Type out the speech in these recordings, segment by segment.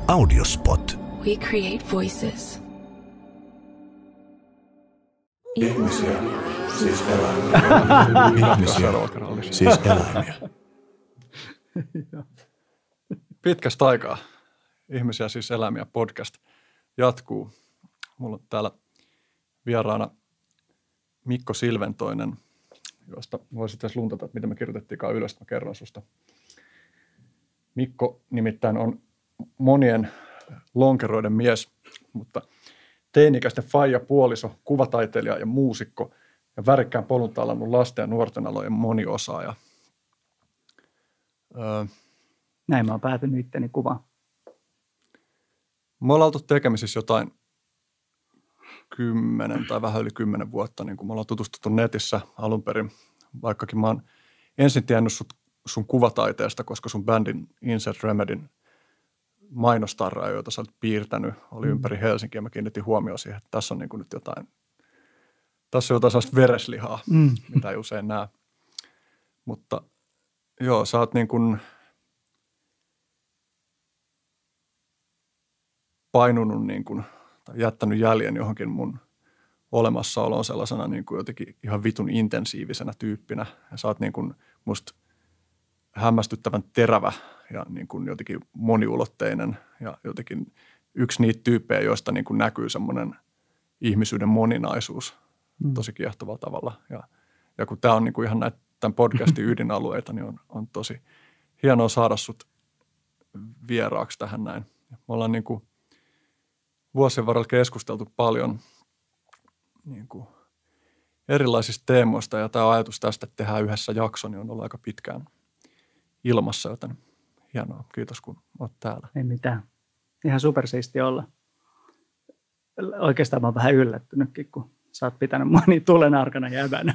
Audiospot. We create voices. Ihmisiä, siis eläimiä. Ihmisiä, siis eläimiä. Pitkästä aikaa. Ihmisiä, siis eläimiä podcast jatkuu. Mulla on täällä vieraana Mikko Silventoinen, josta voisit edes luntata, että mitä me kirjoitettiinkaan ylös, että mä kerron susta. Mikko nimittäin on monien lonkeroiden mies, mutta teini-ikäisten faija, puoliso, kuvataiteilija ja muusikko ja värikkään polun tallannut lasten ja nuorten alojen moniosaaja. Näin mä oon päätynyt itteni kuvaan. Me ollaan oltu tekemisissä jotain 10 tai vähän yli 10 vuotta, niin kun me ollaan tutustuttu netissä alun perin, vaikkakin mä oon ensin tiennyt sun kuvataiteesta, koska sun bändin Insert Remedyn mainostarroja, joita sä olet piirtänyt, oli ympäri Helsinkiä. Mä kiinnitin huomioon siihen, että tässä on niin kuin nyt jotain, tässä on jotain sellaista vereslihaa, mitä ei usein näe. Mutta joo, sä oot niin kuin painunut niin kuin, tai jättänyt jäljen johonkin mun olemassaoloon sellaisena niin kuin jotenkin ihan vitun intensiivisenä tyyppinä. Ja sä oot niin kuin musta hämmästyttävän terävä ja niin kuin jotenkin moniulotteinen ja jotenkin yksi niitä tyyppejä, joista niin kuin näkyy semmoinen ihmisyyden moninaisuus tosi kiehtovalla tavalla. Ja kun tämä on niin kuin ihan näitä tämän podcastin ydinalueita, niin on tosi hienoa saada sut vieraaksi tähän näin. Me ollaan niin kuin vuosien varrella keskusteltu paljon niin kuin erilaisista teemoista ja tämä ajatus tästä, että tehdään yhdessä jakso, niin on ollut aika pitkään ilmassa, joten hienoa. Kiitos, kun olet täällä. Ei mitään. Ihan supersiisti olla. Oikeastaan mä oon vähän yllättynytkin, kun sä oot pitänyt mua niin tulenarkana jäbänä.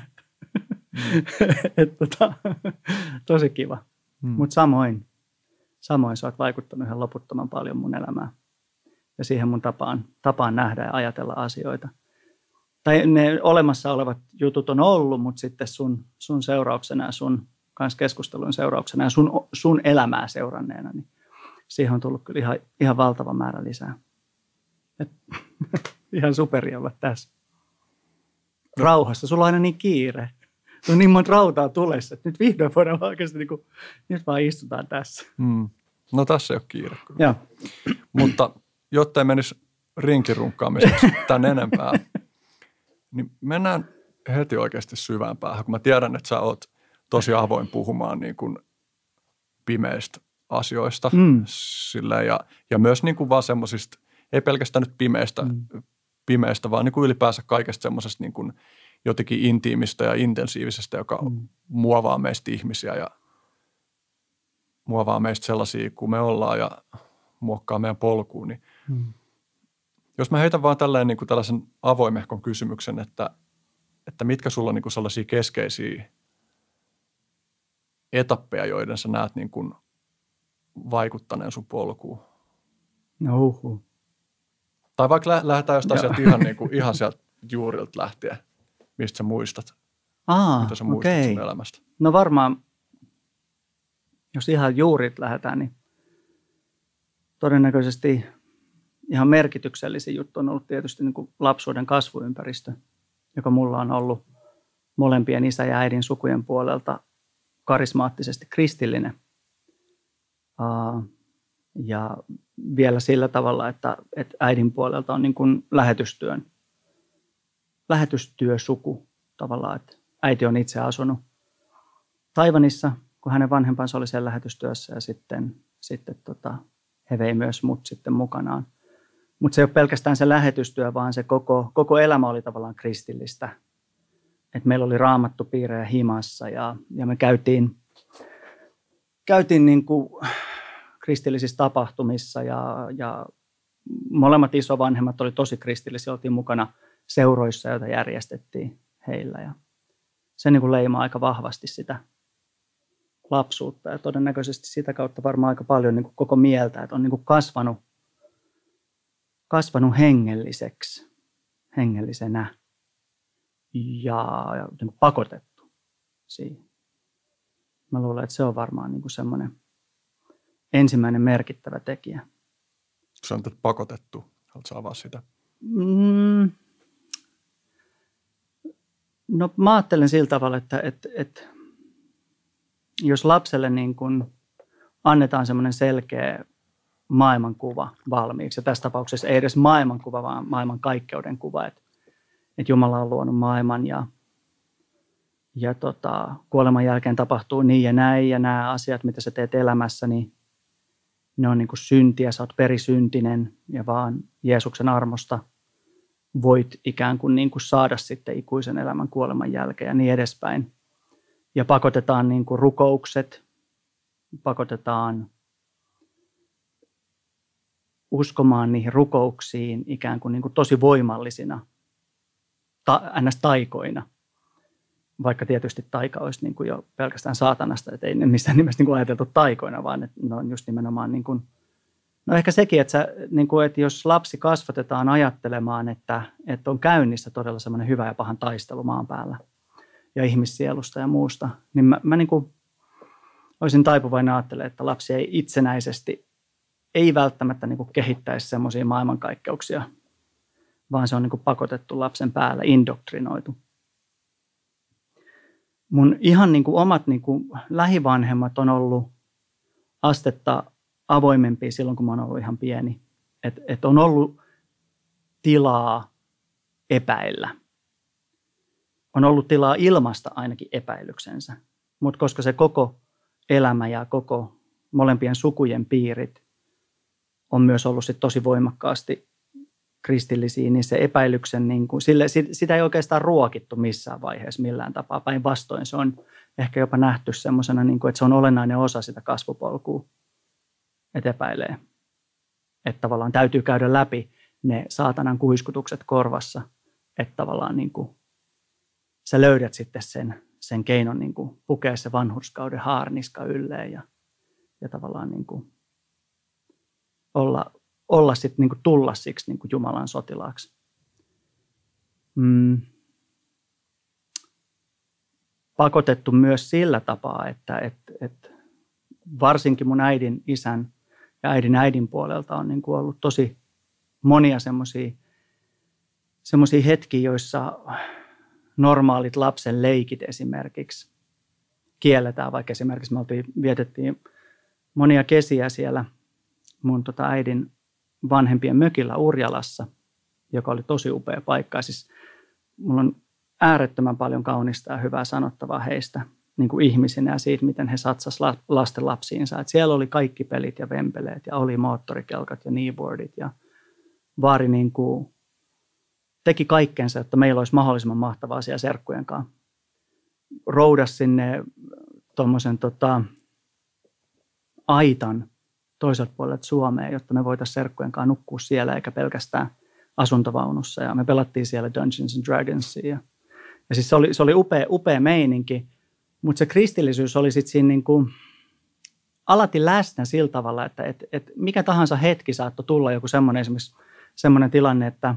Tosi kiva. Mutta samoin sä oot vaikuttanut ihan loputtoman paljon mun elämään. Ja siihen mun tapaan nähdä ja ajatella asioita. Tai ne olemassa olevat jutut on ollut, mutta sitten sun seurauksena ja sun kanssa keskustelun seurauksena ja sun elämää seuranneena, niin siihen on tullut kyllä ihan valtava määrä lisää. Ihan superia olla tässä. Rauhassa. Sulla on aina niin kiire. On niin monta rautaa tulessa, että nyt vihdoin voidaan oikeasti, niin kuin, nyt vaan istutaan tässä. No tässä ei ole kiire kyllä. Joo. Mutta jotta ei menisi rinkirunkkaamiseksi tämän enempää, niin mennään heti oikeasti syvään päähän, kun mä tiedän, että sä oot tosi avoin puhumaan niin kuin pimeistä asioista silleen, ja myös niin kuin vaan semmoisista, ei pelkästään nyt pimeistä vaan niin kuin ylipäänsä kaikesta semmoisesta niin kuin jotenkin intiimistä ja intensiivisestä, joka muovaa meistä ihmisiä ja muovaa meistä sellaisia kuin me ollaan ja muokkaa meidän polkuun. Niin jos mä heitän vaan tälleen, niin kuin tällaisen avoimehkon kysymyksen, että mitkä sulla on niin kuin sellaisia keskeisiä etappeja, joiden sä näet niin kuin vaikuttaneen sun polkuun. Tai vaikka lähdetään jostain sieltä ihan sieltä juurilta lähtien, mistä sä muistat, mitä sä muistat sun elämästä. No varmaan, jos ihan juurit lähdetään, niin todennäköisesti ihan merkityksellisin juttu on ollut tietysti niin kuin lapsuuden kasvuympäristö, joka mulla on ollut molempien isä ja äidin sukujen puolelta karismaattisesti kristillinen. Ja vielä sillä tavalla, että äidin puolelta on niin kuin lähetystyösuku tavallaan, että äiti on itse asunut Taiwanissa, kun hänen vanhempansa oli siellä lähetystyössä ja sitten he vei myös mut sitten mukanaan. Mutta se ei ole pelkästään se lähetystyö, vaan se koko elämä oli tavallaan kristillistä. Et meillä oli raamattupiirejä himassa ja me käytiin niin kuin kristillisissä tapahtumissa ja molemmat isovanhemmat oli tosi kristillisiä, oltiin mukana seuroissa, joita järjestettiin heillä. Ja se niin kuin leimaa aika vahvasti sitä lapsuutta ja todennäköisesti sitä kautta varmaan aika paljon niin kuin koko mieltä, että on niin kuin kasvanut hengellisenä ja niin kuin pakotettu siihen. Mä luulen, että se on varmaan niin kuin semmoinen ensimmäinen merkittävä tekijä. sanot, että pakotettu? Haluatko avaa sitä? No mä ajattelen sillä tavalla, että jos lapselle niin kun annetaan semmoinen selkeä maailmankuva valmiiksi, ja tässä tapauksessa ei edes maailmankuva, vaan maailmankaikkeuden kuva, että Jumala on luonut maailman ja kuoleman jälkeen tapahtuu niin ja nämä asiat, mitä sä teet elämässä, niin ne on niin kuin syntiä, sä oot perisyntinen ja vaan Jeesuksen armosta voit ikään kuin, saada sitten ikuisen elämän kuoleman jälkeen ja niin edespäin. Ja pakotetaan niin kuin rukoukset, pakotetaan uskomaan niihin rukouksiin ikään kuin, tosi voimallisina, taikoina. Vaikka tietysti taika olisi niin kuin jo pelkästään saatanasta, että ei ne missään nimessä niin kuin ajateltu taikoina, vaan että ne on just nimenomaan, niin kuin, no ehkä sekin, että jos lapsi kasvatetaan ajattelemaan, että on käynnissä todella semmoinen hyvä ja pahan taistelu maan päällä ja ihmissielusta ja muusta, niin mä niin kuin olisin taipuvainen ajattelemaan, että lapsi ei itsenäisesti, ei välttämättä niin kuin kehittäisi semmoisia maailmankaikkeuksia, vaan se on niin kuin pakotettu lapsen päälle, indoktrinoitu. Mun ihan niin kuin omat niin kuin lähivanhemmat on ollut astetta avoimempia silloin, kun mä oon ollut ihan pieni. Et on ollut tilaa epäillä. On ollut tilaa ilmaista ainakin epäilyksensä. Mutta koska se koko elämä ja koko molempien sukujen piirit on myös ollut sit tosi voimakkaasti kristillisiä, niin se epäilyksen, niin kuin, sitä ei oikeastaan ruokittu missään vaiheessa millään tapaa. Päinvastoin se on ehkä jopa nähty semmoisena, niin kuin, että se on olennainen osa sitä kasvupolkua, että epäilee. Että tavallaan täytyy käydä läpi ne saatanan kuiskutukset korvassa, että tavallaan niin kuin, sä löydät sitten sen keinon niin kuin, pukea se vanhurskauden haarniska ylleen ja tavallaan niin kuin, olla sitten niin kuin tulla siksi niin kuin Jumalan sotilaaksi. Pakotettu myös sillä tapaa, että varsinkin mun äidin isän ja äidin puolelta on niin kuin ollut tosi monia semmoisia hetkiä, joissa normaalit lapsen leikit esimerkiksi kielletään, vaikka esimerkiksi me vietettiin monia kesiä siellä mun äidin vanhempien mökillä Urjalassa, joka oli tosi upea paikka. Siis mulla on äärettömän paljon kaunista ja hyvää sanottavaa heistä niin kuin ihmisinä ja siitä, miten he satsasivat lasten lapsiinsa. Et siellä oli kaikki pelit ja vempeleet ja oli moottorikelkat ja kneeboardit ja vaari niin kuin teki kaikkensa, että meillä olisi mahdollisimman mahtavaa siellä serkkujen kanssa. Roudas sinne tuommoisen aitan toiselta puolelta Suomeen, jotta me voitaisiin serkkujen kanssa nukkua siellä eikä pelkästään asuntovaunussa. Ja me pelattiin siellä Dungeons and Dragonsia. Ja siis se oli upea meininki, mutta se kristillisyys oli sitten siinä niin kuin alati läsnä sillä tavalla, että mikä tahansa hetki saattoi tulla joku esimerkiksi semmoinen tilanne, että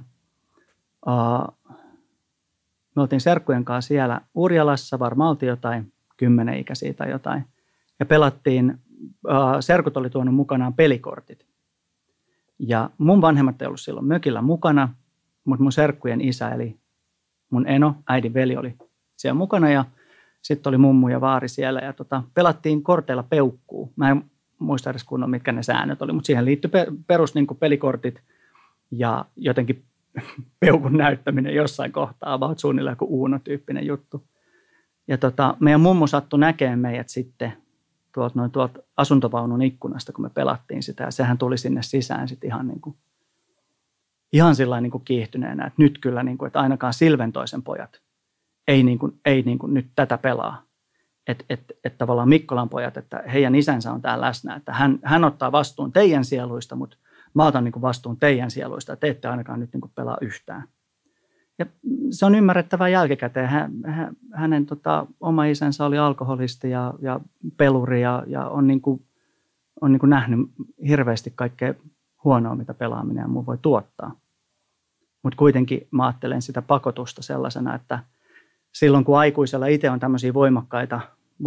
me oltiin serkkujen kanssa siellä Urjalassa, varmaan oltiin jotain 10-ikäisiä tai jotain, ja pelattiin. Serkut oli tuonut mukanaan pelikortit. Ja mun vanhemmat ei ollut silloin mökillä mukana, mutta mun serkkujen isä, eli mun eno, äidin veli oli siellä mukana ja sitten oli mummu ja vaari siellä ja pelattiin korteilla peukkuu. Mä en muista edes kunnon, mitkä ne säännöt oli, mutta siihen liittyi perus niin kuin pelikortit ja jotenkin peukun näyttäminen jossain kohtaa, about suunnilleen joku Uuno-tyyppinen juttu. Ja meidän mummu sattui näkemään meidät sitten tuolta asuntovaunun ikkunasta, kun me pelattiin sitä. Ja sehän tuli sinne sisään sitten ihan sillain niin kuin kiihtyneenä, että nyt kyllä, niin kuin, että ainakaan Silventoisen pojat ei nyt tätä pelaa. Että tavallaan Mikkolan pojat, että heidän isänsä on täällä läsnä, että hän ottaa vastuun teidän sieluista, mutta mä otan niin kuin vastuun teidän sieluista, ja te ette ainakaan nyt niin kuin pelaa yhtään. Ja se on ymmärrettävää jälkikäteen. Hänen oma isänsä oli alkoholisti ja peluri ja on niin kuin nähnyt hirveästi kaikkea huonoa, mitä pelaaminen ja muu voi tuottaa. Mutta kuitenkin mä ajattelen sitä pakotusta sellaisena, että silloin kun aikuisella itse on tämmöisiä voimakkaita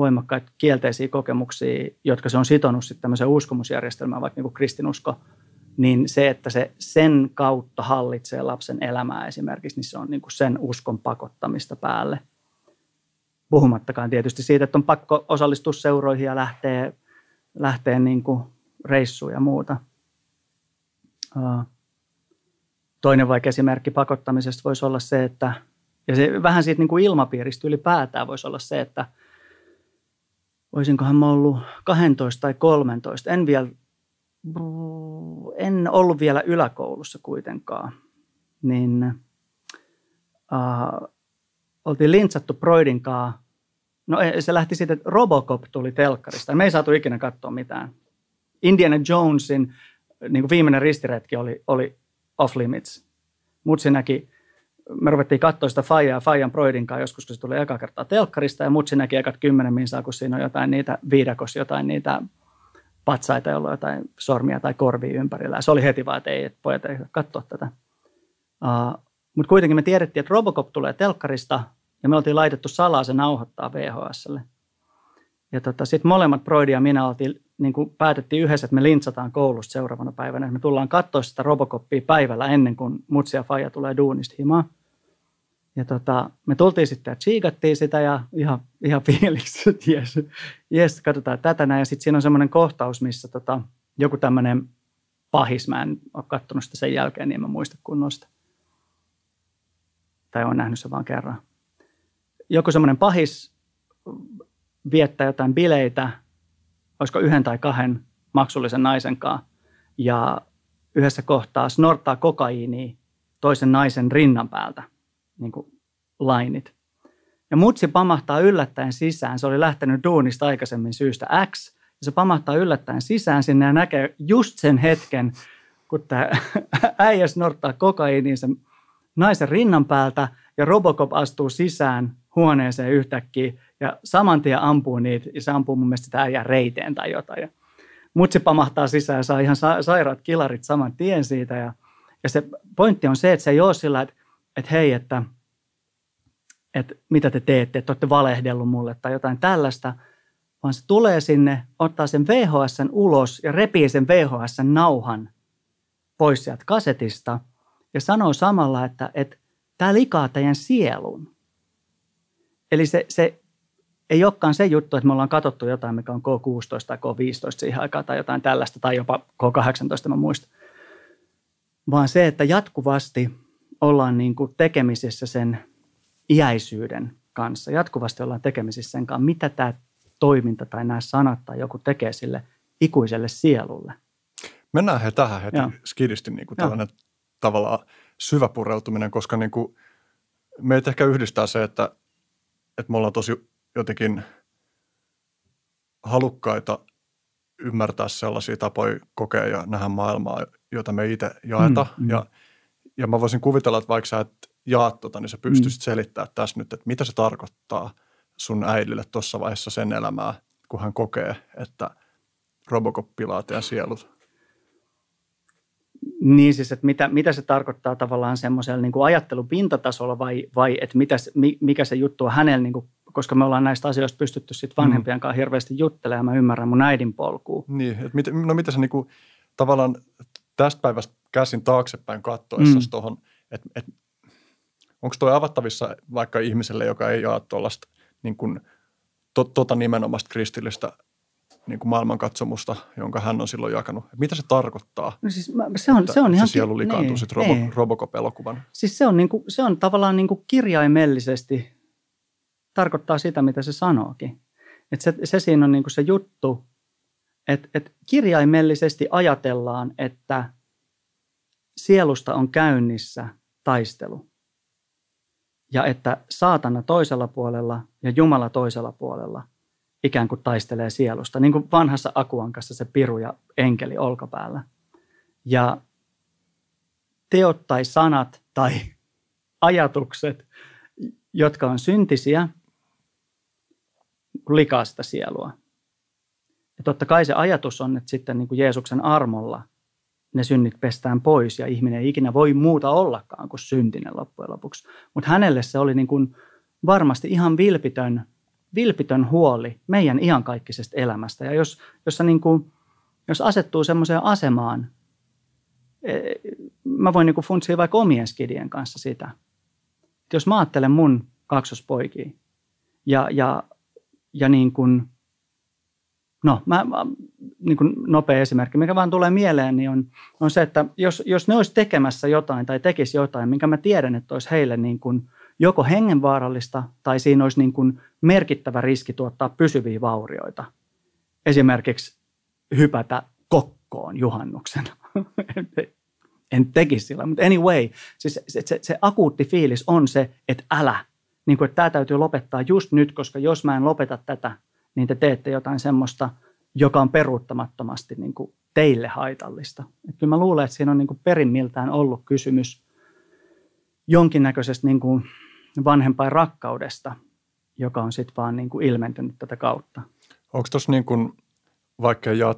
kielteisiä kokemuksia, jotka se on sitonut sitten tämmöiseen uskomusjärjestelmään, vaikka niin kuin kristinusko, niin se, että se sen kautta hallitsee lapsen elämää esimerkiksi, niin se on niin kuin sen uskon pakottamista päälle. Puhumattakaan tietysti siitä, että on pakko osallistua seuroihin ja lähteä niin kuin reissuun ja muuta. Toinen vaikka esimerkki pakottamisesta voisi olla se, että, ja se vähän siitä niin kuin ilmapiiristä ylipäätään voisi olla se, että olisinkohan mä ollut 12 tai 13, en ollut vielä yläkoulussa kuitenkaan, niin oltiin lintsattu Broidin kanssa. No se lähti siitä, että Robocop tuli telkkarista. Me ei saatu ikinä katsoa mitään. Indiana Jonesin niin kuin viimeinen ristiretki oli off limits. Mutsi näki, me ruvettiin katsoa sitä Fajan Broidin kanssa joskus, kun se tuli eka kertaa telkkarista. Ja Mutsi näki ekat 10 minsaa, kun siinä on jotain niitä viidakossa, jotain niitä patsaita, jolla on jotain sormia tai korvia ympärillä. Ja se oli heti vaan, että ei, että pojat ei katsoa tätä. Mutta kuitenkin me tiedettiin, että Robocop tulee telkkarista ja me oltiin laitettu salaa se nauhoittaa VHSlle. Ja sitten molemmat Broidi ja minä niin päätettiin yhdessä, että me lintsataan koulusta seuraavana päivänä. Me tullaan katsoa sitä Robocopia päivällä ennen kuin Mutsi ja Faija tulee duunista himaan. Ja me tultiin sitten ja tsiigattiin sitä ja ihan fiiliksi, että jes, katsotaan tätä näin. Ja sitten siinä on semmoinen kohtaus, missä joku tämmöinen pahis, mä en ole katsonut sitä sen jälkeen, niin en mä muista kunnosta. Tai olen nähnyt sen vaan kerran. Joku semmoinen pahis viettää jotain bileitä, olisiko 1 tai 2 maksullisen naisen kanssa, ja yhdessä kohtaa snorttaa kokaiinia toisen naisen rinnan päältä, niin kuin lainit. Ja Mutsi pamahtaa yllättäen sisään, se oli lähtenyt duunista aikaisemmin syystä X, ja se pamahtaa yllättäen sisään sinne ja näkee just sen hetken, kun tämä äijä snorttaa kokaiinia sen naisen rinnan päältä, ja Robocop astuu sisään huoneeseen yhtäkkiä ja saman tien ampuu niitä, ja se ampuu mun mielestä sitä äijän reiteen tai jotain. Ja Mutsi pamahtaa sisään ja saa ihan sairaat kilarit saman tien siitä. Ja se pointti on se, että se ei ole sillä, että hei, että mitä te teette, että olette valehdellut mulle tai jotain tällaista, vaan se tulee sinne, ottaa sen VHS:n ulos ja repii sen VHS:n nauhan pois sieltä kasetista ja sanoo samalla, että tämä likaa teidän sielun. Eli se ei olekaan se juttu, että me ollaan katsottu jotain, mikä on K16 tai K15 siihen aikaan tai jotain tällaista, tai jopa K18, mä muistan. Vaan se, että jatkuvasti ollaan niin kuin tekemisissä sen iäisyyden kanssa. Jatkuvasti ollaan tekemisissä sen kanssa, mitä tämä toiminta tai nämä sanat tai joku tekee sille ikuiselle sielulle. Mennään tähän heti skidisti niin kuin tällainen tavallaan syvä pureutuminen, koska niin kuin meitä ehkä yhdistää se, että me ollaan tosi jotenkin halukkaita ymmärtää sellaisia tapoja kokea ja nähdä maailmaa, jota me itse jaeta. Ja mä voisin kuvitella, että vaikka sä et jaa niin sä pystyisit selittämään tässä nyt, että mitä se tarkoittaa sun äidille tuossa vaiheessa sen elämää, kun hän kokee, että Robocop pilaa teidän sielut. Niin siis, että mitä se tarkoittaa tavallaan semmoisella niin kuin ajattelun pintatasolla vai että mikä se juttu on hänellä, niin kuin, koska me ollaan näistä asioista pystytty sitten vanhempien kanssa hirveästi juttelemaan, mä ymmärrän mun äidin polkua. Niin, että mitä se niin kuin, tavallaan tästä päivästä käsin taaksepäin katsoessa tuohon, että onko toi avattavissa vaikka ihmiselle, joka ei jaa tuollaista niin kuin, nimenomaista kristillistä niin kuin maailmankatsomusta, jonka hän on silloin jakanut. Mitä se tarkoittaa? No siis se on ihan sielu likaantuu sitten Robocop-elokuvan. Siis se on tavallaan niin kuin kirjaimellisesti tarkoittaa sitä, mitä se sanookin. Että se siinä on niin kuin se juttu, että kirjaimellisesti ajatellaan, että sielusta on käynnissä taistelu. Ja että saatana toisella puolella ja Jumala toisella puolella ikään kuin taistelee sielusta. Niin kuin vanhassa Akuankassa se piru ja enkeli olkapäällä. Ja teot tai sanat tai ajatukset, jotka on syntisiä, likaa sitä sielua. Ja totta kai se ajatus on, että sitten niin kuin Jeesuksen armolla ne synnit pestään pois ja ihminen ei ikinä voi muuta ollakaan kuin syntinen loppujen lopuksi. Mutta hänelle se oli niin kuin varmasti ihan vilpitön huoli meidän iankaikkisesta elämästä. Ja jos asettuu semmoiseen asemaan, mä voin niin kuin funtsia vaikka omien skidien kanssa sitä. Et jos mä ajattelen mun kaksospoikia ja niin kuin, no niin kuin nopea esimerkki, mikä vaan tulee mieleen, niin on se, että jos ne olisi tekemässä jotain tai tekisi jotain, minkä mä tiedän, että olisi heille niin kuin joko hengenvaarallista tai siinä olisi niin kuin merkittävä riski tuottaa pysyviä vaurioita. Esimerkiksi hypätä kokkoon juhannuksena. En tekisi sillä, mutta anyway, siis se akuutti fiilis on se, että älä. Niin kuin, että tämä täytyy lopettaa just nyt, koska jos mä en lopeta tätä, niin te teette jotain semmoista, joka on peruuttamattomasti niin kuin teille haitallista. Että kyllä mä luulen, että siinä on niin kuin perimmiltään ollut kysymys jonkinnäköisestä niin kuin vanhempain rakkaudesta, joka on sitten vaan niin kuin ilmentynyt tätä kautta. Onko tuossa niin kuin, vaikka ei jaa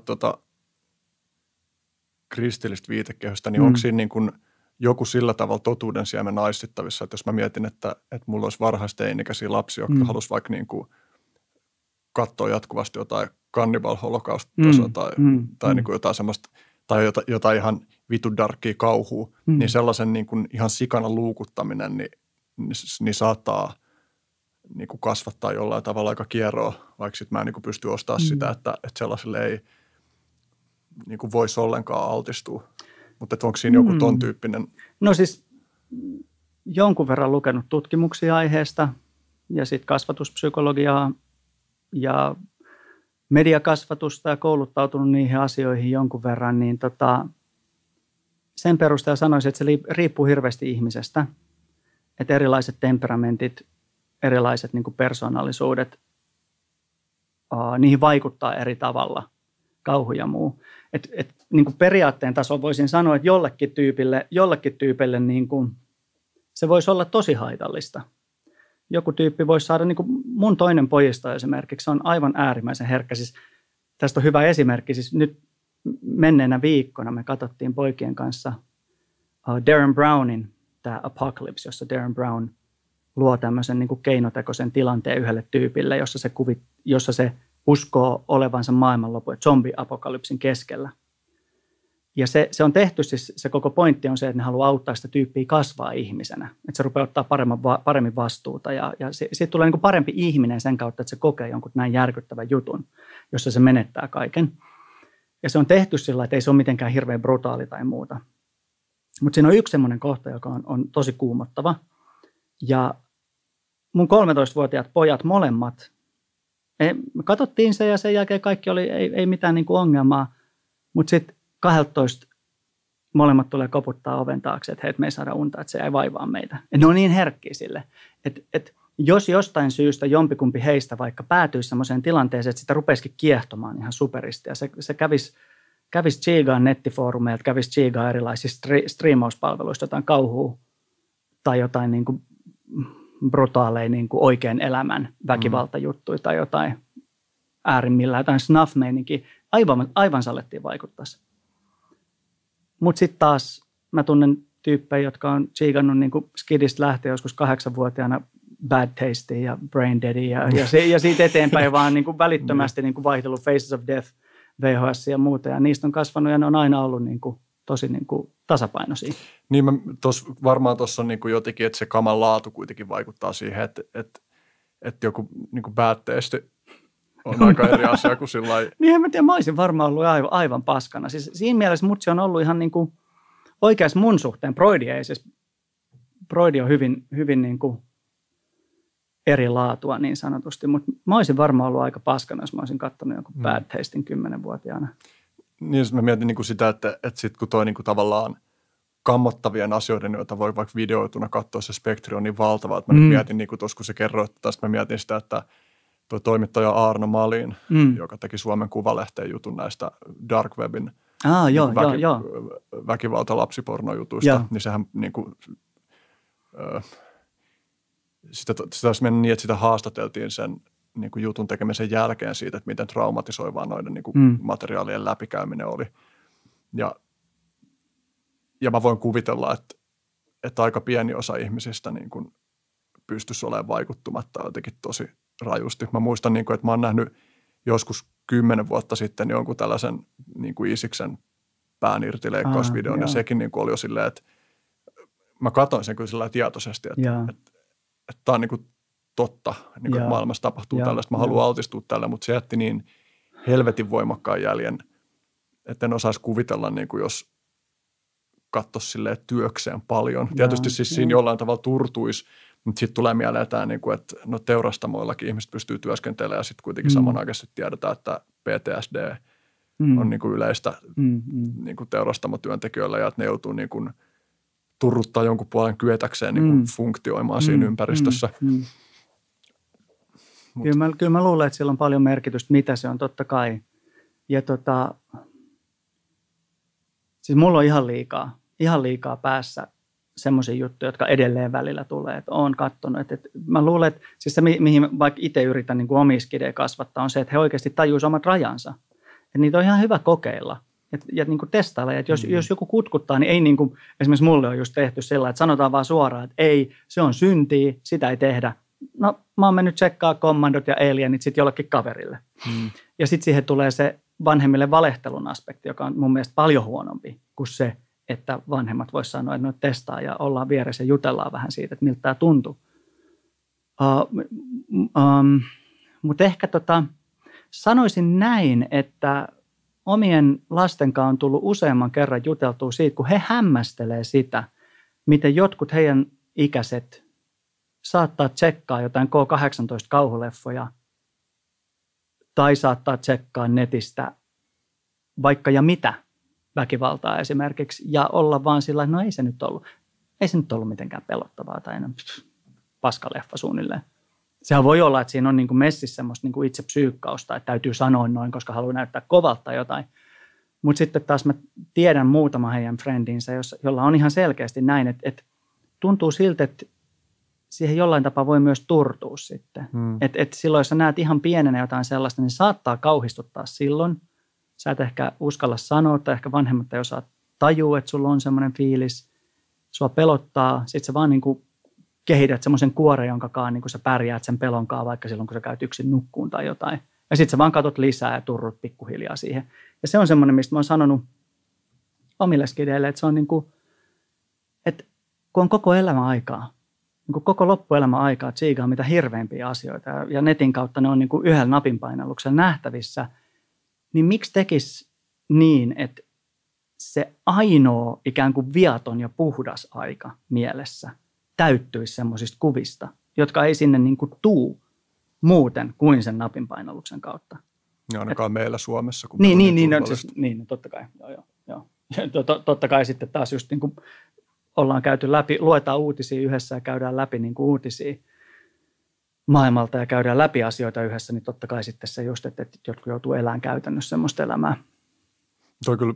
kristillistä viitekehystä, niin onko siinä niin kuin joku sillä tavalla totuuden siemen aistittavissa, että jos mä mietin, että mulla olisi varhaisteinikäisiä lapsia, jotka halusi vaikka niin kuin katsoa jatkuvasti jotain Cannibal Holocaust-tasoa tai niin kuin jotain semmoista, tai jotain ihan vitun darkkia kauhua, niin sellaisen niin kuin ihan sikana luukuttaminen, niin saattaa niin kuin kasvattaa jollain tavalla aika kieroa, vaikka sitten mä en niin kuin pysty ostamaan sitä, että sellaiselle ei niin kuin voisi ollenkaan altistua. Mutta onko siinä joku ton tyyppinen? No siis jonkun verran lukenut tutkimuksia aiheesta ja sitten kasvatuspsykologiaa ja mediakasvatusta ja kouluttautunut niihin asioihin jonkun verran, niin sen perusteella sanoisin, että se riippuu hirveästi ihmisestä. Että erilaiset temperamentit, erilaiset niin kuin persoonallisuudet, niihin vaikuttaa eri tavalla, kauhu ja muu. Niin kuin periaatteen tasolla voisin sanoa, että jollekin tyypille niin kuin, se voisi olla tosi haitallista. Joku tyyppi voisi saada, niin kuin mun toinen pojista esimerkiksi, se on aivan äärimmäisen herkkä. Siis, tästä on hyvä esimerkki. Siis nyt menneenä viikkona me katsottiin poikien kanssa Darren Brownin tämä Apocalypse, jossa Darren Brown luo tämmöisen niin kuin keinotekoisen tilanteen yhdelle tyypille, jossa se uskoo olevansa maailmanlopun ja zombi-apokalypsin keskellä. Ja se on tehty, siis se koko pointti on se, että ne haluaa auttaa sitä tyyppiä kasvaa ihmisenä. Että se rupeaa ottaa paremmin vastuuta ja siitä tulee niin kuin parempi ihminen sen kautta, että se kokee jonkun näin järkyttävän jutun, jossa se menettää kaiken. Ja se on tehty sillä, että ei se ole mitenkään hirveän brutaali tai muuta. Mutta siinä on yksi semmoinen kohta, joka on tosi kuumottava. Ja mun 13-vuotiaat pojat molemmat, me katsottiin se ja sen jälkeen kaikki oli, ei mitään niin kuin ongelmaa, mutta sitten 12 molemmat tulee koputtaa oven taakse, että hei, me ei saada unta, että se ei vaivaa meitä. Et ne on niin herkkiä sille, että jos jostain syystä jompikumpi heistä vaikka päätyisi sellaiseen tilanteeseen, että sitä rupesikin kiehtomaan ihan superisti ja se kävisi tsiigaan nettifoorumeilta, kävisi tsiigaan erilaisista striimauspalveluista, jotain kauhua tai jotain niin kuin brutaaleja niin kuin oikean elämän väkivaltajuttuja tai jotain äärimmillään, jotain snuff-meininkiä, aivan salettiin vaikuttaisi. Mutta sitten taas mä tunnen tyyppejä, jotka on tsiigannut niin kuin skidistä lähtien joskus 8-vuotiaana Bad Tastea ja Brain Deadia ja siitä eteenpäin vaan niin kuin välittömästi niin kuin vaihdellut Faces of Death, VHS ja muuta. Ja niistä on kasvanut ja ne on aina ollut niin kuin tosi niin kuin tasapainoisia. Niin varmaan tuossa on niin kuin jotenkin, että se kaman laatu kuitenkin vaikuttaa siihen, että joku niin kuin Bad Taste on aika eri asia kuin sillai. Niin en mä tiedä, mä olisin varmaan ollut aivan paskana. Siis siinä mielessä mutsi on ollut ihan niin kuin oikeassa mun suhteen. Broidi on hyvin niin kuin eri laatua niin sanotusti, mutta mä olisin varmaan ollut aika paskana, jos mä olisin katsonut jonkun Bad Tastin 10-vuotiaana. Niin, mä mietin niin kuin sitä, että sitten kun toi niin kuin tavallaan kammottavien asioiden, joita voi vaikka videoituna katsoa, se spektri on niin valtava, että mä nyt mietin, niin kuin tuossa kun se kerroit, tästä mä mietin sitä, että tuo toimittaja Arno Malin, joka teki Suomen Kuvalehteen jutun näistä Dark Webin väkivalta lapsipornojutuista, niin sehän niin kuin, sitä olisi mennyt niin, että sitä haastateltiin sen niin kuin jutun tekemisen jälkeen siitä, että miten traumatisoivaa noiden niin kuin materiaalien läpikäyminen oli. Ja mä voin kuvitella, että aika pieni osa ihmisistä niin kuin pystyisi olemaan vaikuttumatta jotenkin tosi rajusti. Mä muistan, niin kuin, että mä oon nähnyt joskus 10 vuotta sitten jonkun tällaisen niin kuin Isiksen pään irti leikkausvideon ja sekin niin kuin oli jo silleen, että mä katsoin sen kyllä sillä tietoisesti, että tämä on niin kuin totta, niin kuin maailmassa tapahtuu tällaista, mä haluan altistua tälle, mutta se jätti niin helvetin voimakkaan jäljen, että en osaisi kuvitella, niin kuin jos katsoisi silleen työkseen paljon. Tietysti siis siinä jollain tavalla turtuisi, mutta sitten tulee mieleen tämä, niin kuin, että no teurastamoillakin ihmiset pystyy työskentelemään ja sitten kuitenkin samanaikaisesti tiedetään, että PTSD on niin kuin yleistä niin kuin teurastamotyöntekijöillä ja että ne joutuu niin kuin turruttaa jonkun puolen kyetäkseen niin kuin funktioimaan siinä ympäristössä. Kyllä mä luulen, että sillä on paljon merkitystä, mitä se on totta kai. Ja siis mulla on ihan liikaa päässä semmoisia juttuja, jotka edelleen välillä tulee. Että olen katsonut. Että mä luulen, että siis se, mihin vaikka itse yritän niin kuin omia skidejä kasvattaa, on se, että he oikeasti tajuisivat omat rajansa. Että niitä on ihan hyvä kokeilla. Ja niin kuin testailla. Että jos joku kutkuttaa, niin ei niin kuin, esimerkiksi mulle on just tehty sillä, että sanotaan vaan suoraan, että ei, se on syntiä, sitä ei tehdä. No mä oon mennyt tsekkaa Commandot ja Alienit sitten jollekin kaverille. Ja sitten siihen tulee se vanhemmille valehtelun aspekti, joka on mun mielestä paljon huonompi kuin se, että vanhemmat vois sanoa, että no testaa ja ollaan vieressä ja jutellaan vähän siitä, että miltä tämä tuntuu. Mutta ehkä sanoisin näin, että omien lasten kanssa on tullut useamman kerran juteltua siitä, kun he hämmästelee sitä, miten jotkut heidän ikäiset saattaa tsekkaa jotain K-18-kauhuleffoja tai saattaa tsekkaa netistä vaikka ja mitä väkivaltaa esimerkiksi ja olla vaan sillä, että no ei se nyt ollut mitenkään pelottavaa tai paskaleffa suunnilleen. Sehän voi olla, että siinä on niin kuin messissä semmoista niin kuin itse psyykkausta, että täytyy sanoa noin, koska haluaa näyttää kovalta tai jotain. Mutta sitten taas mä tiedän muutama heidän friendinsä, jolla on ihan selkeästi näin, että tuntuu siltä, että siihen jollain tapaa voi myös turtua sitten. Että silloin, jos sä näet ihan pienenä jotain sellaista, niin saattaa kauhistuttaa silloin. Sä et ehkä uskalla sanoa, tai ehkä vanhemmat ei osaa tajua, että sulla on semmoinen fiilis. Sua pelottaa, sit sä vaan niin kuin kehität semmoisen kuoren, jonka kaan niin kuin sä pärjäät sen pelonkaan, vaikka silloin, kun sä käyt yksin nukkuun tai jotain. Ja sit sä vaan katot lisää ja turrut pikkuhiljaa siihen. Ja se on semmoinen, mistä mä oon sanonut omille skideille, että se on niin kuin, että kun on koko elämä aikaa, niin kuin koko loppuelämä aikaa tsiigaa mitä hirveimpiä asioita ja netin kautta ne on niin kuin yhdellä napinpainalluksella nähtävissä, niin miksi tekisi niin, että se ainoa ikään kuin viaton ja puhdas aika mielessä täyttyisi semmoisista kuvista, jotka ei sinne niin kuin tuu muuten kuin sen napinpainalluksen kautta. Ja ainakaan meillä Suomessa. Kun niin, totta kai. Joo. Totta kai sitten taas just niin kuin ollaan käyty läpi, luetaan uutisia yhdessä ja käydään läpi niin kuin uutisia maailmalta ja käydään läpi asioita yhdessä, niin totta kai sitten se just, että jotkut joutuu elämään käytännössä semmoista elämää. Toi kyllä,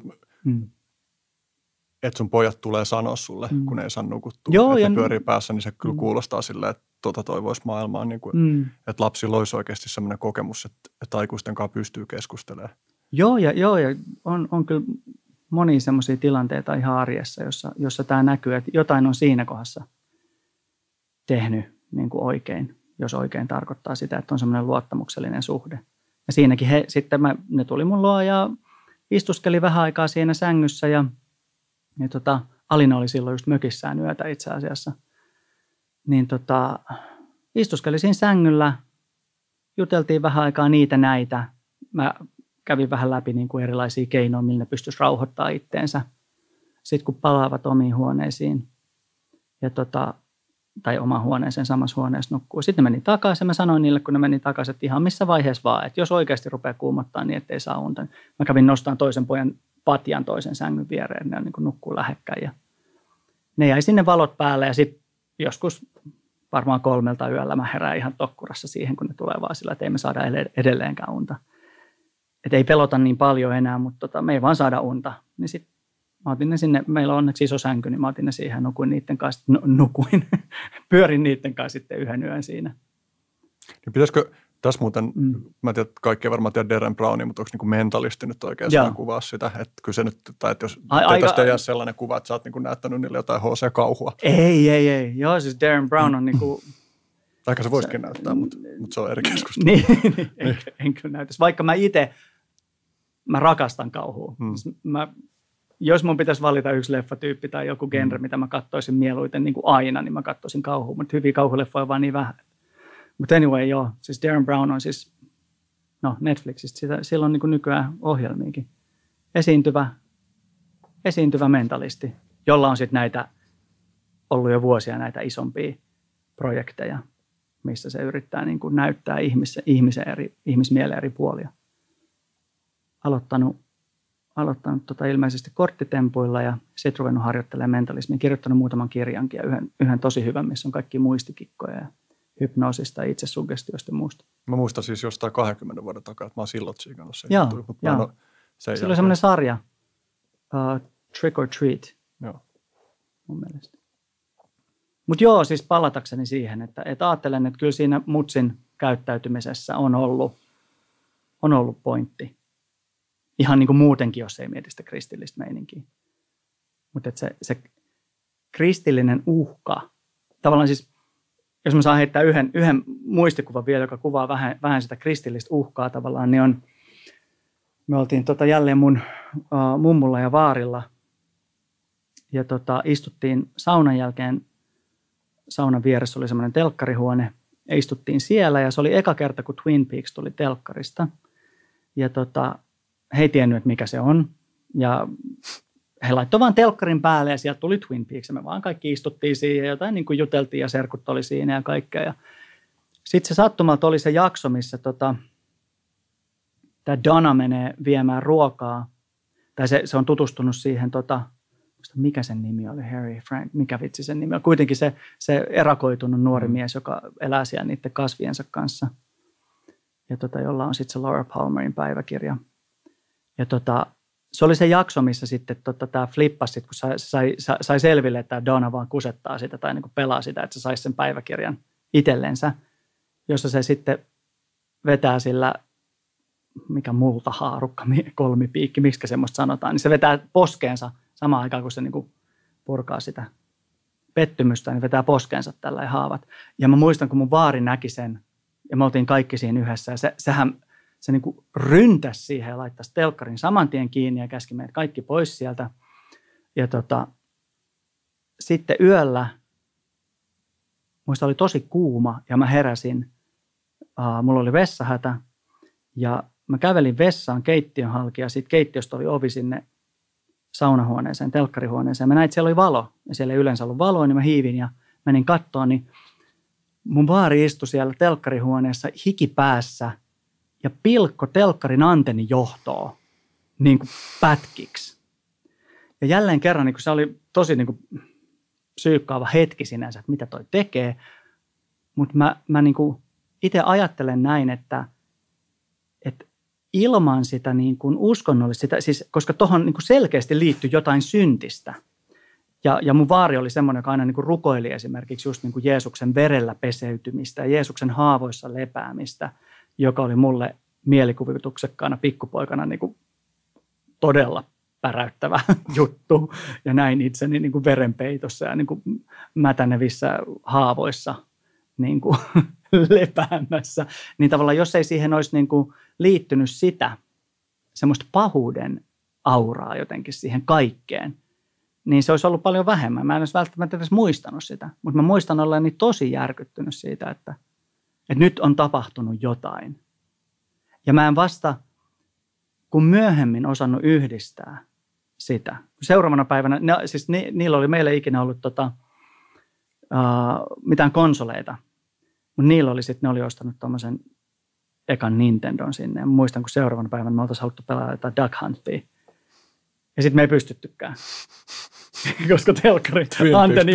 että sun pojat tulee sanoa sulle, kun ei saa nukuttua, että ne pyörii päässä, niin se kyllä kuulostaa silleen, että toivoisi maailmaan, niin kuin, että lapsilla olisi oikeasti semmoinen kokemus, että aikuisten kanssa pystyy keskustelemaan. Joo, ja on kyllä monia semmoisia tilanteita ihan arjessa, jossa tämä näkyy, että jotain on siinä kohdassa tehnyt niin kuin oikein, jos oikein tarkoittaa sitä, että on semmoinen luottamuksellinen suhde. Ja siinäkin ne tuli mun luo ja istuskeli vähän aikaa siinä sängyssä ja Alina oli silloin just mökissään yötä itse asiassa. Niin istuskeli siinä sängyllä, juteltiin vähän aikaa niitä näitä. Mä kävin vähän läpi niin kuin erilaisia keinoja, millä ne pystyisi rauhoittamaan itteensä. Sitten kun palaavat omiin huoneisiin ja tai omaan huoneeseen samassa huoneessa nukkuu. Sitten ne meni takaisin. Mä sanoin niille, kun ne meni takaisin, että ihan missä vaiheessa vaan, että jos oikeasti rupeaa kuumottaa niin, ettei saa unta. Mä kävin nostamaan toisen pojan patjan toisen sängyn viereen, ne on niin kuin nukkuu lähekkäin. Ja ne jäi sinne valot päälle ja sitten joskus varmaan 3 yöllä mä herään ihan tokkurassa siihen, kun ne tulee vaan sillä, että ei me saada edelleenkään unta. Että ei pelota niin paljon enää, mutta me ei vaan saada unta. Niin sitten mä otin ne sinne, meillä on onneksi iso sänky, niin mä otin ne siihen ja nukuin niiden kanssa, pyörin niiden kanssa sitten yhden yön siinä. Niin pitäisikö tässä muuten, mä tiedän, että kaikki ei varmaan tiedä Derren Brownia, mutta onko niin kuin mentalisti nyt oikein kuvaa sitä, että kyllä se nyt, tai että jos tästä ei jää sellainen kuva, että sä oot niin kuin näyttänyt niille jotain HC-kauhua. Ei. Joo, siis Derren Brown on niin kuin... Aika se voisikin näyttää, mutta se on eri keskustelu. Niin, en kyllä näytäisi. Vaikka mä rakastan kauhua. Mä jos mun pitäisi valita yksi leffatyyppi tai joku genre, mitä mä katsoisin mieluiten niin kuin aina, niin mä katsoisin kauhua, mutta hyviä kauhuleffoja on vaan niin vähän. Mutta anyway, joo, siis Darren Brown on siis, Netflixistä, sillä on niin kuin nykyään ohjelmiakin. Esiintyvä mentalisti, jolla on sitten näitä, ollut jo vuosia näitä isompia projekteja, missä se yrittää niin kuin näyttää ihmismielen eri puolia. Aloittanut ilmeisesti korttitempuilla ja sitten ruvennut harjoittelemaan mentalismia. Kirjoittanut muutaman kirjankin ja yhden tosi hyvän, missä on kaikki muistikikkoja ja hypnoosista ja itsesuggestiosta ja muusta. Mä muistan siis jostain 20 vuoden takaa, että mä oon silloin tsiikannut sen. Joo. Se oli semmoinen sarja, Trick or Treat, joo. Mun mielestä. Mutta joo, siis palatakseni siihen, että ajattelen, että kyllä siinä mutsin käyttäytymisessä on ollut pointti. Ihan niin kuin muutenkin, jos ei mieti sitä kristillistä meininkiä. Mutta se kristillinen uhka, tavallaan siis, jos mä saan heittää yhden muistikuvan vielä, joka kuvaa vähän sitä kristillistä uhkaa tavallaan, niin me oltiin jälleen mun mummulla ja vaarilla ja istuttiin saunan jälkeen, saunan vieressä oli semmoinen telkkarihuone, ja istuttiin siellä ja se oli eka kerta, kun Twin Peaks tuli telkkarista ja he ei tiennyt, että mikä se on ja he laittoi vaan telkkarin päälle ja sieltä tuli Twin Peaks ja me vaan kaikki istuttiin siihen ja jotain niin kuin juteltiin ja serkut oli siinä ja kaikkea. Ja sitten se sattumalta oli se jakso, missä tämä Donna menee viemään ruokaa tai se on tutustunut siihen, mikä sen nimi oli, Harry, Frank, mikä vitsi sen nimi oli. Kuitenkin se erakoitunut nuori mies, joka elää siellä niiden kasviensa kanssa ja jolla on sitten se Laura Palmerin päiväkirja. Ja se oli se jakso, missä sitten tämä flippasi, kun sai selville, että tämä Donna vaan kusettaa sitä tai niin kuin pelaa sitä, että se saisi sen päiväkirjan itsellensä, jossa se sitten vetää sillä, mikä multahaarukka, kolmipiikki, miksi semmoista sanotaan, niin se vetää poskeensa samaan aikaan, kun se niin kuin purkaa sitä pettymystä, niin vetää poskeensa tällä haavat. Ja mä muistan, kun mun vaari näki sen, ja me oltiin kaikki siinä yhdessä, ja se niin kuin ryntäsi siihen ja laittaisi telkkarin saman tien kiinni ja käski meidät kaikki pois sieltä. Ja sitten yöllä, muista oli tosi kuuma ja mä heräsin. Mulla oli vessahätä ja mä kävelin vessaan keittiön halki ja siitä keittiöstä oli ovi sinne saunahuoneeseen, telkkarihuoneeseen. Mä näin, että siellä oli valo ja siellä ei yleensä ollut valoa, niin mä hiivin ja menin kattoon, niin mun vaari istui siellä telkkarihuoneessa hikipäässä ja pilkko telkkarin antennin johtoa niin kuin pätkiksi. Ja jälleen kerran, niin kuin se oli tosi niin kuin psyykkaava hetki sinänsä, että mitä toi tekee. Mutta mä niin kuin itse ajattelen näin, että ilman sitä niin kuin uskonnollista, siis, koska tuohon niin kuin selkeästi liittyy jotain syntistä. Ja mun vaari oli semmoinen, joka aina niin kuin rukoili esimerkiksi just niin kuin Jeesuksen verellä peseytymistä ja Jeesuksen haavoissa lepäämistä, joka oli mulle mielikuvituksekkaana pikkupoikana niin kuin todella päräyttävä juttu. Ja näin itseni niin kuin verenpeitossa ja niin kuin mätänevissä haavoissa niin kuin lepäämässä. Niin tavallaan jos ei siihen olisi niin kuin liittynyt sitä, semmoista pahuuden auraa jotenkin siihen kaikkeen, niin se olisi ollut paljon vähemmän. Mä en olisi välttämättä edes muistanut sitä, mutta mä muistan olleeni tosi järkyttynyt siitä, että nyt on tapahtunut jotain. Ja mä en vasta, kun myöhemmin osannut yhdistää sitä. Seuraavana päivänä, siis niillä oli meillä ikinä ollut mitään konsoleita, mutta niillä oli sitten, ne oli ostanut tommosen ekan Nintendon sinne. Ja muistan, kun seuraavana päivänä me oltaisiin haluttu pelata jotain Duck Huntia. Ja sitten me ei pystyttykään, koska telkkarit antenni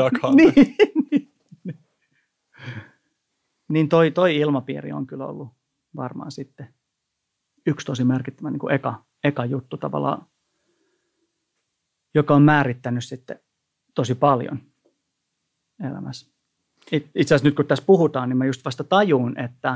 niin toi ilmapiiri on kyllä ollut varmaan sitten yksi tosi merkittävä niin kuin eka juttu tavallaan, joka on määrittänyt sitten tosi paljon elämässä. Itse asiassa nyt kun tässä puhutaan, niin mä just vasta tajuun, että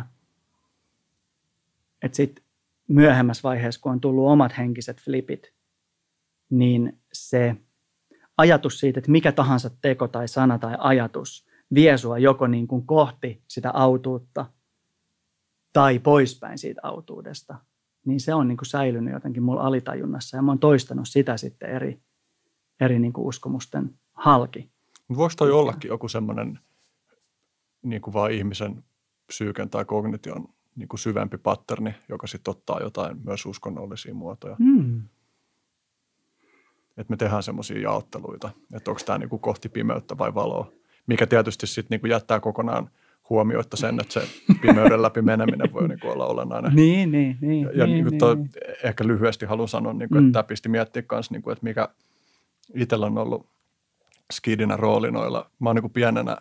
sitten myöhemmässä vaiheessa, kun on tullut omat henkiset flipit, niin se ajatus siitä, että mikä tahansa teko tai sana tai ajatus vie sua joko niin kuin kohti sitä autuutta tai poispäin siitä autuudesta, niin se on niin kuin säilynyt jotenkin mulla alitajunnassa ja mä oon toistanut sitä sitten eri niin kuin uskomusten halki. Mutta voiko toi ollakin joku semmoinen niin kuin vaan ihmisen psyyken tai kognition niin kuin syvempi patterni, joka sitten ottaa jotain myös uskonnollisia muotoja? Että me tehdään semmoisia jaotteluita, että onko tämä niin kuin kohti pimeyttä vai valoa, mikä tietysti sitten niin kuin jättää kokonaan huomioitta sen, että se pimeyden läpi meneminen voi niin kuin olla olennainen. Niin. Ehkä lyhyesti haluan sanoa, niin kuin, että tämä pisti miettiä kanssa, niin kuin, että mikä itsellä on ollut skidinä rooli noilla. Mä oon niin kuin pienenä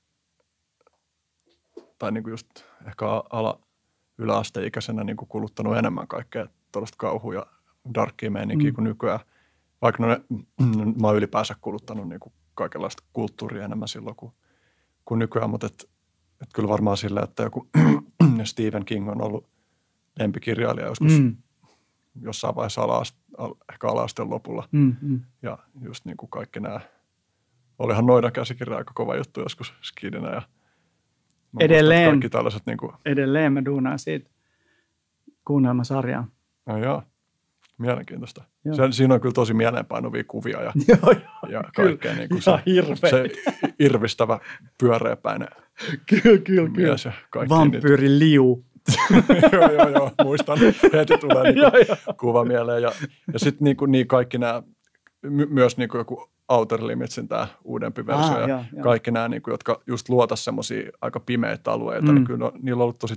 tai niin kuin just ehkä yläasteikäisenä niin kuin kuluttanut enemmän kaikkea tuollaista kauhua ja darkkia meininkiä kuin nykyään. Vaikka mä oon ylipäänsä kuluttanut niin kuin kaikenlaista kulttuuria enemmän silloin kuin nykyään, mutta et kyllä varmaan silleen, että joku Stephen King on ollut lempikirjailija joskus jossain vaiheessa ehkä ala-asteen lopulla. Ja just niin kuin kaikki nämä, olihan Noidan käsikirja aika kova juttu joskus skidinä ja edelleen, niin kuin edelleen mä duunaan siitä kuunnelmasarjaa. No joo, mielenkiintoista. Siinä on kyllä tosi mieleenpainuvia kuvia ja kaikkea. Niin kuin se irvistävä, pyöreäpäinen mies ja kaikki. Vampyyri liu. Joo, muistan. Heti tulee kuva mieleen. Ja sitten niin kaikki nämä, myös niin kuin joku Outer Limitsin tämä uudempi versio ja kaikki nämä, niin kuin, jotka just luotaisiin semmoisia aika pimeitä alueita, niin kyllä niillä on ollut tosi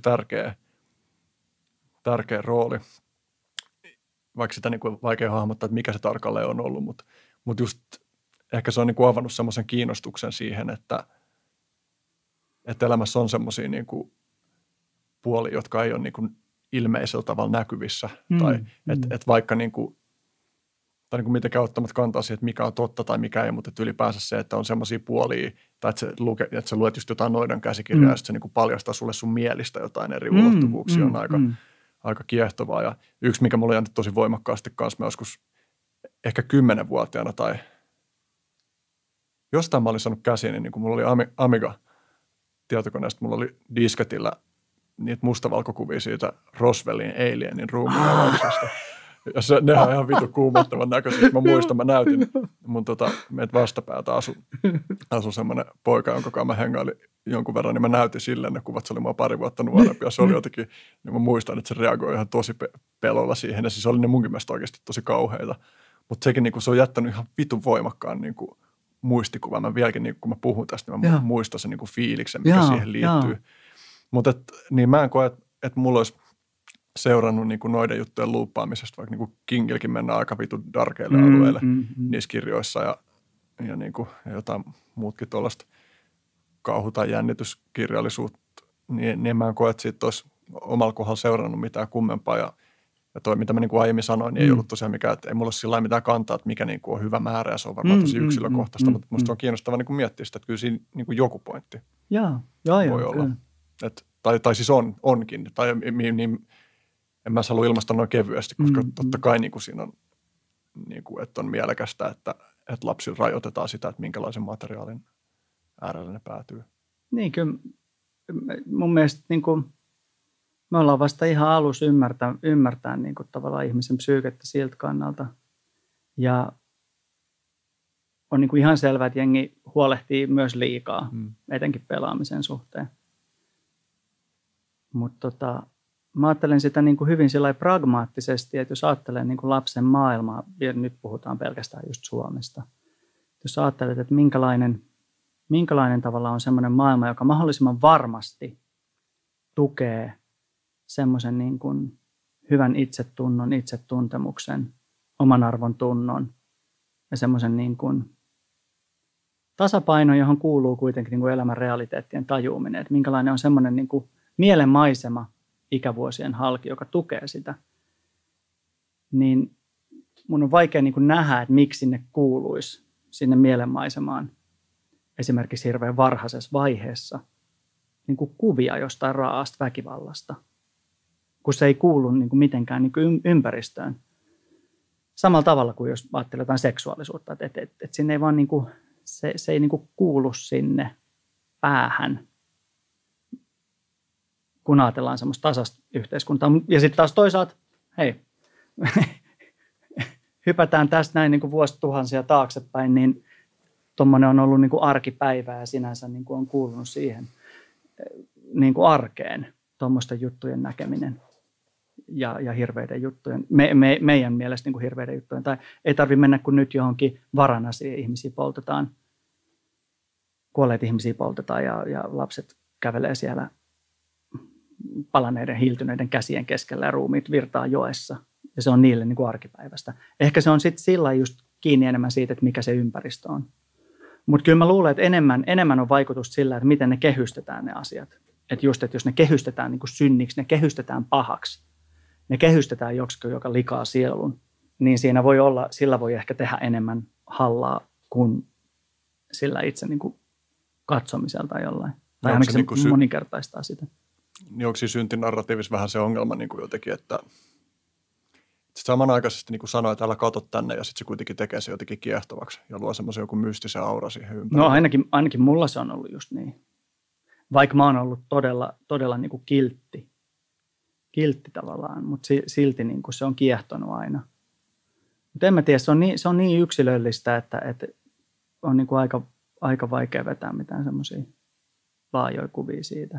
tärkeä rooli. Vaikka sitä niin kuin vaikea hahmottaa, että mikä se tarkalleen on ollut, mutta just ehkä se on niin kuin avannut semmoisen kiinnostuksen siihen, että elämässä on semmoisia niin kuin puolia, jotka ei ole niin kuin ilmeisellä tavalla näkyvissä. Tai että vaikka niin kuin, tai niin kuin mitenkään ottamatta kantaa siihen, että mikä on totta tai mikä ei, mutta että ylipäänsä se, että on semmoisia puolia, tai että sä luet just jotain Noidan käsikirjaa, ja sitten se niin kuin paljastaa sulle sun mielistä jotain eri ulottuvuuksia, on aika kiehtovaa. Ja yksi, mikä mulla jäänyt tosi voimakkaasti kanssa, mä joskus ehkä 10-vuotiaana tai jostain mä olin saanut käsiin, niin kun mulla oli Amiga-tietokoneesta, mulla oli disketillä niitä mustavalkokuvia siitä Roswellin Alienin ruumiinavauksesta. Ja nehän on ihan vitu kuumottavan näköisiä. Mä muistan, mä näytin mun meitä vastapäätä asu semmoinen poika, jonka kanssa mä hengailin jonkun verran, niin mä näytin sille ne kuvat. Se oli mua pari vuotta nuorempi ja se oli jotenkin, niin mä muistan, että se reagoi ihan tosi pelolla siihen. Ja siis oli ne munkin mielestä oikeasti tosi kauheita. Mutta sekin niin kuin, se on jättänyt ihan vitun voimakkaan niin kuin muistikuvan. Mä vieläkin, niin kun mä puhun tästä, niin mä muistan sen niin kuin fiiliksen, mikä siihen liittyy. Mutta niin mä en koe, että mulla olisi seurannut niin kuin noiden juttujen luuppaamisesta, vaikka niin kuin Kingilläkin mennään aika vitun darkeille alueille niissä kirjoissa ja, niin kuin, ja jotain muutkin tuollaista kauhu- tai jännityskirjallisuutta, niin mä en koe, että siitä olisi omalla kohdalla seurannut mitään kummempaa. Ja toi, mitä mä niin kuin aiemmin sanoin, niin ei ollut tosiaan mikään, että ei mulla ole sillä mitään kantaa, että mikä niin kuin on hyvä määrä ja se on varmaan tosi yksilökohtaista, mutta musta on kiinnostavaa niin kuin miettiä sitä, että kyllä siinä niin kuin joku pointti voi olla. Tai siis onkin, tai niin, en mä halua ilmaista noin kevyesti, koska totta kai niin kuin siinä on, niin kuin, että on mielekästä, että lapsilla rajoitetaan sitä, että minkälaisen materiaalin äärelle ne päätyy. Niin, kyllä mun mielestä niin kuin, me ollaan vasta ihan alussa ymmärtää niin kuin, tavallaan ihmisen psyykettä siltä kannalta. Ja on niin kuin ihan selvää, että jengi huolehtii myös liikaa, etenkin pelaamisen suhteen. Mutta mä ajattelen sitä niin kuin hyvin pragmaattisesti, että jos ajattelee niin kuin lapsen maailmaa, ja nyt puhutaan pelkästään just Suomesta, jos ajattelet, että minkälainen tavalla on semmoinen maailma, joka mahdollisimman varmasti tukee semmoisen niin kuin hyvän itsetunnon, itsetuntemuksen, oman arvon tunnon ja semmoisen niin kuin tasapaino, johon kuuluu kuitenkin niin kuin elämän realiteettien tajuuminen, että minkälainen on semmoinen niin kuin mielenmaisema ikävuosien halki, joka tukee sitä, niin mun on vaikea niin kuin nähdä, että miksi sinne kuuluisi sinne mielenmaisemaan esimerkiksi hirveän varhaisessa vaiheessa niin kuin kuvia jostain raa'asta väkivallasta, kun se ei kuulu niin kuin mitenkään niin kuin ympäristöön. Samalla tavalla kuin jos ajattelee jotain seksuaalisuutta, että sinne ei vaan niin kuin, se ei niin kuin kuulu sinne päähän, kun ajatellaan semmoista tasasta yhteiskuntaa. Ja sitten taas toisaalta hei, hypätään tästä näin niin kuin vuosituhansia taaksepäin, niin tuommoinen on ollut niin kuin arkipäivää ja sinänsä niin kuin on kuulunut siihen niin kuin arkeen tuommoisten juttujen näkeminen ja hirveiden juttujen, meidän mielestä niin kuin hirveiden juttujen. Tai ei tarvitse mennä kuin nyt johonkin Varanasiin, ihmisiä poltetaan, kuolleet ihmisiä poltetaan ja lapset kävelee siellä palaneiden, hiiltyneiden käsien keskellä ja ruumiit virtaa joessa. Ja se on niille niin kuin arkipäivästä. Ehkä se on sitten sillä just kiinni enemmän siitä, että mikä se ympäristö on. Mutta kyllä mä luulen, että enemmän on vaikutusta sillä, että miten ne kehystetään ne asiat. Että just, että jos ne kehystetään niin kuin synniksi, ne kehystetään pahaksi, ne kehystetään joksikin, joka likaa sielun, niin siinä voi olla, sillä voi ehkä tehdä enemmän hallaa kuin sillä itse niin kuin katsomisella tai jollain. Tai ainakin se niin moninkertaistaa sitä. Niin onko siinä syntinarratiivissa vähän se ongelma niin kuin jotenkin, että samanaikaisesti niin kuin sanoo, että älä katso tänne ja sitten se kuitenkin tekee se jotenkin kiehtovaksi ja luo semmoisen joku mystisen aura siihen ympärille. No ainakin mulla se on ollut just niin. Vaikka mä oon ollut todella niin kuin kiltti tavallaan, mutta silti niin kuin se on kiehtonut aina. Mutta en mä tiedä, se on niin yksilöllistä, että on niin kuin aika vaikea vetää mitään semmoisia laajoja kuvia siitä.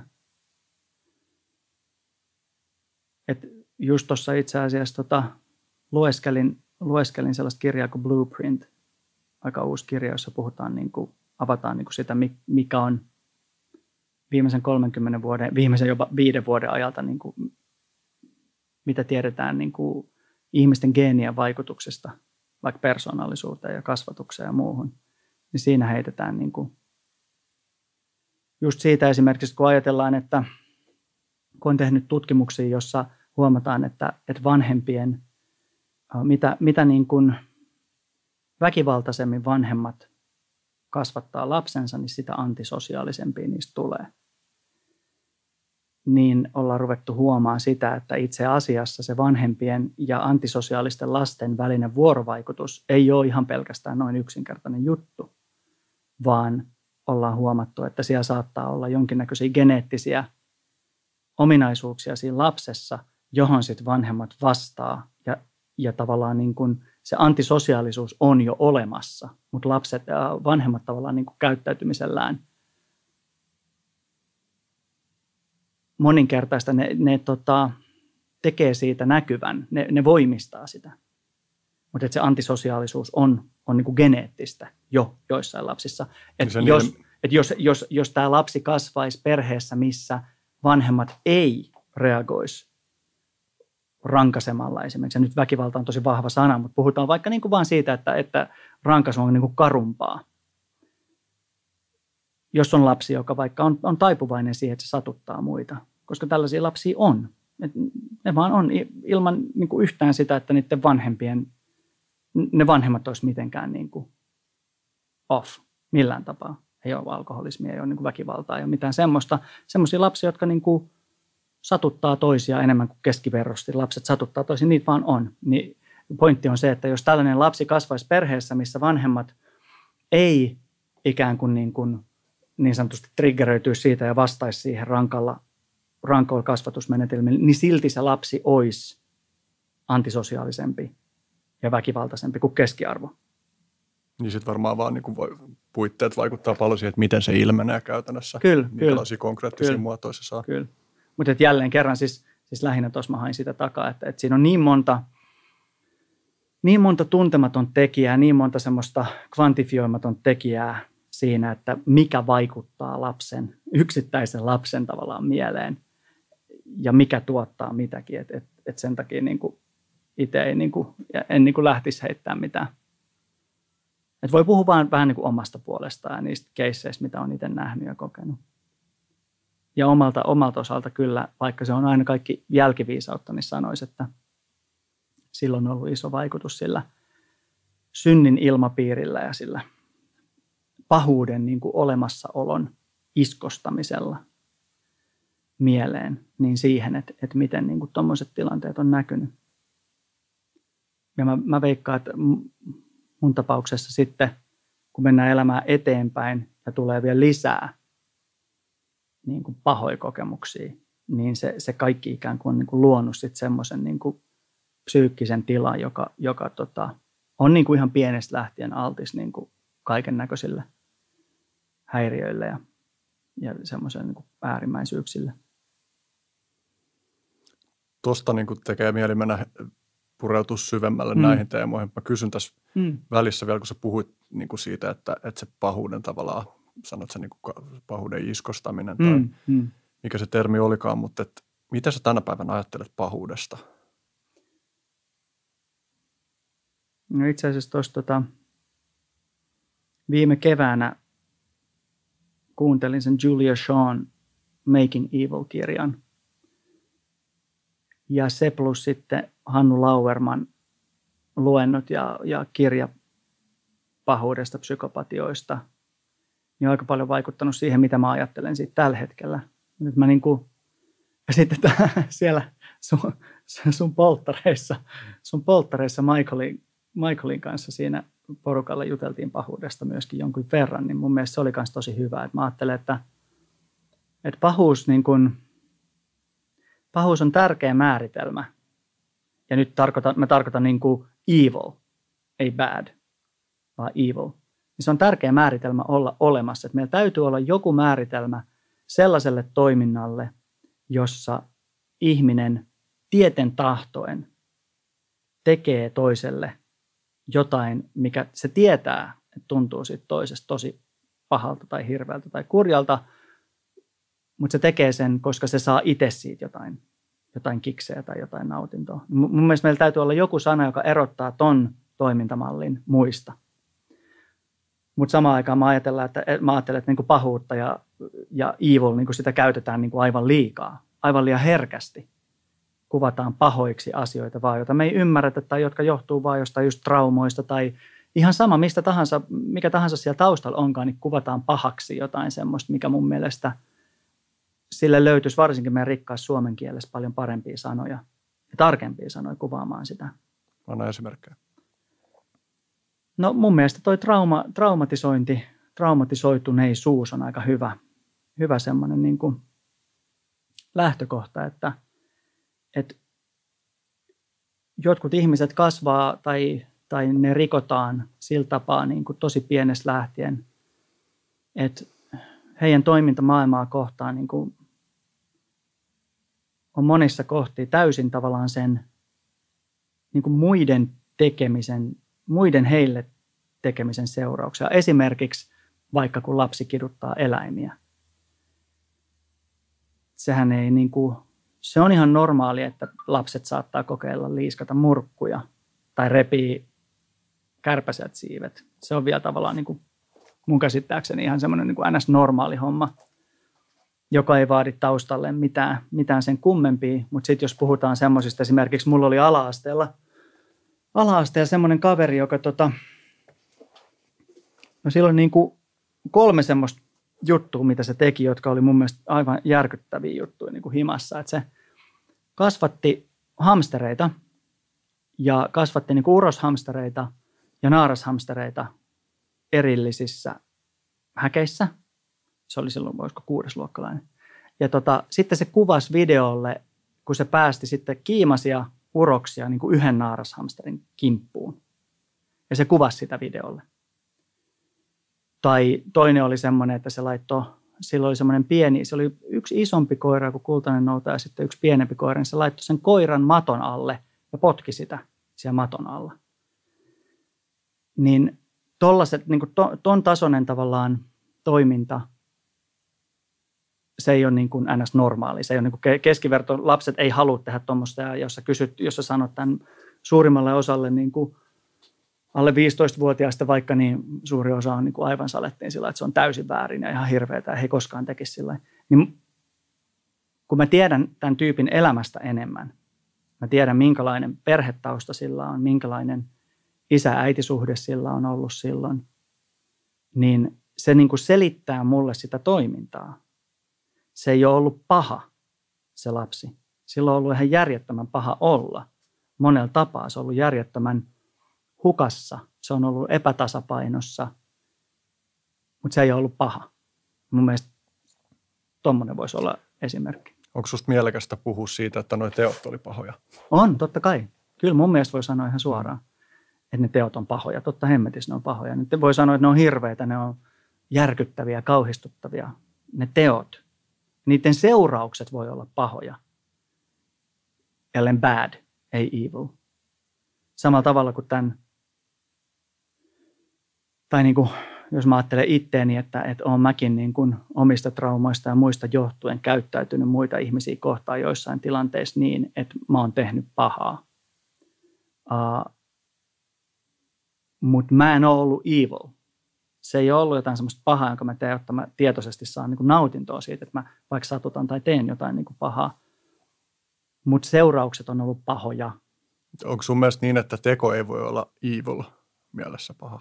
Et just tuossa itse asiassa lueskelin sellaista kirjaa kuin Blueprint, aika uusi kirja, jossa puhutaan, niin kuin, avataan niin kuin sitä, mikä on viimeisen 30 vuoden, viimeisen jopa 5 vuoden ajalta, niin kuin, mitä tiedetään niin kuin ihmisten geenien vaikutuksesta, vaikka persoonallisuuteen ja kasvatukseen ja muuhun. Niin siinä heitetään niin kuin, just siitä esimerkiksi, kun ajatellaan, että kun on tehnyt tutkimuksia, jossa huomataan, että vanhempien, mitä niin kuin väkivaltaisemmin vanhemmat kasvattaa lapsensa, niin sitä antisosiaalisempia niistä tulee. Niin ollaan ruvettu huomaamaan sitä, että itse asiassa se vanhempien ja antisosiaalisten lasten välinen vuorovaikutus ei ole ihan pelkästään noin yksinkertainen juttu, vaan ollaan huomattu, että siellä saattaa olla jonkinnäköisiä geneettisiä ominaisuuksia siinä lapsessa, johon sitten vanhemmat vastaa ja tavallaan niin kuin se antisosiaalisuus on jo olemassa, mutta vanhemmat tavallaan niin kuin käyttäytymisellään moninkertaista ne tekee siitä näkyvän, ne voimistaa sitä. Mutta se antisosiaalisuus on niin kuin geneettistä jo joissain lapsissa. Jos tämä lapsi kasvaisi perheessä, missä vanhemmat ei reagoisi rankasemalla esimerkiksi. Ja nyt väkivalta on tosi vahva sana, mutta puhutaan vaikka niin kuin vaan siitä, että rankaisu on niin kuin karumpaa. Jos on lapsi, joka vaikka on taipuvainen siihen, että se satuttaa muita, koska tällaisia lapsia on. Ne vaan on ilman niin kuin yhtään sitä, että ne vanhemmat olisi mitenkään niin kuin off millään tapaa. Ei ole alkoholismia, ei ole niin kuin väkivaltaa, ei ole mitään semmoista. Semmoisia lapsia, jotka niin kuin satuttaa toisia enemmän kuin keskiverrosti. Lapset satuttaa toisia, niitä vaan on. Niin pointti on se, että jos tällainen lapsi kasvaisi perheessä, missä vanhemmat ei ikään kuin niin sanotusti triggeröityisi siitä ja vastaisi siihen rankoilla kasvatusmenetelmillä, niin silti se lapsi olisi antisosiaalisempi ja väkivaltaisempi kuin keskiarvo. Niin sitten varmaan vaan niin puitteet vaikuttaa paljon siihen, että miten se ilmenee käytännössä. Kyllä. Minkälaisia konkreettisia muotoja se saa. Kyllä. Mutta jälleen kerran siis lähinnä tuossa mä hain sitä takaa, että siinä on niin monta tuntematon tekijää, niin monta semmoista kvantifioimaton tekijää siinä, että mikä vaikuttaa yksittäisen lapsen tavallaan mieleen ja mikä tuottaa mitäkin. Et sen takia niin kuin itse en niin kuin lähtisi heittämään mitään. Et voi puhua vaan vähän niin kuin omasta puolestaan ja niistä keisseistä, mitä on itse nähnyt ja kokenut. Ja omalta osalta kyllä, vaikka se on aina kaikki jälkiviisautta, niin sanoisi, että silloin on ollut iso vaikutus sillä synnin ilmapiirillä ja sillä pahuuden niin kuin olemassaolon iskostamisella mieleen, niin siihen, että miten niin kuin tuommoiset tilanteet on näkynyt. Ja mä veikkaan, että mun tapauksessa sitten, kun mennään elämään eteenpäin ja tulee vielä lisää niin kuin pahoja kokemuksia, niin se kaikki ikään kuin on niin kuin luonut sitten semmoisen niin kuin psyykkisen tilan, joka on niin kuin ihan pienestä lähtien altis niin kuin kaiken näköisille häiriöille ja semmoiselle niin kuin äärimmäisyyksille. Tuosta niin kuin tekee mieli mennä pureutua syvemmälle näihin teemoihin. Mä kysyn tässä välissä vielä, kun sä puhuit niin kuin siitä, että se pahuuden tavallaan, sanot sä niin kuin pahuuden iskostaminen tai mikä se termi olikaan, mutta mitä sä tänä päivänä ajattelet pahuudesta? No itse asiassa tuossa viime keväänä kuuntelin sen Julia Shawn Making Evil-kirjan. Ja se plus sitten Hannu Lauerman luennot ja kirja pahuudesta, psykopatioista, niin on aika paljon vaikuttanut siihen, mitä mä ajattelen siitä tällä hetkellä. Nyt mä ja sitten siellä sun polttareissa Michaelin kanssa siinä porukalla juteltiin pahuudesta myöskin jonkun verran, niin mun mielestä se oli myös tosi hyvä. Että mä ajattelen, että pahuus, pahuus on tärkeä määritelmä. Ja nyt mä tarkoitan niin kuin evil, ei bad, vaan evil. Niin se on tärkeä määritelmä olla olemassa. Että meillä täytyy olla joku määritelmä sellaiselle toiminnalle, jossa ihminen tieten tahtoen tekee toiselle jotain, mikä se tietää, että tuntuu siitä toisesta tosi pahalta tai hirveältä tai kurjalta, mutta se tekee sen, koska se saa itse siitä jotain kikseä tai jotain nautintoa. Mun mielestä meillä täytyy olla joku sana, joka erottaa ton toimintamallin muista. Mutta samaan aikaan mä ajattelen, että niin kuin pahuutta ja evil, niin kuin sitä käytetään niin kuin aivan liikaa, aivan liian herkästi. Kuvataan pahoiksi asioita vaan, joita me ei ymmärretä tai jotka johtuu vaan jostain just traumoista tai ihan sama mikä tahansa siellä taustalla onkaan, niin kuvataan pahaksi jotain semmoista, mikä mun mielestä sille löytyisi varsinkin meidän rikkaassa suomen kielessä paljon parempia sanoja ja tarkempia sanoja kuvaamaan sitä. Anna esimerkkejä. No mun mielestä toi traumatisoituneisuus on aika hyvä semmoinen niin kuin lähtökohta, että jotkut ihmiset kasvaa tai ne rikotaan sillä tapaa niin kuin tosi pienestä lähtien, että heidän toimintamaailmaa kohtaan niin kuin on monissa kohtia täysin tavallaan sen niin kuin muiden heille tekemisen seurauksia. Esimerkiksi vaikka kun lapsi kiduttaa eläimiä. Sehän ei niin kuin, se on ihan normaali, että lapset saattaa kokeilla liiskata murkkuja tai repii kärpäset siivet. Se on vielä tavallaan niin kuin mun käsittääkseni ihan semmoinen niin kuin NS-normaali homma, joka ei vaadi taustalle mitään sen kummempia. Mutta sitten jos puhutaan semmoisista, esimerkiksi mulla oli ala-asteella semmoinen kaveri, joka no silloin niin kuin 3 semmoista juttua, mitä se teki, jotka oli mun mielestä aivan järkyttäviä juttuja niin kuin himassa. Että se kasvatti hamstereita ja kasvatti niin kuin uroshamstereita ja naarashamstereita erillisissä häkeissä. Se oli silloin, voisiko 6-luokkalainen. Ja sitten se kuvasi videolle, kun se päästi sitten kiimasia uroksia niin kuin yhden naarashamsterin kimppuun. Ja se kuvasi sitä videolle. Tai toinen oli semmoinen, että silloin oli semmoinen pieni, se oli yksi isompi koira kuin kultainen nouta ja sitten yksi pienempi koira, niin se laittoi sen koiran maton alle ja potki sitä siellä maton alla. Niin tollaset, niin kuin ton tasoinen tavallaan toiminta, se ei ole niin kuin ns. Normaali. Se ei ole niin kuin keskiverto. Lapset ei halua tehdä tuommoista. Ja jos sä sanot tämän suurimmalle osalle niin kuin alle 15-vuotiaista vaikka, niin suuri osa on niin kuin aivan salettiin sillä, että se on täysin väärin ja ihan hirveätä ja he ei koskaan tekisi sillä. Niin kun mä tiedän tämän tyypin elämästä enemmän, mä tiedän minkälainen perhetausta sillä on, minkälainen isä-äitisuhde sillä on ollut silloin, niin se niin kuin selittää mulle sitä toimintaa. Se ei ole ollut paha, se lapsi. Sillä on ollut ihan järjettömän paha olla. Monella tapaa se on ollut järjettömän hukassa. Se on ollut epätasapainossa, mutta se ei ole ollut paha. Mun mielestä tommoinen voisi olla esimerkki. Onko susta mielekästä puhua siitä, että nuo teot oli pahoja? On, totta kai. Kyllä mun mielestä voi sanoa ihan suoraan, että ne teot on pahoja. Totta hemmetissä ne on pahoja. Nyt voi sanoa, että ne on hirveitä, ne on järkyttäviä, kauhistuttavia. Ne teot, niiden seuraukset voi olla pahoja. Ellen bad, ei evil. Samalla tavalla kuin tämän, tai niin kuin, jos mä ajattelen itteeni, että olen mäkin niin kuin omista traumaista ja muista johtuen käyttäytynyt muita ihmisiä kohtaan joissain tilanteissa niin, että mä oon tehnyt pahaa. Mutta mä en ole ollut evil. Se ei ole ollut jotain semmoista pahaa, jonka mä teen, jotta mä tietoisesti saan niin kuin nautintoa siitä, että mä vaikka satutan tai teen jotain niin kuin pahaa. Mutta seuraukset on ollut pahoja. Onko sun mielestä niin, että teko ei voi olla evil mielessä paha?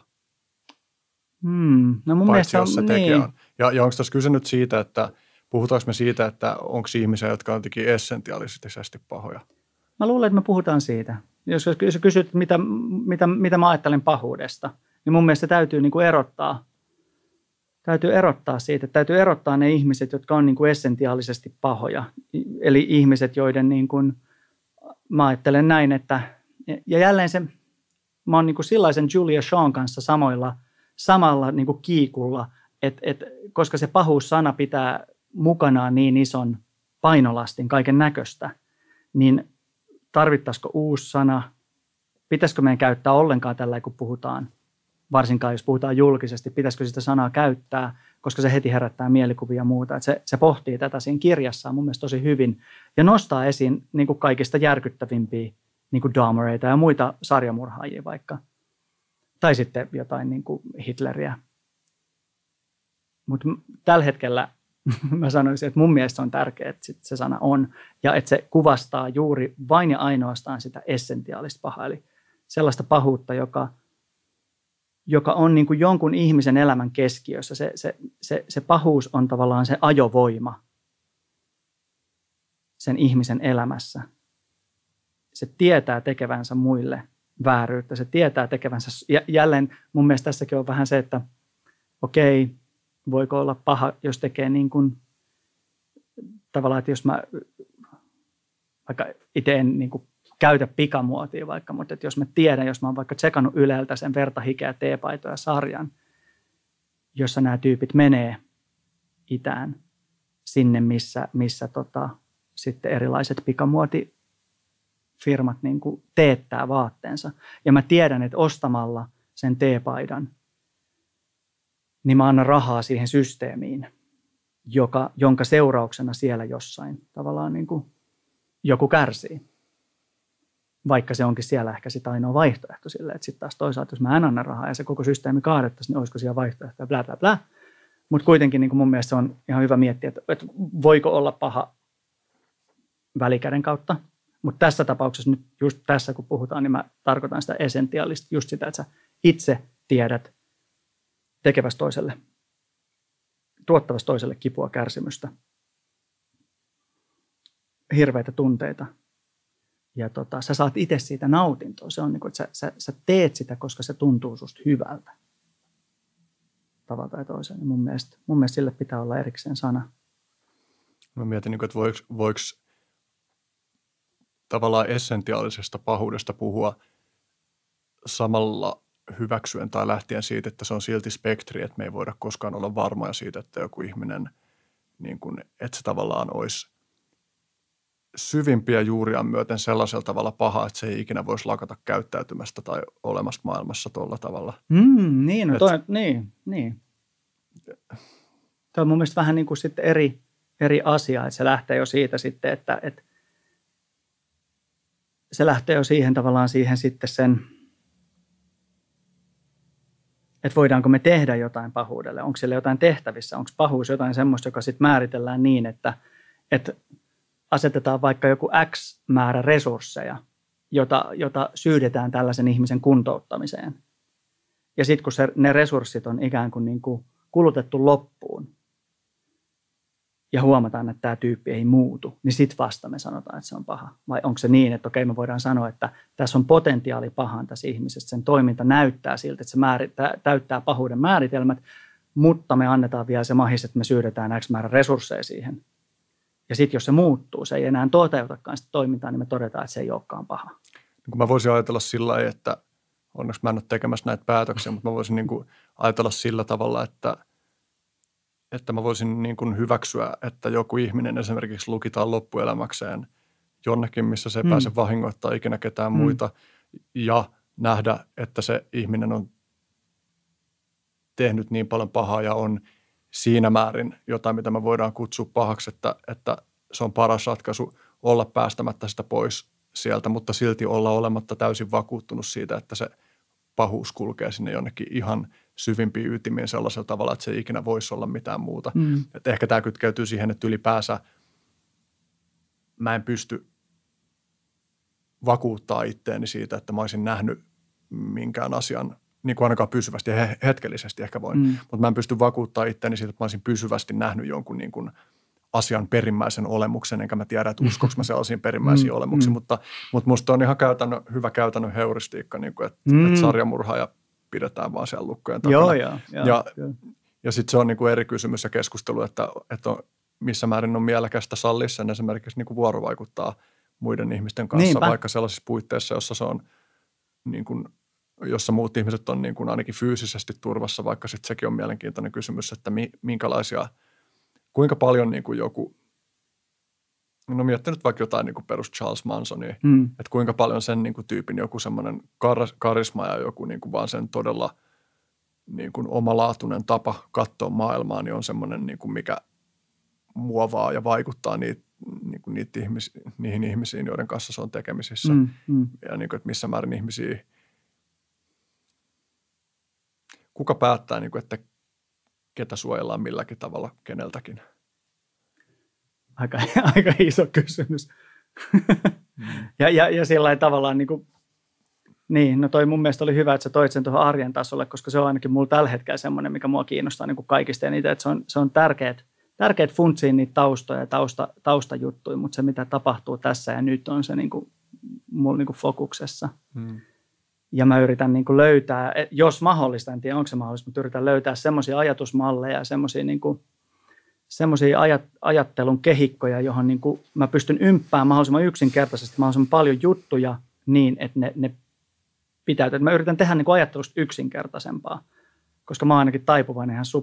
No mun paitsi mielestä jos se on, tekijä niin. on. Ja onko tässä kysynyt siitä, että puhutaanko me siitä, että onko ihmisiä, jotka on jotenkin essentiaalisesti pahoja? Mä luulen, että me puhutaan siitä. Jos kysyt, mitä mä ajattelen pahuudesta, niin mun mielestä täytyy niin kuin erottaa. Täytyy erottaa siitä. Täytyy erottaa ne ihmiset, jotka on niin kuin essentiaalisesti pahoja. Eli ihmiset, joiden niin kuin, mä ajattelen näin, että ja jälleen se, mä oon niin kuin sellaisen Julia Shawn kanssa samalla niin kuin kiikulla, että koska se pahuussana pitää mukanaan niin ison painolastin kaiken näköistä, niin tarvittaisiko uusi sana? Pitäisikö meidän käyttää ollenkaan tällä, kun puhutaan, varsinkaan jos puhutaan julkisesti, pitäisikö sitä sanaa käyttää, koska se heti herättää mielikuvia ja muuta. Että se pohtii tätä siinä kirjassaan mun mielestä tosi hyvin ja nostaa esiin niin kuin kaikista järkyttävimpiä niin kuin Dahmereita ja muita sarjamurhaajia vaikka. Tai sitten jotain niin kuin Hitleriä. Mutta tällä hetkellä mä sanoisin, että mun mielestä on tärkeää, että se sana on. Ja että se kuvastaa juuri vain ja ainoastaan sitä essentiaalista pahaa. Eli sellaista pahuutta, joka on niin kuin jonkun ihmisen elämän keskiössä. Se pahuus on tavallaan se ajovoima sen ihmisen elämässä. Se tietää tekevänsä muille vääryyttä. Se tietää tekevänsä. Ja jälleen mun mielestä tässäkin on vähän se, että okei, voiko olla paha, jos tekee niin kuin tavallaan, että jos mä vaikka itse en niin kuin käytä pikamuotia vaikka, mutta että jos mä tiedän, jos mä oon vaikka tsekannut Yleltä sen verta, hikeä, teepaitoja sarjan, jossa nämä tyypit menee itään sinne, missä sitten erilaiset pikamuotifirmat niin kuin teettää vaatteensa. Ja mä tiedän, että ostamalla sen teepaidan, niin mä annan rahaa siihen systeemiin, jonka seurauksena siellä jossain tavallaan niin kuin joku kärsii. Vaikka se onkin siellä ehkä sitä ainoa vaihtoehto sille, että sitten taas toisaalta, jos mä en anna rahaa ja se koko systeemi kaadettaisiin, niin olisiko siellä vaihtoehtoja, blä blä blä. Mutta kuitenkin niin kuin mun mielestä se on ihan hyvä miettiä, että voiko olla paha välikäden kautta. Mutta tässä tapauksessa nyt just tässä, kun puhutaan, niin mä tarkoitan sitä essentiaalista, just sitä, että sä itse tiedät tekevästä toiselle, tuottavasta toiselle kipua, kärsimystä, hirveitä tunteita. Ja sä saat itse siitä nautintoa. Se on niin kuin, että sä teet sitä, koska se tuntuu susta hyvältä. Tavalla tai toiseen. Ja mun mielestä sille pitää olla erikseen sana. Mä mietin, että voiko tavallaan essentiaalisesta pahuudesta puhua samalla hyväksyen tai lähtien siitä, että se on silti spektri, että me ei voida koskaan olla varmoja siitä, että joku ihminen, niin kuin, että se tavallaan olisi syvimpiä juuriaan myöten sellaisella tavalla paha, että se ei ikinä voisi lakata käyttäytymästä tai olemasta maailmassa tuolla tavalla. Niin, no niin. Tuo on mun mielestä vähän niin kuin sitten eri asia, että se lähtee jo siitä sitten, että se lähtee jo siihen tavallaan siihen sitten sen, että voidaanko me tehdä jotain pahuudelle, onko siellä jotain tehtävissä, onko pahuus jotain semmoista, joka sitten määritellään niin, että asetetaan vaikka joku X määrä resursseja, jota syydetään tällaisen ihmisen kuntouttamiseen. Ja sitten kun ne resurssit on ikään kuin, kulutettu loppuun ja huomataan, että tämä tyyppi ei muutu, niin sitten vasta me sanotaan, että se on paha. Vai onko se niin, että okei, me voidaan sanoa, että tässä on potentiaali pahaan tässä ihmisessä, sen toiminta näyttää siltä, että se täyttää pahuuden määritelmät, mutta me annetaan vielä se mahis, että me syydetään X määrä resursseja siihen. Ja sitten jos se muuttuu, se ei enää toteutakaan sitä toimintaa, niin me todetaan, että se ei olekaan paha. kun mä voisin ajatella sillä lailla, että onneksi mä en ole tekemässä näitä päätöksiä, mutta mä voisin niin kuin ajatella sillä tavalla, että mä voisin niin kuin hyväksyä, että joku ihminen esimerkiksi lukitaan loppuelämäkseen jonnekin, missä se ei pääse vahingoittaa ikinä ketään muita ja nähdä, että se ihminen on tehnyt niin paljon pahaa ja on siinä määrin jotain, mitä me voidaan kutsua pahaksi, että se on paras ratkaisu olla päästämättä sitä pois sieltä, mutta silti olla olematta täysin vakuuttunut siitä, että se pahuus kulkee sinne jonnekin ihan syvimpiin ytimiin sellaisella tavalla, että se ei ikinä voisi olla mitään muuta. Että ehkä tämä kytkeytyy siihen, että ylipäänsä mä en pysty vakuuttaa itteeni siitä, että mä olisin nähnyt minkään asian, niin kuin ainakaan pysyvästi ja hetkellisesti ehkä voin, mutta mä en pysty vakuuttaa itteeni siitä, että mä olisin pysyvästi nähnyt jonkun niin kuin asian perimmäisen olemuksen, enkä mä tiedä, että uskoks mä sellaisiin perimmäisiin olemuksiin, mutta musta on ihan hyvä käytännön heuristiikka, niin kuin, että sarjamurhaaja pidetään vaan siellä lukkojen takana. Ja sitten se on niin kuin eri kysymys ja keskustelu, että on, missä määrin on mielekästä sallia sen esimerkiksi niin kuin vuorovaikuttaa muiden ihmisten kanssa, vaikka sellaisissa puitteissa, jossa se on niin kuin, jossa muut ihmiset on niin kuin ainakin fyysisesti turvassa, vaikka sitten sekin on mielenkiintoinen kysymys, että kuinka paljon niin kuin joku, no miettinyt vaikka jotain niin kuin perus Charles Mansonia, että kuinka paljon sen niin kuin tyypin joku semmoinen karisma ja joku niin kuin vaan sen todella niin kuin omalaatuinen tapa katsoa maailmaa, niin on semmoinen, niin kuin mikä muovaa ja vaikuttaa niihin ihmisiin, joiden kanssa se on tekemisissä. Ja niin kuin, että missä määrin ihmisiä, kuka päättää, niin kuin, että ketä suojellaan milläkin tavalla keneltäkin? Aika iso kysymys. ja sillä tavallaan no toi mun mielestä oli hyvä, että sä toit sen tuohon arjen tasolle, koska se on ainakin mulla tällä hetkellä semmoinen, mikä mua kiinnostaa niin kuin kaikista eniten, että se on tärkeät funtsia niitä taustoja ja taustajuttuja, mutta se mitä tapahtuu tässä ja nyt on se niin kuin, mulla niin kuin fokuksessa. Ja mä yritän niin kuin löytää, jos mahdollista, en tiedä onko se mahdollista, mutta yritän löytää semmoisia ajatusmalleja ja semmoisia ajattelun kehikkoja, johon niin kuin mä pystyn ympäämään mahdollisimman yksinkertaisesti, mahdollisimman paljon juttuja niin, että ne pitäytyy. Mä yritän tehdä niin kuin ajattelusta yksinkertaisempaa, koska mä oon ainakin taipuvainen ihan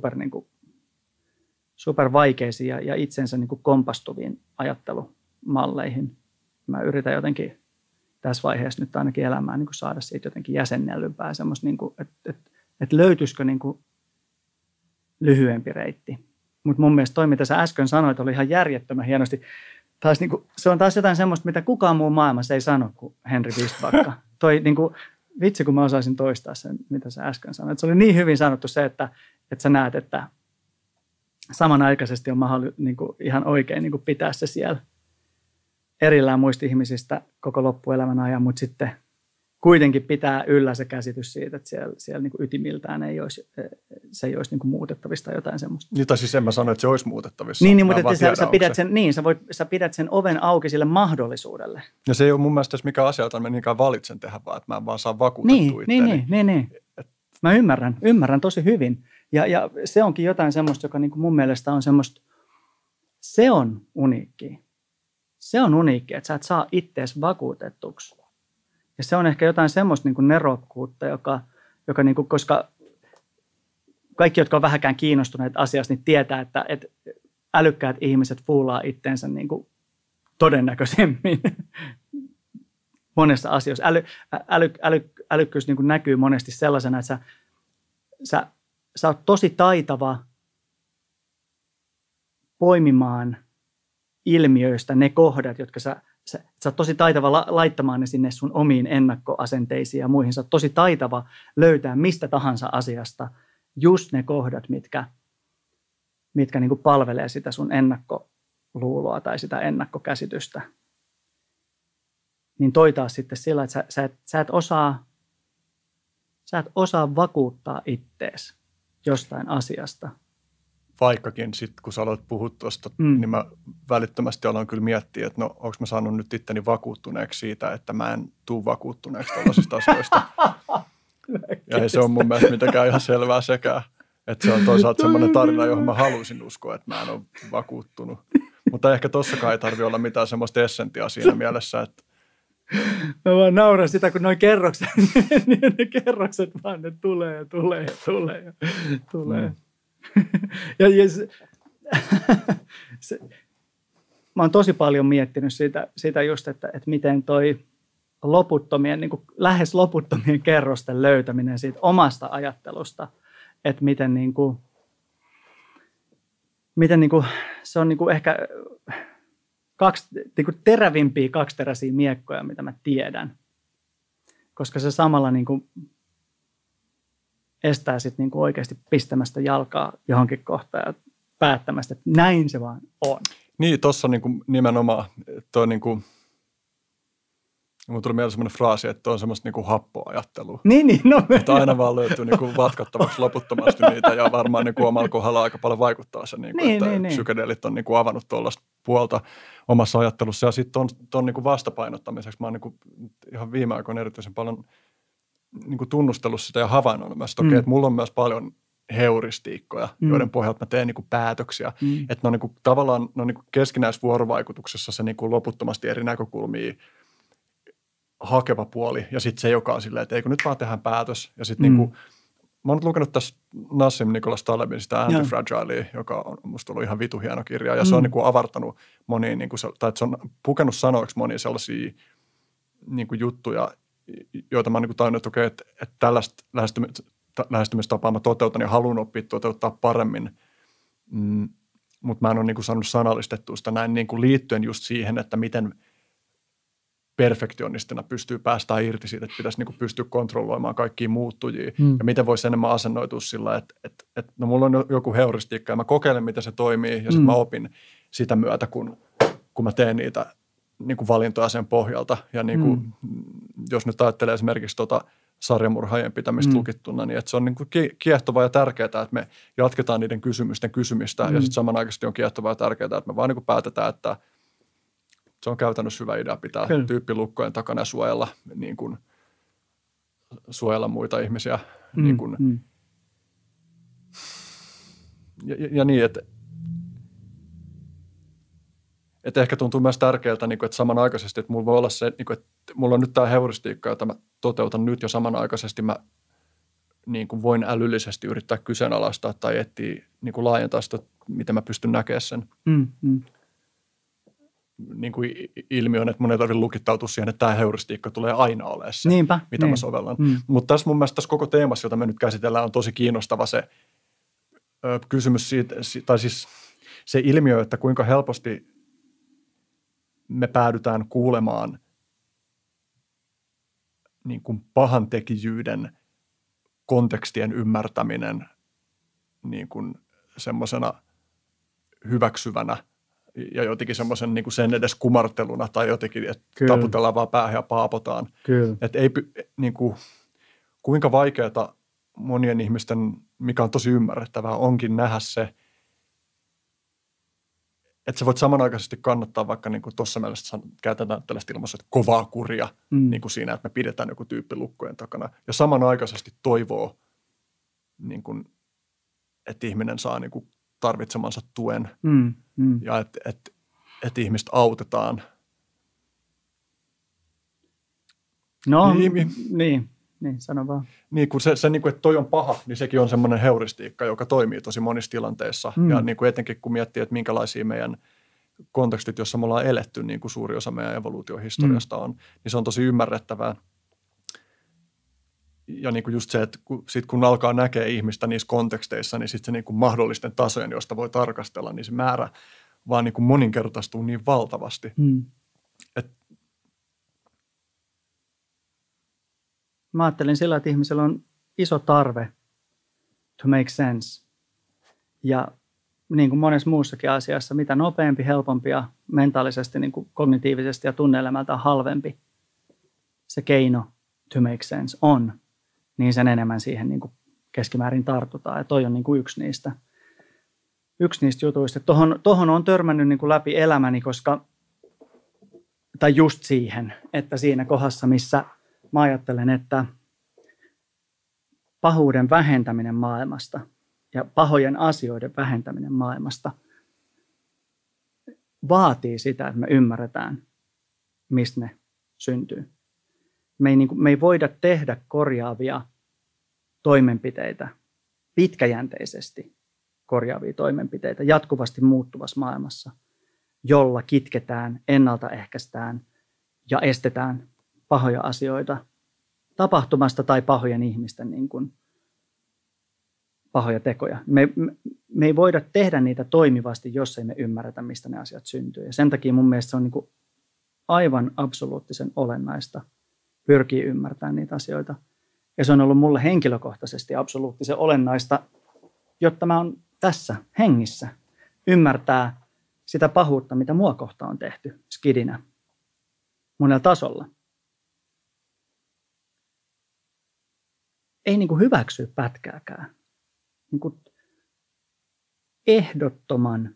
super vaikeisiin ja itsensä niin kuin kompastuviin ajattelumalleihin. Mä yritän jotenkin tässä vaiheessa nyt ainakin elämään niin kuin saada siitä jotenkin jäsennellympää, semmoista, niin että löytyisikö niin kuin lyhyempi reitti. Mutta mun mielestä toi, mitä sä äsken sanoit, oli ihan järjettömän hienosti. Niin kuin, se on taas jotain semmoista, mitä kukaan muu maailmassa ei sano kuin Henri Wistbacka. Niin kuin, vitsi, kun mä osaisin toistaa sen, mitä sä äsken sanoit. Se oli niin hyvin sanottu se, että sä näet, että samanaikaisesti on mahdollista niin kuin ihan oikein niin kuin pitää se siellä erillään muista ihmisistä koko loppuelämän ajan, mutta sitten kuitenkin pitää yllä se käsitys siitä, että siellä niin kuin ytimiltään se ei olisi niin kuin muutettavissa tai jotain semmoista. Niin, tai siis en mä sano, että se olisi muutettavissa. Niin mutta että sä pidät sen oven auki sille mahdollisuudelle. Ja se ei ole mun mielestä mikään asia, jota mä niinkään valitsen tehdä, vaan että mä en vaan saa vakuutettua itseäni. Niin. Mä ymmärrän tosi hyvin. Ja se onkin jotain semmoista, joka niin kuin mun mielestä on semmoista, se on uniikkiä. Se on uniikki, että sä et saa ittees vakuutettuksi. Ja se on ehkä jotain semmoista niin kuin nerokkuutta, joka niin kuin, koska kaikki, jotka on vähäkään kiinnostuneet asiasta, niin tietää, että älykkäät ihmiset fuulaa itteensä niin kuin todennäköisemmin monessa asioissa. Älykkyys niin kuin näkyy monesti sellaisena, että sä oot tosi taitava poimimaan ilmiöistä ne kohdat, jotka sä oot tosi taitava laittamaan ne sinne sun omiin ennakkoasenteisiin ja muihin. Sä oot tosi taitava löytää mistä tahansa asiasta just ne kohdat, mitkä niin kuin palvelee sitä sun ennakkoluuloa tai sitä ennakkokäsitystä. Niin toi taas sitten sillä, että sä et osaa vakuuttaa ittees jostain asiasta. Vaikkakin sitten, kun sä aloit puhua tuosta, niin mä välittömästi aloin kyllä miettiä, että no onko mä saanut nyt itteni vakuuttuneeksi siitä, että mä en tule vakuuttuneeksi tällaisista asioista. Ja ei se on mun mielestä mitenkään ihan selvää sekään. Että se on toisaalta semmoinen tarina, johon mä haluaisin uskoa, että mä en ole vakuuttunut. Mutta ehkä tossakaan ei tarvitse olla mitään semmoista essentiaa siinä mielessä, että Mä vaan nauran sitä, kun noin kerrokset, ne kerrokset vaan ne tulee ja tulee ja tulee ja tulee. Ja mä oon tosi paljon miettinyt sitä just, että miten toi loputtomien, niin kuin lähes loputtomien kerrosten löytäminen siitä omasta ajattelusta, että miten se on niin kuin ehkä niin kuin terävimpiä kaksiteräisiä miekkoja, mitä mä tiedän. Koska se samalla niin kuin estää sit niin kuin oikeasti pistämästä jalkaa johonkin kohtaan ja päättämästä, että näin se vaan on. Niin, tuossa niin kuin nimenomaan toi niin kuin, mun tuli mieleen semmoinen fraasi, että on semmoista niin kuin happoajattelua. Niin, no. Että aina vaan löytyy niin kuin vatkattavaksi loputtomasti niitä ja varmaan niin kuin omalla kohdalla aika paljon vaikuttaa se, niin kuin, että psykedeelit on niin kuin avannut tuollaista puolta omassa ajattelussa. Ja sitten tuon niin kuin vastapainottamiseksi mä oon niin kuin ihan viime aikoina erityisen paljon niin kuin tunnustellut sitä ja havainnoinut myös, että okei, että mulla on myös paljon heuristiikkoja, joiden pohjalta mä teen niin kuin päätöksiä. Että ne on niin kuin, tavallaan ne on niin kuin keskinäisvuorovaikutuksessa se niin kuin loputtomasti eri näkökulmia hakeva puoli ja sitten se, joka on silleen, että eikö nyt vaan tehdään päätös. Ja sitten niinku, mä oon nyt lukenut tässä Nassim Nicholas Talebin sitä Anti-Fragilea, joka on musta ollut ihan vitu hieno kirja. Ja se on niinku avartanut monia, niinku, tai että se on pukenut sanoiksi monia sellaisia niinku juttuja, joita mä oon niinku tajunnut, että okei, että tällaista lähestymistapaa mä toteutan ja haluan oppia toteuttaa paremmin. Mutta mä en ole niinku saanut sanallistettua sitä näin niinku liittyen just siihen, että miten perfektionistina pystyy päästään irti siitä, että pitäisi niinku pystyä kontrolloimaan kaikkia muuttujia. Ja miten voisi enemmän asennoitua sillä, että no mulla on joku heuristiikka ja mä kokeilen, miten se toimii ja sitten mä opin sitä myötä, kun mä teen niitä niinku valintoja sen pohjalta. Ja niinku, jos nyt ajattelee esimerkiksi sarjamurhaajien pitämistä lukittuna, niin että se on niinku kiehtovaa ja tärkeää, että me jatketaan niiden kysymysten kysymistä ja sitten samanaikaisesti on kiehtovaa ja tärkeää, että me vaan niinku päätetään, että se on käytännössä hyvä idea pitää tyyppilukkojen takana ja suojella, niin kuin, suojella muita ihmisiä. Niin kuin, ja niin, että ehkä tuntuu myös tärkeältä, niin kuin, että samanaikaisesti, että mulla voi olla se, niin kuin, että mulla on nyt tämä heuristiikka, jota mä toteutan nyt ja samanaikaisesti mä niin kuin voin älyllisesti yrittää kyseenalaistaa tai etsiä, niin kuin laajentaa sitä, miten mä pystyn näkemään sen. Niin kuin ilmiön, että mun ei tarvitse lukittautua siihen, että tämä heuristiikka tulee aina olemaan se, mitä mä sovellan. Mutta tässä mun mielestä tässä koko teemassa, jota me nyt käsitellään, on tosi kiinnostava se kysymys siitä, tai siis se ilmiö, että kuinka helposti me päädytään kuulemaan niin kuin pahantekijyyden kontekstien ymmärtäminen niin kuin semmoisena hyväksyvänä ja jotenkin semmoisen niin kuin sen edes kumarteluna tai jotenkin, että taputellaan vaan päähän ja paapotaan. Että ei, niin kuin, kuinka vaikeaa monien ihmisten, mikä on tosi ymmärrettävää, onkin nähdä se, että sä voit samanaikaisesti kannattaa vaikka niin kuin tuossa mielessä käytetään tällaista ilmaisua, että kovaa kuria niin kuin siinä, että me pidetään joku tyyppi lukkojen takana. Ja samanaikaisesti toivoo, niin kuin, että ihminen saa niin kuin tarvitsemansa tuen ja että ihmistä autetaan. No, niin sano vaan. Niin, kun se niin kuin, että toi on paha, niin sekin on semmoinen heuristiikka, joka toimii tosi monissa tilanteissa. Ja niin kuin etenkin kun miettii, että minkälaisia meidän kontekstit, jossa me ollaan eletty, niin kuin suuri osa meidän evoluutiohistoriasta on, niin se on tosi ymmärrettävää. Ja niin kuin just se, että kun alkaa näkeä ihmistä niissä konteksteissa, niin sitten se niin kuin mahdollisten tasojen, josta voi tarkastella, niin se määrä vaan niin kuin moninkertaistuu niin valtavasti. Mä ajattelin sillä, että ihmisellä on iso tarve to make sense. Ja niin kuin monessa muussakin asiassa, mitä nopeampi, helpompi ja mentaalisesti, niin kuin kognitiivisesti ja tunne-elämältä halvempi se keino to make sense on, niin sen enemmän siihen niin kuin keskimäärin tartutaan. Ja toi on niin kuin yksi niistä jutuista. Tohon on törmännyt niin kuin läpi elämäni, tai just siihen, että siinä kohdassa, missä mä ajattelen, että pahuuden vähentäminen maailmasta ja pahojen asioiden vähentäminen maailmasta vaatii sitä, että me ymmärretään, mistä ne syntyy. Me ei voida tehdä korjaavia toimenpiteitä, pitkäjänteisesti korjaavia toimenpiteitä jatkuvasti muuttuvassa maailmassa, jolla kitketään, ennaltaehkäistään ja estetään pahoja asioita tapahtumasta tai pahojen ihmisten niin kuin pahoja tekoja. Me ei voida tehdä niitä toimivasti, jos ei me ymmärretä, mistä ne asiat syntyy. Ja sen takia mun mielestä se on niin kuin aivan absoluuttisen olennaista pyrkiä ymmärtämään niitä asioita. Ja se on ollut mulle henkilökohtaisesti absoluuttisen olennaista, jotta mä oon tässä hengissä ymmärtää sitä pahuutta, mitä mua kohtaan on tehty skidinä monella tasolla. Ei niin kuin hyväksyä pätkääkään. Niin kuin ehdottoman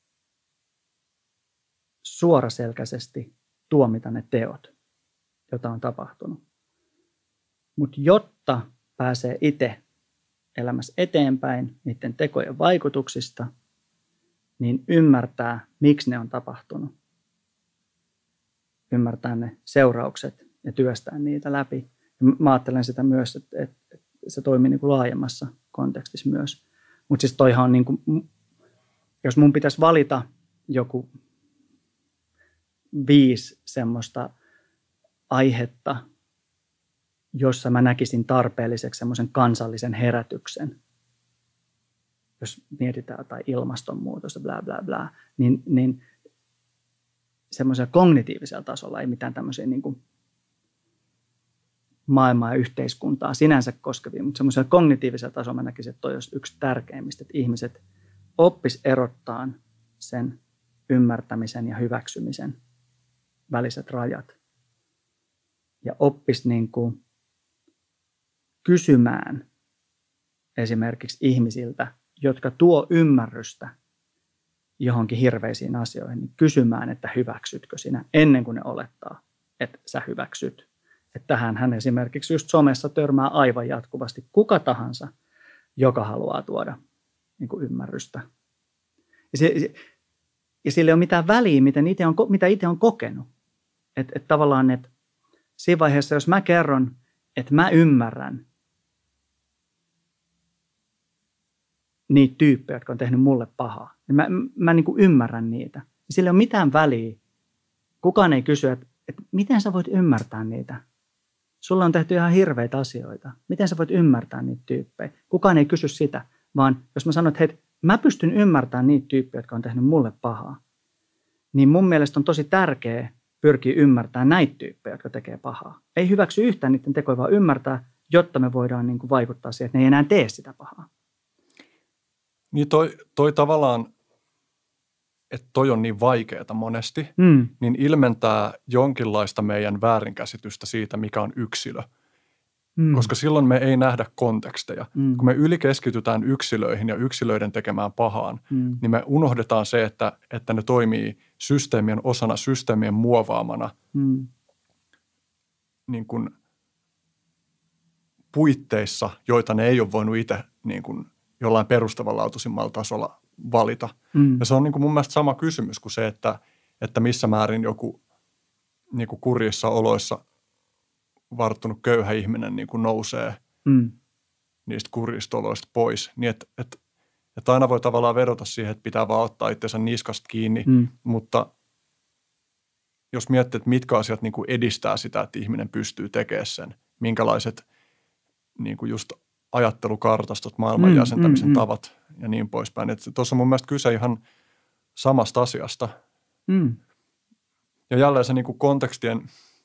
suoraselkäisesti tuomita ne teot, joita on tapahtunut. Mutta jotta pääsee itse elämässä eteenpäin niiden tekojen vaikutuksista, niin ymmärtää, miksi ne on tapahtunut. Ymmärtää ne seuraukset ja työstää niitä läpi. Ja mä ajattelen sitä myös, että se toimii niin kuin laajemmassa kontekstissa myös. Mutta siis toihan on, niin kuin, jos mun pitäisi valita joku 5 semmoista aihetta, jossa mä näkisin tarpeelliseksi semmoisen kansallisen herätyksen, jos mietitään jotain ilmastonmuutosta, bla bla bla, niin semmoisella kognitiivisella tasolla ei mitään tämmöisiä niin kuin maailmaa ja yhteiskuntaa sinänsä koskevia, mutta semmoisella kognitiivisella tasolla mä näkisin, että toi olisi yksi tärkeimmistä, että ihmiset oppis erottaa sen ymmärtämisen ja hyväksymisen väliset rajat ja oppis niin kuin kysymään esimerkiksi ihmisiltä, jotka tuo ymmärrystä johonkin hirveisiin asioihin, niin kysymään, että hyväksytkö sinä ennen kuin ne olettaa, että sä hyväksyt. Että tähän hän esimerkiksi just somessa törmää aivan jatkuvasti kuka tahansa, joka haluaa tuoda niin kuin ymmärrystä. Ja sillä ei ole mitään väliä, mitä itse on kokenut. Että tavallaan, että siinä vaiheessa, jos mä kerron, että mä ymmärrän niitä tyyppejä, jotka on tehnyt mulle pahaa, niin mä niin kuin ymmärrän niitä. Ja sillä ei ole mitään väliä. Kukaan ei kysy, että miten sä voit ymmärtää niitä. Sulla on tehty ihan hirveitä asioita. Miten sä voit ymmärtää niitä tyyppejä? Kukaan ei kysy sitä, vaan jos mä sanon, että hei, mä pystyn ymmärtämään niitä tyyppejä, jotka on tehnyt mulle pahaa, niin mun mielestä on tosi tärkeää pyrkiä ymmärtämään näitä tyyppejä, jotka tekee pahaa. Ei hyväksy yhtään niiden tekoja, vaan ymmärtää, jotta me voidaan niin kuin vaikuttaa siihen, että ne ei enää tee sitä pahaa. Niin toi tavallaan, että toi on niin vaikeaa monesti, niin ilmentää jonkinlaista meidän väärinkäsitystä siitä, mikä on yksilö. Koska silloin me ei nähdä konteksteja. Kun me ylikeskitytään yksilöihin ja yksilöiden tekemään pahaan, niin me unohdetaan se, että ne toimii systeemien osana, systeemien muovaamana niin kuin puitteissa, joita ne ei ole voinut itse niin kuin jollain perustavanlaatuisimmalla tasolla valita. Ja se on niin kuin mun mielestä sama kysymys kuin se, että missä määrin joku niin kuin kurjissa oloissa varttunut köyhä ihminen niin kuin nousee niistä kurjista oloista pois. Niin että aina voi tavallaan vedota siihen, että pitää vaan ottaa itseänsä niskasta kiinni, mutta jos miettii, että mitkä asiat niin kuin edistää sitä, että ihminen pystyy tekemään sen, minkälaiset niin kuin just ajattelukartastot, maailman jäsentämisen tavat ja niin poispäin. Tuossa on mun mielestä kyse ihan samasta asiasta. Ja jälleen se niin kuin kontekstien.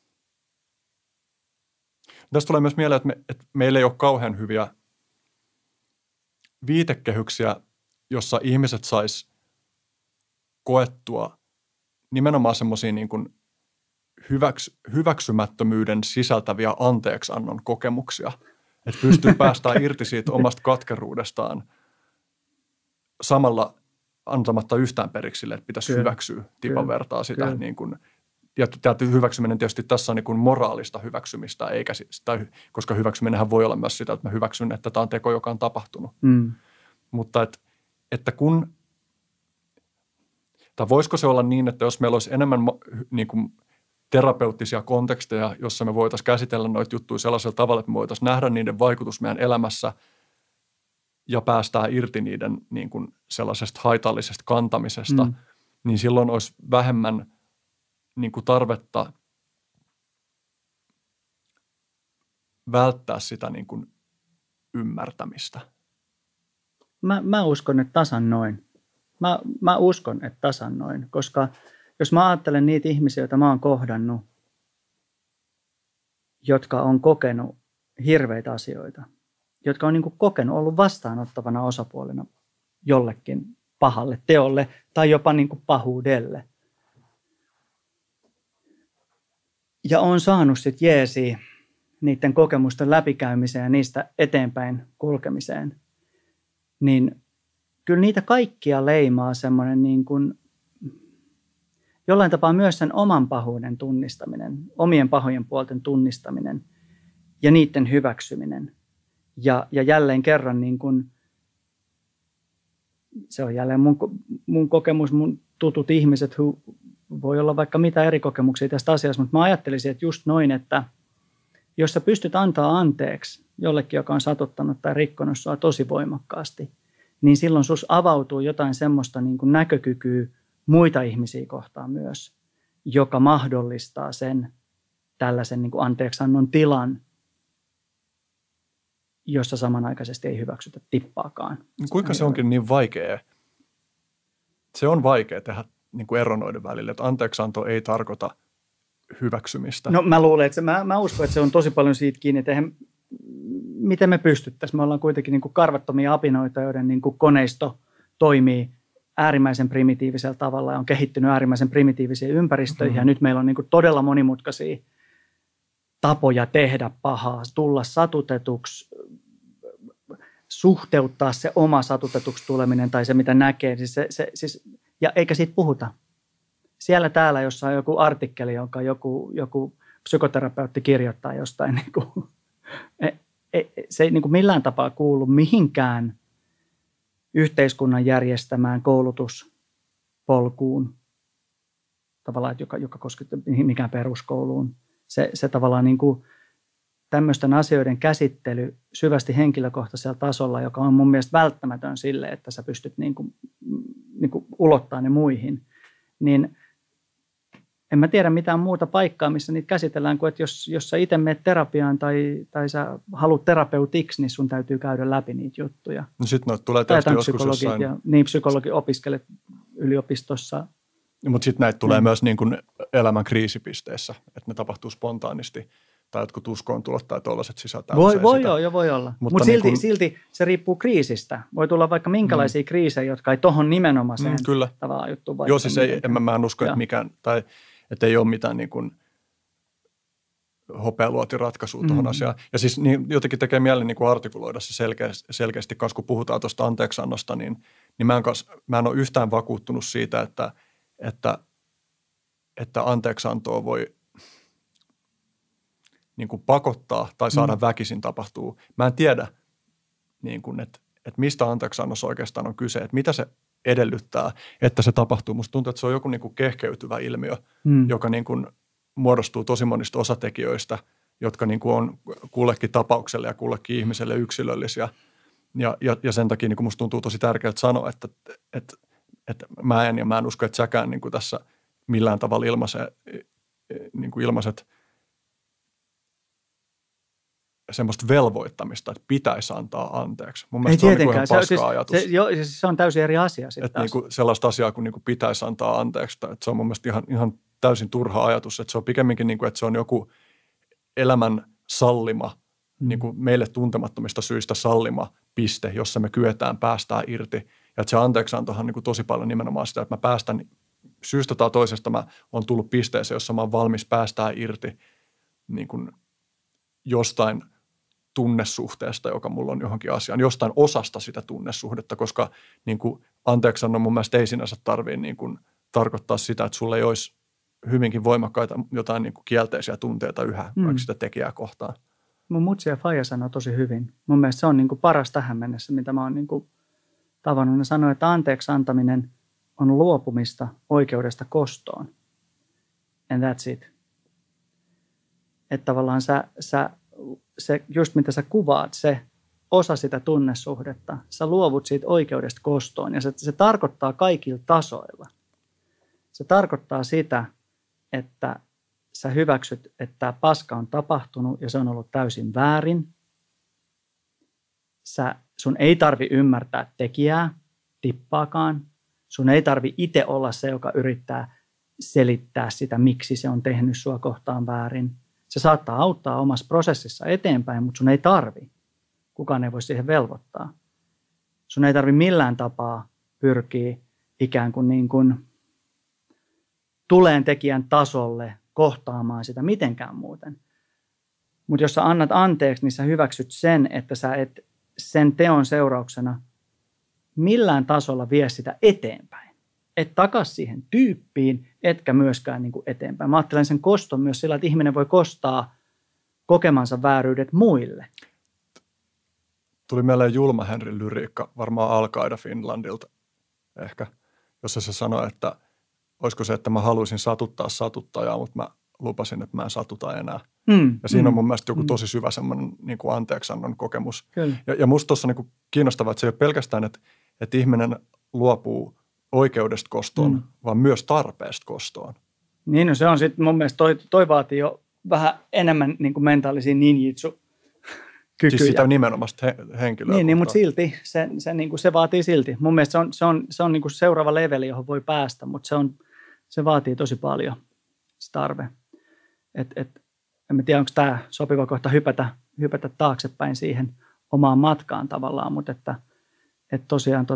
Tässä tulee myös mieleen, että meillä ei ole kauhean hyviä viitekehyksiä, jossa ihmiset sais koettua nimenomaan semmoisia niin kuin hyväksymättömyyden sisältäviä anteeksiannon kokemuksia. Että pystyy päästään irti siitä omasta katkeruudestaan samalla antamatta yhtään periksi sille, että pitäisi hyväksyä tipan vertaa sitä. Niin kuin, ja hyväksyminen tietysti tässä on niin kuin moraalista hyväksymistä, koska hyväksyminenhän voi olla myös sitä, että mä hyväksyn, että tämä on teko, joka on tapahtunut. Mutta että tai voisiko se olla niin, että jos meillä olisi enemmän niin kuin terapeuttisia konteksteja, jossa me voitaisiin käsitellä noita juttuja sellaisella tavalla, että me voitaisiin nähdä niiden vaikutus meidän elämässä ja päästää irti niiden niin kuin sellaisesta haitallisesta kantamisesta, niin silloin olisi vähemmän niin kuin tarvetta välttää sitä niin kuin ymmärtämistä. Mä uskon, että tasan noin. Mä uskon, että tasan noin, koska jos mä ajattelen niitä ihmisiä, joita mä oon kohdannut, jotka on kokenut hirveitä asioita, jotka on niin kuin kokenut, ollut vastaanottavana osapuolena jollekin pahalle teolle tai jopa niin kuin pahuudelle. Ja on saanut sitten jeesiä niiden kokemusten läpikäymiseen ja niistä eteenpäin kulkemiseen, niin kyllä niitä kaikkia leimaa semmoinen niin kuin jollain tapaa myös sen oman pahuuden tunnistaminen, omien pahojen puolten tunnistaminen ja niiden hyväksyminen. Ja jälleen kerran, niin kuin, se on jälleen mun kokemus, mun tutut ihmiset, voi olla vaikka mitä eri kokemuksia tästä asiasta, mutta mä ajattelisin, että just noin, että jos sä pystyt antaa anteeksi jollekin, joka on satuttanut tai rikkonut sua tosi voimakkaasti, niin silloin sus avautuu jotain semmoista niin kuin näkökykyä muita ihmisiä kohtaan myös, joka mahdollistaa sen tällaisen niin kuin anteeksiannon tilan, jossa samanaikaisesti ei hyväksytä tippaakaan. Kuinka se onkin niin vaikea? Se on vaikea tehdä niin kuin ero noiden välillä, että anteeksianto ei tarkoita hyväksymistä. No mä luulen, että mä uskon, että se on tosi paljon siitä kiinni, että miten me pystyttäisiin. Me ollaan kuitenkin niin kuin karvattomia apinoita, joiden niin kuin koneisto toimii äärimmäisen primitiivisellä tavalla ja on kehittynyt äärimmäisen primitiivisiin ympäristöihin. Ja nyt meillä on niin kuin todella monimutkaisia tapoja tehdä pahaa, tulla satutetuksi, suhteuttaa se oma satutetuksi tuleminen tai se, mitä näkee. Ja eikä siitä puhuta. Siellä täällä, jossa on joku artikkeli, jonka joku psykoterapeutti kirjoittaa jostain, niin kuin, se ei niin kuin millään tapaa kuulu mihinkään yhteiskunnan järjestämään koulutuspolkuun, tavallaan, joka koskettaa mikään peruskouluun. Se tavallaan niin kuin tämmöisten asioiden käsittely syvästi henkilökohtaisella tasolla, joka on mun mielestä välttämätön sille, että sä pystyt niin kuin ulottaa ne muihin, niin en mä tiedä mitään muuta paikkaa, missä niitä käsitellään, kuin että jos sä itse menet terapiaan tai sä haluat terapeutiksi, niin sun täytyy käydä läpi niitä juttuja. No sitten noita tulee tietysti joskus jossain. Niin, psykologi opiskelet yliopistossa. Mutta sitten näitä tulee myös niin kuin elämän kriisipisteissä, että ne tapahtuu spontaanisti. Tai jotkut uskoon tulot tai tuollaiset sisältää voi olla. Mutta silti se riippuu kriisistä. Voi tulla vaikka minkälaisia kriisejä, jotka ei tohon nimenomaiseen tavallaan juttuun vaikuttaa. Joo, siis mä en usko, että mikään, tai että ei ole mitään niin kuin hopealuotiratkaisua tuohon asiaan. Ja siis niin, jotenkin tekee mieli niin kuin artikuloida se selkeästi, kun puhutaan tuosta anteeksiannosta, niin mä en ole yhtään vakuuttunut siitä, että anteeksiantoa voi niin kuin pakottaa tai saada väkisin tapahtuu. Mä en tiedä, niin kuin, että mistä anteeksiannossa oikeastaan on kyse, että mitä se edellyttää, että se tapahtuu. Musta tuntuu, että se on joku niin kuin kehkeytyvä ilmiö, joka niin kuin muodostuu tosi monista osatekijöistä, jotka niin kuin on kullekin tapaukselle ja kullekin ihmiselle yksilöllisiä. Ja sen takia niin kuin musta tuntuu tosi tärkeää sanoa, että mä en usko, että säkään niin kuin tässä millään tavalla ilmaiset semmoista velvoittamista, että pitäisi antaa anteeksi. Mun mielestä se on ihan paska ajatus. Se on täysin eri asia. Että niinku sellaista asiaa kuin niinku pitäisi antaa anteeksi. Että se on mun mielestä ihan täysin turha ajatus. Että se on pikemminkin, niinku, että se on joku elämän sallima, niinku meille tuntemattomista syistä sallima piste, jossa me kyetään päästään irti. Ja että se anteeksiantohan on niinku tosi paljon nimenomaan sitä, että mä päästän syystä tai toisesta mä oon tullut pisteeseen, jossa mä oon valmis päästään irti niinku jostain tunnesuhteesta, joka mulla on johonkin asiaan, jostain osasta sitä tunnesuhdetta, koska niin kuin anteeksiannon mun mielestä ei sinänsä tarvitse niin kuin tarkoittaa sitä, että sulla ei olisi hyvinkin voimakkaita jotain niin kuin kielteisiä tunteita yhä, vaikka sitä tekijää kohtaan. Mun mutsi ja faija sanoi tosi hyvin. Mun mielestä se on niin kuin paras tähän mennessä, mitä mä oon niin kuin tavannut. Ne sanoi, että anteeksi antaminen on luopumista oikeudesta kostoon. And that's it. että tavallaan se just mitä sä kuvaat, se osa sitä tunnesuhdetta, sä luovut siitä oikeudesta kostoon ja se tarkoittaa kaikilla tasoilla. Se tarkoittaa sitä, että sä hyväksyt, että tämä paska on tapahtunut ja se on ollut täysin väärin. Sun ei tarvi ymmärtää tekijää tippaakaan. Sun ei tarvi itse olla se, joka yrittää selittää sitä, miksi se on tehnyt sua kohtaan väärin. Se saattaa auttaa omassa prosessissa eteenpäin, mutta sun ei tarvi. Kukaan ei voi siihen velvoittaa. Sun ei tarvi millään tapaa pyrkiä ikään kuin tuleen tekijän tasolle kohtaamaan sitä mitenkään muuten. Mutta jos sä annat anteeksi, niin sä hyväksyt sen, että sä et sen teon seurauksena millään tasolla vie sitä eteenpäin. Et takas siihen tyyppiin, etkä myöskään niin kuin eteenpäin. Mä ajattelen sen koston myös sillä, että ihminen voi kostaa kokemansa vääryydet muille. Tuli mieleen Julma Henrin lyriikka, varmaan Al-Qaida Finlandilta ehkä, jossa se sanoi, että olisiko se, että mä haluaisin satuttaa satuttajaa, mutta mä lupasin, että mä en satuta enää. Ja siinä on mun mielestä joku tosi syvä semmoinen niin kuin anteeksiannon kokemus. Ja musta tuossa niin kuin kiinnostavaa, että se ei ole pelkästään, että ihminen luopuu oikeudesta kostoon, vaan myös tarpeesta kostoon. Niin, no se on sitten mun mielestä toi vaatii jo vähän enemmän niin kuin mentaalisia ninjitsu-kykyjä. Siis sitä nimenomaista henkilöä. Niin, mutta silti, se vaatii silti. Mun mielestä se on niin kuin seuraava leveli, johon voi päästä, mutta se vaatii tosi paljon se tarve. En tiedä, onko tämä sopiva kohta hypätä taaksepäin siihen omaan matkaan tavallaan, mutta että tosiaan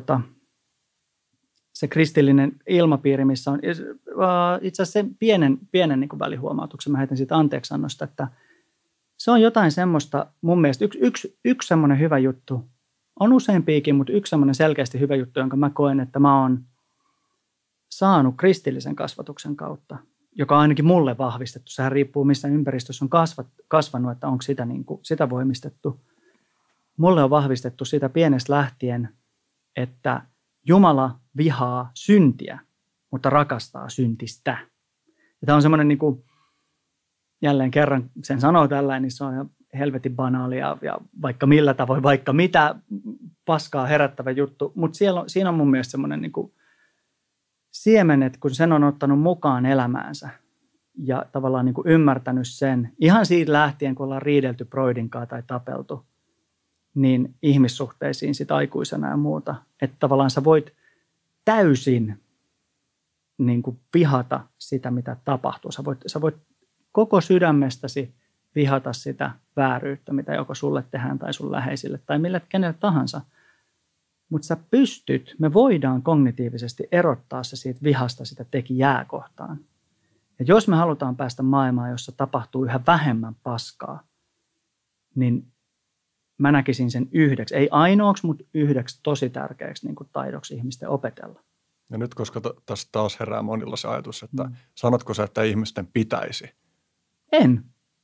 se kristillinen ilmapiiri, missä on itse asiassa sen pienen niin kuin välihuomautuksen, mä heitän siitä anteeksiannosta, että se on jotain semmoista, mun mielestä yksi semmoinen hyvä juttu, on useampiakin, mutta yksi semmoinen selkeästi hyvä juttu, jonka mä koen, että mä oon saanut kristillisen kasvatuksen kautta, joka on ainakin mulle vahvistettu. Sehän riippuu, missä ympäristössä on kasvanut, että onko sitä voimistettu. Mulle on vahvistettu sitä pienestä lähtien, että Jumala vihaa syntiä, mutta rakastaa syntistä. Ja tämä on semmoinen, niin kuin, jälleen kerran sen sanoo tällainen, niin se on ihan helvetin banaalia ja vaikka millä tavoin, vaikka mitä paskaa herättävä juttu. Mutta siinä on mun mielestä semmoinen niin kuin siemenet, kun sen on ottanut mukaan elämäänsä ja tavallaan niin kuin ymmärtänyt sen, ihan siitä lähtien, kun ollaan riidelty Broidinkaan tai tapeltu, niin ihmissuhteisiin sit aikuisena ja muuta. Että tavallaan sä voit täysin niin kuin vihata sitä, mitä tapahtuu. Sä voit koko sydämestäsi vihata sitä vääryyttä, mitä joko sulle tehdään tai sun läheisille tai mille kenelle tahansa. Mutta sä me voidaan kognitiivisesti erottaa se siitä vihasta sitä tekijää kohtaan. Ja jos me halutaan päästä maailmaan, jossa tapahtuu yhä vähemmän paskaa, niin mä näkisin sen yhdeksi, ei ainoaksi, mutta yhdeksi tosi tärkeäksi niin kuin taidoksi ihmisten opetella. Ja nyt, koska tässä taas herää monilla se ajatus, että sanotko sä, että ihmisten pitäisi? En.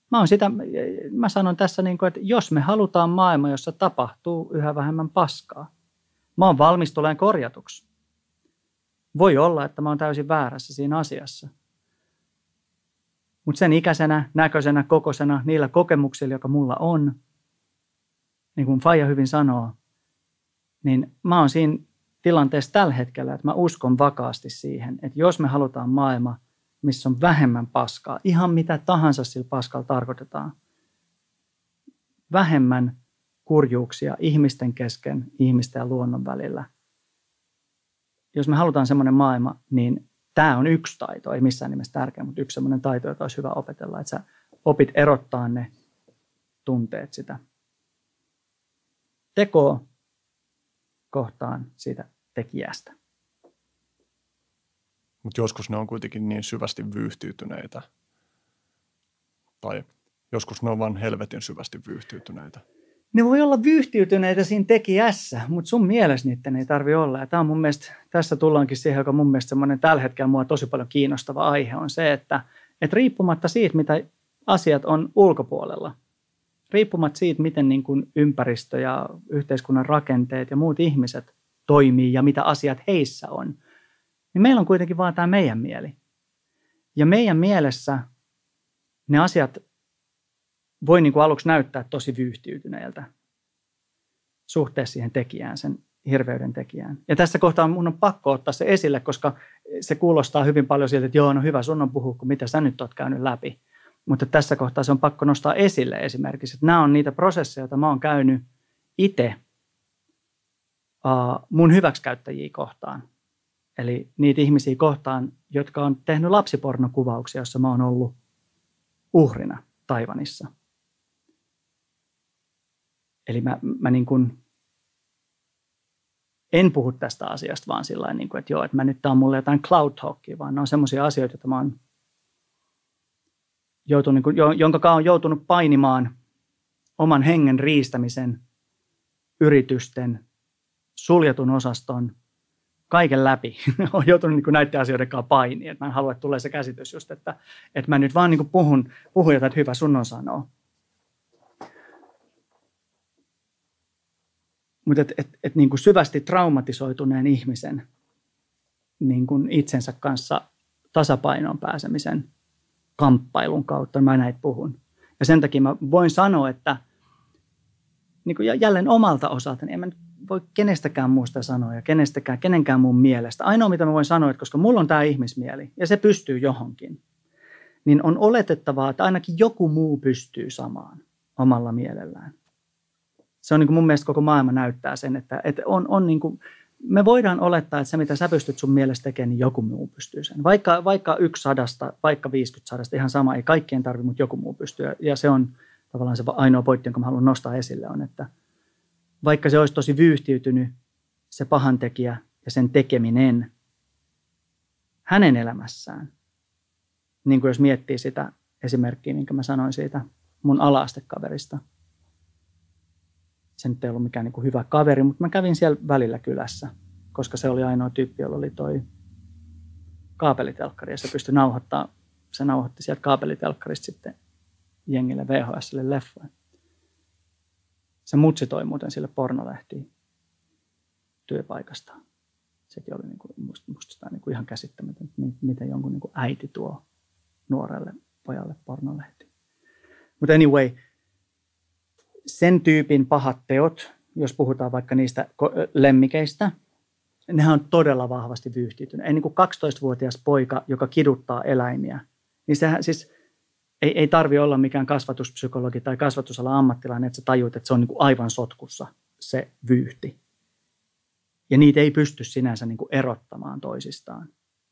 Mä sanon tässä, niin kuin, että jos me halutaan maailma, jossa tapahtuu yhä vähemmän paskaa, mä oon valmis tulemaan korjatuksi. Voi olla, että mä oon täysin väärässä siinä asiassa. Mutta sen ikäisenä, näköisenä, kokoisena, niillä kokemuksilla, joka mulla on, niin kuin Faija hyvin sanoo, niin mä oon siinä tilanteessa tällä hetkellä, että mä uskon vakaasti siihen, että jos me halutaan maailma, missä on vähemmän paskaa, ihan mitä tahansa sillä paskalla tarkoitetaan, vähemmän kurjuuksia ihmisten kesken, ihmisten ja luonnon välillä. Jos me halutaan semmoinen maailma, niin tämä on yksi taito, ei missään nimessä tärkeä, mutta yksi semmoinen taito, jota olisi hyvä opetella, että sä opit erottaa ne tunteet sitä tekoa kohtaan siitä tekijästä. Mutta joskus ne on kuitenkin niin syvästi vyyhtyytyneitä. Tai joskus ne on vaan helvetin syvästi vyyhtyytyneitä. Ne voi olla vyyhtiytyneitä siinä tekijässä, mutta sun mielestä niiden ei tarvitse olla. Ja tämä on mun mielestä, tässä tullaankin siihen, joka mun mielestä semmoinen tällä hetkellä mua tosi paljon kiinnostava aihe on se, että riippumatta siitä, mitä asiat on ulkopuolella, riippumatta siitä, miten niin kuin ympäristö ja yhteiskunnan rakenteet ja muut ihmiset toimii ja mitä asiat heissä on, niin meillä on kuitenkin vaan tämä meidän mieli. Ja meidän mielessä ne asiat voi niin kuin aluksi näyttää tosi vyyhtiytyneeltä suhteessa siihen tekijään, sen hirveyden tekijään. Ja tässä kohtaa mun on pakko ottaa se esille, koska se kuulostaa hyvin paljon siltä, että joo, no hyvä, sun on puhua, kun mitä sä nyt oot käynyt läpi. Mutta tässä kohtaa se on pakko nostaa esille esimerkiksi, että nämä on niitä prosesseja, joita mä oon käynyt itse mun hyväksikäyttäjiä kohtaan. Eli niitä ihmisiä kohtaan, jotka on tehnyt lapsipornokuvauksia, joissa mä oon ollut uhrina Taiwanissa. Eli mä niin kuin en puhu tästä asiasta vaan sillä tavalla, että joo, että tää on mulle jotain cloud talkia, vaan ne on semmoisia asioita, joita mä oon joutunut, jonka on joutunut painimaan oman hengen riistämisen, yritysten, suljetun osaston, kaiken läpi. Olen joutunut näiden asioiden kanssa painiin. Että mä en halua, että tulee se käsitys just, että mä nyt vaan puhun jotain, että hyvä, sun on sanoa. Mutta niin syvästi traumatisoituneen ihmisen niin itsensä kanssa tasapainoon pääsemisen kamppailun kautta mä näitä puhun. Ja sen takia mä voin sanoa, että niin jälleen omalta osaltani en mä voi kenestäkään muusta sanoa ja kenenkään muun mielestä. Ainoa, mitä mä voin sanoa, että koska mulla on tämä ihmismieli ja se pystyy johonkin, niin on oletettavaa, että ainakin joku muu pystyy samaan omalla mielellään. Se on niin kuin mun mielestä koko maailma näyttää sen, että on niin kuin, me voidaan olettaa, että se mitä sä pystyt sun mielestä tekemään, niin joku muu pystyy sen. Vaikka 1 100, vaikka 50 100, ihan sama, ei kaikkien tarvitse, mutta joku muu pystyy. Ja se on tavallaan se ainoa pointti, jonka mä haluan nostaa esille, on, että vaikka se olisi tosi vyyhtiytynyt, se pahantekijä ja sen tekeminen hänen elämässään, niin kuin jos miettii sitä esimerkkiä, minkä mä sanoin siitä mun ala-astekaverista. Se nyt ei ollut mikään niin kuin hyvä kaveri, mutta mä kävin siellä välillä kylässä, koska se oli ainoa tyyppi, jolla oli toi kaapelitelkkari, ja se pystyi se nauhoitti sieltä kaapelitelkkarista sitten jengille VHSlle leffoja. Se mutsi toi muuten sille pornolehtiin työpaikastaan. Sekin oli niin kuin, musta niin kuin ihan käsittämätöntä, miten jonkun niin kuin äiti tuo nuorelle pojalle pornolehtiin. Mutta anyway, sen tyypin pahat teot, jos puhutaan vaikka niistä lemmikeistä, nehän on todella vahvasti vyyhtiytynyt. Ei niin kuin 12-vuotias poika, joka kiduttaa eläimiä, niin sehän siis ei tarvitse olla mikään kasvatuspsykologi tai kasvatusalan ammattilainen, että sä tajuut, että se on niin kuin aivan sotkussa se vyyhti. Ja niitä ei pysty sinänsä niin kuin erottamaan toisistaan.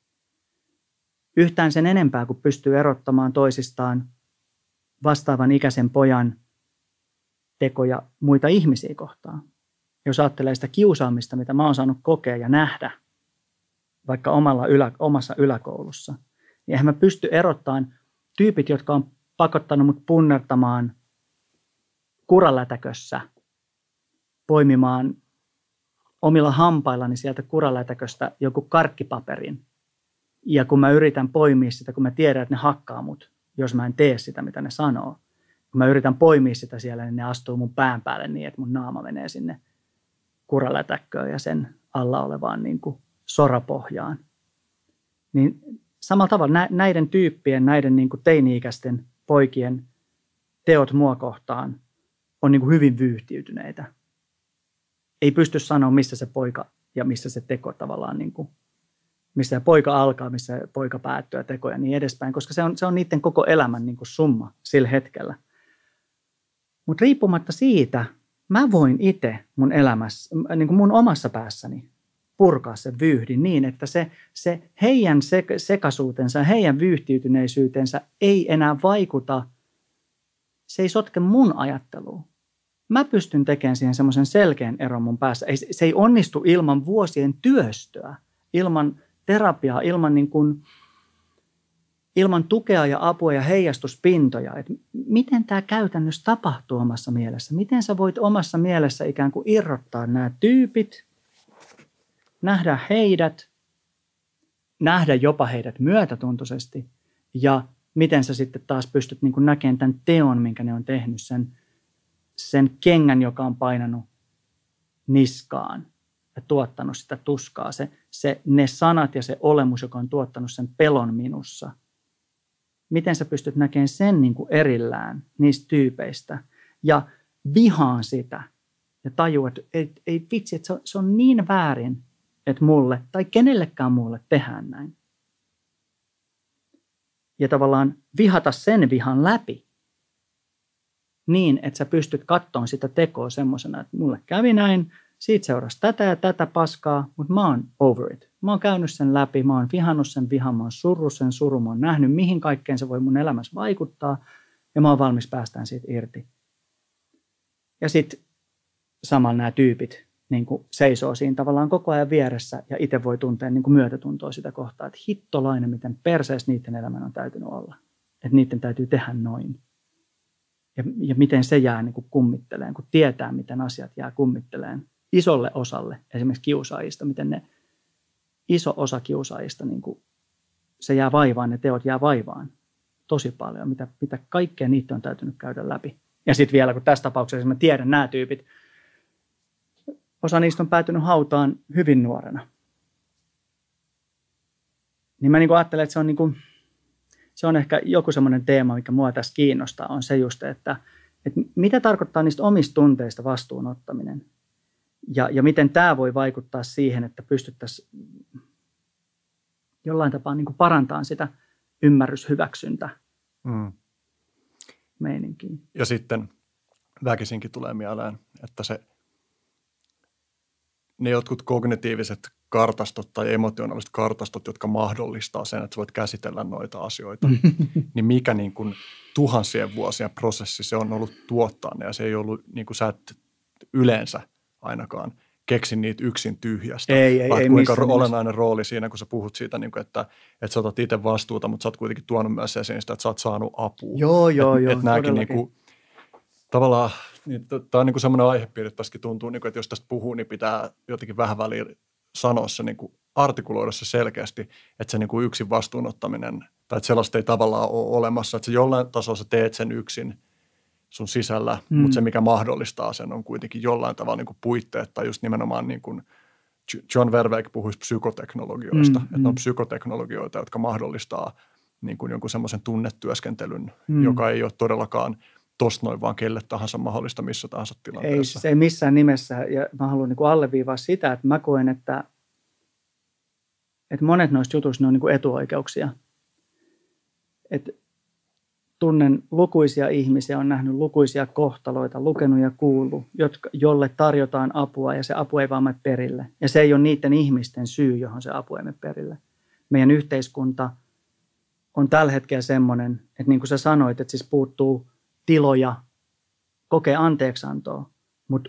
Yhtään sen enempää, kuin pystyy erottamaan toisistaan vastaavan ikäisen pojan tekoja muita ihmisiä kohtaan. Jos ajattelee sitä kiusaamista, mitä mä oon saanut kokea ja nähdä, vaikka omassa yläkoulussa, niin eihän mä pysty erottamaan tyypit, jotka on pakottanut mut punnertamaan kuralätäkössä, poimimaan omilla hampaillani sieltä kuralätäköstä joku karkkipaperin. Ja kun mä yritän poimia sitä, kun mä tiedän, että ne hakkaa mut, jos mä en tee sitä, mitä ne sanoo. Kun mä yritän poimia sitä siellä, niin ne astuu mun pään päälle niin, että mun naama menee sinne kuralätäkköön ja sen alla olevaan niin kuin sorapohjaan. Niin samalla tavalla näiden tyyppien, näiden niin kuin teini-ikäisten poikien teot mua kohtaan on niin kuin hyvin vyyhtiytyneitä. Ei pysty sanoa, missä se poika ja missä se teko tavallaan, niin kuin, missä poika alkaa, missä poika päättyy ja teko ja niin edespäin, koska se on niiden koko elämän niin kuin summa sillä hetkellä. Mutta riippumatta siitä, mä voin itse mun elämässä, niin kuin mun omassa päässäni purkaa sen vyyhdin niin, että se heidän sekaisuutensa, heidän vyyhtiytyneisyytensä ei enää vaikuta, se ei sotke mun ajatteluun. Mä pystyn tekemään siihen semmoisen selkeän eron mun päässä. Se ei onnistu ilman vuosien työstöä, ilman terapiaa, ilman tukea ja apua ja heijastuspintoja. Et miten tämä käytännössä tapahtuu omassa mielessä? Miten sä voit omassa mielessä ikään kuin irrottaa nämä tyypit, nähdä heidät, nähdä jopa heidät myötätuntoisesti ja miten sä sitten taas pystyt niin kuin näkemään tämän teon, minkä ne on tehnyt, sen kengän, joka on painanut niskaan ja tuottanut sitä tuskaa. Ne sanat ja se olemus, joka on tuottanut sen pelon minussa. miten sä pystyt näkemään sen niin kuin erillään niistä tyypeistä ja vihaan sitä ja tajua, että ei vitsi, että se on niin väärin, että mulle tai kenellekään muulle tehdään näin. Ja tavallaan vihata sen vihan läpi niin, että sä pystyt katsomaan sitä tekoa semmoisena, että mulle kävi näin, siitä seurasi tätä ja tätä paskaa, mutta mä oon over it. Mä oon käynyt sen läpi, mä oon vihannut sen vihan, mä oon surrut sen surun, mä oon nähnyt, mihin kaikkeen se voi mun elämässä vaikuttaa, ja mä oon valmis päästään siitä irti. Ja sitten samalla nämä tyypit niin kuin seisoo siinä tavallaan koko ajan vieressä, ja itse voi tuntea niin kuin myötätuntoa sitä kohtaa, että hittolainen, miten perseessä niiden elämän on täytynyt olla. Että niiden täytyy tehdä noin. Ja miten se jää niin kuin kummitteleen, kun tietää, miten asiat jää kummitteleen isolle osalle, esimerkiksi kiusaajista, miten ne iso osa kiusaajista, niin kuin se jää vaivaan, ne teot jää vaivaan tosi paljon, mitä kaikkea niitä on täytynyt käydä läpi. Ja sitten vielä, kun tässä tapauksessa mä tiedän nämä tyypit, osa niistä on päätynyt hautaan hyvin nuorena. Niin mä niin kuin ajattelen, että se on, niin kuin, se on ehkä joku semmoinen teema, mikä mua tässä kiinnostaa, on se just, että mitä tarkoittaa niistä omista tunteista vastuun ottaminen. Ja miten tämä voi vaikuttaa siihen, että pystyttäisiin jollain tapaa niin kuin parantamaan sitä ymmärryshyväksyntä meininkiä. Ja sitten väkisinkin tulee mieleen, että ne jotkut kognitiiviset kartastot tai emotionaaliset kartastot, jotka mahdollistaa sen, että sä voit käsitellä noita asioita, niin mikä niin kuin tuhansien vuosien prosessi se on ollut tuottaa ne, ja se ei ollut, niin kuin sä et yleensä ainakaan keksi niitä yksin tyhjästä. Ei kuinka olennainen rooli siinä, kun sä puhut siitä, niin kuin, että sä otat itse vastuuta, mutta sä oot kuitenkin tuonut myös esiin sitä, että sä oot saanut apua. Joo, että nämäkin niin kuin, tavallaan, niin, tämä on niin kuin semmoinen aihepiiri, että tästäkin tuntuu, niin kuin, että jos tästä puhuu, niin pitää jotenkin vähän väliin sanoa se, niin kuin artikuloida se selkeästi, että se niin kuin yksin vastuunottaminen, tai että sellaista ei tavallaan ole olemassa, että se jollain tasolla sä teet sen yksin sun sisällä, mutta se, mikä mahdollistaa sen, on kuitenkin jollain tavalla niin kuin puitteet, tai just nimenomaan niin kuin John Verweek puhuisi psykoteknologioista, että ne on psykoteknologioita, jotka mahdollistaa niin kuin jonkun semmoisen tunnetyöskentelyn, joka ei ole todellakaan tosta noin vaan kelle tahansa mahdollista missä tahansa tilanteessa. Ei missään nimessä, ja mä haluan niin kuin alleviivaa sitä, että mä koen, että monet noista jutuista ne on niin kuin etuoikeuksia. Että tunnen lukuisia ihmisiä, on nähnyt lukuisia kohtaloita, lukenut ja kuullut, jolle tarjotaan apua ja se apu ei vaan mene perille. Ja se ei ole niiden ihmisten syy, johon se apu ei mene perille. Meidän yhteiskunta on tällä hetkellä semmoinen, että niin kuin sä sanoit, että siis puuttuu tiloja, kokee anteeksiantoa, mutta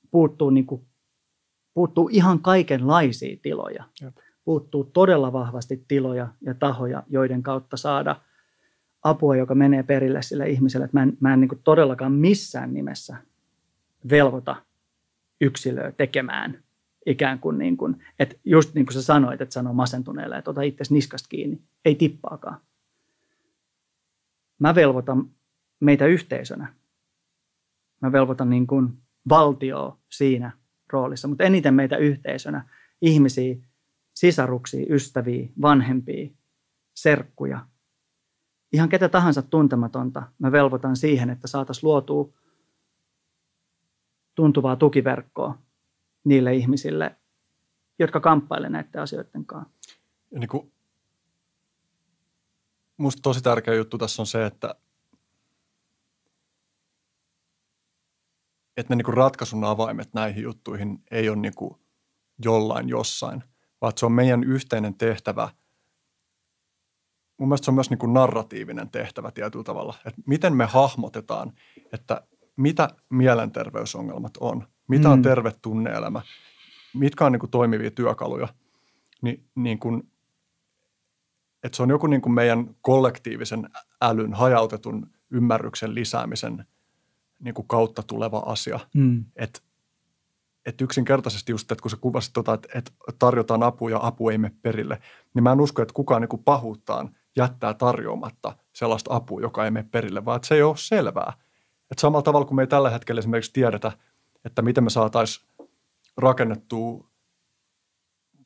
puuttuu ihan kaikenlaisia tiloja. Jep. Puuttuu todella vahvasti tiloja ja tahoja, joiden kautta saada apua, joka menee perille sille ihmiselle. Että mä en niin kuin todellakaan missään nimessä velvoita yksilöä tekemään ikään kuin, että just niin kuin sä sanoit, että sanoo masentuneelle, että ota itsesi niskasta kiinni. Ei tippaakaan. Mä velvoitan meitä yhteisönä. Mä velvoitan niin kuin valtioa siinä roolissa, mutta eniten meitä yhteisönä, ihmisiä, sisaruksia, ystäviä, vanhempia, serkkuja, ihan ketä tahansa tuntematonta, mä velvoitan siihen, että saataisiin luotua tuntuvaa tukiverkkoa niille ihmisille, jotka kamppailevat näiden asioiden kanssa. Ja niin kuin, musta tosi tärkeä juttu tässä on se, että ne niin kuin ratkaisun avaimet näihin juttuihin ei ole niin kuin jollain jossain, vaan se on meidän yhteinen tehtävä. Mun mielestä se on myös niin kuin narratiivinen tehtävä tietyllä tavalla, että miten me hahmotetaan, että mitä mielenterveysongelmat on, mitä on terve tunne-elämä, mitkä on niin kuin toimivia työkaluja, niin kuin, että se on joku niin kuin meidän kollektiivisen älyn, hajautetun ymmärryksen lisäämisen niin kuin kautta tuleva asia. Että yksinkertaisesti just, että kun sä kuvasit että tarjotaan apua ja apu ei mene perille, niin mä en usko, että kukaan niin kuin pahuuttaan jättää tarjoamatta sellaista apua, joka ei mene perille, vaan että se ei ole selvää. Että samalla tavalla kuin me ei tällä hetkellä esimerkiksi tiedetä, että miten me saataisiin rakennettua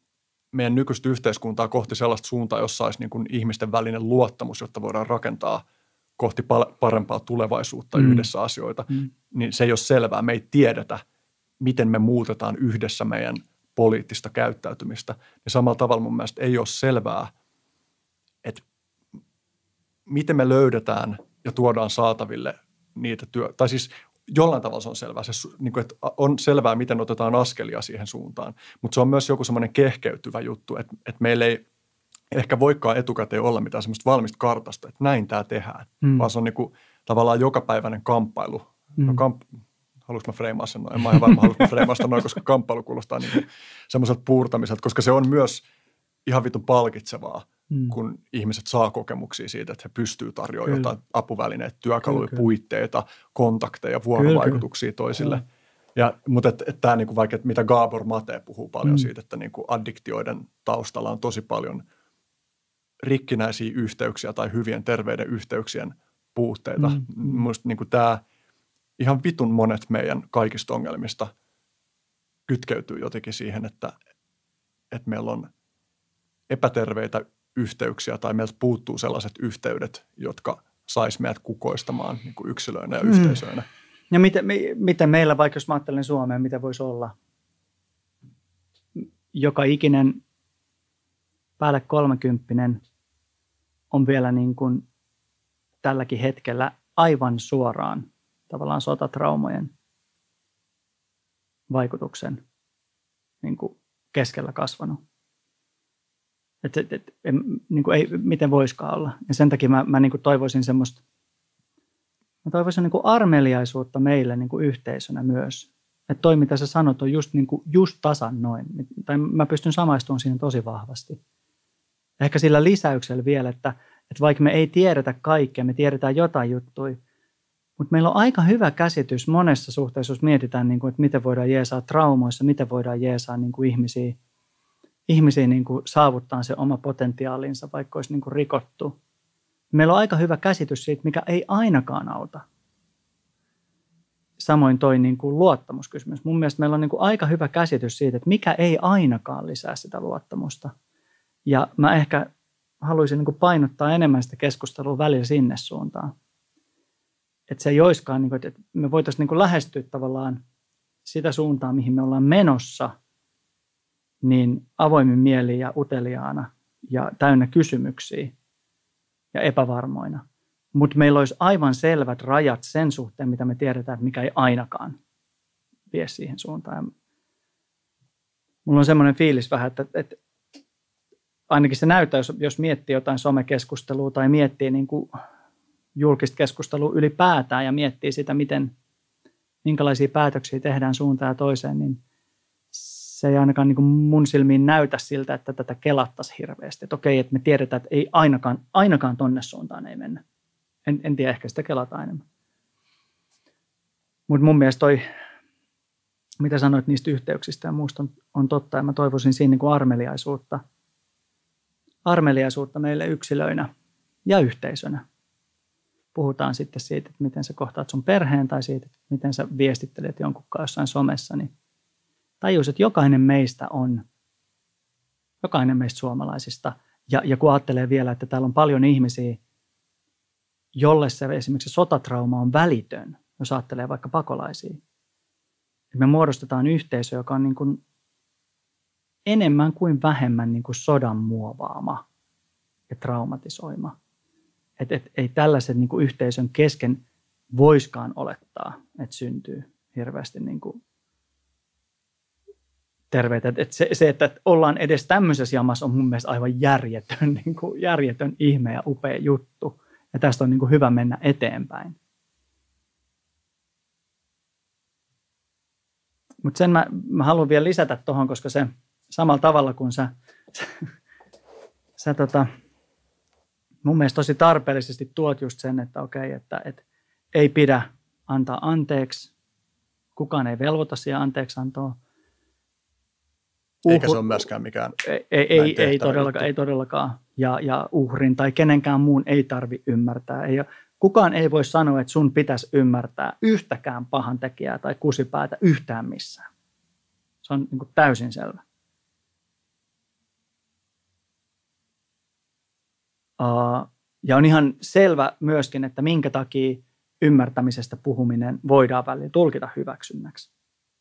meidän nykyistä yhteiskuntaa kohti sellaista suuntaa, jossa olisi niin kuin ihmisten välinen luottamus, jotta voidaan rakentaa kohti parempaa tulevaisuutta yhdessä asioita, niin se ei ole selvää. Me ei tiedetä, miten me muutetaan yhdessä meidän poliittista käyttäytymistä. Ja samalla tavalla mun mielestä ei ole selvää, että miten me löydetään ja tuodaan saataville niitä tai siis jollain tavalla se on selvää. Se, niin kuin, että on selvää, miten otetaan askelia siihen suuntaan, mutta se on myös joku semmoinen kehkeytyvä juttu, että meillä ei ehkä voikaan etukäteen olla mitään semmoista valmista kartasta, että näin tämä tehdään, vaan se on niin kuin, tavallaan jokapäiväinen kamppailu. No, haluanko mä freimaa sen noin? En mä ihan varma, haluanko mä freimaa sitä noin, koska kamppailu kuulostaa niin semmoiselta puurtamiselta, koska se on myös ihan vitun palkitsevaa, kun ihmiset saa kokemuksia siitä, että he pystyvät tarjoamaan jotain apuvälineitä, työkaluja, puitteita, kontakteja, vuorovaikutuksia toisille. Mutta tämä niinku vaikka, että mitä Gabor Mate puhuu paljon siitä, että niinku addiktioiden taustalla on tosi paljon rikkinäisiä yhteyksiä tai hyvien terveiden yhteyksien puutteita. Minusta niinku tämä ihan vitun monet meidän kaikista ongelmista kytkeytyy jotenkin siihen, että meillä on epäterveitä yhteyksiä tai meiltä puuttuu sellaiset yhteydet, jotka sais meidät kukoistamaan niin kuin yksilöinä ja yhteisöinä. Ja miten meillä, vaikka jos mä ajattelen Suomea, mitä voisi olla? Joka ikinen päälle 30 on vielä niin kuin tälläkin hetkellä aivan suoraan tavallaan sotatraumojen vaikutuksen niin kuin keskellä kasvanut. Niin kuin ei, miten voisikaan olla. Ja sen takia mä niin kuin toivoisin semmoista, mä toivoisin niin kuin armeliaisuutta meille niin kuin yhteisönä myös. Että toi, mitä sä sanot, on just, niin kuin, just tasan noin. Tai mä pystyn samaistumaan siihen tosi vahvasti. Ehkä sillä lisäyksellä vielä, että vaikka me ei tiedetä kaikkea, me tiedetään jotain juttuja, mutta meillä on aika hyvä käsitys monessa suhteessa, jos mietitään, niin kuin, että miten voidaan jeesaa traumoissa, miten voidaan jeesaa niin kuin ihmisiä niin kuin saavuttaa se oma potentiaalinsa, vaikka olisi niin kuin rikottu. Meillä on aika hyvä käsitys siitä, mikä ei ainakaan auta. Samoin toi niin kuin luottamuskysymys. Mun mielestä meillä on niin kuin aika hyvä käsitys siitä, että mikä ei ainakaan lisää sitä luottamusta. Ja mä ehkä haluaisin niin kuin painottaa enemmän sitä keskustelua välillä sinne suuntaan. Että se ei olisikaan, niin kuin, että me voitaisiin niin kuin lähestyä tavallaan sitä suuntaa, mihin me ollaan menossa, niin avoimin mieli ja uteliaana ja täynnä kysymyksiä ja epävarmoina. Mutta meillä olisi aivan selvät rajat sen suhteen, mitä me tiedetään, että mikä ei ainakaan vie siihen suuntaan. Ja mulla on semmoinen fiilis vähän, että ainakin se näyttää, jos miettii jotain somekeskustelua tai miettii niin kuin julkista keskustelua ylipäätään ja miettii sitä, minkälaisia päätöksiä tehdään suuntaan ja toiseen, niin se ei ainakaan niin kuin mun silmiin näytä siltä, että tätä kelattaisiin hirveästi. Että okei, että me tiedetään, että ei ainakaan tonne suuntaan ei mennä. En tiedä, ehkä sitä kelataan enemmän. Mutta mun mielestä toi, mitä sanoit niistä yhteyksistä ja muusta on totta. Ja mä toivoisin siinä niin kuin armeliaisuutta meille yksilöinä ja yhteisönä. Puhutaan sitten siitä, että miten sä kohtaat sun perheen tai siitä, että miten sä viestittelet jonkunkaan jossain somessa, niin tajus, että jokainen meistä suomalaisista, ja kun ajattelee vielä, että täällä on paljon ihmisiä, jolle se esimerkiksi sotatrauma on välitön, jos ajattelee vaikka pakolaisia. Että me muodostetaan yhteisö, joka on niin kuin enemmän kuin vähemmän niin kuin sodan muovaama ja traumatisoima. Että ei tällaisen niin kuin yhteisön kesken voiskaan olettaa, että syntyy hirveästi niin kuin terveitä. Että se, että ollaan edes tämmöisessä jamassa, on mun mielestä aivan järjetön ihme ja upea juttu. Ja tästä on niin kuin hyvä mennä eteenpäin. Mutta sen mä haluan vielä lisätä tuohon, koska se samalla tavalla kuin sä mun mielestä tosi tarpeellisesti tuot just sen, että okei, että ei pidä antaa anteeksi. Kukaan ei velvoita siihen anteeksiantoon. Eikä se ole myöskään mikään ei todellakaan. Ja uhrin tai kenenkään muun ei tarvitse ymmärtää. Kukaan ei voi sanoa, että sun pitäisi ymmärtää yhtäkään pahantekijää tai kusipäätä yhtään missään. Se on niin kuin täysin selvä. Ja on ihan selvä myöskin, että minkä takia ymmärtämisestä puhuminen voidaan välillä tulkita hyväksynnäksi.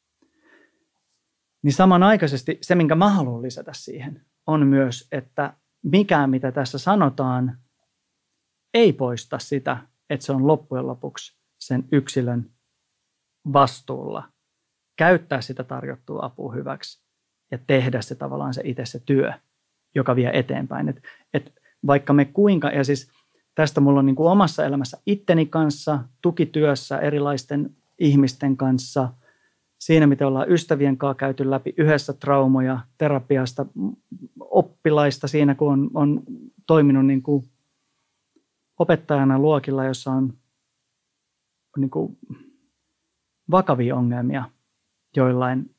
Niin samanaikaisesti se, minkä mä haluan lisätä siihen, on myös, että mikään, mitä tässä sanotaan, ei poista sitä, että se on loppujen lopuksi sen yksilön vastuulla käyttää sitä tarjottua apua hyväksi ja tehdä se tavallaan se itse se työ, joka vie eteenpäin. Et vaikka me kuinka, ja siis tästä mulla on niin kuin omassa elämässä itteni kanssa, tukityössä, erilaisten ihmisten kanssa, siinä miten ollaan ystävien kanssa käyty läpi yhdessä traumoja, terapiasta, oppilaista siinä, kun on toiminut niin kuin opettajana luokilla, jossa on niin kuin vakavia ongelmia, joillain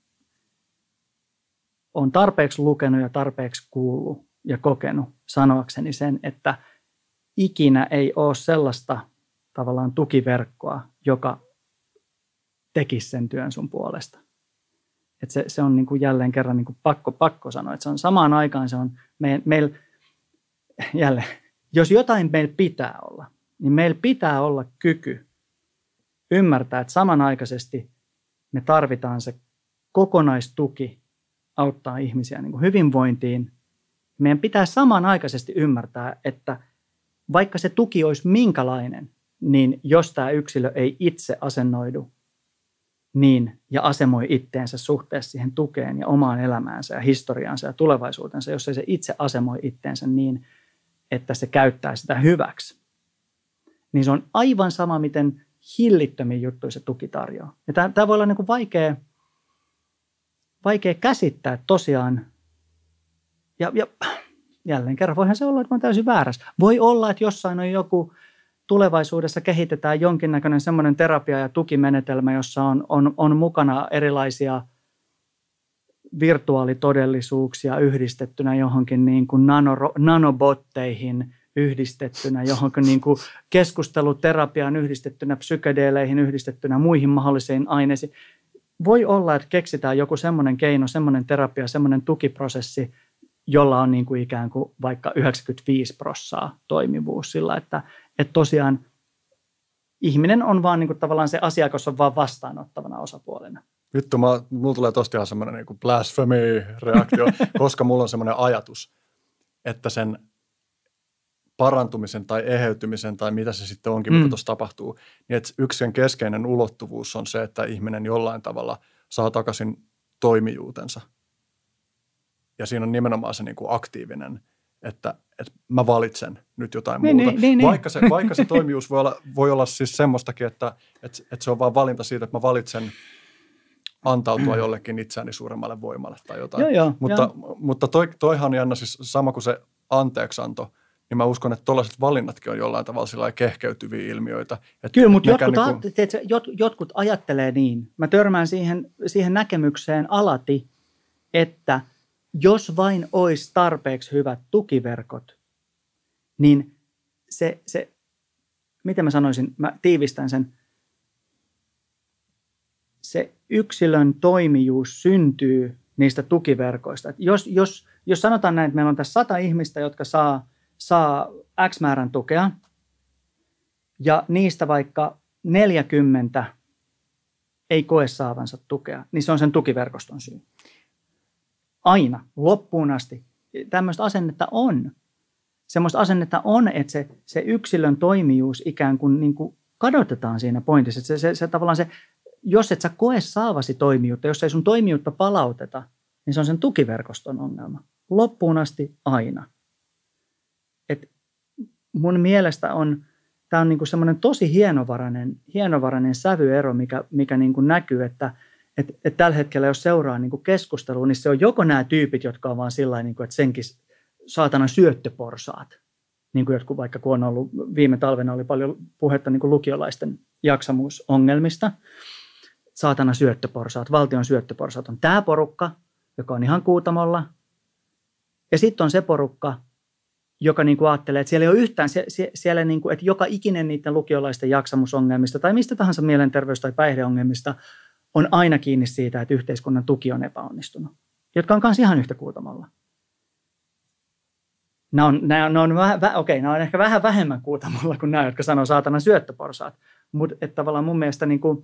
on tarpeeksi lukenut ja tarpeeksi kuullut ja kokenut sanoakseni sen, että ikinä ei ole sellaista tavallaan tukiverkkoa, joka tekisi sen työn sun puolesta. Että se on niin kuin jälleen kerran niin kuin pakko sanoa, että se on samaan aikaan se on meillä jälleen, jos jotain meillä pitää olla, niin meillä pitää olla kyky ymmärtää, että samanaikaisesti me tarvitaan se kokonaistuki auttaa ihmisiä niin kuin hyvinvointiin. Meidän pitää samanaikaisesti ymmärtää, että vaikka se tuki olisi minkälainen, niin jos tämä yksilö ei itse asennoidu niin ja asemoi itteensä suhteessa siihen tukeen ja omaan elämäänsä ja historiaansa ja tulevaisuutensa, jos ei se itse asemoi itteensä niin, että se käyttää sitä hyväksi, niin se on aivan sama, miten hillittömiä juttuja se tuki tarjoaa. Ja tämä voi olla niin kuin vaikea käsittää tosiaan. Ja jälleen kerran voihan se olla, että mä oon täysin väärässä. Voi olla, että jossain on joku tulevaisuudessa kehitetään jonkinnäköinen semmoinen terapia- ja tukimenetelmä, jossa on mukana erilaisia virtuaalitodellisuuksia yhdistettynä johonkin niin kuin nanobotteihin, yhdistettynä johonkin niin kuin keskusteluterapiaan, yhdistettynä psykedeeleihin, yhdistettynä muihin mahdollisiin aineisiin. Voi olla, että keksitään joku semmoinen keino, semmoinen terapia, semmoinen tukiprosessi, jolla on niin kuin ikään kuin vaikka 95% toimivuus sillä, että tosiaan ihminen on vaan niin kuin tavallaan se asiakas on vaan vastaanottavana osapuolena. Vittu, mulla tulee tosta ihan semmoinen niin kuin blasphemy-reaktio, koska mulla on semmoinen ajatus, että sen parantumisen tai eheytymisen tai mitä se sitten onkin, mitä tuossa tapahtuu, niin että yksi sen keskeinen ulottuvuus on se, että ihminen jollain tavalla saa takaisin toimijuutensa. Ja siinä on nimenomaan se niin kuin aktiivinen, että mä valitsen nyt jotain muuta. Niin. Vaikka se toimijuus voi olla siis semmoistakin, että se on vaan valinta siitä, että mä valitsen antautua jollekin itseäni suuremmalle voimalle tai jotain. Joo, mutta toihan on jännä siis sama kuin se anteeksianto, niin mä uskon, että tuollaiset valinnatkin on jollain tavalla sillä kehkeytyviä ilmiöitä. Kyllä, mutta jotkut ajattelee niin. Mä törmään siihen näkemykseen alati, että jos vain olisi tarpeeksi hyvät tukiverkot, niin se miten mä sanoisin, mä tiivistän sen, se yksilön toimijuus syntyy niistä tukiverkoista. Et jos sanotaan näin, että meillä on tässä 100 ihmistä, jotka saa X määrän tukea, ja niistä vaikka 40 ei koe saavansa tukea, niin se on sen tukiverkoston syy. Aina, loppuun asti. Tämmöistä asennetta on. Semmoista asennetta on, että se yksilön toimijuus ikään kuin, kadotetaan siinä pointissa. Se tavallaan se, jos et sä koe saavasi toimijuutta, jos ei sun toimijuutta palauteta, niin se on sen tukiverkoston ongelma. Loppuun asti aina. Et mun mielestä tämä on niinku semmoinen tosi hienovarainen sävyero, mikä niinku näkyy, että tällä hetkellä, jos seuraa niinku keskustelua, niin se on joko nämä tyypit, jotka on vaan sillä tavalla, että senkin saatana syöttöporsaat. Niin kuin jotkut, vaikka kun on ollut viime talvena oli paljon puhetta niinku lukiolaisten jaksamuusongelmista. Saatana syöttöporsaat, valtion syöttöporsaat on tämä porukka, joka on ihan Kuutamolla. Ja sitten on se porukka, joka niinku ajattelee, että siellä ei ole yhtään, siellä niinku, että joka ikinen niiden lukiolaisten jaksamusongelmista tai mistä tahansa mielenterveys- tai päihdeongelmista on aina kiinni siitä, että yhteiskunnan tuki on epäonnistunut, jotka on myös ihan yhtä Kuutamolla. Nämä on ehkä vähän vähemmän Kuutamolla kuin nämä, jotka sanoo saatanan syöttöporsaat. Mutta tavallaan mun mielestä niin kuin,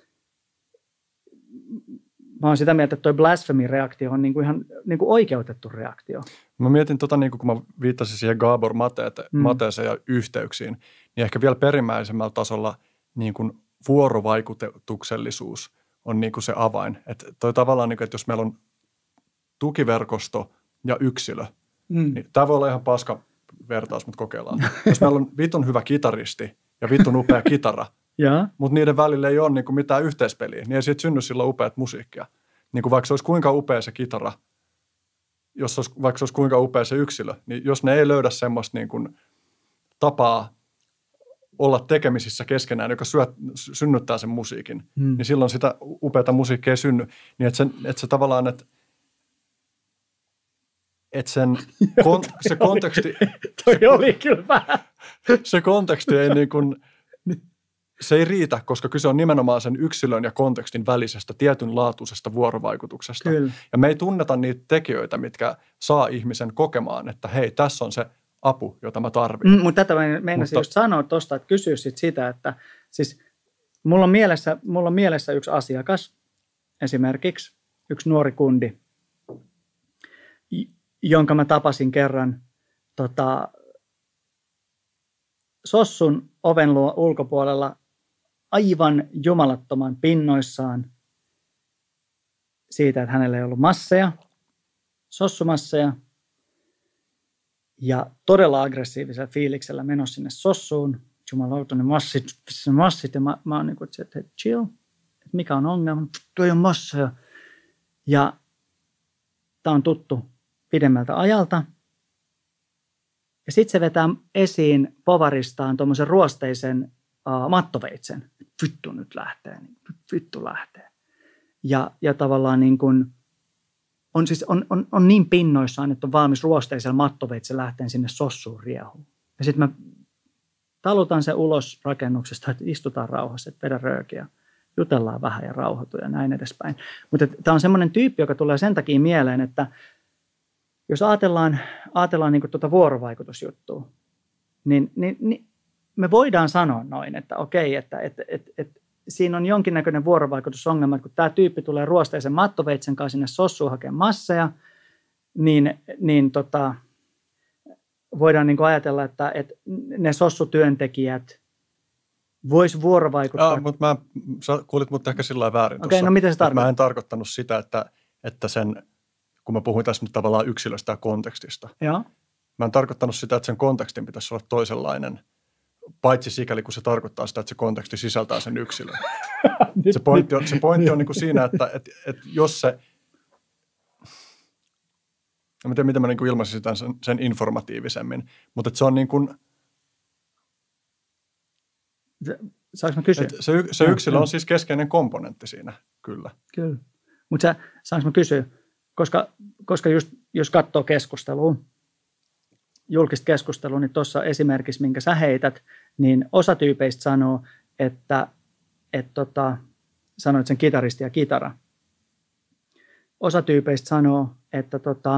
mä oon sitä mieltä, että toi blasphemy-reaktio on niin kuin ihan niin kuin oikeutettu reaktio. Mä mietin niin kuin kun mä viittasin siihen Gabor Mateeseen ja yhteyksiin, niin ehkä vielä perimmäisemmällä tasolla niin kuin vuorovaikutuksellisuus on niin kuin se avain. Että toi tavallaan, niin kuin, että jos meillä on tukiverkosto ja yksilö, niin tämä voi olla ihan paska vertaus, mutta kokeillaan. Jos meillä on vitun hyvä kitaristi ja vitun upea kitara, mutta niiden välillä ei ole niin kuin mitään yhteispeliä, niin ei siitä synny silloin upeat musiikkia. Niin kuin vaikka se olisi kuinka upea se kitara, vaikka se olisi kuinka upea se yksilö, niin jos ne ei löydä semmoista niin kuin tapaa olla tekemisissä keskenään, joka synnyttää sen musiikin, niin silloin sitä upeata musiikkia ei synny. Niin että se tavallaan, että se konteksti... Toi oli kyllä vähän. Se konteksti ei niin kuin, se ei riitä, koska kyse on nimenomaan sen yksilön ja kontekstin välisestä tietynlaatuisesta vuorovaikutuksesta. Kyllä. Ja me ei tunneta niitä tekijöitä, mitkä saa ihmisen kokemaan, että hei, tässä on se apu, jota mä tarvitsen. Mutta tätä meinasin just sanoa tuosta, että kysyä sitä, että siis mulla on mielessä yksi asiakas, esimerkiksi yksi nuori kundi, jonka mä tapasin kerran Sossun oven ulkopuolella aivan jumalattoman pinnoissaan siitä, että hänellä ei ollut masseja, sossumasseja, ja todella aggressiivisella fiiliksellä menossa sinne sossuun. Jumalauta, ne massit, ja mä oon niin kuin, että chill, että mikä on ongelma, toi on masseja. Ja tää on tuttu pidemmältä ajalta. Ja sitten se vetää esiin povaristaan tuommoisen ruosteisen mattoveitsen. Vittu nyt lähtee, vittu lähtee. Ja tavallaan niin kuin on niin pinnoissaan, että on valmis ruosteisella mattoveitsen lähteen sinne sossuun riehuun. Ja sitten mä talutan se ulos rakennuksesta, että istutaan rauhassa, että vedä röökiä, jutellaan vähän ja rauhoitu ja näin edespäin. Mutta tämä on semmoinen tyyppi, joka tulee sen takia mieleen, että jos ajatellaan niin kuin tuota vuorovaikutusjuttua, niin me voidaan sanoa noin, että okei, että siinä on jonkinnäköinen vuorovaikutusongelma, että kun tämä tyyppi tulee ruosteisen mattoveitsen kanssa sinne sossuun hakemaan masseja, niin voidaan niin kuin ajatella, että ne sossutyöntekijät vois vuorovaikuttaa. Mutta sä kuulit mut ehkä sillä lailla väärin tuossa. No miten se tarkoittaa? Mä en tarkoittanut sitä, että sen, kun mä puhuin tässä nyt tavallaan yksilöstä ja kontekstista. Joo. Mä en tarkoittanut sitä, että sen kontekstin pitäisi olla toisenlainen, paitsi sikäli kun se tarkoittaa sitä, että se konteksti sisältää sen yksilön. Se pointti on niin kuin siinä, että jos se, en tiedä miten mä niin kuin ilmaisin sen informatiivisemmin, mutta että se on niin kuin, saanko mä kysyä? Se yksilö on siis keskeinen komponentti siinä, kyllä. Kyllä. Mutta saanko mä kysyä? Koska just, jos katsoo keskustelua, julkista keskustelua, niin tuossa esimerkiksi, minkä sä heität, niin osa tyypeistä sanoo, että sanoit sen kitaristi ja kitara. Osa tyypeistä sanoo, että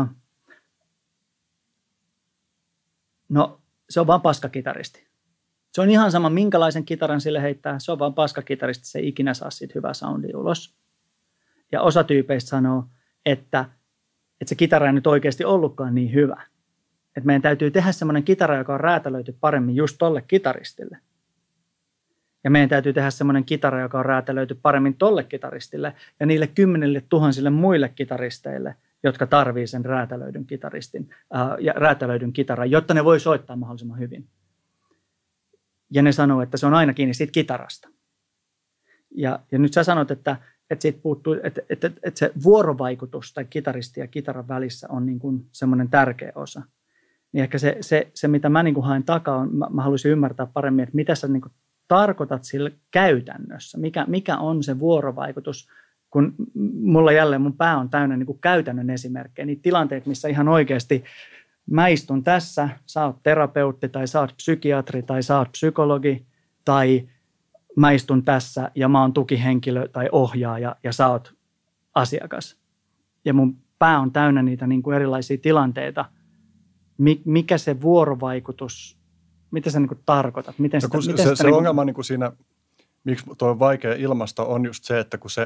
no se on vaan paskakitaristi. Se on ihan sama, minkälaisen kitaran sille heittää, se on vaan paskakitaristi, se ei ikinä saa siitä hyvää soundia ulos. Ja osa tyypeistä sanoo, että se kitara ei nyt oikeasti ollutkaan niin hyvä. Että meidän täytyy tehdä semmoinen kitara, joka on räätälöity paremmin just tolle kitaristille. Ja meidän täytyy tehdä semmoinen kitara, joka on räätälöity paremmin tolle kitaristille ja niille 10 000 muille kitaristeille, jotka tarvii sen räätälöidyn kitaristin ja räätälöidyn kitaran, jotta ne voi soittaa mahdollisimman hyvin. Ja ne sanoo, että se on aina kiinni siitä kitarasta. Ja nyt sä sanot, että siitä puuttuu, että se vuorovaikutus tai kitaristi ja kitaran välissä on niin kuin semmoinen tärkeä osa. Niin ehkä se mitä mä niin kuin haen takaa, on, mä haluaisin ymmärtää paremmin, että mitä sä niin kuin tarkoitat sillä käytännössä. Mikä on se vuorovaikutus, kun mulla jälleen mun pää on täynnä niin kuin käytännön esimerkkejä. Niitä tilanteita, missä ihan oikeasti mä istun tässä, sä oot terapeutti tai sä oot psykiatri tai sä oot psykologi tai mä istun tässä ja mä oon tukihenkilö tai ohjaaja ja sä oot asiakas. Ja mun pää on täynnä niitä niin kuin erilaisia tilanteita, mikä se vuorovaikutus, mitä sä niin kuin tarkoitat? Miten sitä, se ongelma niin kuin siinä, miksi tuo on vaikea ilmaista, on just se, että kun se,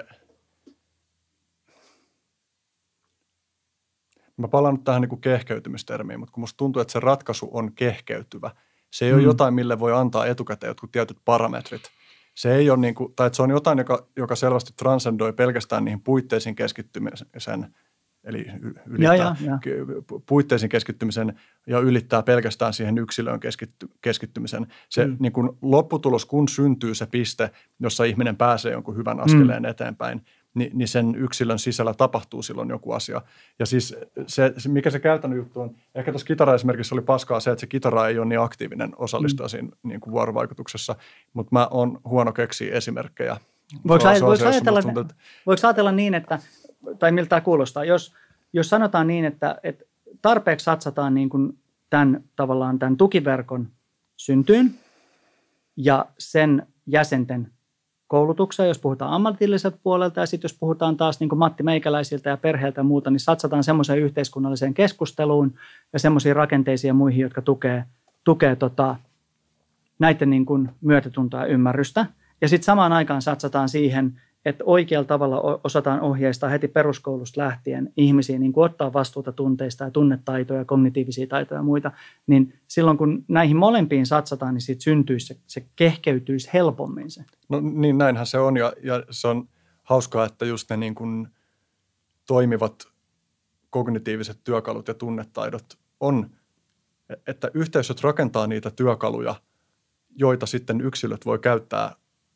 mä palaan nyt tähän niin kuin kehkeytymistermiin, mutta kun musta tuntuu, että se ratkaisu on kehkeytyvä. Se ei ole jotain, mille voi antaa etukäteen jotkut tietyt parametrit. Se ei ole niin kuin, tai että se on jotain, joka selvästi transcendoi pelkästään niihin puitteisiin keskittymisen, eli ylittää puitteisiin keskittymisen ja ylittää pelkästään siihen yksilöön keskittymisen. Se niin kuin lopputulos, kun syntyy se piste, jossa ihminen pääsee jonkun hyvän askeleen eteenpäin, niin sen yksilön sisällä tapahtuu silloin joku asia. Ja siis se mikä se käytännön juttu on, ehkä tuossa kitara-esimerkissä oli paskaa se, että se kitara ei ole niin aktiivinen osallistuja siinä niin kuin vuorovaikutuksessa, mutta mä oon huono keksiä esimerkkejä. Voiko ajatella niin, että, tai miltä tämä kuulostaa, jos sanotaan niin, että tarpeeksi satsataan niin kuin tämän tukiverkon syntyyn ja sen jäsenten koulutukseen, jos puhutaan ammatilliselta puolelta, ja sitten jos puhutaan taas niin kuin Matti Meikäläisiltä ja perheeltä ja muuta, niin satsataan semmoiseen yhteiskunnalliseen keskusteluun ja semmoisiin rakenteisiin ja muihin, jotka tukee näiden niin kuin myötätuntoa ja ymmärrystä. Ja sitten samaan aikaan satsataan siihen, että oikealla tavalla osataan ohjeistaa heti peruskoulusta lähtien ihmisiä niin kuin ottaa vastuuta tunteista ja tunnetaitoja, kognitiivisia taitoja ja muita, niin silloin kun näihin molempiin satsataan, niin siitä syntyisi, se kehkeytyisi helpommin se. No niin, näinhän se on ja se on hauskaa, että just ne niin kuin toimivat kognitiiviset työkalut ja tunnetaidot on, että yhteisöt rakentaa niitä työkaluja, joita sitten yksilöt voi käyttää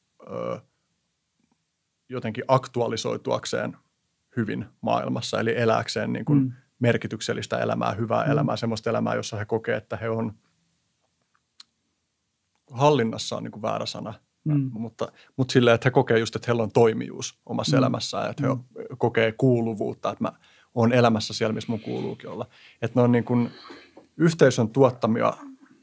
jotenkin aktualisoituakseen hyvin maailmassa, eli elääkseen niin kuin merkityksellistä elämää, hyvää elämää, semmoista elämää, jossa he kokee, että he on hallinnassa on niin kuin väärä sana, mutta silleen, että he kokee just, että heillä on toimijuus omassa elämässään, että he kokee kuuluvuutta, että mä oon elämässä siellä, missä mun kuuluukin olla. Että ne on niin kuin yhteisön tuottamia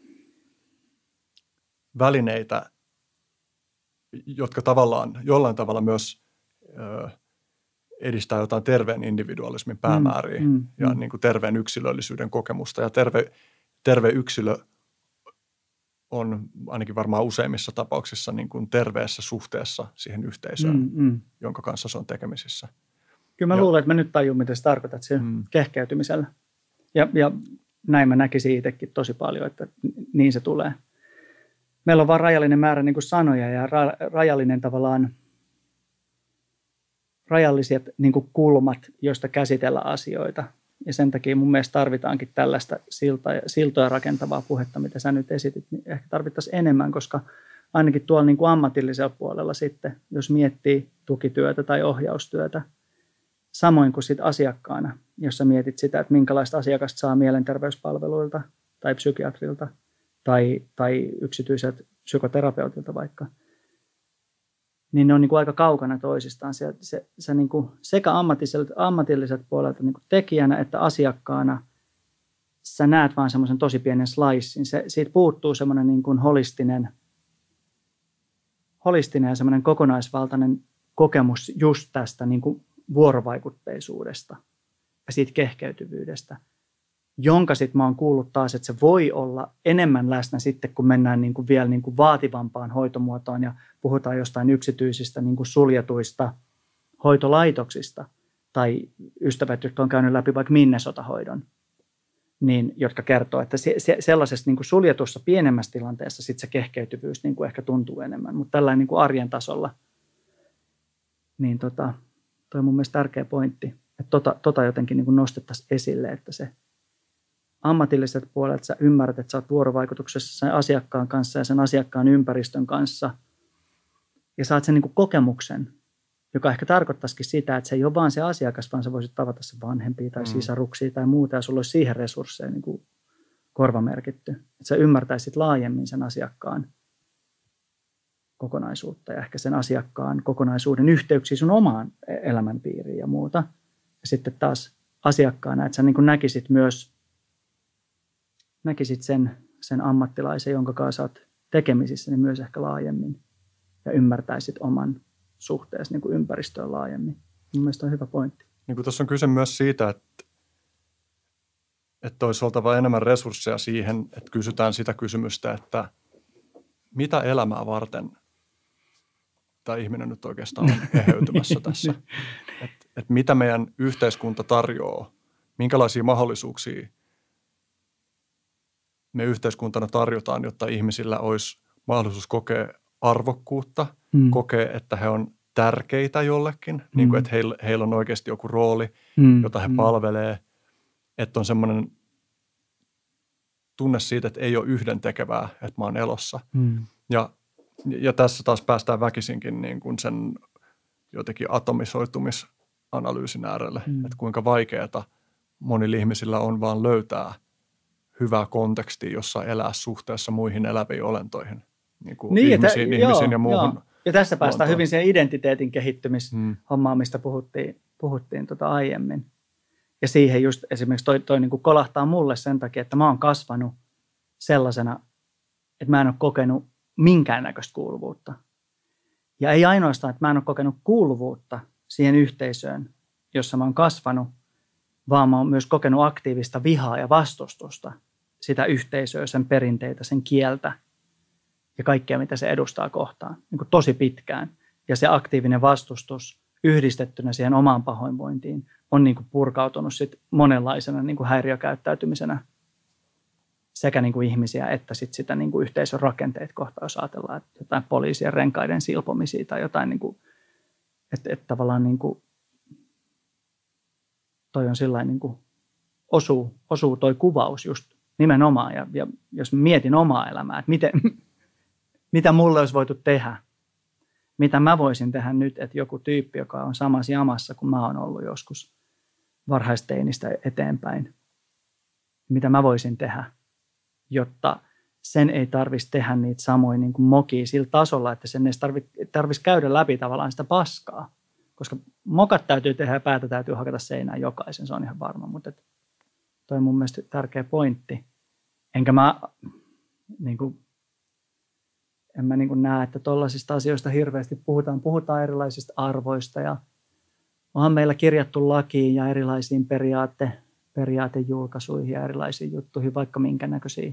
välineitä, jotka tavallaan jollain tavalla myös edistää jotain terveen individualismin päämääriä ja niin kuin terveen yksilöllisyyden kokemusta. Ja terve yksilö on ainakin varmaan useimmissa tapauksissa niin kuin terveessä suhteessa siihen yhteisöön, jonka kanssa se on tekemisissä. Kyllä mä luulen, että mä nyt tajun, mitä sä tarkoitat sillä kehkeytymisellä. Ja näin mä näkisin itsekin tosi paljon, että niin se tulee. Meillä on vain rajallinen määrä niin kuin sanoja ja rajallinen tavallaan rajalliset niin kuin kulmat, joista käsitellä asioita. Ja sen takia mun mielestä tarvitaankin tällaista siltoja rakentavaa puhetta, mitä sä nyt esitit, niin ehkä tarvittaisiin enemmän, koska ainakin tuolla niin kuin ammatillisella puolella sitten, jos miettii tukityötä tai ohjaustyötä, samoin kuin sit asiakkaana, jos sä mietit sitä, että minkälaista asiakasta saa mielenterveyspalveluilta tai psykiatrilta, tai yksityiseltä psykoterapeutilta vaikka, niin ne on niin kuin aika kaukana toisistaan. Se niin kuin sekä ammatilliset puolelta niin kuin tekijänä että asiakkaana sä näet vaan semmoisen tosi pienen slicein. Siitä puuttuu semmoinen niin kuin holistinen ja semmoinen kokonaisvaltainen kokemus just tästä niin kuin vuorovaikutteisuudesta ja siitä kehkeytyvyydestä, jonka sitten mä oon kuullut taas, että se voi olla enemmän läsnä sitten, kun mennään niin kuin vielä niin kuin vaativampaan hoitomuotoon ja puhutaan jostain yksityisistä niin kuin suljetuista hoitolaitoksista tai ystävät, jotka on käynyt läpi vaikka Minnesota-hoidon, niin, jotka kertoo, että sellaisessa niin kuin suljetussa pienemmässä tilanteessa sitten se kehkeytyvyys niin kuin ehkä tuntuu enemmän, mutta tällainen niin kuin arjen tasolla, niin toi on mun mielestä tärkeä pointti, että jotenkin niin kuin nostettaisiin esille, että se ammatilliset puolet, sä ymmärrät, että sä oot vuorovaikutuksessa sen asiakkaan kanssa ja sen asiakkaan ympäristön kanssa ja saat sen niin kuin kokemuksen, joka ehkä tarkoittaisikin sitä, että se ei ole vaan se asiakas, vaan sä voisit tavata sen vanhempia tai sisaruksia tai muuta ja sulla olisi siihen resursseja niin kuin korvamerkitty. Että sä ymmärtäisit laajemmin sen asiakkaan kokonaisuutta ja ehkä sen asiakkaan kokonaisuuden yhteyksiä sun omaan elämänpiiriin ja muuta. Ja sitten taas asiakkaana, että sä niin kuin näkisit sen ammattilaisen, jonka kanssa olet tekemisissä, niin myös ehkä laajemmin ja ymmärtäisit oman suhteesi niin kuin ympäristöön laajemmin. Mun mielestä on hyvä pointti. Niin kuin tuossa on kyse myös siitä, että että olisi oltava enemmän resursseja siihen, että kysytään sitä kysymystä, että mitä elämää varten tämä ihminen nyt oikeastaan on eheytymässä tässä. Että mitä meidän yhteiskunta tarjoaa, minkälaisia mahdollisuuksia me yhteiskuntana tarjotaan, jotta ihmisillä olisi mahdollisuus kokea arvokkuutta, kokea, että he on tärkeitä jollekin, niin kuin, että heillä on oikeasti joku rooli, jota he palvelee, että on semmoinen tunne siitä, että ei ole yhdentekevää, että mä oon elossa. Ja tässä taas päästään väkisinkin niin kuin sen jotenkin atomisoitumisanalyysin äärelle, että kuinka vaikeaa monilla ihmisillä on vaan löytää hyvää kontekstia, jossa elää suhteessa muihin eläviin olentoihin, niin kuin ihmisiin ja muuhun. Joo. Ja tässä päästään hyvin siihen identiteetin kehittymishommaan, mistä puhuttiin aiemmin. Ja siihen just esimerkiksi toi niin kuin kolahtaa mulle sen takia, että mä oon kasvanut sellaisena, että mä en ole kokenut minkäännäköistä kuuluvuutta. Ja ei ainoastaan, että mä en ole kokenut kuuluvuutta siihen yhteisöön, jossa mä oon kasvanut, vaan mä oon myös kokenut aktiivista vihaa ja vastustusta sitä yhteisöä, sen perinteitä, sen kieltä ja kaikkea, mitä se edustaa kohtaan, niin kuin tosi pitkään. Ja se aktiivinen vastustus yhdistettynä siihen omaan pahoinvointiin on niin kuin purkautunut sit monenlaisena niin kuin häiriökäyttäytymisenä sekä niin kuin ihmisiä että sit sitä niin kuin yhteisön rakenteet kohtaan, jos ajatellaan, että jotain poliisien renkaiden silpomisia tai jotain, niin kuin, että tavallaan niin kuin, toi on sillain niin kuin osuu toi kuvaus just nimenomaan. Ja jos mietin omaa elämää, että mitä mulle olisi voitu tehdä, mitä mä voisin tehdä nyt, että joku tyyppi, joka on samassa jamassa kuin mä oon ollut joskus varhaisteinistä eteenpäin, mitä mä voisin tehdä, jotta sen ei tarvitsisi tehdä niitä samoja niin kuin mokia sillä tasolla, että sen ei tarvitsisi käydä läpi tavallaan sitä paskaa. Koska mokat täytyy tehdä ja päätä täytyy hakata seinään jokaisen, se on ihan varma. Mutta toi on mun mielestä tärkeä pointti. Enkä mä niin kuin, en mä niin kuin näe, että tollaisista asioista hirveästi puhutaan erilaisista arvoista ja onhan meillä kirjattu lakiin ja erilaisiin periaatejulkaisuihin ja erilaisiin juttuihin, vaikka minkä näköisiä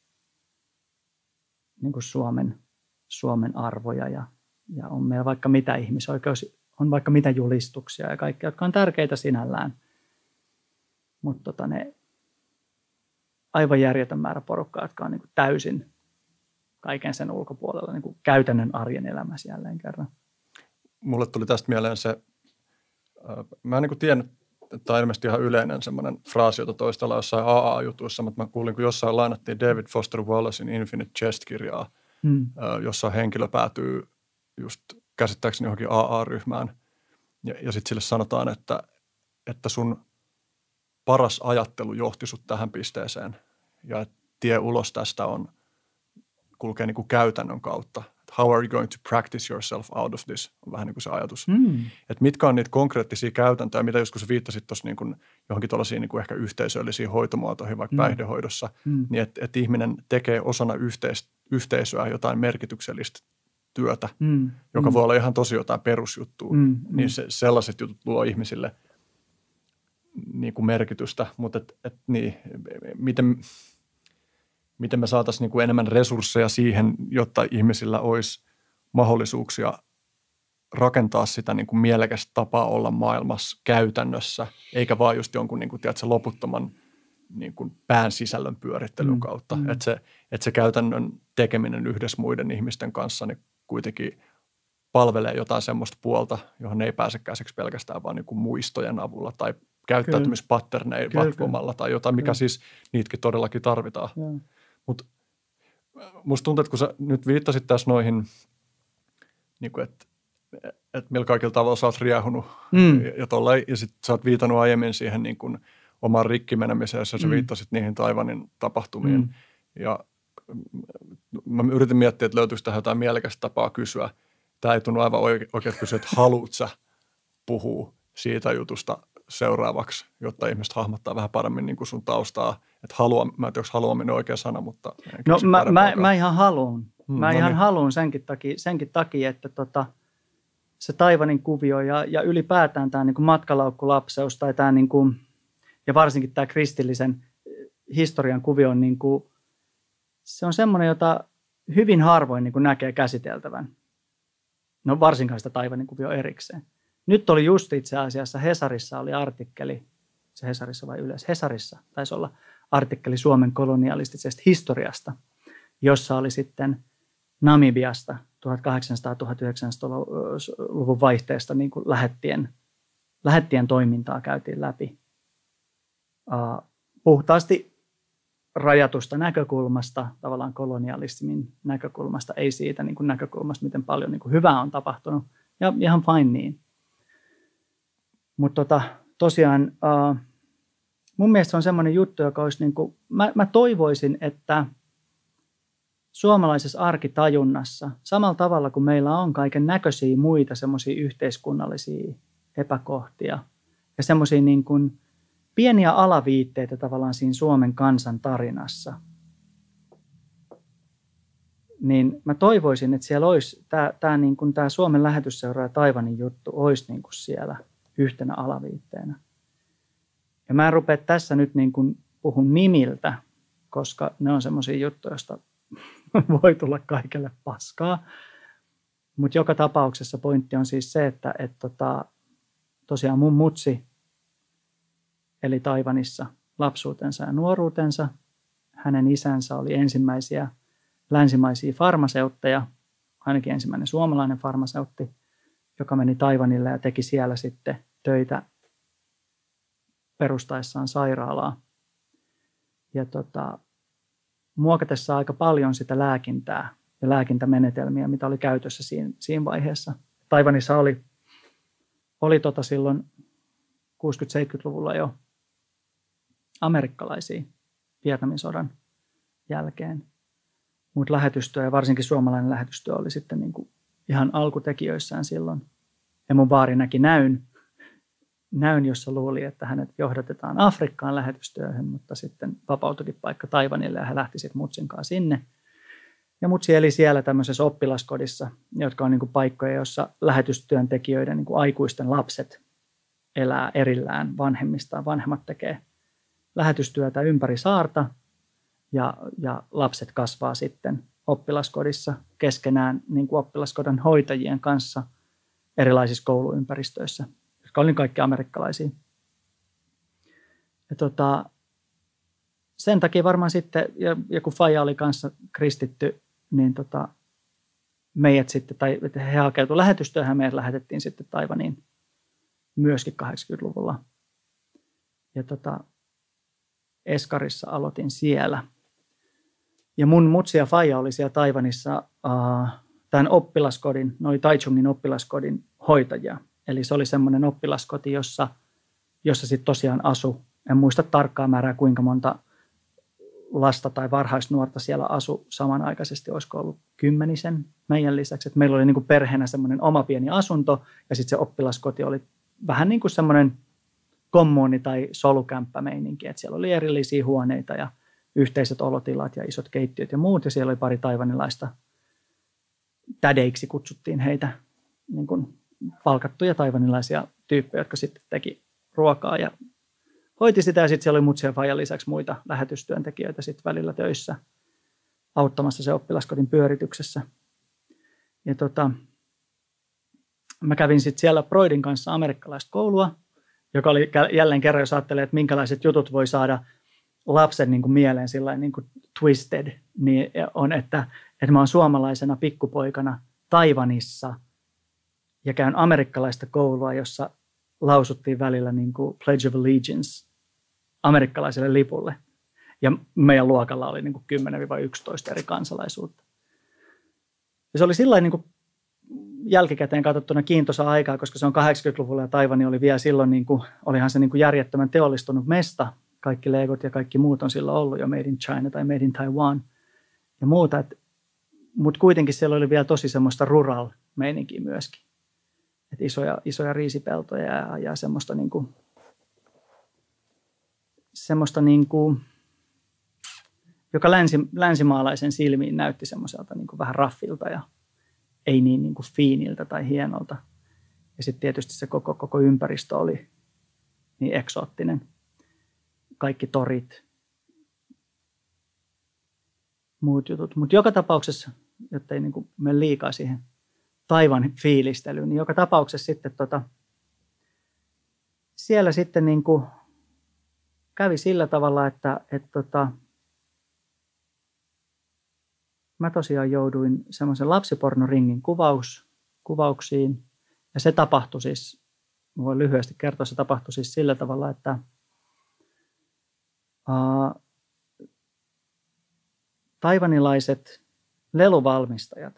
niin kuin Suomen arvoja ja on meillä vaikka mitä ihmisoikeus, on vaikka mitä julistuksia ja kaikkea, jotka on tärkeitä sinällään, mutta ne aivan järjetön määrä porukkaa, jotka on niin kuin täysin kaiken sen ulkopuolella niin kuin käytännön arjen elämässä jälleen kerran. Mulle tuli tästä mieleen se, mä en niin kuin tiennyt, tämä on ilmeisesti ihan yleinen semmoinen fraasi, jota toistellaan jossain AA-jutuissa, mutta mä kuulin, kun jossain lainattiin David Foster Wallacein Infinite Jest-kirjaa, jossa henkilö päätyy just käsittääkseni johonkin AA-ryhmään. Ja sitten sille sanotaan, että sun paras ajattelu johti sut tähän pisteeseen ja että tie ulos tästä kulkee niin kuin käytännön kautta. How are you going to practice yourself out of this? On vähän niin kuin se ajatus. Että mitkä on niitä konkreettisia käytäntöjä, mitä joskus viittasit tuossa niin kuin johonkin tuollaisiin niin kuin ehkä yhteisöllisiin hoitomuotoihin, vaikka päihdehoidossa, niin että ihminen tekee osana yhteisöä jotain merkityksellistä työtä, joka voi olla ihan tosi jotain perusjuttua. Niin sellaiset jutut luo ihmisille niin kuin merkitystä, mutta niin, miten me saataisiin niin kuin enemmän resursseja siihen, jotta ihmisillä olisi mahdollisuuksia rakentaa sitä niin kuin mielekästä tapaa olla maailmassa käytännössä, eikä vaan just jonkun niin kuin, tiedätkö, loputtoman niin kuin pään sisällön pyörittelyn kautta. Että se käytännön tekeminen yhdessä muiden ihmisten kanssa niin kuitenkin palvelee jotain semmoista puolta, johon ei pääse käsiksi pelkästään vaan niin kuin muistojen avulla tai käyttäytymispatterneja vatvomalla tai jotain, mikä siis niitäkin todellakin tarvitaan. Mutta musta tuntuu, että kun sä nyt viittasit tässä noihin, niin että millä kaikilla tavalla sä oot riehunut ja sitten sä oot viitannut aiemmin siihen niin kuin omaan rikkimenemiseen, jossa sä viittasit niihin Taiwanin tapahtumiin. Ja mä yritin miettiä, että löytyisi tähän jotain mielekästä tapaa kysyä. Tämä ei tunnu aivan oikein kysyä, että haluut sä puhua siitä jutusta seuraavaksi, jotta ihmiset hahmottaa vähän paremmin niin kuin sun taustaa. Että mä en tiedä, onko haluaminen oikea sana, mutta... No mä ihan haluan. Haluan senkin takia, että se Taiwanin kuvio ja ylipäätään tämä niin kuin matkalaukkulapseus tai tämä niin kuin, ja varsinkin tämä kristillisen historian kuvio on, niin kuin, se on semmoinen, jota hyvin harvoin niin kuin näkee käsiteltävän. No varsinkaan sitä Taiwanin kuvio erikseen. Nyt oli just itse asiassa Hesarissa oli artikkeli, se Hesarissa vai Ylessä? Hesarissa taisi olla artikkeli Suomen kolonialistisesta historiasta, jossa oli sitten Namibiasta 1800-1900-luvun vaihteesta niin kuin lähettien toimintaa käytiin läpi. Puhtaasti rajatusta näkökulmasta, tavallaan kolonialismin näkökulmasta, ei siitä niin kuin näkökulmasta, miten paljon niin kuin hyvää on tapahtunut, ja ihan fine niin. Mutta tosiaan mun mielestä se on semmoinen juttu, joka olisi niin kuin, mä toivoisin, että suomalaisessa arkitajunnassa, samalla tavalla kuin meillä on kaiken näköisiä muita semmoisia yhteiskunnallisia epäkohtia ja semmoisia niin kuin pieniä alaviitteitä tavallaan siinä Suomen kansan tarinassa, niin mä toivoisin, että siellä olisi tämä Suomen lähetysseura ja Taiwanin juttu olisi niin kuin siellä yhtenä alaviitteenä. Ja mä en rupea tässä nyt niin kuin puhun nimiltä, koska ne on semmoisia juttuja, joista voi tulla kaikelle paskaa. Mutta joka tapauksessa pointti on siis se, että tosiaan mun mutsi eli Taiwanissa lapsuutensa ja nuoruutensa. Hänen isänsä oli ensimmäisiä länsimaisia farmaseutteja, ainakin ensimmäinen suomalainen farmaseutti, joka meni Taiwanille ja teki siellä sitten töitä perustaessaan sairaalaa. Ja muokatessa aika paljon sitä lääkintää ja lääkintämenetelmiä, mitä oli käytössä siinä vaiheessa. Taiwanissa oli silloin 60-70-luvulla jo amerikkalaisia Vietnamin sodan jälkeen. Mutta lähetystöä ja varsinkin suomalainen lähetystö oli sitten niin kuin ihan alkutekijöissään silloin. Ja mun vaari näki näyn, jossa luuli, että hänet johdatetaan Afrikkaan lähetystyöhön, mutta sitten vapautuikin paikka Taiwanille ja hän lähti sitten mutsinkaan sinne. Ja mutsi eli siellä tämmöisessä oppilaskodissa, jotka on niin kuin paikkoja, joissa lähetystyöntekijöiden niin kuin aikuisten lapset elää erillään vanhemmistaan. Vanhemmat tekee lähetystyötä ympäri saarta ja lapset kasvaa sitten oppilaskodissa keskenään niin kuin oppilaskodin hoitajien kanssa erilaisissa kouluympäristöissä, jotka oli kaikki amerikkalaisia. Ja sen takia varmaan sitten, ja kun faija oli kanssa kristitty, niin meidät sitten, tai he hakeutuivat lähetystyöhön, meidät lähetettiin sitten Taiwaniin myöskin 80-luvulla. Ja Eskarissa aloitin siellä. Ja mun mutsi ja faija oli siellä Taiwanissa tämän oppilaskodin, ne oli Taichungin oppilaskodin hoitajia. Eli se oli semmoinen oppilaskoti, jossa sitten tosiaan asui. En muista tarkkaa määrää, kuinka monta lasta tai varhaisnuorta siellä asui samanaikaisesti. Olisiko ollut 10 meidän lisäksi. Et meillä oli niin kuin perheenä semmoinen oma pieni asunto ja sitten se oppilaskoti oli vähän niin kuin semmoinen kommuuni- tai solukämppämeininki. Et siellä oli erillisiä huoneita ja yhteiset olotilat ja isot keittiöt ja muut. Ja siellä oli pari taiwanilaista tädeiksi, kutsuttiin heitä, niin kuin palkattuja taiwanilaisia tyyppejä, jotka sitten teki ruokaa ja hoiti sitä. Ja sitten siellä oli mutsi ja faijan lisäksi muita lähetystyöntekijöitä sitten välillä töissä auttamassa se oppilaskodin pyörityksessä. Ja mä kävin sitten siellä Broidin kanssa amerikkalaista koulua, joka oli jälleen kerran, jos ajattelee, että minkälaiset jutut voi saada lapsen niin kuin mieleen sillain niin kuin twisted, niin on, että mä oon suomalaisena pikkupoikana Taiwanissa ja käyn amerikkalaista koulua, jossa lausuttiin välillä niin kuin Pledge of Allegiance amerikkalaiselle lipulle. Ja meidän luokalla oli niin kuin 10-11 eri kansalaisuutta. Ja se oli sillain niin kuin jälkikäteen katsottuna kiintoisa aikaa, koska se on 80-luvulla ja Taiwan oli vielä silloin, niin kuin, olihan se niin kuin järjettömän teollistunut mesta. Kaikki Legot ja kaikki muut on silloin ollut jo Made in China tai Made in Taiwan ja muuta. Mutta kuitenkin siellä oli vielä tosi semmoista rural-meininkiä myöskin. Et isoja riisipeltoja ja semmoista niinku, joka länsimaalaisen silmiin näytti semmoiselta niinku vähän raffilta ja ei niin niinku fiiniltä tai hienolta. Ja sitten tietysti se koko ympäristö oli niin eksoottinen. Kaikki torit, muut jutut. Mutta joka tapauksessa, jotta ei niin kuin mene liikaa siihen taivaan fiilistelyyn, niin joka tapauksessa sitten siellä sitten niin kuin kävi sillä tavalla, että mä tosiaan jouduin semmoisen lapsipornoringin kuvauksiin. Ja se tapahtui siis, voin lyhyesti kertoa, se tapahtui siis sillä tavalla, että taiwanilaiset leluvalmistajat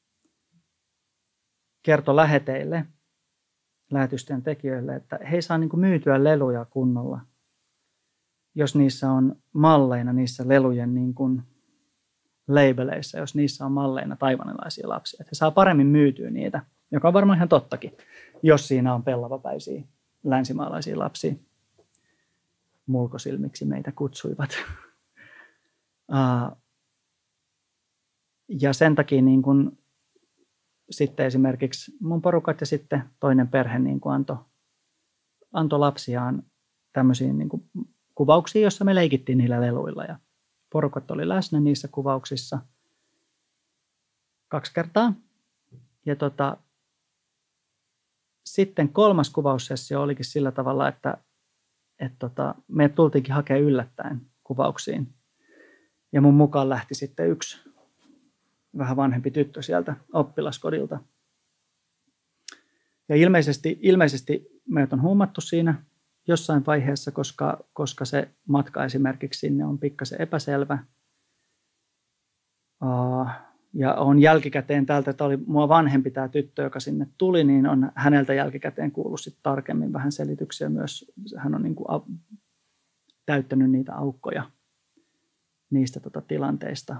kertoi läheteille, lähetysten tekijöille, että he ei saa niin kuin myytyä leluja kunnolla, jos niissä on malleina niissä lelujen niin kuin labeleissä, jos niissä on malleina taiwanilaisia lapsia. Että he saa paremmin myytyä niitä, joka on varmaan ihan tottakin, jos siinä on pellavapäisiä länsimaalaisia lapsia. Mulkosilmiksi meitä kutsuivat. Ja sen takia niin kun sitten esimerkiksi mun porukat ja sitten toinen perhe niin kun antoi lapsiaan tämmöisiin niin kun kuvauksiin, jossa me leikittiin niillä leluilla. Ja porukat oli läsnä niissä kuvauksissa 2 kertaa. Ja sitten 3. kuvaussessio olikin sillä tavalla, että me tultiinkin hakemaan yllättäen kuvauksiin. Ja mun mukaan lähti sitten yksi vähän vanhempi tyttö sieltä oppilaskodilta. Ja ilmeisesti meidät on huomattu siinä jossain vaiheessa, koska se matka esimerkiksi sinne on pikkasen epäselvä. Ja on jälkikäteen tältä, että oli mua vanhempi tämä tyttö, joka sinne tuli, niin on häneltä jälkikäteen kuullut sitten tarkemmin vähän selityksiä myös. Hän on niin kuin täyttänyt niitä aukkoja niistä tilanteista.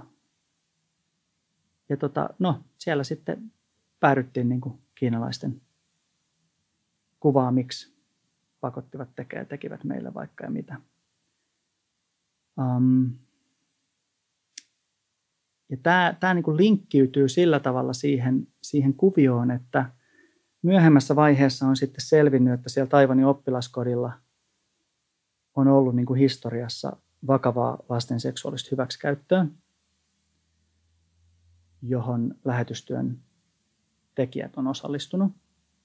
Ja siellä sitten päädyttiin niin kuin kiinalaisten kuvaamiksi, pakottivat tekivät meille vaikka ja mitä. Ja tämä niin kuin linkkiytyy sillä tavalla siihen kuvioon, että myöhemmässä vaiheessa on sitten selvinnyt, että siellä Taiwanin oppilaskodilla on ollut niin kuin historiassa vakavaa lasten seksuaalista hyväksikäyttöä, johon lähetystyön tekijät on osallistunut.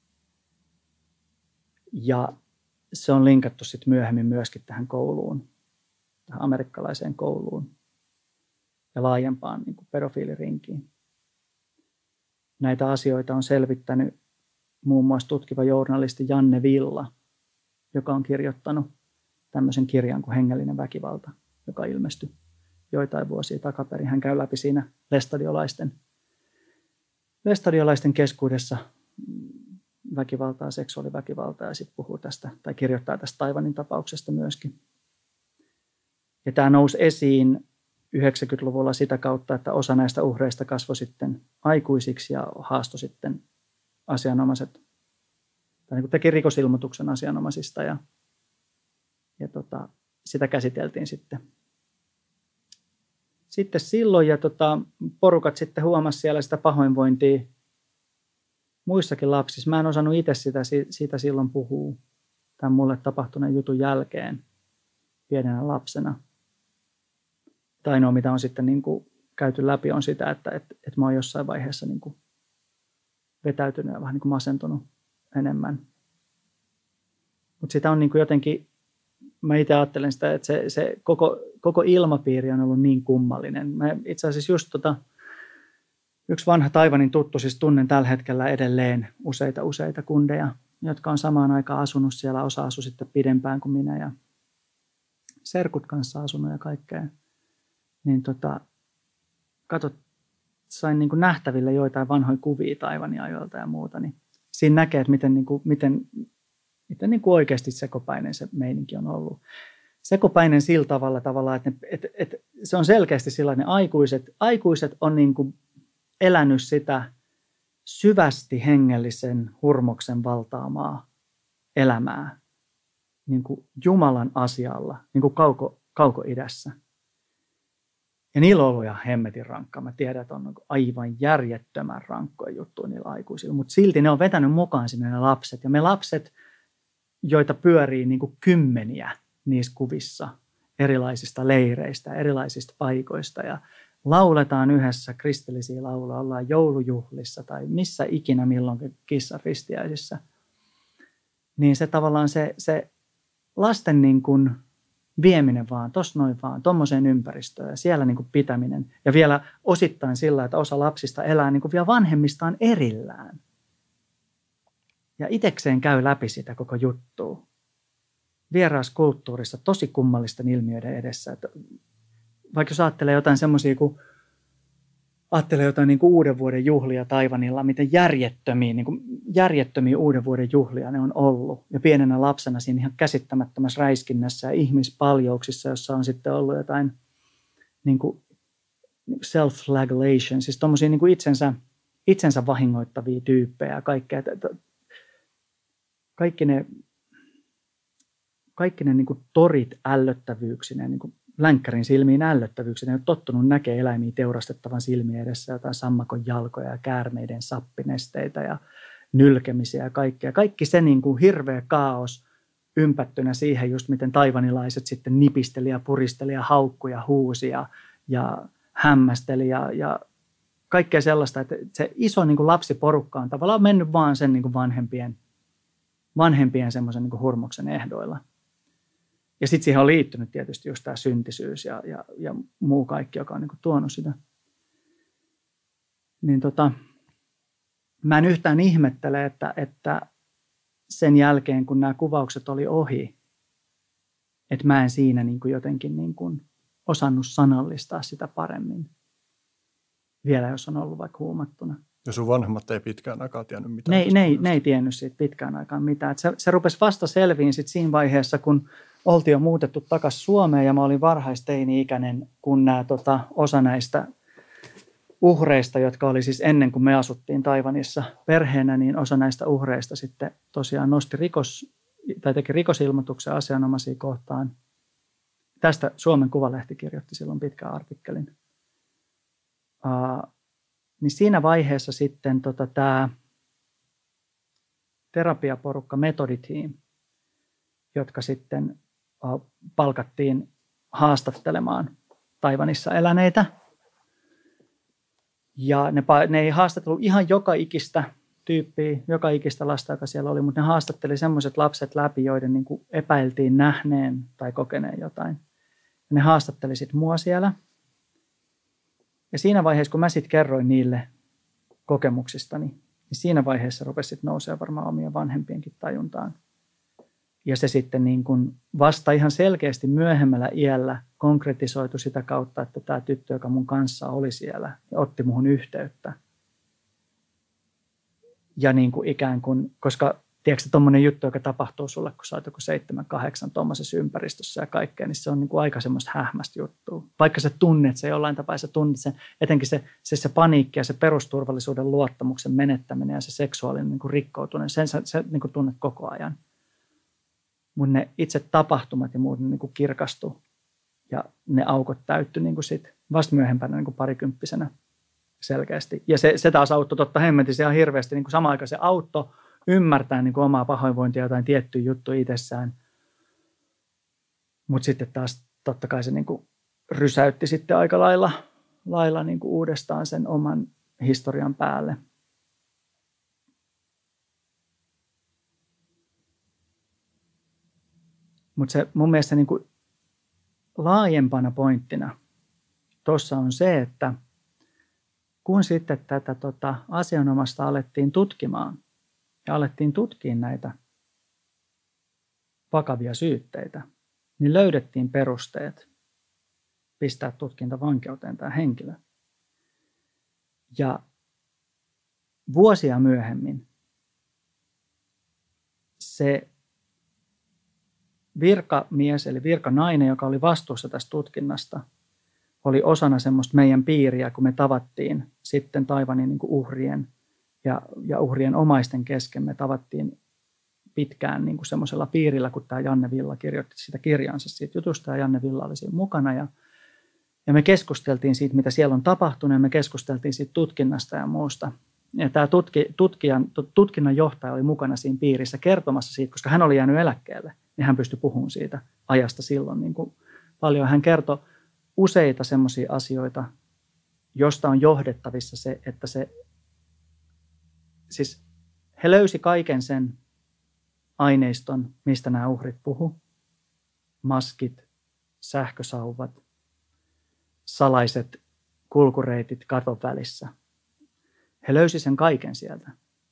Ja se on linkattu sitten myöhemmin myöskin tähän kouluun, tähän amerikkalaiseen kouluun ja laajempaan niin kuin pedofiilirinkiin. Näitä asioita on selvittänyt muun muassa tutkiva journalisti Janne Villa, joka on kirjoittanut tämmöisen kirjan kuin Hengellinen väkivalta, joka ilmestyi joitain vuosia takaperin. Hän käy läpi siinä lestadiolaisten keskuudessa väkivaltaa, seksuaaliväkivaltaa ja sitten puhuu tästä tai kirjoittaa tästä Taiwanin tapauksesta myöskin. Ja tämä nousi esiin 90-luvulla sitä kautta, että osa näistä uhreista kasvoi sitten aikuisiksi ja haastoi sitten asianomaiset, tai niin kuin teki rikosilmoituksen asianomaisista ja sitä käsiteltiin sitten silloin ja porukat sitten huomasi siellä sitä pahoinvointia muissakin lapsissa. Mä en osannut itse siitä silloin puhua tämän mulle tapahtuneen jutun jälkeen pienenä lapsena. Ainoa, mitä on sitten niin kuin käyty läpi, on sitä, että mä oon jossain vaiheessa niin kuin vetäytynyt ja vähän niin kuin masentunut enemmän. Mutta sitä on niin kuin jotenkin, mä itse ajattelen sitä, että se koko ilmapiiri on ollut niin kummallinen. Mä itse asiassa just yksi vanha Taiwanin tuttu, siis tunnen tällä hetkellä edelleen useita kundeja, jotka on samaan aikaan asunut siellä. Osa asui sitten pidempään kuin minä ja serkut kanssa asunut ja kaikkea. Niin sain niin kuin nähtäville joitain vanhoja kuvia Taiwanin ajoilta ja muuta. Niin siinä näkee, että miten niin kuin oikeasti sekopäinen se meininki on ollut. Sekopäinen sillä tavalla, että se on selkeästi sellainen, aikuiset on niin kuin elänyt sitä syvästi hengellisen hurmoksen valtaamaa elämää niin kuin Jumalan asialla, niin kuin kaukoidässä. Ja niillä on ollut ihan hemmetin rankkaa. Mä tiedän, että on aivan järjettömän rankkoja juttuja niillä aikuisilla, mutta silti ne on vetänyt mukaan sinne ne lapset. Ja me lapset, joita pyörii niin kuin kymmeniä niissä kuvissa erilaisista leireistä, erilaisista paikoista ja lauletaan yhdessä kristillisiä lauluja, ollaan joulujuhlissa tai missä ikinä milloinkin kissan ristiäisissä, niin se tavallaan se lasten niin kuin vieminen vaan, tuossa noin vaan, tuommoiseen ympäristöön ja siellä niin kuin pitäminen. Ja vielä osittain sillä, että osa lapsista elää niin kuin vielä vanhemmistaan erillään. Ja itekseen käy läpi sitä koko juttua. Vieraassa kulttuurissa tosi kummallisten ilmiöiden edessä. Että vaikka jos ajattelee jotain semmoisia, kun ajattelee jotain niin kuin uuden vuoden juhlia Taiwanilla, miten järjettömiä uuden vuoden juhlia ne on ollut. Ja pienenä lapsena siinä ihan käsittämättömässä räiskinnässä ja ihmispaljouksissa, jossa on sitten ollut jotain niin kuin self-flagellation, siis tommosia niin kuin itsensä vahingoittavia tyyppejä ja kaikkea. Kaikki ne niin kuin torit ällöttävyyksineen, niin kuin länkkärin silmiin ällöttävyyksineen, ne on tottunut näkemään eläimiä teurastettavan silmien edessä, jotain sammakon jalkoja ja käärmeiden sappinesteitä ja nylkemisiä ja kaikkea. Kaikki se niin kuin hirveä kaos ympättynä siihen just miten taiwanilaiset sitten nipisteli ja puristeli ja haukkui ja huusi ja hämmästeli ja kaikkea sellaista, että se iso niin kuin lapsiporukka on tavallaan mennyt vaan sen niin kuin vanhempien semmoisen niin kuin hurmoksen ehdoilla. Ja sitten siihen on liittynyt tietysti just tämä syntisyys ja muu kaikki, joka on niin kuin tuonut sitä. Niin mä en yhtään ihmettele, että sen jälkeen, kun nämä kuvaukset oli ohi, että mä en siinä niin kuin jotenkin niin kuin osannut sanallistaa sitä paremmin. Vielä jos on ollut vaikka huumattuna. Ja sun vanhemmat ei pitkään aikaa tiennyt mitään. Ne ei tiennyt siitä pitkään aikaan mitään. Se rupesi vasta selviin sit siinä vaiheessa, kun oltiin jo muutettu takaisin Suomeen ja mä olin varhaisteini-ikäinen, kun osa näistä uhreista, jotka oli siis ennen kuin me asuttiin Taiwanissa perheenä, niin osa näistä uhreista sitten tosiaan teki rikosilmoituksen asianomaisia kohtaan. Tästä Suomen Kuvalehti kirjoitti silloin pitkän artikkelin. Niin siinä vaiheessa sitten tämä terapiaporukka Method Team, jotka sitten palkattiin haastattelemaan Taiwanissa eläneitä. Ja ne ei haastatellut ihan joka ikistä tyyppiä, joka ikistä lasta, joka siellä oli, mutta ne haastatteli semmoiset lapset läpi, joiden niin kuin epäiltiin nähneen tai kokeneen jotain. Ja ne haastatteli sitten mua siellä. Ja siinä vaiheessa, kun mä sitten kerroin niille kokemuksistani, niin siinä vaiheessa rupesi sitten nousemaan varmaan omien vanhempienkin tajuntaan. Ja se sitten niin kuin vasta ihan selkeästi myöhemmällä iällä konkretisoitu sitä kautta, että tämä tyttö, joka mun kanssa oli siellä, otti muhun yhteyttä. Ja niin kuin ikään kuin, koska tiedätkö tuommoinen juttu, joka tapahtuu sulle, kun sä oot joku 7-8 tuommoisessa ympäristössä ja kaikkea, niin se on niin kuin aika semmoista hähmästä juttua. Vaikka sä tunnet se jollain tapaa, sä tunnet sen, etenkin se paniikki ja se perusturvallisuuden luottamuksen menettäminen ja se seksuaalinen niin kuin rikkoutuminen, sen sä niin kuin tunnet koko ajan. Mutta ne itse tapahtumat ja muut niin kuin kirkastui ja ne aukot täyttyi niin kuin sit vasta myöhempänä niin kuin parikymppisenä selkeästi. Ja se taas auttoi totta hemmetissä ihan hirveästi, niin kuin samaan aikaan se auttoi ymmärtää niin kuin omaa pahoinvointia jotain tiettyä juttua itsessään. Mutta sitten taas totta kai se niin kuin rysäytti sitten aika lailla niin kuin uudestaan sen oman historian päälle. Mutta se mun mielestä niin kuin laajempana pointtina tuossa on se, että kun sitten tätä asianomasta alettiin tutkimaan ja alettiin tutkia näitä vakavia syytteitä, niin löydettiin perusteet pistää tutkintavankeuteen tämä henkilö. Ja vuosia myöhemmin se virkamies eli virkanainen, joka oli vastuussa tästä tutkinnasta, oli osana semmoista meidän piiriä, kun me tavattiin sitten Taiwanin niin kuin uhrien ja uhrien omaisten kesken. Me tavattiin pitkään niin kuin semmoisella piirillä, kun tämä Janne Villa kirjoitti sitä kirjansa siitä jutusta, ja Janne Villa oli siinä mukana. Ja me keskusteltiin siitä, mitä siellä on tapahtunut, ja me keskusteltiin siitä tutkinnasta ja muusta. Ja tämä tutkinnan johtaja oli mukana siinä piirissä kertomassa siitä, koska hän oli jäänyt eläkkeelle, niin hän pystyi puhumaan siitä ajasta silloin niin kuin paljon. Hän kertoi useita semmoisia asioita, josta on johdettavissa se, että siis he löysi kaiken sen aineiston, mistä nämä uhrit puhu. Maskit, sähkösauvat, salaiset kulkureitit katon välissä. He löysi sen kaiken sieltä.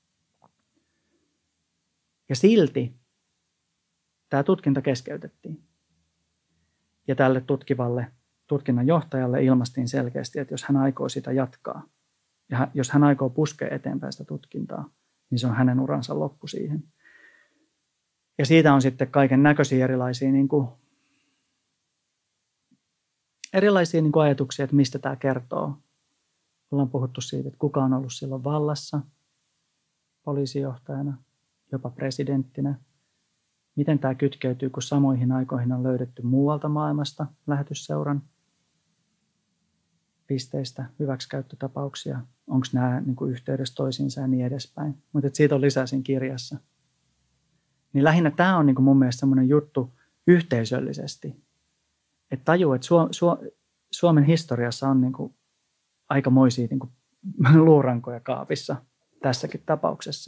Ja silti tämä tutkinta keskeytettiin. Ja tälle tutkinnan johtajalle ilmaistiin selkeästi, että jos hän aikoo sitä jatkaa, ja jos hän aikoo puskea eteenpäin sitä tutkintaa, niin se on hänen uransa loppu siihen. Ja siitä on sitten kaiken näköisiä erilaisia ajatuksia, että mistä tämä kertoo. Ollaan puhuttu siitä, että kuka on ollut silloin vallassa, poliisijohtajana, jopa presidenttinä. Miten tämä kytkeytyy, kun samoihin aikoihin on löydetty muualta maailmasta lähetysseuran pisteistä hyväksikäyttötapauksia. Onko nämä yhteydessä toisiinsa ja niin edespäin. Mutta siitä on lisää siinä kirjassa. Niin lähinnä tämä on mun mielestä semmoinen juttu yhteisöllisesti. Että tajuu, että Suomen historiassa on aikamoisia luurankoja kaapissa tässäkin tapauksessa.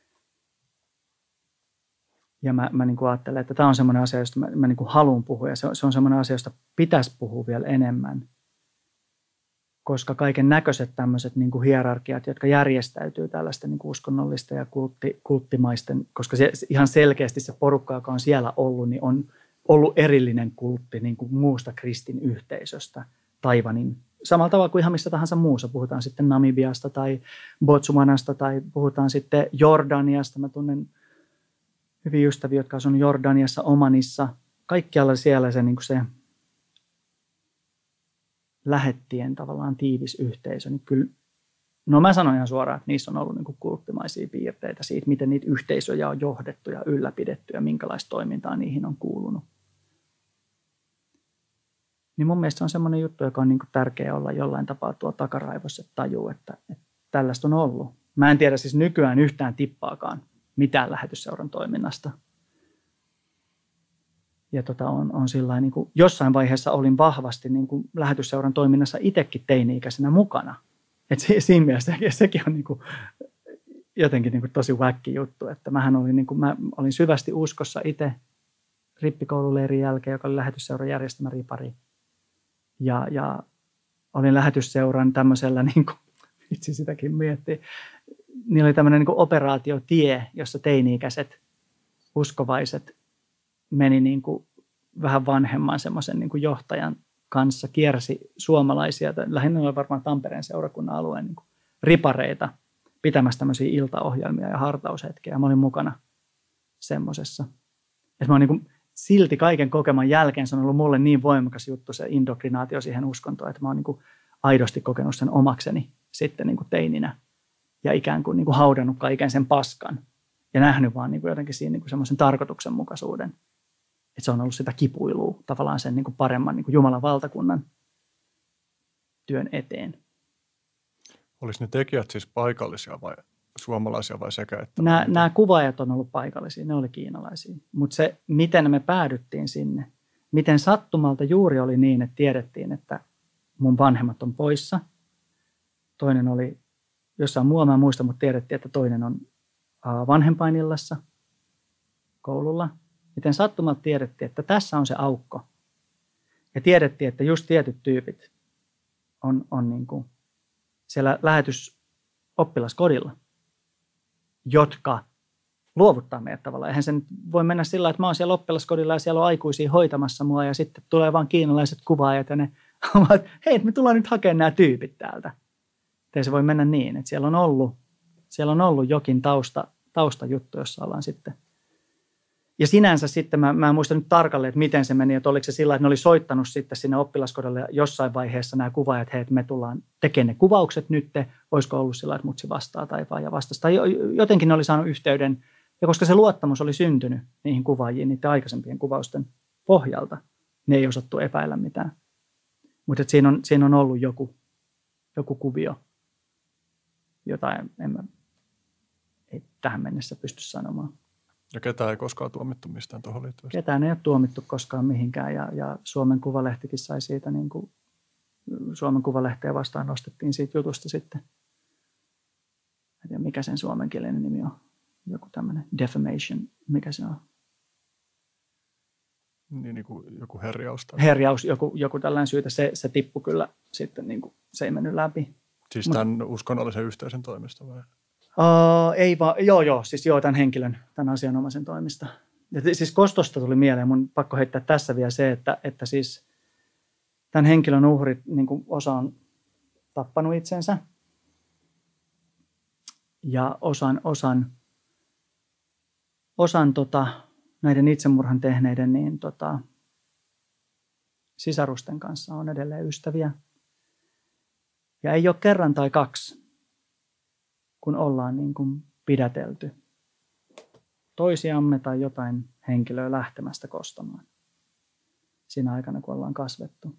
Ja mä ajattelen, että tämä on semmoinen asia, josta mä haluan puhua. Ja se on semmoinen asia, josta pitäisi puhua vielä enemmän. Koska kaiken näköiset tämmöiset hierarkiat, jotka järjestäytyy tällaisten uskonnollisten ja kulttimaisten, koska ihan selkeästi se porukka, joka on siellä ollut, niin on ollut erillinen kultti muusta kristin yhteisöstä Taiwanin. Samalla tavalla kuin ihan missä tahansa muussa. Puhutaan sitten Namibiasta tai Botswanasta tai puhutaan sitten Jordaniasta. Mä tunnen hyviä ystäviä, jotka on Jordaniassa, Omanissa. Kaikkialla siellä se lähettien tavallaan tiivis yhteisö. Niin kyllä, no mä sanon ihan suoraan, että niissä on ollut kulttimaisia piirteitä siitä, miten niitä yhteisöjä on johdettu ja ylläpidetty ja minkälaista toimintaa niihin on kuulunut. Niin mun mielestä se on semmoinen juttu, joka on tärkeä olla jollain tapaa tuo takaraivossa, että tajuu, että tällaista on ollut. Mä en tiedä siis nykyään yhtään tippaakaan mitään lähetysseuran toiminnasta. Ja on sillain, jossain vaiheessa olin vahvasti lähetysseuran toiminnassa itsekin teini-ikäisenä mukana. Et siinä mielessä sekin on jotenkin tosi wacky juttu. Että mä olin syvästi uskossa itse rippikoululeirin jälkeen, joka oli lähetysseuran järjestämä ripari. Ja olin lähetysseuran tämmöisellä, itse sitäkin miettii, niin oli tämmöinen operaatiotie, jossa teini-ikäiset uskovaiset meni vähän vanhemman semmoisen johtajan kanssa, kiersi suomalaisia, lähinnä oli varmaan Tampereen seurakunnan alueen ripareita pitämässä tämmöisiä iltaohjelmia ja hartaushetkiä. Mä olin mukana semmoisessa. Että mä oon silti kaiken kokeman jälkeen se on ollut mulle niin voimakas juttu se indoktrinaatio siihen uskontoon, että mä oon aidosti kokenut sen omakseni sitten teininä ja ikään kuin haudannut kaiken sen paskan ja nähnyt vaan jotenkin siinä semmoisen tarkoituksenmukaisuuden. Että se on ollut sitä kipuilua tavallaan sen paremman Jumalan valtakunnan työn eteen. Olisi ne tekijät siis paikallisia vai suomalaisia vai sekä? Että nämä kuvaajat on ollut paikallisia, ne oli kiinalaisia. Mutta se, miten me päädyttiin sinne, miten sattumalta juuri oli niin, että tiedettiin, että mun vanhemmat on poissa. Toinen oli jossain muualla, mä en muista, mutta tiedettiin, että toinen on vanhempainillassa koululla. Miten sattumalta tiedettiin, että tässä on se aukko. Ja tiedettiin, että just tietyt tyypit on siellä lähetysoppilaskodilla, jotka luovuttaa meidät tavallaan. Eihän se nyt voi mennä sillä lailla, että mä oon siellä oppilaskodilla ja siellä on aikuisia hoitamassa mua ja sitten tulee vaan kiinalaiset kuvaajat ja ne ovat, että hei, me tullaan nyt hakemaan nämä tyypit täältä. Ei se voi mennä niin, että siellä on ollut jokin taustajuttu, jossa ollaan sitten. Ja sinänsä sitten, mä en muista nyt tarkalleen, että miten se meni, että oliko se sillä, että ne oli soittanut sitten sinne oppilaskodille jossain vaiheessa nämä kuvaajat, että hei, että me tullaan tekemään ne kuvaukset nyt, olisiko ollut sillä, että mutsi vastaa tai vaan ja vastasi. Tai jotenkin ne oli saanut yhteyden, ja koska se luottamus oli syntynyt niihin kuvaajiin, niiden aikaisempien kuvausten pohjalta, ne ei osattu epäillä mitään. Mutta siinä on ollut joku kuvio, jota ei tähän mennessä pysty sanomaan. Ja ketään ei koskaan tuomittu mistään tuohon liittyvästi? Ketään ei ole tuomittu koskaan mihinkään ja Suomen Kuvalehtikin sai siitä Suomen Kuvalehteen vastaan nostettiin siitä jutusta sitten. En tiedä, mikä sen suomenkielinen nimi on. Joku tämmöinen defamation, mikä se on? Niin kuin joku herjaus. Herjaus, joku tällainen syytä. Se tippui kyllä sitten, niin kuin, se ei mennyt läpi. Siis tämän uskonnollisen yhteisön toimesta vai? Ei vaan, siis tämän henkilön, tämän asianomaisen toimesta. Ja siis kostosta tuli mieleen, mun pakko heittää tässä vielä se, että siis tämän henkilön uhrit, niin kuin osa on tappanut itsensä ja osan näiden itsemurhan tehneiden niin sisarusten kanssa on edelleen ystäviä. Ja ei ole kerran tai kaksi, kun ollaan niin kuin pidätelty toisiamme tai jotain henkilöä lähtemästä kostamaan siinä aikana, kun ollaan kasvettu.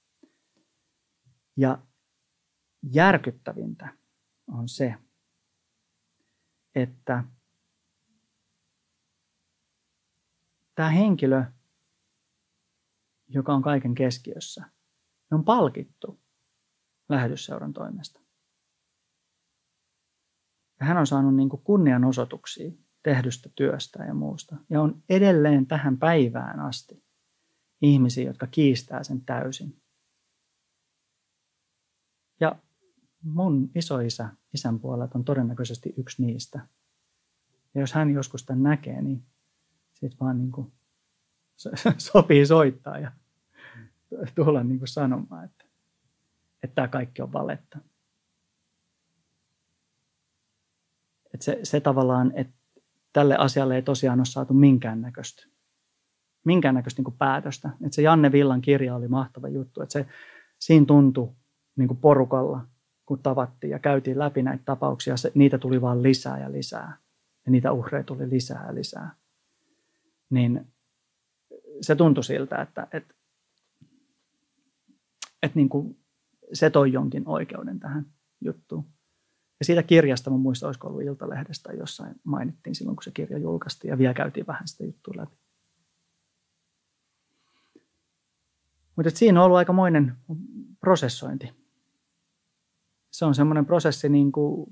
Ja järkyttävintä on se, että tämä henkilö, joka on kaiken keskiössä, on palkittu lähetysseuran toimesta. Ja hän on saanut niin kuin kunnianosoituksia tehdystä työstä ja muusta. Ja on edelleen tähän päivään asti ihmisiä, jotka kiistää sen täysin. Ja mun isoisä, isän puolelta on todennäköisesti yksi niistä. Ja jos hän joskus tämän näkee, niin sitten vaan niin kuin sopii soittaa ja tulla niin kuin sanomaan, että tämä kaikki on valetta. Että se tavallaan, että tälle asialle ei tosiaan ole saatu minkäännäköistä niin kuin päätöstä. Että se Janne Villan kirja oli mahtava juttu. Että siinä tuntui niin kuin porukalla, kun tavattiin ja käytiin läpi näitä tapauksia, niitä tuli vaan lisää ja lisää. Ja niitä uhreja tuli lisää ja lisää. Niin se tuntui siltä, että niin kuin se toi jonkin oikeuden tähän juttuun. Ja siitä kirjasta, mä muistan, olisiko ollut Iltalehdestä, jossain mainittiin silloin, kun se kirja julkaistiin, ja vielä käytiin vähän sitä juttua läpi. Mutta siinä on ollut aikamoinen prosessointi. Se on semmoinen prosessi, niin kuin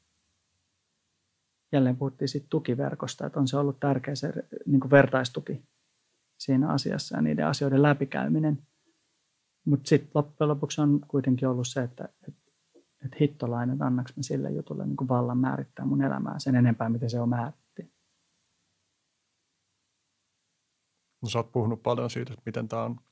jälleen puhuttiin siitä tukiverkosta, että on se ollut tärkeä se niin kuin vertaistuki siinä asiassa ja niiden asioiden läpikäyminen. Mutta sitten loppujen lopuksi on kuitenkin ollut se, että hittolainen, annaks mä sille jutulle niin kuin vallan määrittää mun elämää sen enempää, miten se on määritti. No, sä oot puhunut paljon siitä, että miten tämä on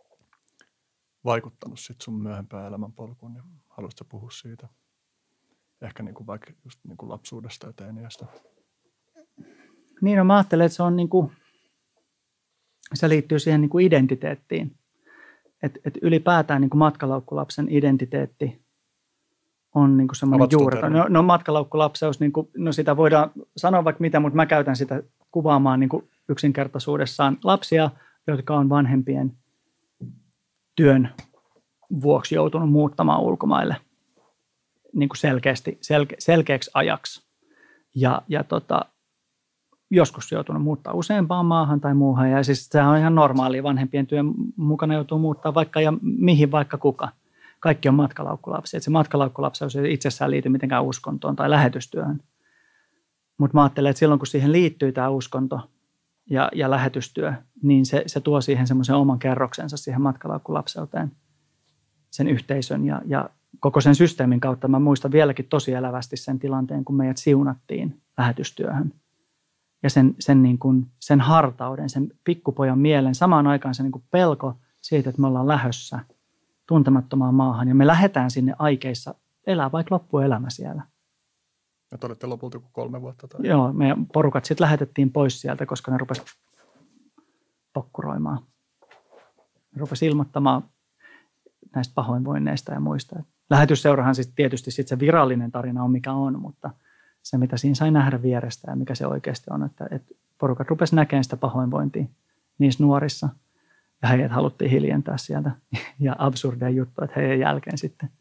vaikuttanut sit sun myöhempään elämänpolkuun, niin haluaisitko puhua siitä? Ehkä niin kuin vaikka just niin kuin lapsuudesta ja teiniästä. Niin, no mä ajattelen, että se on niin kuin, se liittyy siihen niin kuin identiteettiin. Että ylipäätään niin kuin matkalaukkulapsen identiteetti on niin kuin semmoinen juureton. No matkalaukkulapseus, niin kuin, no sitä voidaan sanoa vaikka mitä, mutta mä käytän sitä kuvaamaan niin kuin yksinkertaisuudessaan lapsia, jotka on vanhempien työn vuoksi joutunut muuttamaan ulkomaille niin kuin selkeäksi ajaksi. Ja joskus joutunut muuttaa useampaan maahan tai muuhan. Ja siis sehän on ihan normaalia, vanhempien työn mukana joutuu muuttaa vaikka ja mihin vaikka kuka. Kaikki on matkalaukkulapsia. Et se matkalaukkulapseus ei itsessään liity mitenkään uskontoon tai lähetystyöhön. Mutta mä ajattelen, että silloin kun siihen liittyy tämä uskonto ja lähetystyö, niin se tuo siihen semmoisen oman kerroksensa siihen matkalaukkulapseuteen, sen yhteisön ja koko sen systeemin kautta. Mä muistan vieläkin tosi elävästi sen tilanteen, kun meidät siunattiin lähetystyöhön. Ja sen hartauden, sen pikkupojan mielen, samaan aikaan se niin kuin pelko siitä, että me ollaan lähdössä tuntemattomaan maahan. Ja me lähdetään sinne aikeissa elää vaikka loppuelämä siellä. Ja te olette lopulta joku 3 vuotta? Tai... Joo, meidän porukat sitten lähetettiin pois sieltä, koska ne rupesi pokkuroimaan. Ne rupesi ilmoittamaan näistä pahoinvoinneista ja muista. Lähetysseurahan siis tietysti sit se virallinen tarina on mikä on, mutta se mitä siinä sai nähdä vierestä ja mikä se oikeasti on, että porukat rupesi näkemään sitä pahoinvointia niissä nuorissa. Ja heidät haluttiin hiljentää sieltä. Ja absurdeja juttu, että heidän jälkeen sitten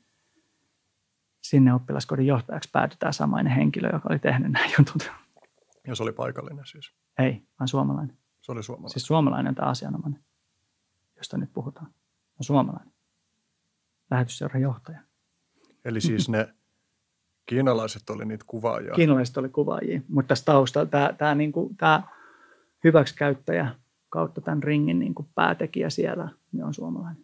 sinne oppilaskodin johtajaksi päätytään samainen henkilö, joka oli tehnyt nämä jutut. Ja se oli paikallinen siis? Ei, vaan suomalainen. Se oli suomalainen? Siis suomalainen on tämä asianomainen, josta nyt puhutaan. On suomalainen. lähetysseuran johtaja. Eli siis ne kiinalaiset oli niitä kuvaajia. Kiinalaiset oli kuvaajia, mutta tässä taustalla tämä hyväksikäyttäjä kautta tämän ringin niin kuin päätekijä siellä niin on suomalainen.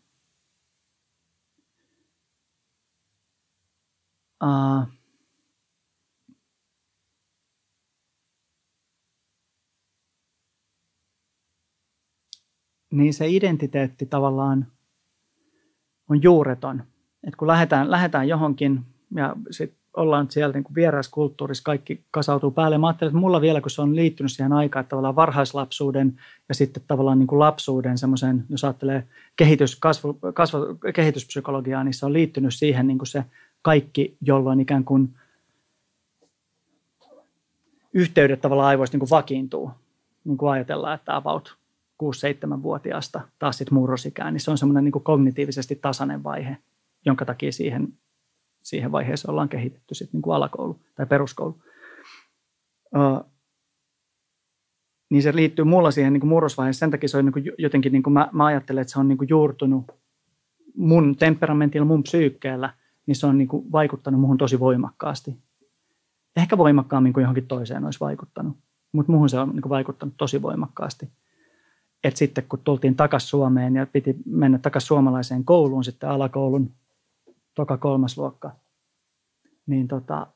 Niin se identiteetti tavallaan on juureton. Et kun lähdetään johonkin ja sitten ollaan siellä niin kuin vieraskulttuurissa, kaikki kasautuu päälle. Mä ajattelen, että mulla vielä, kun se on liittynyt siihen aikaan, että tavallaan varhaislapsuuden ja sitten tavallaan niin kuin lapsuuden semmoisen, jos ajattelee kehityspsykologiaa, niin se on liittynyt siihen niin kuin se kaikki, jolloin ikään kuin yhteydet tavallaan aivoista niin kuin vakiintuu. Niin kuin ajatellaan, että about 6-7-vuotiaasta taas sitten murrosikään, niin se on semmoinen niin kuin kognitiivisesti tasainen vaihe, jonka takia siihen vaiheeseen ollaan kehitetty sitten niin kuin alakoulu tai peruskoulu. Niin se liittyy mulla siihen niin kuin murrosvaiheeseen. Sen takia se on niin kuin jotenkin, niin kuin mä ajattelen, että se on niin kuin juurtunut mun temperamentilla, mun psyykkeellä, niin se on niin kuin vaikuttanut muhun tosi voimakkaasti. Ehkä voimakkaammin kuin johonkin toiseen olisi vaikuttanut, mutta muhun se on niin kuin vaikuttanut tosi voimakkaasti. Et sitten kun tultiin takaisin Suomeen ja piti mennä takaisin suomalaiseen kouluun, sitten alakoulun 2.–3. luokka, niin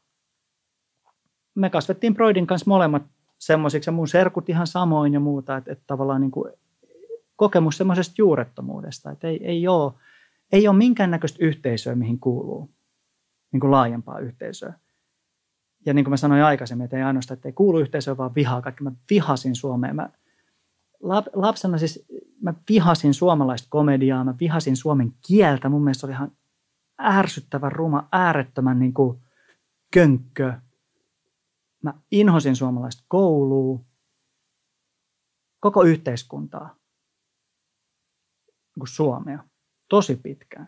me kasvettiin Broidin kanssa molemmat semmoisiksi ja mun serkut ihan samoin ja muuta, että tavallaan niin kuin kokemus semmoisesta juurettomuudesta, että ei ole minkäännäköistä yhteisöä, mihin kuuluu, niin kuin laajempaa yhteisöä. Ja niin kuin mä sanoin aikaisemmin, että ei ainoastaan, että ei kuulu yhteisöä, vaan vihaa kaikki. Mä vihasin Suomea. Lapsena siis mä vihasin suomalaista komediaa, mä vihasin suomen kieltä. Mun mielestä se oli ihan ärsyttävän ruma, äärettömän niin kuin könkkö. Mä inhosin suomalaista koulua, koko yhteiskuntaa, niin kuin Suomea, tosi pitkään.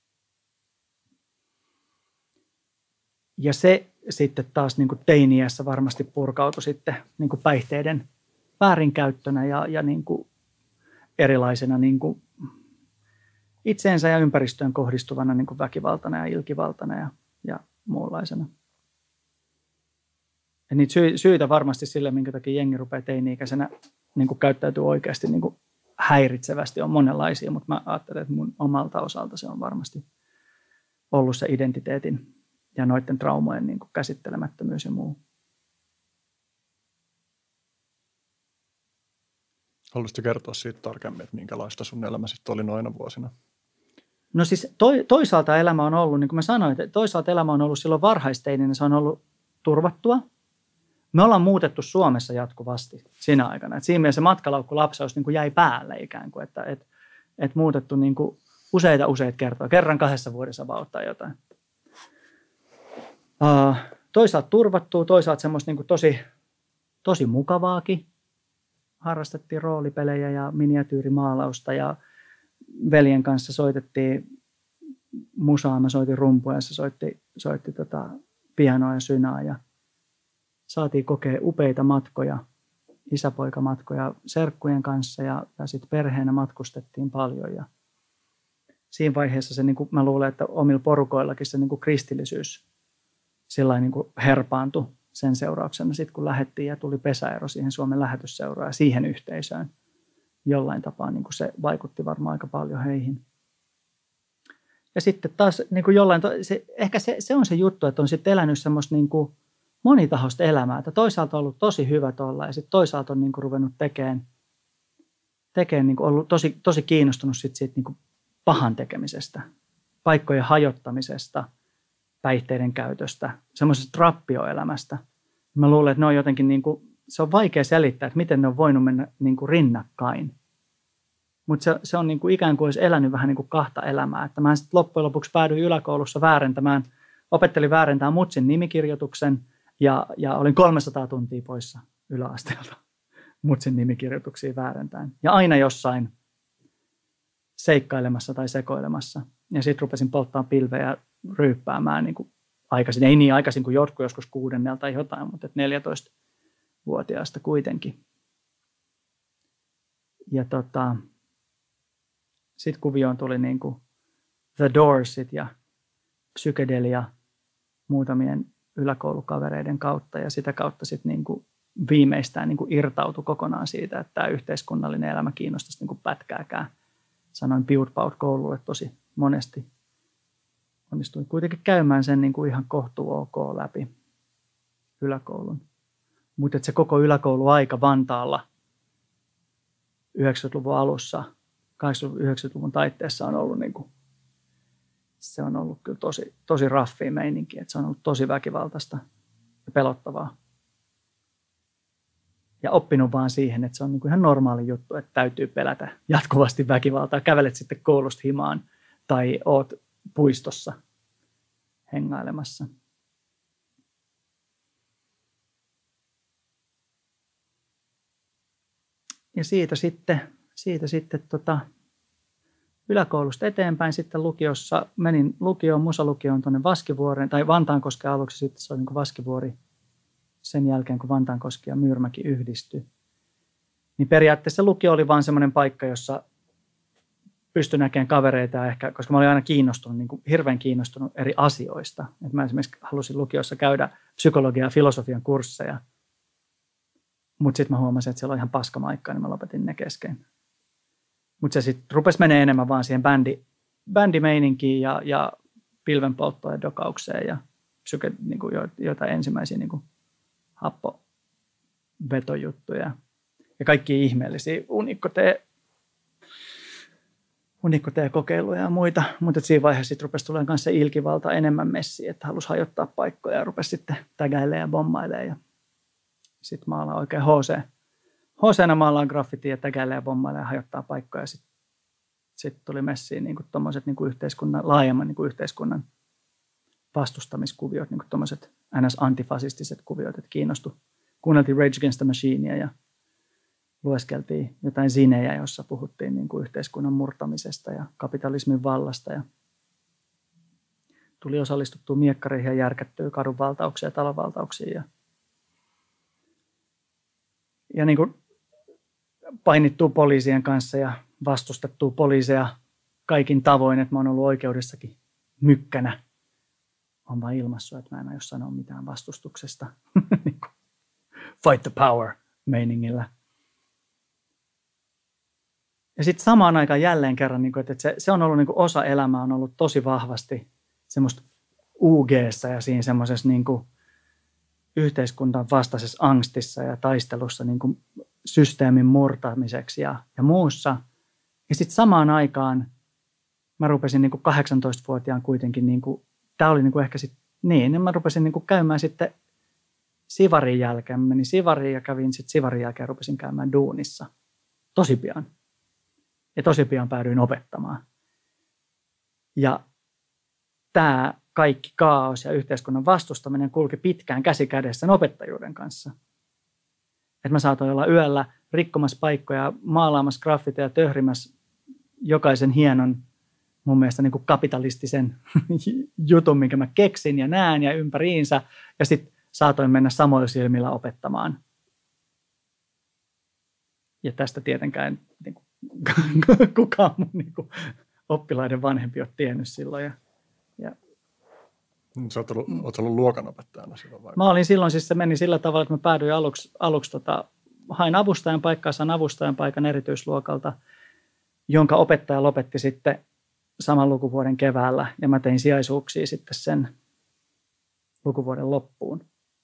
Ja se sitten taas niin kuin teini-iässä varmasti purkautui sitten niin kuin päihteiden väärinkäyttönä ja niin kuin erilaisena niin kuin itseensä ja ympäristöön kohdistuvana niin kuin väkivaltana ja ilkivaltana ja muunlaisena. Ja niitä syitä varmasti sille, minkä takia jengi rupeaa teini-ikäisenä niin kuin käyttäytyy oikeasti niin kuin häiritsevästi, on monenlaisia, mutta mä ajattelen, että mun omalta osalta se on varmasti ollut se identiteetin ja noiden traumojen niin kuin käsittelemättömyys ja muu. Haluaisitko kertoa siitä tarkemmin, että minkälaista sun elämä sitten oli noina vuosina? No siis toisaalta elämä on ollut, niin kuin mä sanoin, että toisaalta elämä on ollut silloin varhaisteininen, se on ollut turvattua. Me ollaan muutettu Suomessa jatkuvasti siinä aikana. Et siinä mielessä matkalaukkulapsaus niin kuin jäi päälle ikään kuin, että muutettu niin kuin useita kertoja, kerran 2 vuodessa vauttaa jotain. Toisaalta turvattua, toisaalta semmoista niin kuin tosi mukavaakin. Harrastettiin roolipelejä ja miniatyyrimaalausta ja veljen kanssa soitettiin musaa. Mä soitin rumpuja ja se soitti pianoa ja synaa ja saatiin kokea upeita matkoja, isäpoikamatkoja serkkujen kanssa ja sitten perheenä matkustettiin paljon. Ja siinä vaiheessa se, niin kuin mä luulen, että omilla porukoillakin se niin kuin kristillisyys sillain niin kuin herpaantui sen seurauksena. Sitten kun lähdettiin ja tuli pesäero siihen Suomen lähetysseuraan ja siihen yhteisöön, jollain tapaa niin kuin se vaikutti varmaan aika paljon heihin. Ja sitten taas niin kuin ehkä se on se juttu, että on sitten elänyt semmoista niin kuin monitahoista elämää, että toisaalta on ollut tosi hyvät olla ja sitten toisaalta on niin kuin ruvennut tekemään niin kuin ollut tosi kiinnostunut siitä niin kuin pahan tekemisestä, paikkojen hajottamisesta, päihteiden käytöstä, semmoisesta rappioelämästä. Mä luulen, että ne on jotenkin niin kuin, se on vaikea selittää, että miten ne on voinut mennä niin kuin rinnakkain. Mutta se on niin kuin ikään kuin olisi elänyt vähän niin kuin 2 elämää. Että mä sitten loppujen lopuksi päädyin yläkoulussa opettelin väärentämään mutsin nimikirjoituksen ja olin 300 tuntia poissa yläasteelta mutsin nimikirjoituksia väärentäen. Ja aina jossain seikkailemassa tai sekoilemassa. Ja sitten rupesin polttamaan pilveä ja ryyppäämään niin kuin aikaisin. Ei niin aikaisin kuin jotkut joskus 6. tai jotain, mutta 14-vuotiaasta kuitenkin. Ja sitten kuvioon tuli niin kuin The Doorsit ja psykedelia muutamien yläkoulukavereiden kautta ja sitä kautta sitten niin kuin viimeistään niin kuin irtautui kokonaan siitä, että tämä yhteiskunnallinen elämä kiinnostaisi niin kuin pätkääkään. Sanoin piutpaut koululle tosi monesti. Onnistuin kuitenkin käymään sen niin kuin ihan kohtuu ok läpi yläkoulun. Mutta se koko yläkouluaika Vantaalla 90-luvun alussa, 80-90-luvun taitteessa on ollut, niin kuin, se on ollut kyllä tosi raffia meininkiä. Se on ollut tosi väkivaltaista ja pelottavaa. Ja oppinut vaan siihen, että se on niin kuin ihan normaali juttu, että täytyy pelätä jatkuvasti väkivaltaa. Kävelet sitten koulusta himaan tai oot puistossa hengailemassa. Ja siitä sitten yläkoulusta eteenpäin sitten lukiossa, menin lukioon, musalukioon tuonne Vaskivuoreen, tai Vantaankosken aluksi sitten se oli niin kuin Vaskivuori sen jälkeen, kun Vantaankoski ja Myyrmäki yhdistyi. Niin periaatteessa lukio oli vaan semmoinen paikka, jossa pystyi näkemään kavereita ehkä, koska mä olin aina kiinnostunut, niin kuin hirveän kiinnostunut eri asioista. Et mä esimerkiksi halusin lukiossa käydä psykologia- ja filosofian kursseja, mutta sitten mä huomasin, että siellä on ihan paskamaikkaa, niin mä lopetin ne kesken. Mutta se sitten rupesi menee enemmän vaan siihen bändimeininkiin ja pilvenpolttoon ja dokaukseen ja niin kuin jotain ensimmäisiä niin kuin happovetojuttuja ja kaikki ihmeellisiä unikko-kokeiluja ja muita. Mutta siinä vaiheessa sitten rupesi tulemaan myös se ilkivalta enemmän messiin, että halusi hajottaa paikkoja ja rupesi sitten tägäilemään ja bommailemaan. Ja sitten maalaan oikein HC-nä maalaan graffitia ja tägäilemään ja bommailemaan ja hajottaa paikkoja. Sitten tuli messiin niin tuommoiset niin laajemman niin yhteiskunnan vastustamiskuviot, niin tuommoiset NS-antifasistiset kuviot, että kiinnostui. Kuunneltiin Rage Against the Machinea ja lueskeltiin jotain zinejä, jossa puhuttiin niin kuin yhteiskunnan murtamisesta ja kapitalismin vallasta. Ja tuli osallistuttua miekkareihin ja järkättyä kadunvaltauksiin ja talonvaltauksiin. Ja niin kuin painittua poliisien kanssa ja vastustettua poliiseja kaikin tavoin, että mä oon ollut oikeudessakin mykkänä. On vaan ilmaissut, että mä en aio sanoa mitään vastustuksesta. Fight the power -meiningillä. Ja sitten samaan aikaan jälleen kerran, että se on ollut osa elämää, on ollut tosi vahvasti semmoista UG:ssä ja siinä semmoisessa yhteiskunnan vastaisessa angstissa ja taistelussa systeemin murtamiseksi ja muussa. Ja sitten samaan aikaan mä rupesin 18-vuotiaan kuitenkin, tämä oli ehkä sitten niin mä rupesin käymään sitten Sivarin jälkeen. Mä menin Sivariin ja kävin sitten Sivarin jälkeen rupesin käymään duunissa tosi pian. Ja tosi pian päädyin opettamaan. Ja tämä kaikki kaos ja yhteiskunnan vastustaminen kulki pitkään käsi kädessä sen opettajuuden kanssa. Että mä saatoin olla yöllä rikkomassa paikkoja, maalaamassa graffiteja, töhrimässä jokaisen hienon, mun mielestä kapitalistisen jutun, minkä mä keksin ja näen ja ympäriinsä. Ja sitten saatoin mennä samoilla silmillä opettamaan. Ja tästä tietenkään kukaan mun oppilaiden vanhempi ole tiennyt silloin. Sä oot ollut luokanopettajana silloin vai? Mä olin silloin, siis se meni sillä tavalla, että mä päädyin aluksi hain avustajan paikkaa, sain avustajan paikan erityisluokalta, jonka opettaja lopetti sitten saman lukuvuoden keväällä, ja mä tein sijaisuuksia sitten sen lukuvuoden loppuun.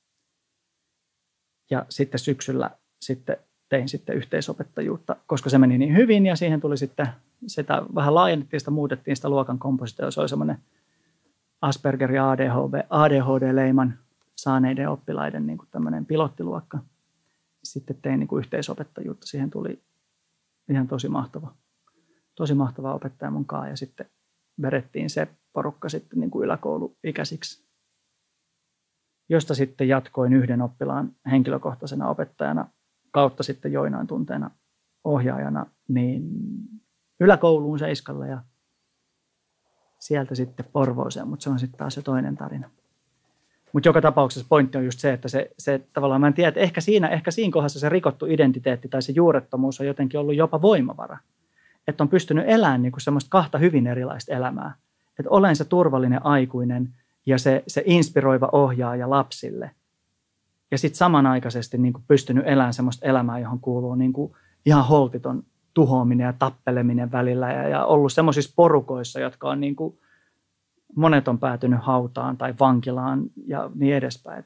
Ja sitten syksyllä tein sitten yhteisopettajuutta, koska se meni niin hyvin, ja siihen tuli sitten, sitä vähän laajennettiin, sitä muutettiin sitä luokan kompositioa, se oli semmoinen Asperger- ja ADHD-leiman saaneiden oppilaiden tämmöinen pilottiluokka. Sitten tein yhteisopettajuutta, siihen tuli ihan tosi mahtava opettaja mun kanssa, ja sitten vedettiin se porukka sitten yläkouluikäisiksi, josta sitten jatkoin yhden oppilaan henkilökohtaisena opettajana kautta sitten joinain tunteena ohjaajana niin yläkouluun Seiskalle ja sieltä sitten Porvooseen, mutta se on sitten taas jo toinen tarina. Mutta joka tapauksessa pointti on just se, että se tavallaan, mä en tiedä, että ehkä siinä kohdassa se rikottu identiteetti tai se juurettomuus on jotenkin ollut jopa voimavara. Että on pystynyt elämään semmoista kahta hyvin erilaista elämää. että olen se turvallinen aikuinen ja se inspiroiva ohjaaja lapsille. Ja sitten samanaikaisesti niin kuin pystynyt elämään semmoista elämää, johon kuuluu niin kuin ihan holtiton tuhoaminen ja tappeleminen välillä. Ja ollut semmoisissa porukoissa, jotka on niin kuin, monet on päätynyt hautaan tai vankilaan ja niin edespäin.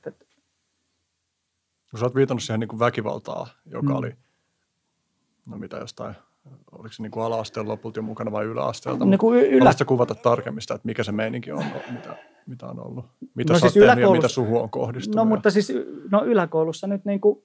Sä oot viitannut siihen niin kuin väkivaltaa, joka oli, no mitä jostain, oliko se niin kuin ala-asteen lopulta jo mukana vai yläasteelta? Niin haluaisitko kuvata tarkemmin sitä, että mikä se meininki on, mitä on ollut? Mitä no sä siis oot tehnyt ja mitä suhun on kohdistunut? No mutta siis yläkoulussa nyt niin kuin,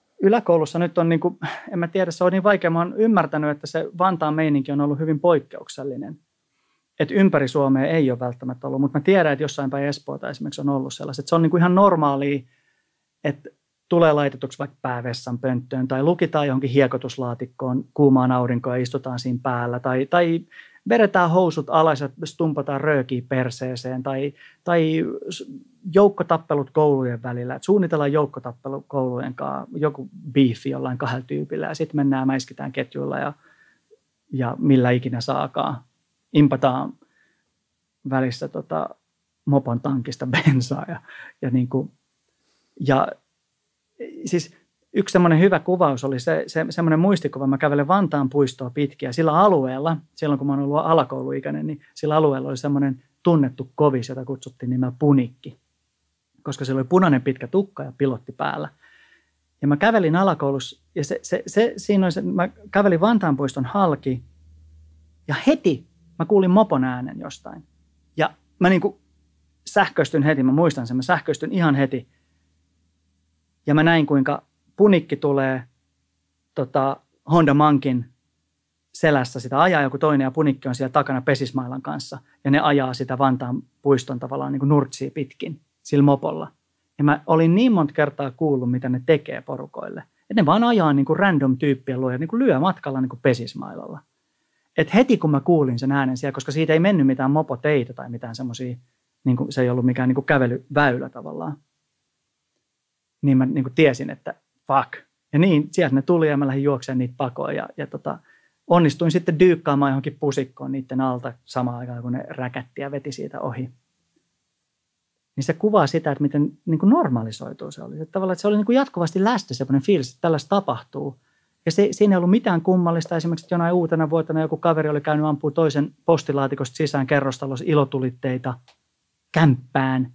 on niin kuin, en mä tiedä, se on niin vaikea. Mä oon ymmärtänyt, että se Vantaan meininki on ollut hyvin poikkeuksellinen. Että ympäri Suomea ei ole välttämättä ollut, mutta mä tiedän, että jossain päin Espoota esimerkiksi on ollut sellaiset. Se on niin kuin ihan normaalia, että tulee laitetuksi vaikka päävessan pönttöön tai lukitaan johonkin hiekotuslaatikkoon kuumaan aurinkoon ja istutaan siinä päällä tai vedetään housut alas ja stumpataan röökiä perseeseen tai joukkotappelut koulujen välillä. Et suunnitellaan joukkotappelu koulujen kanssa, joku biifi jollain 2 tyypillä ja sitten mennään mäiskitään ketjuilla ja millä ikinä saakaan. Impataan välissä mopon tankista bensaa ja niin kuin, ja siis yksi semmoinen hyvä kuvaus oli se semmoinen muistikuva, mä kävelen Vantaan puistoa pitkiä. Sillä alueella, silloin kun mä oon ollut alakouluikäinen, niin sillä alueella oli semmoinen tunnettu kovis, jota kutsuttiin nimellä Punikki. Koska sillä oli punainen pitkä tukka ja pilotti päällä. Ja mä kävelin alakoulussa, ja mä kävelin Vantaan puiston halki, ja heti mä kuulin mopon äänen jostain. Ja mä niinku sähköistyn heti, mä muistan sen, mä sähköistyn ihan heti. Ja mä näin, kuinka Punikki tulee Honda Mankin selässä sitä ajaa joku toinen ja Punikki on siellä takana pesismailan kanssa. Ja ne ajaa sitä Vantaan puiston tavallaan niin kuin nurtsia pitkin sillä mopolla. Ja mä olin niin monta kertaa kuullut, mitä ne tekee porukoille. Että ne vaan ajaa niin kuin random tyyppien luo ja niin kuin lyö matkalla niin kuin pesismailalla. Että heti kun mä kuulin sen äänen siellä, koska siitä ei mennyt mitään mopoteitä tai mitään semmoisia, niin kuin se ei ollut mikään niin kuin kävelyväylä tavallaan. Niin mä niin kuin tiesin, että fuck. Ja niin, sieltä ne tuli ja mä lähdin juoksemaan niitä pakoon ja onnistuin sitten dyykkaamaan johonkin pusikkoon niiden alta samaan aikaan, kun ne räkätti ja veti siitä ohi. Niin se kuvaa sitä, että miten niin kuin normalisoituu se oli. Että tavallaan, että se oli niin kuin jatkuvasti läsnä semmoinen fiilis, että tällaista tapahtuu. Ja siinä ei ollut mitään kummallista. Esimerkiksi jonain uutena vuotena joku kaveri oli käynyt ampua toisen postilaatikosta sisään kerrostalossa ilotulitteita kämppään.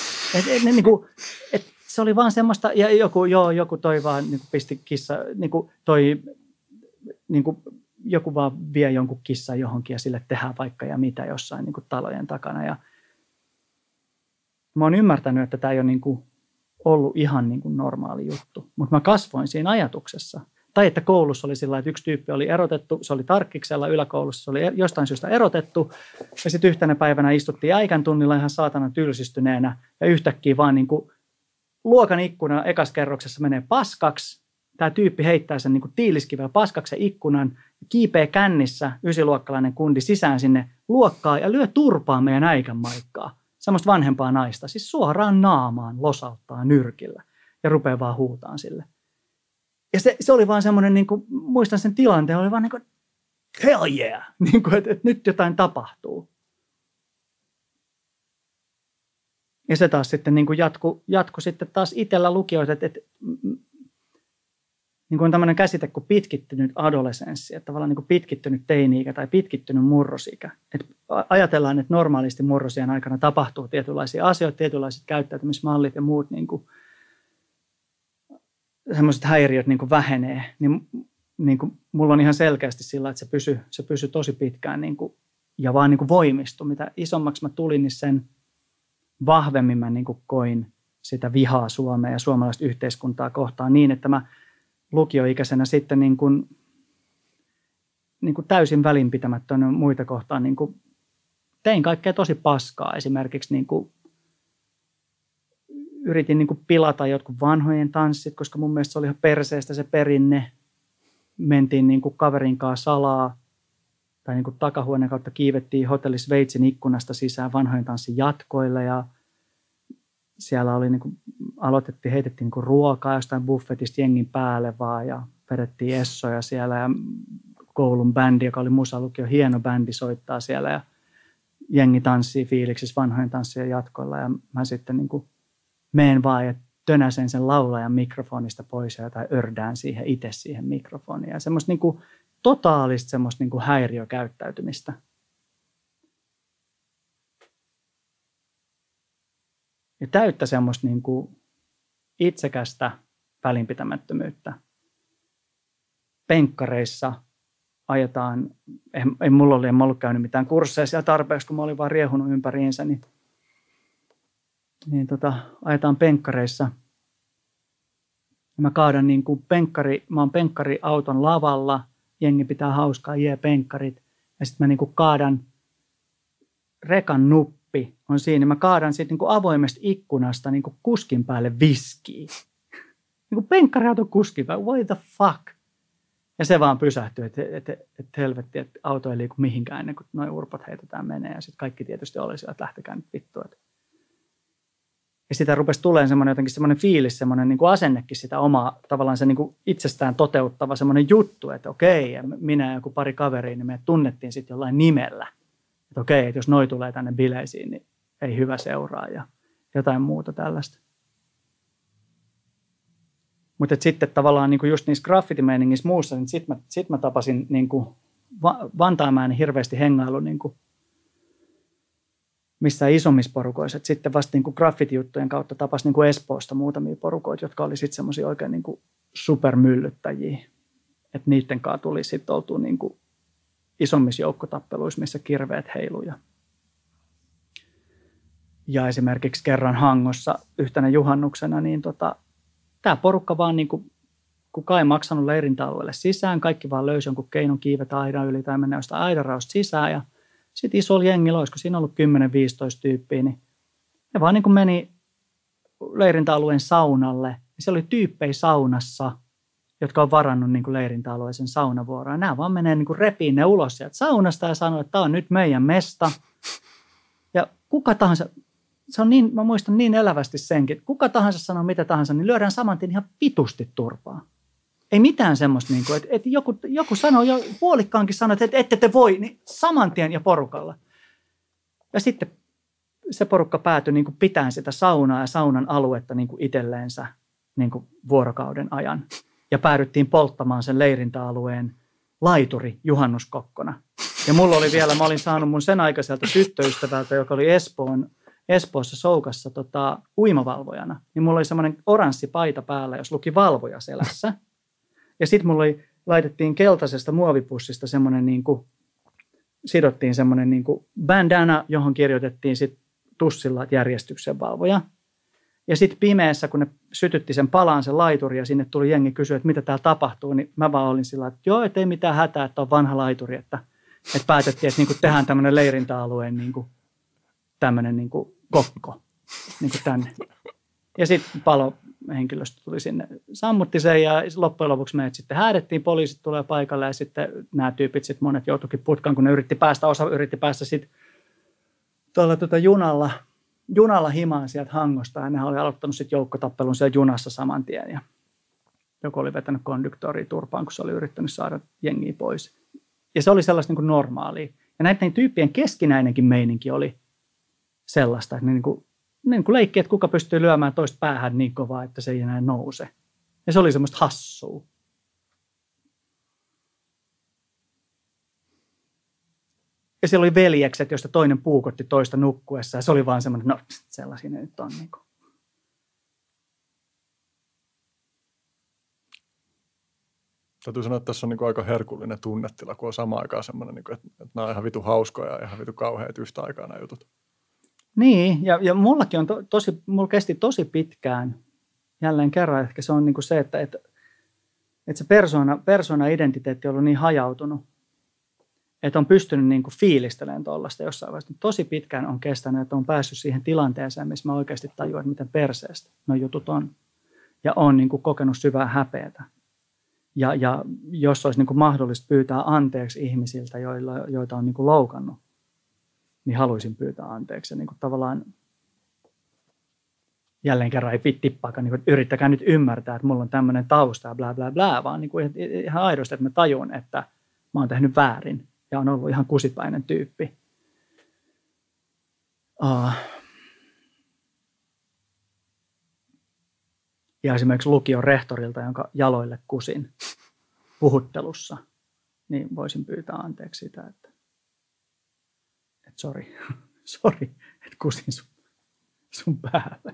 Se oli vaan semmoista, ja joku toi vaan niin kuin pisti kissa, niin kuin toi, niin kuin joku vaan vie jonkun kissan johonkin ja sille tehdään vaikka ja mitä jossain niin kuin talojen takana. Ja mä oon ymmärtänyt, että tämä ei ole niin kuin ollut ihan niin kuin normaali juttu, mutta mä kasvoin siinä ajatuksessa. Tai että koulussa oli sillä, että yksi tyyppi oli erotettu, se oli tarkkiksella yläkoulussa, se oli jostain syystä erotettu. Ja sitten yhtenä päivänä istuttiin äikän tunnilla ihan saatana tylsistyneenä ja yhtäkkiä vaan niin kuin luokan ikkuna ekas kerroksessa menee paskaksi. Tämä tyyppi heittää sen niin kuin tiiliskivellä paskaksi ikkunan, kiipee kännissä ysiluokkalainen kundi sisään sinne luokkaan ja lyö turpaa meidän äikän Maikkaa. Semmoista vanhempaa naista, siis suoraan naamaan losauttaa nyrkillä ja rupeaa vaan huutaan sille. Ja se oli vaan semmoinen, niin kuin, muistan sen tilanteen, oli vaan niin kuin, hell yeah, niin kuin, että nyt jotain tapahtuu. Ja se taas sitten niin kuin jatku sitten taas itsellä lukijoita, että niin kuin on tämmöinen käsite kuin pitkittynyt adolescenssi, että tavallaan niin kuin pitkittynyt teini-ikä tai pitkittynyt murrosikä. Että ajatellaan, että normaalisti murrosien aikana tapahtuu tietynlaisia asioita, tietynlaiset käyttäytymismallit ja muut niin kuin semmoiset häiriöt niin kuin vähenee. Niin kuin mulla on ihan selkeästi sillä, että se pysyi tosi pitkään niin kuin, ja vaan niin kuin voimistui. Mitä isommaksi mä tulin, niin sen vahvemmin mä niin kuin koin sitä vihaa Suomea ja suomalaista yhteiskuntaa kohtaan niin, että mä lukioikäisenä sitten niin kuin täysin välinpitämättömän muita kohtaan niin kuin tein kaikkea tosi paskaa. Esimerkiksi niin kuin yritin niin kuin pilata jotkut vanhojen tanssit, koska mun mielestä se oli ihan perseestä se perinne. Mentiin niin kuin kaverin kanssa salaa tai niin kuin takahuoneen kautta kiivettiin hotelli Sveitsin ikkunasta sisään vanhojen tanssin jatkoille ja siellä oli niin kuin, heitettiin niin kuin ruokaa jostain buffetista jengin päälle vaan ja vedettiin essoja siellä ja koulun bändi, joka oli musalukio, hieno bändi soittaa siellä ja jengi tanssii fiiliksissä vanhojen tanssien jatkoilla ja mä sitten niin kuin meen vaan ja tönäsen sen laulajan mikrofonista pois ja jotain ördään itse siihen mikrofoniin. Ja semmoista niin kuin totaalista semmoista niin kuin häiriökäyttäytymistä. Ja täyttä semmoista niin kuin itsekästä välinpitämättömyyttä. Penkkareissa ajetaan, ei mulla ollut käynyt mitään kursseja siellä tarpeeksi, kun mä olin vaan riehunut ympäriinsä, niin ajetaan penkkareissa. Ja mä kaadan niin kuin mä oon penkkariauton lavalla, jengi pitää hauskaa, penkkarit. Ja sitten mä niin kuin kaadan, rekan nuppi on siinä, mä kaadan siitä niin kuin avoimesta ikkunasta niin kuin kuskin päälle viskiä. Niin kuin penkkariauton kuskin päälle, what the fuck? Ja se vaan pysähtyy, että helvetti, että auto ei liiku mihinkään ennen kuin noi urpot heitetään menee. Ja sitten kaikki tietysti olisi, että lähtekää nyt vittua. Ja sitä rupesi tulemaan semmoinen fiilis, semmoinen niin kuin asennekin sitä omaa, tavallaan se niin kuin itsestään toteuttava semmoinen juttu, että okei, ja minä ja joku pari kaveria, niin me tunnettiin sitten jollain nimellä. Että okei, että jos noi tulee tänne bileisiin, niin ei hyvä seuraa ja jotain muuta tällaista. Mutta sitten tavallaan niin kuin just niissä graffitimeiningissä muussa, niin sit mä tapasin niin kuin Vantaamäen hirveästi hengailu niin kuin missään isommissa porukoissa. Et sitten vasta niin kuin graffiti-juttujen kautta tapasin niin kuin Espoosta muutamia porukoita, jotka oli sitten semmoisia oikein niin kuin supermyllyttäjiä. Että niiden kanssa tuli sitten oltua niin kuin isommissa joukkotappeluissa, missä kirveet heiluja. Ja esimerkiksi kerran Hangossa yhtenä juhannuksena, niin tämä porukka vaan, niin kuin, kukaan ei maksanut leirintäalueelle sisään, kaikki vaan löysi jonkun keinon kiivetä aidan yli tai mennä jostain aidanraosta sisään. Ja sitten isolla jengillä, olisiko siinä ollut 10-15 tyyppiä, niin ne vaan niin kuin meni leirintäalueen saunalle. Ja siellä oli tyyppejä saunassa, jotka on varannut niin kuin leirintäalueisen saunavuoroa. Ja nämä vaan menee niin kuin repiin ne ulos sieltä saunasta ja sanoo, että tämä on nyt meidän mesta. Ja kuka tahansa, se on niin, mä muistan niin elävästi senkin, että kuka tahansa sanoo mitä tahansa, niin lyödään saman tien ihan vitusti turpaa. Ei mitään semmoista, niin kuin, että joku sanoo, puolikkaankin sanoo, että ette te voi, niin saman tien ja porukalla. Ja sitten se porukka päätyi niin kuin pitämään sitä saunaa ja saunan aluetta niin kuin itselleensä niin kuin vuorokauden ajan. Ja päädyttiin polttamaan sen leirintäalueen laituri juhannuskokkona. Ja mulla oli vielä, mä olin saanut mun sen aikaiselta tyttöystävältä, joka oli Espoossa Soukassa uimavalvojana. Niin mulla oli semmoinen oranssi paita päällä, jos luki valvoja selässä. Ja sitten mulla laitettiin keltaisesta muovipussista semmoinen, niin kuin, sidottiin semmoinen niin kuin bandana, johon kirjoitettiin sitten tussilla järjestyksen valvoja. Ja sitten pimeässä, kun ne sytytti sen palaan, sen laituri, ja sinne tuli jengi kysyä, että mitä täällä tapahtuu, niin mä vaan olin sillä, että joo, ei mitään hätää, että on vanha laituri, että päätettiin, että niinku tehdään tämmöinen leirintäalueen niinku, tämmöinen niinku kokko niinku tänne. Ja sitten palohenkilöstö tuli sinne, sammutti sen, ja loppujen lopuksi meidät sitten häädettiin, poliisit tulee paikalle, ja sitten nämä tyypit, sitten monet joutuikin putkaan, kun ne osa yritti päästä sitten tuolla junalla himaan sieltä Hangosta, ja ne oli aloittanut sitten joukkotappelun siellä junassa saman tien, ja joku oli vetänyt konduktoria turpaan, kun se oli yrittänyt saada jengiä pois. Ja se oli sellaista niin kuin normaalia. Ja näiden tyyppien keskinäinenkin meininki oli sellaista, että ne niin kuin leikki, että kuka pystyy lyömään toista päähän niin kovaa, että se ei enää nouse. Ja se oli semmoista hassua. Ja siellä oli veljekset, joista toinen puukotti toista nukkuessa. Ja se oli vaan semmoinen, no sellaisia ne nyt on. Niin kuin. Täytyy sanoa, että tässä on niin kuin aika herkullinen tunnetila, kun on samaan aikaan semmoinen, niin kuin, että nämä on ihan vitu hauskoja ja ihan vitu kauheat yhtä aikaa nämä jutut. Niin, ja mullakin on mulla kesti tosi pitkään, jälleen kerran ehkä se on niin kuin se, että se persona-identiteetti on ollut niin hajautunut, että on pystynyt niin kuin fiilistelemään tuollaista jossain vaiheessa. Tosi pitkään on kestänyt, että on päässyt siihen tilanteeseen, missä mä oikeasti tajuan, että miten perseestä nuo jutut on. Ja on niin kuin kokenut syvää häpeätä. Ja jos olisi niin kuin mahdollista pyytää anteeksi ihmisiltä, joita on niin kuin loukannut, niin haluaisin pyytää anteeksi. Ja niin kuin tavallaan jälleen kerran ei tippaakaan, niin kuin, että yrittäkää nyt ymmärtää, että mulla on tämmöinen tausta ja bla bla bla, vaan niin kuin ihan aidosti, että mä tajun, että mä oon tehnyt väärin ja on ollut ihan kusipäinen tyyppi. Ja esimerkiksi lukion rehtorilta, jonka jaloille kusin puhuttelussa, niin voisin pyytää anteeksi sitä, että sori, että kusin sun päälle.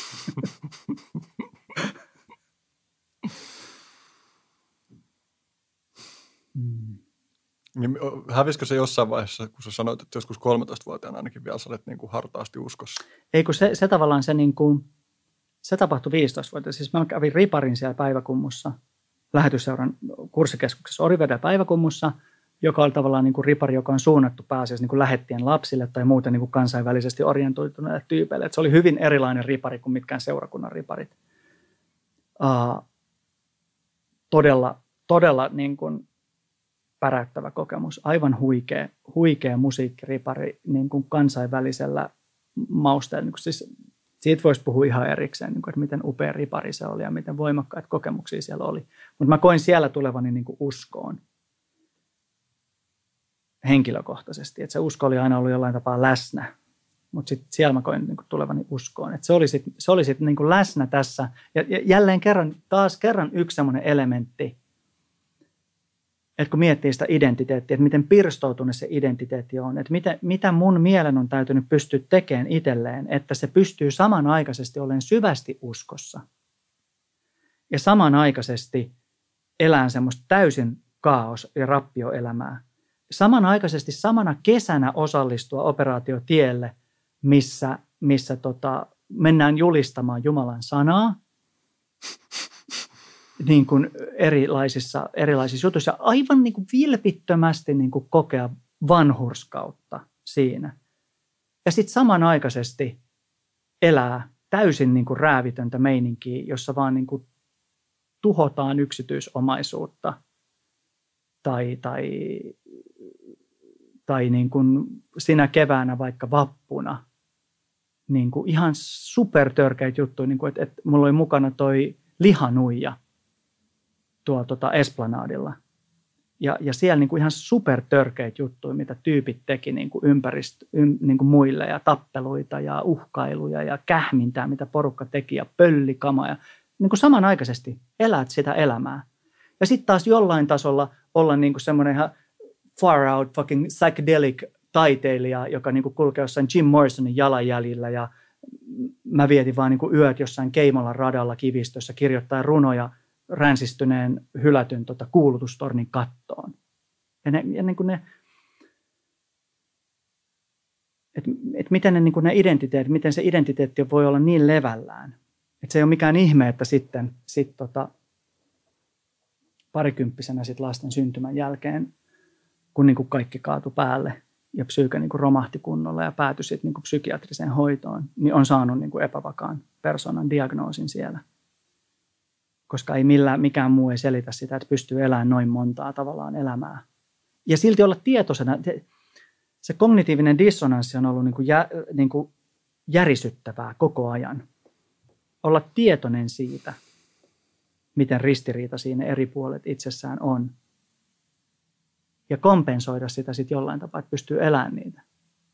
Niin, hävisikö se jossain vaiheessa, kun sä sanoit, että joskus 13-vuotiaana ainakin vielä sä olet niin kuin hartaasti uskossa? Ei, kun se tavallaan se, niin kuin, se tapahtui 15-vuotiaana. Siis mä kävin riparin siellä Päiväkummussa, lähetysseuran kurssikeskuksessa Oriveden Päiväkummussa, joka oli tavallaan niin kuin ripari, joka on suunnattu pääasiassa niin kuin lähettien lapsille tai muuten niin kuin kansainvälisesti orientoituneille tyypeille. Et se oli hyvin erilainen ripari kuin mitkään seurakunnan riparit. Todella niin kuin päräyttävä kokemus. Aivan huikea musiikkiripari niin kuin kansainvälisellä mausteella. Niin kuin siis siitä voisi puhua ihan erikseen, niin kuin, että miten upea ripari se oli ja miten voimakkaita kokemuksia siellä oli. Mutta mä koin siellä tulevani niin kuin uskoon henkilökohtaisesti. Että se usko oli aina ollut jollain tapaa läsnä. Mutta sitten siellä mä koin niin kuin tulevani uskoon. Että se oli sit niin kuin läsnä tässä. Ja jälleen taas kerran yksi semmoinen elementti, että kun miettii sitä identiteettiä, että miten pirstoutunut se identiteetti on, että mitä mun mielen on täytynyt pystyä tekemään itselleen, että se pystyy samanaikaisesti olemaan syvästi uskossa ja samanaikaisesti elämään semmoista täysin kaos- ja rappioelämää. Samanaikaisesti samana kesänä osallistua operaatiotielle, missä mennään julistamaan Jumalan sanaa, niin kuin erilaisissa jutuissa ja aivan niin kuin vilpittömästi niin kuin kokea vanhurskautta siinä. Ja sitten samanaikaisesti elää täysin niin kuin räävitöntä meininkiä, jossa vaan niin kuin tuhotaan yksityisomaisuutta tai niin kuin sinä keväänä vaikka vappuna. Niin kuin ihan supertörkeitä juttuja, niin kuin, että mulla oli mukana toi lihanuija tuolla Esplanadilla. Ja siellä niin kuin ihan supertörkeitä juttuja, mitä tyypit teki niin kuin niin kuin muille ja tappeluita ja uhkailuja ja kähmintää, mitä porukka teki ja pöllikama ja niin kuin samanaikaisesti elät sitä elämää. Ja sitten taas jollain tasolla olla niin kuin semmoinen ihan far out fucking psychedelic taiteilija, joka niin kuin kulkee jossain Jim Morrisonin jalanjäljillä ja mä vietin vaan niin kuin yöt jossain Keimolan radalla kivistössä kirjoittaa runoja ränsistyneen hylätyn kuulutustornin kattoon. Ja niin kuin ne miten ne identiteetit, miten se identiteetti voi olla niin levällään. Että se ei ole mikään ihme, että sitten parikymppisenä sit lasten syntymän jälkeen, kun niin kuin kaikki kaatui päälle ja psyyke niin kuin romahti kunnolla ja päätyi sitten niin kuin psykiatriseen hoitoon, niin on saanut niin kuin epävakaan persoonan diagnoosin siellä. Koska ei mikään muu ei selitä sitä, että pystyy elämään noin montaa tavallaan elämää. Ja silti olla tietoisena, se kognitiivinen dissonanssi on ollut niin kuin järisyttävää koko ajan. Olla tietoinen siitä, miten ristiriitaisia ne eri puolet itsessään on. Ja kompensoida sitä sitten jollain tapaa, että pystyy elämään niitä.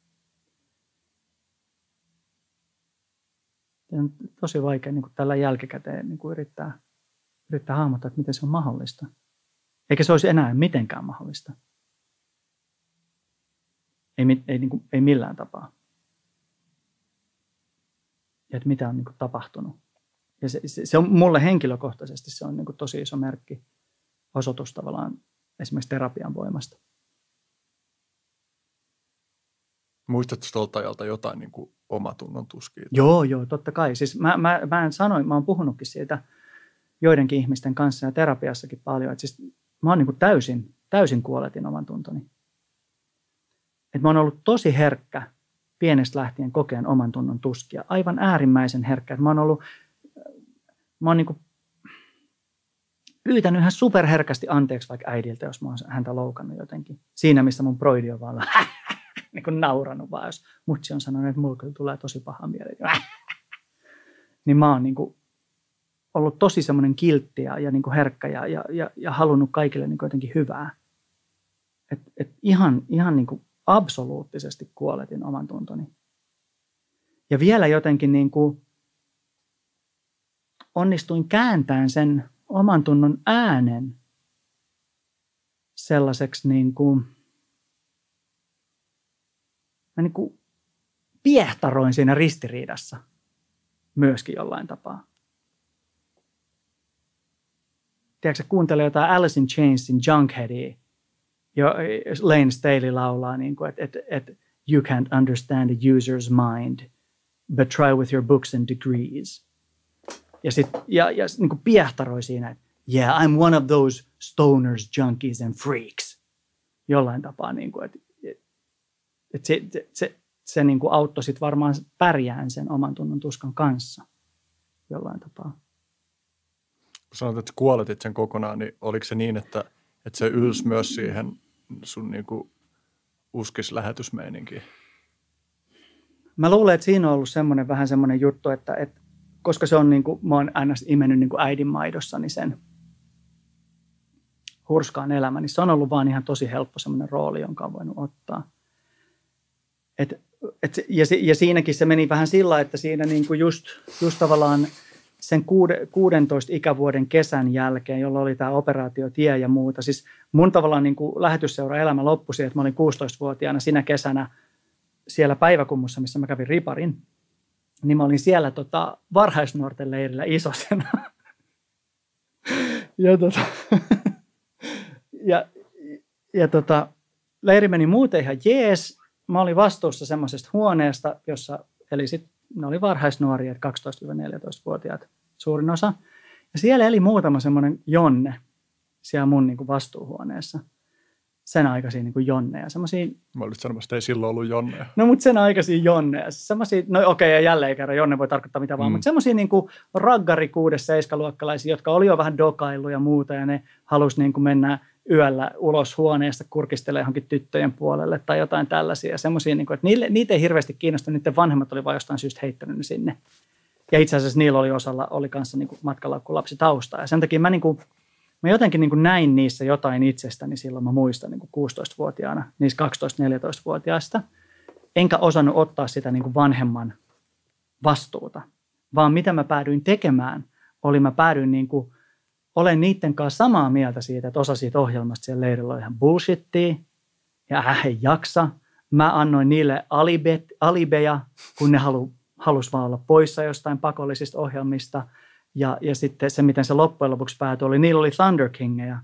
On tosi vaikea niin kuin tällä jälkikäteen niin kuin yrittää hahmottaa, että miten se on mahdollista. Eikä se olisi enää mitenkään mahdollista. Ei millään tapaa. Ja että mitä on niin kuin tapahtunut. Ja se on mulle henkilökohtaisesti se on niin kuin tosi iso merkki, osoitus tavallaan esimerkiksi terapian voimasta. Muistatko tuolta ajalta jotain niin kuin omatunnon tuskia? Joo, totta kai. Siis mä oon puhunutkin siitä joidenkin ihmisten kanssa ja terapiassakin paljon. Että siis mä oon niin kuin täysin kuoletin oman tuntoni. Että mä oon ollut tosi herkkä pienestä lähtien kokeen oman tunnon tuskia. Aivan äärimmäisen herkkä. Että mä oon niin kuin pyytänyt ihan superherkästi anteeksi vaikka äidiltä, jos mä oon häntä loukannut jotenkin. Siinä, missä mun broidi on vaan niin kuin nauranut vaan, jos mutsi on sanonut, että mulla kyllä tulee tosi paha mieli. Niin mä oon niin kuin ollut tosi semmoinen kiltti ja niin kuin herkkä ja halunnut kaikille niin kuin jotenkin hyvää. Et ihan niin kuin absoluuttisesti kuoletin oman tuntoni. Ja vielä jotenkin niin kuin onnistuin kääntämään sen oman tunnon äänen sellaiseksi niin kuin piehtaroin siinä ristiriidassa myöskin jollain tapaa. Tiedätkö, kuuntelee jotain Alice in Chainsin Junkheadia, Lane Staley laulaa, niin että you can't understand a user's mind, but try with your books and degrees. Ja niin kuin piehtaroi siinä, että yeah, I'm one of those stoners, junkies and freaks. Jollain tapaa, niin kuin, että se niin kuin auttoi sit varmaan pärjään sen oman tunnon tuskan kanssa jollain tapaa. Kun sanoit, että kuoletit sen kokonaan, niin oliko se niin, että se ylsi myös siihen sun niin kuin uskislähetysmeininkiin? Mä luulen, että siinä on ollut vähän semmoinen juttu, että koska se on niin kuin, mä oon aina imennyt niin kuin äidin maidossani sen hurskaan elämän, niin se on ollut vaan ihan tosi helppo semmoinen rooli, jonka on voinut ottaa. Ja siinäkin se meni vähän sillä, että siinä niin kuin just tavallaan sen 16 ikävuoden kesän jälkeen, jolloin oli tämä operaatiotie ja muuta. Siis mun tavallaan niin kuin lähetysseura-elämä loppui siihen, että mä olin 16-vuotiaana sinä kesänä siellä päiväkummussa, missä mä kävin riparin. Niin mä olin siellä varhaisnuorten leirillä isosena. Leiri meni muuten ihan jees. Mä olin vastuussa semmoisesta huoneesta, jossa eli sitten ne oli varhaisnuoria, 12-14-vuotiaat suurin osa. Ja siellä eli muutama semmoinen jonne siellä mun niin kuin vastuuhuoneessa. Sen aikaisia niin kuin jonneja. Semmoisia... Mä olisin sanomassa, että ei silloin ollut jonneja. No, mutta sen aikaisia jonneja. Semmoisia, no okei, ja jälleen kerran jonne voi tarkoittaa mitä vaan, mutta semmoisia niin kuin raggari 6-7-luokkalaisia, jotka oli jo vähän dokaillut ja muuta, ja ne halusi niin kuin mennä yöllä ulos huoneesta kurkistelemaan johonkin tyttöjen puolelle tai jotain tällaisia. Semmoisia, niin kuin, että niitä ei hirveästi kiinnosta, niiden vanhemmat oli vain jostain syystä heittänyt ne sinne. Ja itse asiassa niillä oli osalla oli kanssa niin kuin matkalaukkulapsi taustaa. Ja sen takia mä jotenkin niin kuin näin niissä jotain itsestäni silloin, mä muistan niin kuin 16-vuotiaana, niissä 12-14-vuotiaista. Enkä osannut ottaa sitä niin kuin vanhemman vastuuta, vaan mitä mä päädyin tekemään, mä päädyin niin kuin olen niiden kanssa samaa mieltä siitä, että osa siitä ohjelmasta siellä leirillä on ihan bullshittia ja ei jaksa. Mä annoin niille alibeja, kun ne halusi vaan olla poissa jostain pakollisista ohjelmista. Ja sitten se, miten se loppujen lopuksi päätyi, oli niillä oli Thunder Kingeja,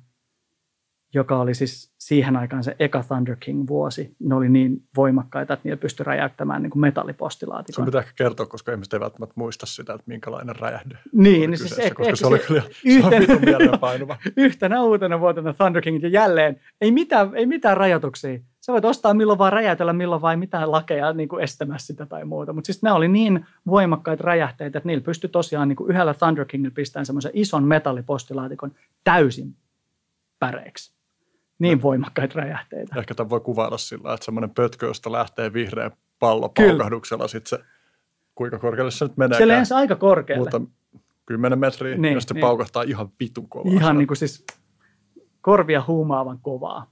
joka oli siis siihen aikaan se eka Thunder King-vuosi. Ne oli niin voimakkaita, että niillä pystyi räjäyttämään niin kuin metallipostilaatikon. Sun pitää ehkä kertoa, koska ihmiset ei välttämättä muista sitä, että minkälainen räjähde niin siis koska se oli kyllä vitun mielenpainuva. Yhtenä uutena vuotena Thunder King ja jälleen ei mitään rajoituksia. Sä voit ostaa milloin vaan, räjäytellä milloin vaan, mitään lakeja niin kuin estämässä sitä tai muuta. Mutta siis nämä oli niin voimakkaita räjähteitä, että niillä pystyi tosiaan niin kuin yhdellä Thunder Kingillä pistämään semmoisen ison metallipostilaatikon täysin päreeksi. Niin voimakkaita räjähteitä. Ehkä tämän voi kuvailla sillä, että semmoinen pötkö, josta lähtee vihreä pallo paukahduksella, sitten se, kuinka korkealle se nyt menee. Se lensi aika korkealle. Mutta 10 metriä, ja sitten paukahtaa ihan vitun kovaa. Ihan niin kuin siis korvia huumaavan kovaa.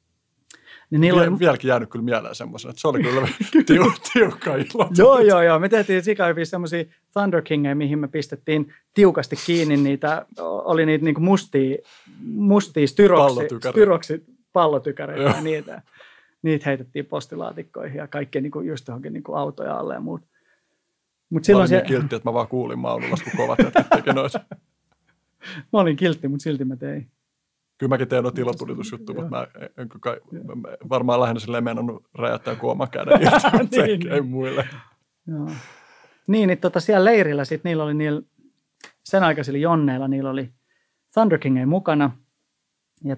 Niin vieläkin jäänyt kyllä mieleen semmoisen, että se oli kyllä tiukka ilo. Joo. Me tehtiin Sikahyviä semmoisia Thunder Kingeja, mihin me pistettiin tiukasti kiinni niitä, oli niitä niinku mustia styroksi pallotykäreitä ja niitä. Niitä heitettiin postilaatikkoihin ja kaikkea niinku just johonkin niinku autoja alle ja muut. Mä olin niin kiltti, että mä vaan kuulin Maululassa, kun kovat jätkät teki noita. Mä olin kiltti, mutta silti mä tein. Kyllä mäkin tein noita ilotulitusjuttuja, mutta mä varmaan lähinnä silleen meinannut räjäyttää kuoman käden niin. Ei muille. Joo. Niin siellä leirillä sitten niillä oli sen aikaisilla jonneilla niillä oli Thunder King mukana. Ja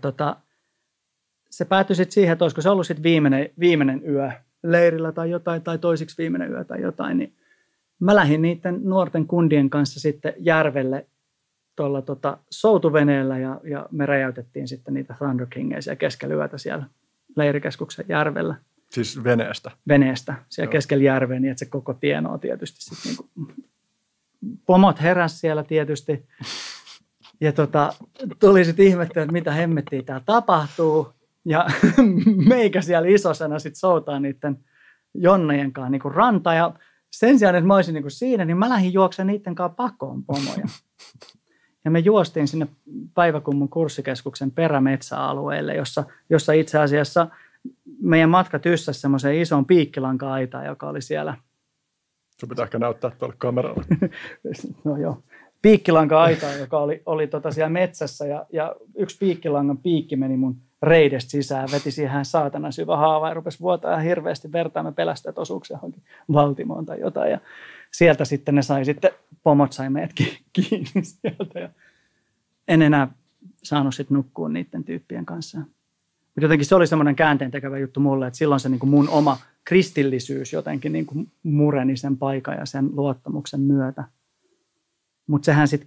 se päätyi sitten siihen, että olisiko se ollut sitten viimeinen yö leirillä tai jotain, tai toisiksi viimeinen yö tai jotain, niin mä lähdin niiden nuorten kundien kanssa sitten järvelle tuolla soutuveneellä ja me räjäytettiin sitten niitä Thunder Kingeja siellä keskellä yötä siellä leirikeskuksen järvellä. Siis veneestä? Veneestä, siellä keskellä järveä, niin että se koko tieno on tietysti sitten niinku, pomot heräs siellä tietysti. Ja tuli sitten ihmettä, että mitä hemmettiä täällä tapahtuu. Ja meikä siellä isosena sitten soutaa niiden jonnejen kanssa niinku ranta. Ja sen sijaan, että mä olisin niin kuin siinä, niin mä lähdin juoksemaan niiden kanssa pakoon pomoja. Ja me juostiin sinne Päiväkummun kurssikeskuksen perämetsäalueelle, jossa itse asiassa meidän matka tyssäsi semmoiseen isoon piikkilanka-aitaan, joka oli siellä. Se pitää ehkä näyttää tuolle kameralle. No joo. Piikkilanka-aitaan, joka oli siellä metsässä ja yksi piikkilangan piikki meni mun reidestä sisään, veti siihen saatana syvä haava ja rupesi vuotaa ihan hirveästi vertaa. Me pelästyi, että osuuko johonkin valtimoon tai jotain. Ja sieltä sitten pomot sai meidät kiinni sieltä. Ja en enää saanut sitten nukkua niiden tyyppien kanssa. Mutta jotenkin se oli semmoinen käänteentekevä juttu mulle, että silloin se niin kuin mun oma kristillisyys jotenkin niin kuin mureni sen paikan ja sen luottamuksen myötä. Mutta sehän sitten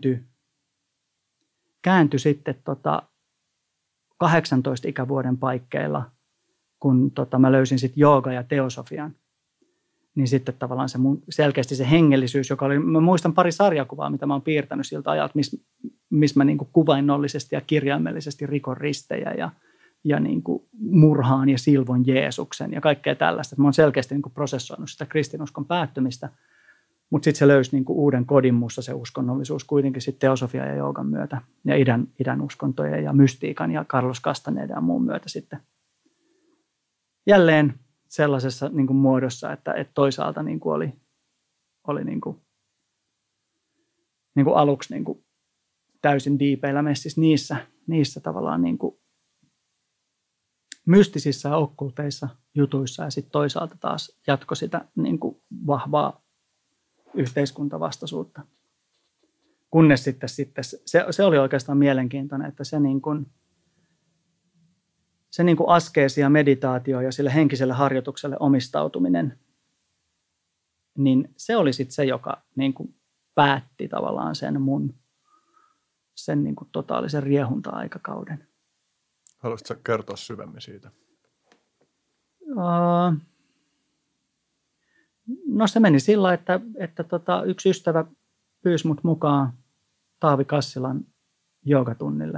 kääntyi sitten 18 ikävuoden paikkeilla, kun mä löysin sitten jooga ja teosofian. Niin sitten tavallaan selkeästi se hengellisyys, joka oli, mä muistan pari sarjakuvaa, mitä mä oon piirtänyt siltä ajalta, missä mä niin kuin kuvainnollisesti ja kirjaimellisesti rikon ristejä ja niin kuin murhaan ja silvon Jeesuksen ja kaikkea tällaista. Mä oon selkeästi niin kuin prosessoinut sitä kristinuskon päättymistä, mutta sitten se löysi niin kuin uuden kodin musta se uskonnollisuus kuitenkin sitten teosofia ja joogan myötä ja idän uskontojen ja mystiikan ja Carlos Castanedan ja muun myötä sitten jälleen sellaisessa niin kuin muodossa, että toisaalta niin kuin oli niin kuin aluksi niin kuin täysin diipeillä messissä niissä tavallaan niin kuin mystisissä ja okkulteissa jutuissa ja sitten toisaalta taas jatkoi sitä niin kuin vahvaa yhteiskuntavastaisuutta. Kunnes sitten se oli oikeastaan mielenkiintoinen, että se niin kuin askeesi ja meditaatio ja sille henkiselle harjoitukselle omistautuminen, niin se oli sitten se, joka niin kuin päätti tavallaan sen niin kuin totaalisen riehunta-aikakauden. Haluaisitko kertoa syvemmin siitä? No se meni sillä, että yksi ystävä pyysi mut mukaan Taavi Kassilan joogatunnille.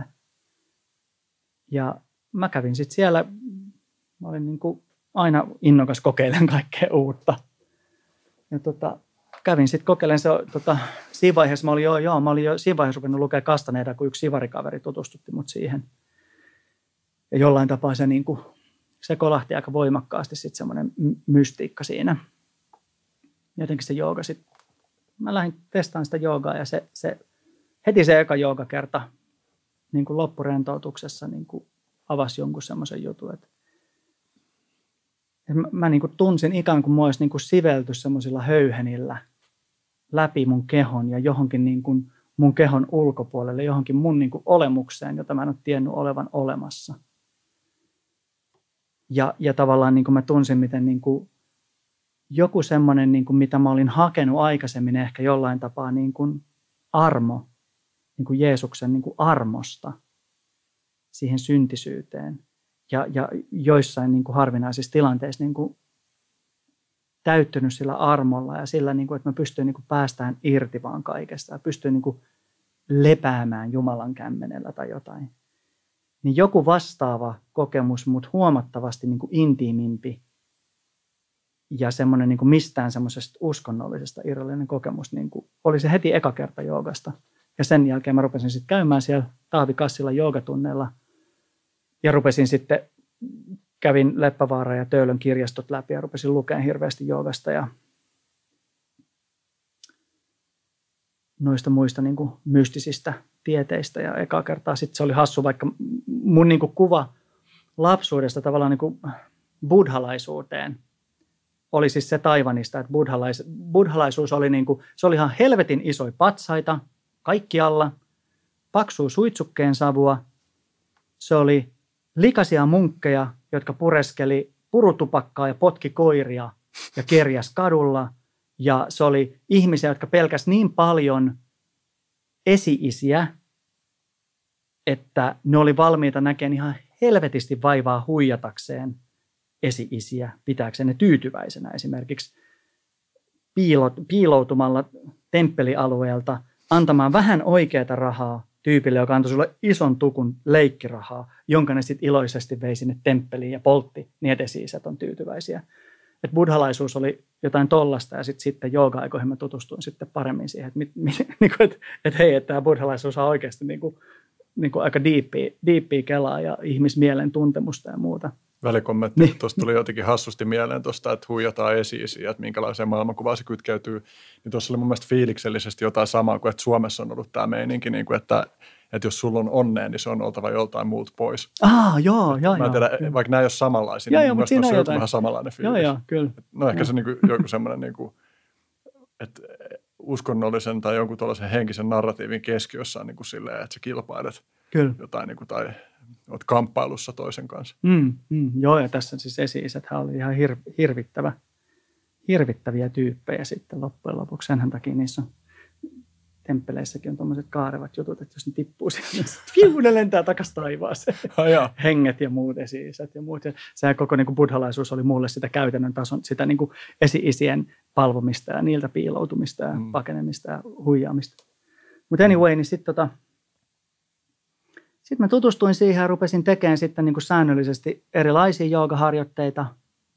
Ja mä kävin sitten siellä, mä olin niin kuin aina innokas kokeilemaan kaikkea uutta. Ja kävin sitten kokeilemaan, siinä vaiheessa mä olin jo siinä vaiheessa ruvennut lukea Castanedaa, kun yksi sivarikaveri tutustutti mut siihen. Ja jollain tapaa se, niin kuin, se kolahti aika voimakkaasti sitten semmoinen mystiikka siinä. Jotenkin se jooga sitten, mä lähdin testaamaan sitä joogaa ja heti se eka joogakerta niin kuin loppurentoutuksessa niin kuin avasi jonkun semmoisen jutun, että mä niin kuin tunsin ikään kuin mua olisi niin kuin sivelty semmoisilla höyhenillä läpi mun kehon ja johonkin niin kuin mun kehon ulkopuolelle, johonkin mun niin kuin olemukseen, jota mä en ole tiennyt olevan olemassa. Ja tavallaan niin kuin mä tunsin, miten niin kuin joku semmoinen, niin kuin mitä mä olin hakenut aikaisemmin ehkä jollain tapaa niin kuin armo, niin kuin Jeesuksen niin kuin armosta siihen syntisyyteen. Ja joissain niin kuin harvinaisissa tilanteissa niin kuin täyttynyt sillä armolla ja sillä, niin kuin, että mä pystyin niin kuin päästään irti vaan kaikesta ja pystyin niin kuin lepäämään Jumalan kämmenellä tai jotain. Niin joku vastaava kokemus, mutta huomattavasti niin kuin intiimimpi ja semmoinen niin kuin mistään semmoisesta uskonnollisesta irrallinen kokemus niin kuin oli se heti eka kerta joogasta. Ja sen jälkeen mä rupesin sitten käymään siellä Taavi Kassilan joogatunneilla ja kävin Leppävaara ja Töölön kirjastot läpi ja rupesin lukemaan hirveästi joogasta ja noista muista niin kuin mystisistä tieteistä. Ja ekaa kertaa sitten se oli hassu, vaikka mun niin kuin kuva lapsuudesta tavallaan niin kuin buddhalaisuuteen oli siis se Taiwanista, että buddhalaisuus oli niin kuin, se oli ihan helvetin isoja patsaita kaikkialla, paksua suitsukkeen savua, se oli likaisia munkkeja, jotka pureskeli purutupakkaa ja potki koiria ja kerjäs kadulla. Ja se oli ihmisiä, jotka pelkäs niin paljon esi-isiä, että ne oli valmiita näkemään ihan helvetisti vaivaa huijatakseen esi-isiä, pitääkseen ne tyytyväisenä esimerkiksi piiloutumalla temppelialueelta, antamaan vähän oikeaa rahaa tyypille, joka antoi sulle ison tukun leikkirahaa, jonka ne sitten iloisesti vei sinne temppeliin ja poltti, niin että esi-isät on tyytyväisiä. että buddhalaisuus oli jotain tollasta ja sitten jooga-aikoihin mä tutustuin sitten paremmin siihen, että hei, että tämä buddhalaisuus on oikeasti niin kuin aika diippiä kelaa ja ihmismielen tuntemusta ja muuta. Välikommentti. Niin. Tuosta tuli jotenkin hassusti mieleen tuosta, että huijataan esi-isiä, että minkälaiseen maailmankuvaan se kytkeytyy. Niin tuossa oli mun mielestä fiiliksellisesti jotain samaa kuin, että Suomessa on ollut tämä meininki, niin kuin, että jos sulla on onnea, niin se on oltava joltain muulta pois. Joo. Mä en tiedä, vaikka nämä ei ole samanlaisia, niin mun mielestä on vähän samanlainen fiilis. Joo, kyllä. No ehkä se niin kuin, joku semmoinen, niin kuin, että uskonnollisen tai jonkun tuollaisen henkisen narratiivin keskiössä on niin kuin silleen, että sä kilpailet jotain niin kuin, tai olet kamppailussa toisen kanssa. Joo, ja tässä siis esi-isäthän oli ihan hirvittäviä tyyppejä sitten loppujen lopuksi. Senhän takia niissä temppeleissäkin on tuommoiset kaarevat jutut, että jos ne tippuu siihen, ne lentää takaisin taivaaseen. Henget ja muut esi-isät ja muut. Ja sehän koko niin kuin buddhalaisuus oli mulle sitä käytännön tason, sitä niin kuin esi-isien palvomista ja niiltä piiloutumista ja pakenemista ja huijaamista. Mutta anyway, niin sitten mä tutustuin siihen ja rupesin tekemään sitten niin kuin säännöllisesti erilaisia joogaharjoitteita.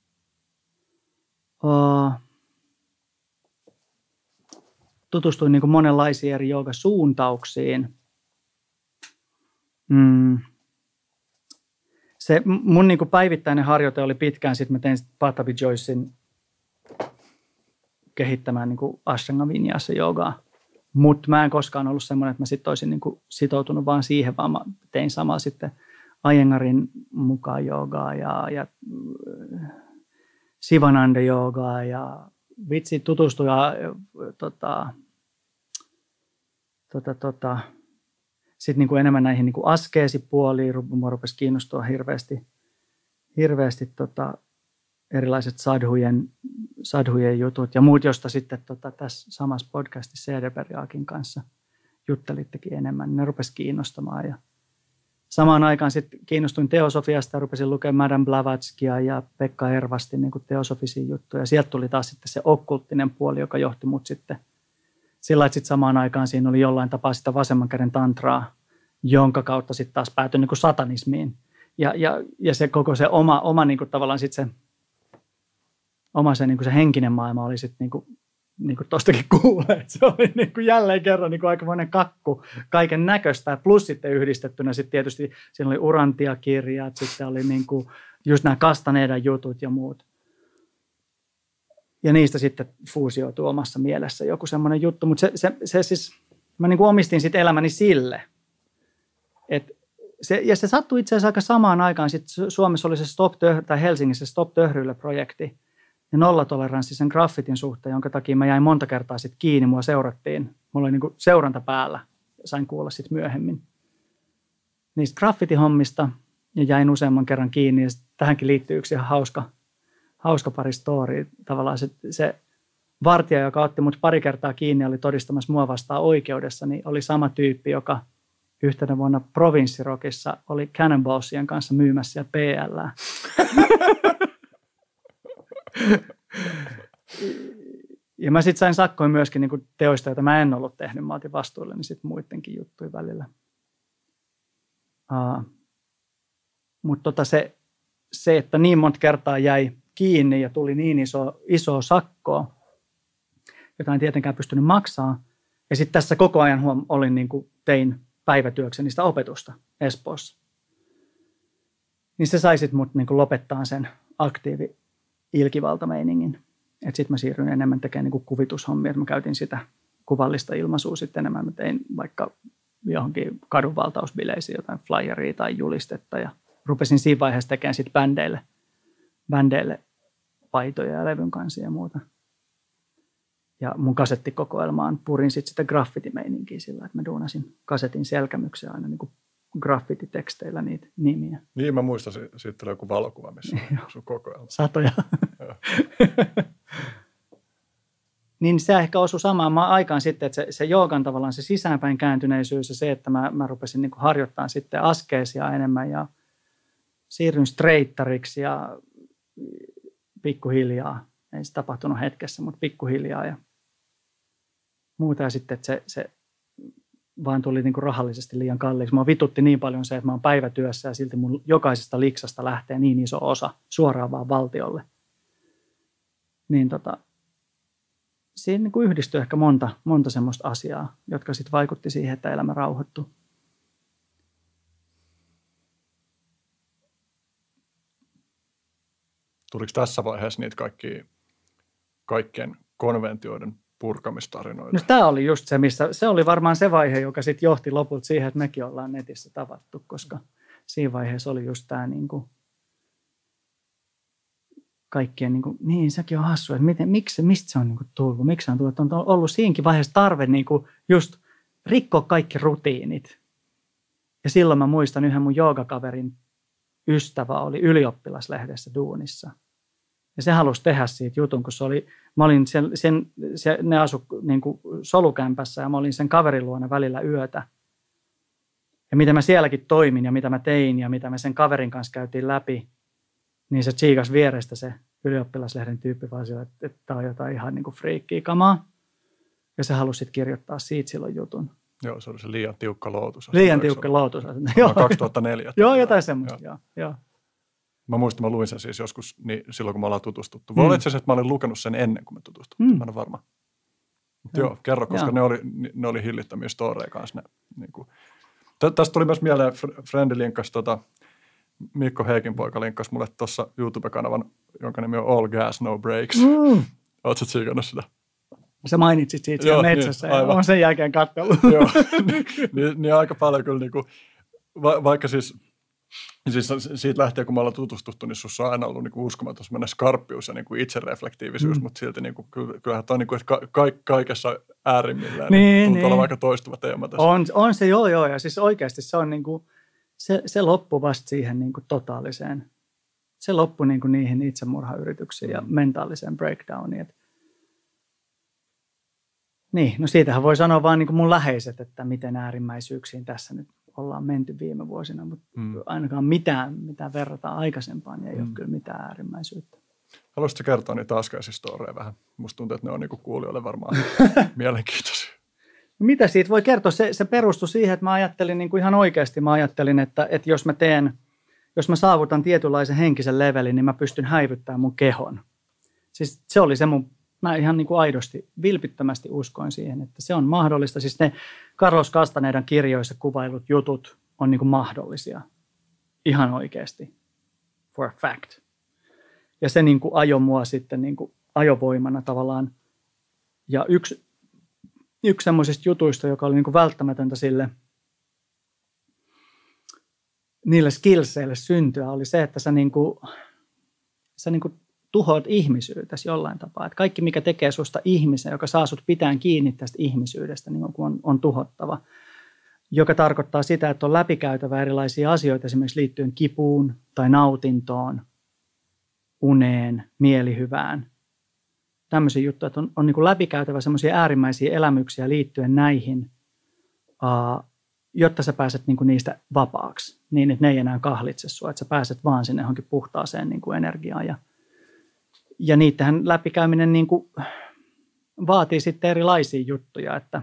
Tutustuin niin kuin monenlaisiin eri joogasuuntauksiin. Se mun niin kuin päivittäinen harjoite oli pitkään, sitten mä tein Pattabhi Joycein kehittämään niin kuin Ashtanga Vinyasa joogaa. Mutta mä en koskaan ollut semmoinen, että mä sitten olisin niin kuin sitoutunut vaan siihen, vaan mä tein samaa sitten Iyengarin mukaan joogaa ja Sivananda joogaa ja vitsi tutustuin sitten niin kuin enemmän näihin niin kuin askeesipuoliin. Mua rupesi kiinnostua hirveästi erilaiset sadhujen jutut ja muut, josta sitten tässä samassa podcastissa Cederberg kanssa juttelittekin enemmän. Ne rupesi kiinnostamaan ja samaan aikaan sitten kiinnostuin teosofiasta ja rupesin lukemaan Madame Blavatskia ja Pekka Hervastin niin kuin teosofisia juttuja. Sieltä tuli taas sitten se okkulttinen puoli, joka johti mut sitten sillä, että sitten samaan aikaan siinä oli jollain tapaa sitä vasemman käden tantraa, jonka kautta sitten taas päätyi niin kuin satanismiin. Ja se koko se oma niin kuin tavallaan sitten se niin kuin se henkinen maailma oli sitten niin kuin tuostakin kuulee, että se oli niin kuin jälleen kerran niin kuin aikamoinen kakku kaiken näköistä. Plus sitten yhdistettynä sitten tietysti siinä oli Urantia-kirjat, sitten oli niin kuin just nämä Castanedan jutut ja muut. Ja niistä sitten fuusioituu omassa mielessä joku semmoinen juttu, mutta se siis, mä niin kuin omistin sitten elämäni sille. Ja se sattui itse asiassa aika samaan aikaan, sitten Suomessa oli se tai Helsingissä Stop Töhrylle-projekti ja nollatoleranssi sen graffitin suhteen, jonka takia mä jäin monta kertaa sitten kiinni, mua seurattiin. Mulla oli niin kuin seuranta päällä, sain kuulla sitten myöhemmin niistä graffitihommista ja jäin useamman kerran kiinni ja tähänkin liittyy yksi ihan hauska pari story. Tavallaan se vartija, joka otti mut pari kertaa kiinni ja oli todistamassa mua vastaan oikeudessa, niin oli sama tyyppi, joka yhtenä vuonna Provinssirokissa oli Cannonballsien kanssa myymässä siellä PL:ää. Ja mä sitten sain sakkoja myöskin niin kuin teoista, joita mä en ollut tehnyt. Mä otin vastuulleni sitten muidenkin juttuja välillä. Mutta se, että niin monta kertaa jäi kiinni ja tuli niin iso sakkoa, jota en tietenkään pystynyt maksaa. Ja sitten tässä koko ajan olin niin kuin tein päivätyökseni sitä opetusta Espoossa. Niin se sai sitten mut niin kuin lopettaa sen ilkivaltameiningin. Että sitten mä siirryin enemmän tekemään niin kuin kuvitushommia. Mä käytin sitä kuvallista ilmaisua sitten enemmän. Mä tein vaikka johonkin kadunvaltausbileisiin jotain flyeria tai julistetta. Ja rupesin siinä vaiheessa tekemään sitten bändeille paitoja ja levyn kansia ja muuta. Ja mun kasettikokoelmaan purin sitten sitä graffitimeininkiä sillä, että mä duunasin kasetin selkämykseen aina niin kuin graffititeksteillä niitä nimiä. Niin, mä muistan, siitä oli joku valokuva, missä on sun kokoelma. Satoja. Niin se ehkä osui samaan aikaan sitten, että se joogan tavallaan se sisäänpäin kääntyneisyys ja se, että mä rupesin niin kuin harjoittamaan sitten askeesia enemmän ja siirryin streittariksi ja pikkuhiljaa. Ei se tapahtunut hetkessä, mutta pikkuhiljaa ja muuta. Ja sitten, että se vaan tuli niin kuin rahallisesti liian kalliiksi. Mua vitutti niin paljon se, että mä oon päivätyössä ja silti mun jokaisesta liksasta lähtee niin iso osa suoraan vaan valtiolle. Niin siinä niin kuin yhdistyi ehkä monta semmoista asiaa, jotka sitten vaikutti siihen, että elämä rauhoittui. Tuliko tässä vaiheessa niitä kaikkien konventioiden purkamistarinoita? No tämä oli just se oli varmaan se vaihe, joka sitten johti lopulta siihen, että mekin ollaan netissä tavattu, koska siinä vaiheessa oli just tämä niin kuin kaikkien, niin sekin on hassu, että mistä se on niin kuin tullut, miksi se on tullut, on ollut siinäkin vaiheessa tarve niin kuin just rikkoa kaikki rutiinit. Ja silloin mä muistan yhden mun joogakaverin ystävä oli ylioppilaslehdessä duunissa. Ja se halusi tehdä siitä jutun, kun mä olin ne asu niin kuin solukämpässä ja mä olin sen kaverin luona välillä yötä. Ja mitä mä sielläkin toimin ja mitä mä tein ja mitä me sen kaverin kanssa käytiin läpi, niin se tsiikas vierestä se ylioppilaslehden tyyppi vaan sillä, että tämä on jotain ihan niin kuin friikkiä kamaa. Ja se halusi sitten kirjoittaa siitä silloin jutun. Joo, se oli se liian tiukka lootus. Liian tiukka lootus. 2004. Joo, jotain semmoista. Joo. Mä muistan, mä luin sen siis joskus silloin, kun me ollaan tutustuttu. Voi olla itse asiassa, että mä olin lukenut sen ennen kuin me tutustuttiin. Mä en ole varma. Joo, kerro, koska ne oli hillittämiä storeja kanssa. Tästä tuli myös mieleen, Frendi linkkasi Mikko Heikin poika linkkasi mulle tuossa YouTube-kanavan, jonka nimi on All Gas, No Breaks. Oletko tsiikannut sitä? Sä mainitsit siitä siellä metsässä ja olen sen jälkeen katsellut. Joo, niin aika paljon kyllä, niin kuin, vaikka siis siitä lähtien, kun me ollaan tutustuttu, niin sussa on aina ollut niin kuin uskomaton semmoinen skarppius ja niin kuin itsereflektiivisyys, mutta silti niin kuin, kyllähän toi, niin kuin, että kaikessa äärimmillään tuntuu olevan aika toistuva teema tässä. On se, joo, ja siis oikeasti se on niin kuin, se loppui vasta siihen niin kuin totaaliseen. Se loppui niin kuin niihin itsemurhayrityksiin ja mentaaliseen breakdowniin. Niin, no siitähän voi sanoa vaan niin kuin mun läheiset, että miten äärimmäisyyksiin tässä nyt ollaan menty viime vuosina, mutta ainakaan mitään verrataan aikaisempaan, niin ei ole kyllä mitään äärimmäisyyttä. Haluaisitko kertoa niitä askaishistoreja vähän? Musta tuntuu, että ne on niin kuin kuulijoille varmaan mielenkiintoisia. Mitä siitä voi kertoa? Se perustui siihen, että mä ajattelin niin kuin ihan oikeasti, että jos mä saavutan tietynlaisen henkisen levelin, niin mä pystyn häivyttämään mun kehon. Siis se oli se mä ihan niin kuin aidosti, vilpittömästi uskoin siihen, että se on mahdollista. Siis ne Carlos Castanedan kirjoissa kuvailut jutut on niin kuin mahdollisia. Ihan oikeasti. For a fact. Ja se niin kuin ajoi mua sitten niin kuin ajovoimana tavallaan. Ja yksi semmoisista jutuista, joka oli niin kuin välttämätöntä niille skillseille syntyä, oli se, että sä niin kuin tuhoat ihmisyytäsi jollain tapaa. Että kaikki, mikä tekee susta ihmisen, joka saa sut pitään kiinni tästä ihmisyydestä, niin on tuhottava. Joka tarkoittaa sitä, että on läpikäytävä erilaisia asioita, esimerkiksi liittyen kipuun tai nautintoon, uneen, mielihyvään. Tämmöisiä juttuja, että on niin kuin läpikäytävä semmoisia äärimmäisiä elämyksiä liittyen näihin, jotta sä pääset niin kuin niistä vapaaksi, niin että ne ei enää kahlitse sua, että sä pääset vaan sinne johonkin puhtaaseen niin kuin energiaan. Ja niitähän läpikäyminen niin kuin vaatii sitten erilaisia juttuja, että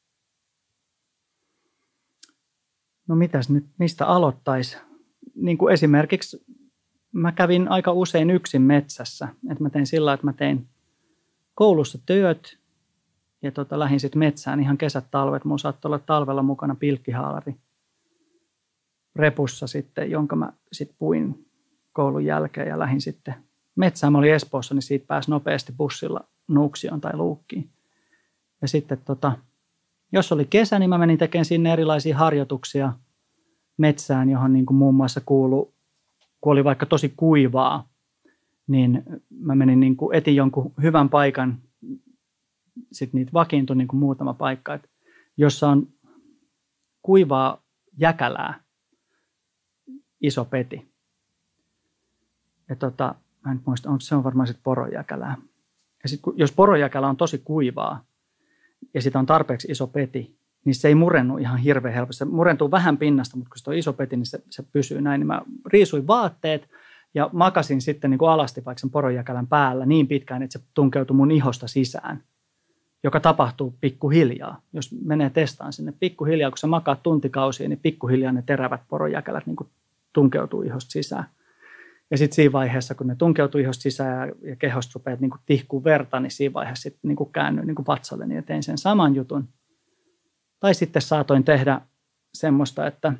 no mitäs nyt, mistä aloittaisi? Niin kuin esimerkiksi mä kävin aika usein yksin metsässä, että mä tein sillä lailla, että mä tein koulussa työt ja lähdin sitten metsään ihan kesät, talvet. Mun saattoi olla talvella mukana pilkkihaalari repussa sitten, jonka mä sitten puin koulun jälkeen ja lähdin sitten metsään. Mä olin Espoossa, niin siitä pääsi nopeasti bussilla Nuuksioon tai Luukkiin. Ja sitten jos oli kesä, niin mä menin tekemään sinne erilaisia harjoituksia metsään, johon niin kuin muun muassa kun oli vaikka tosi kuivaa, niin mä menin niin kuin etin jonkun hyvän paikan, sitten niitä vakiintui niin kuin muutama paikka, että jossa on kuivaa jäkälää, iso peti. Ja mä en muista, se on varmaan sitten porojäkälää. Ja sitten jos porojäkälä on tosi kuivaa ja sitä on tarpeeksi iso peti, niin se ei murennu ihan hirveän helposti. Se murentuu vähän pinnasta, mutta kun se on iso peti, niin se pysyy näin. Niin mä riisuin vaatteet ja makasin sitten niin kuin alasti vaikka sen porojäkälän päällä niin pitkään, että se tunkeutui mun ihosta sisään, joka tapahtuu pikkuhiljaa. Jos menee testaan sinne pikkuhiljaa, kun sä makaat tuntikausia, niin pikkuhiljaa ne terävät porojäkälät niin kuin tunkeutuu ihosta sisään. Ja sitten siinä vaiheessa, kun ne tunkeutuu ihosta sisään ja kehosta rupeat niin tihkuu verta, niin siinä vaiheessa sitten niin käännyin niin vatsalleni ja tein sen saman jutun. Tai sitten saatoin tehdä semmoista, että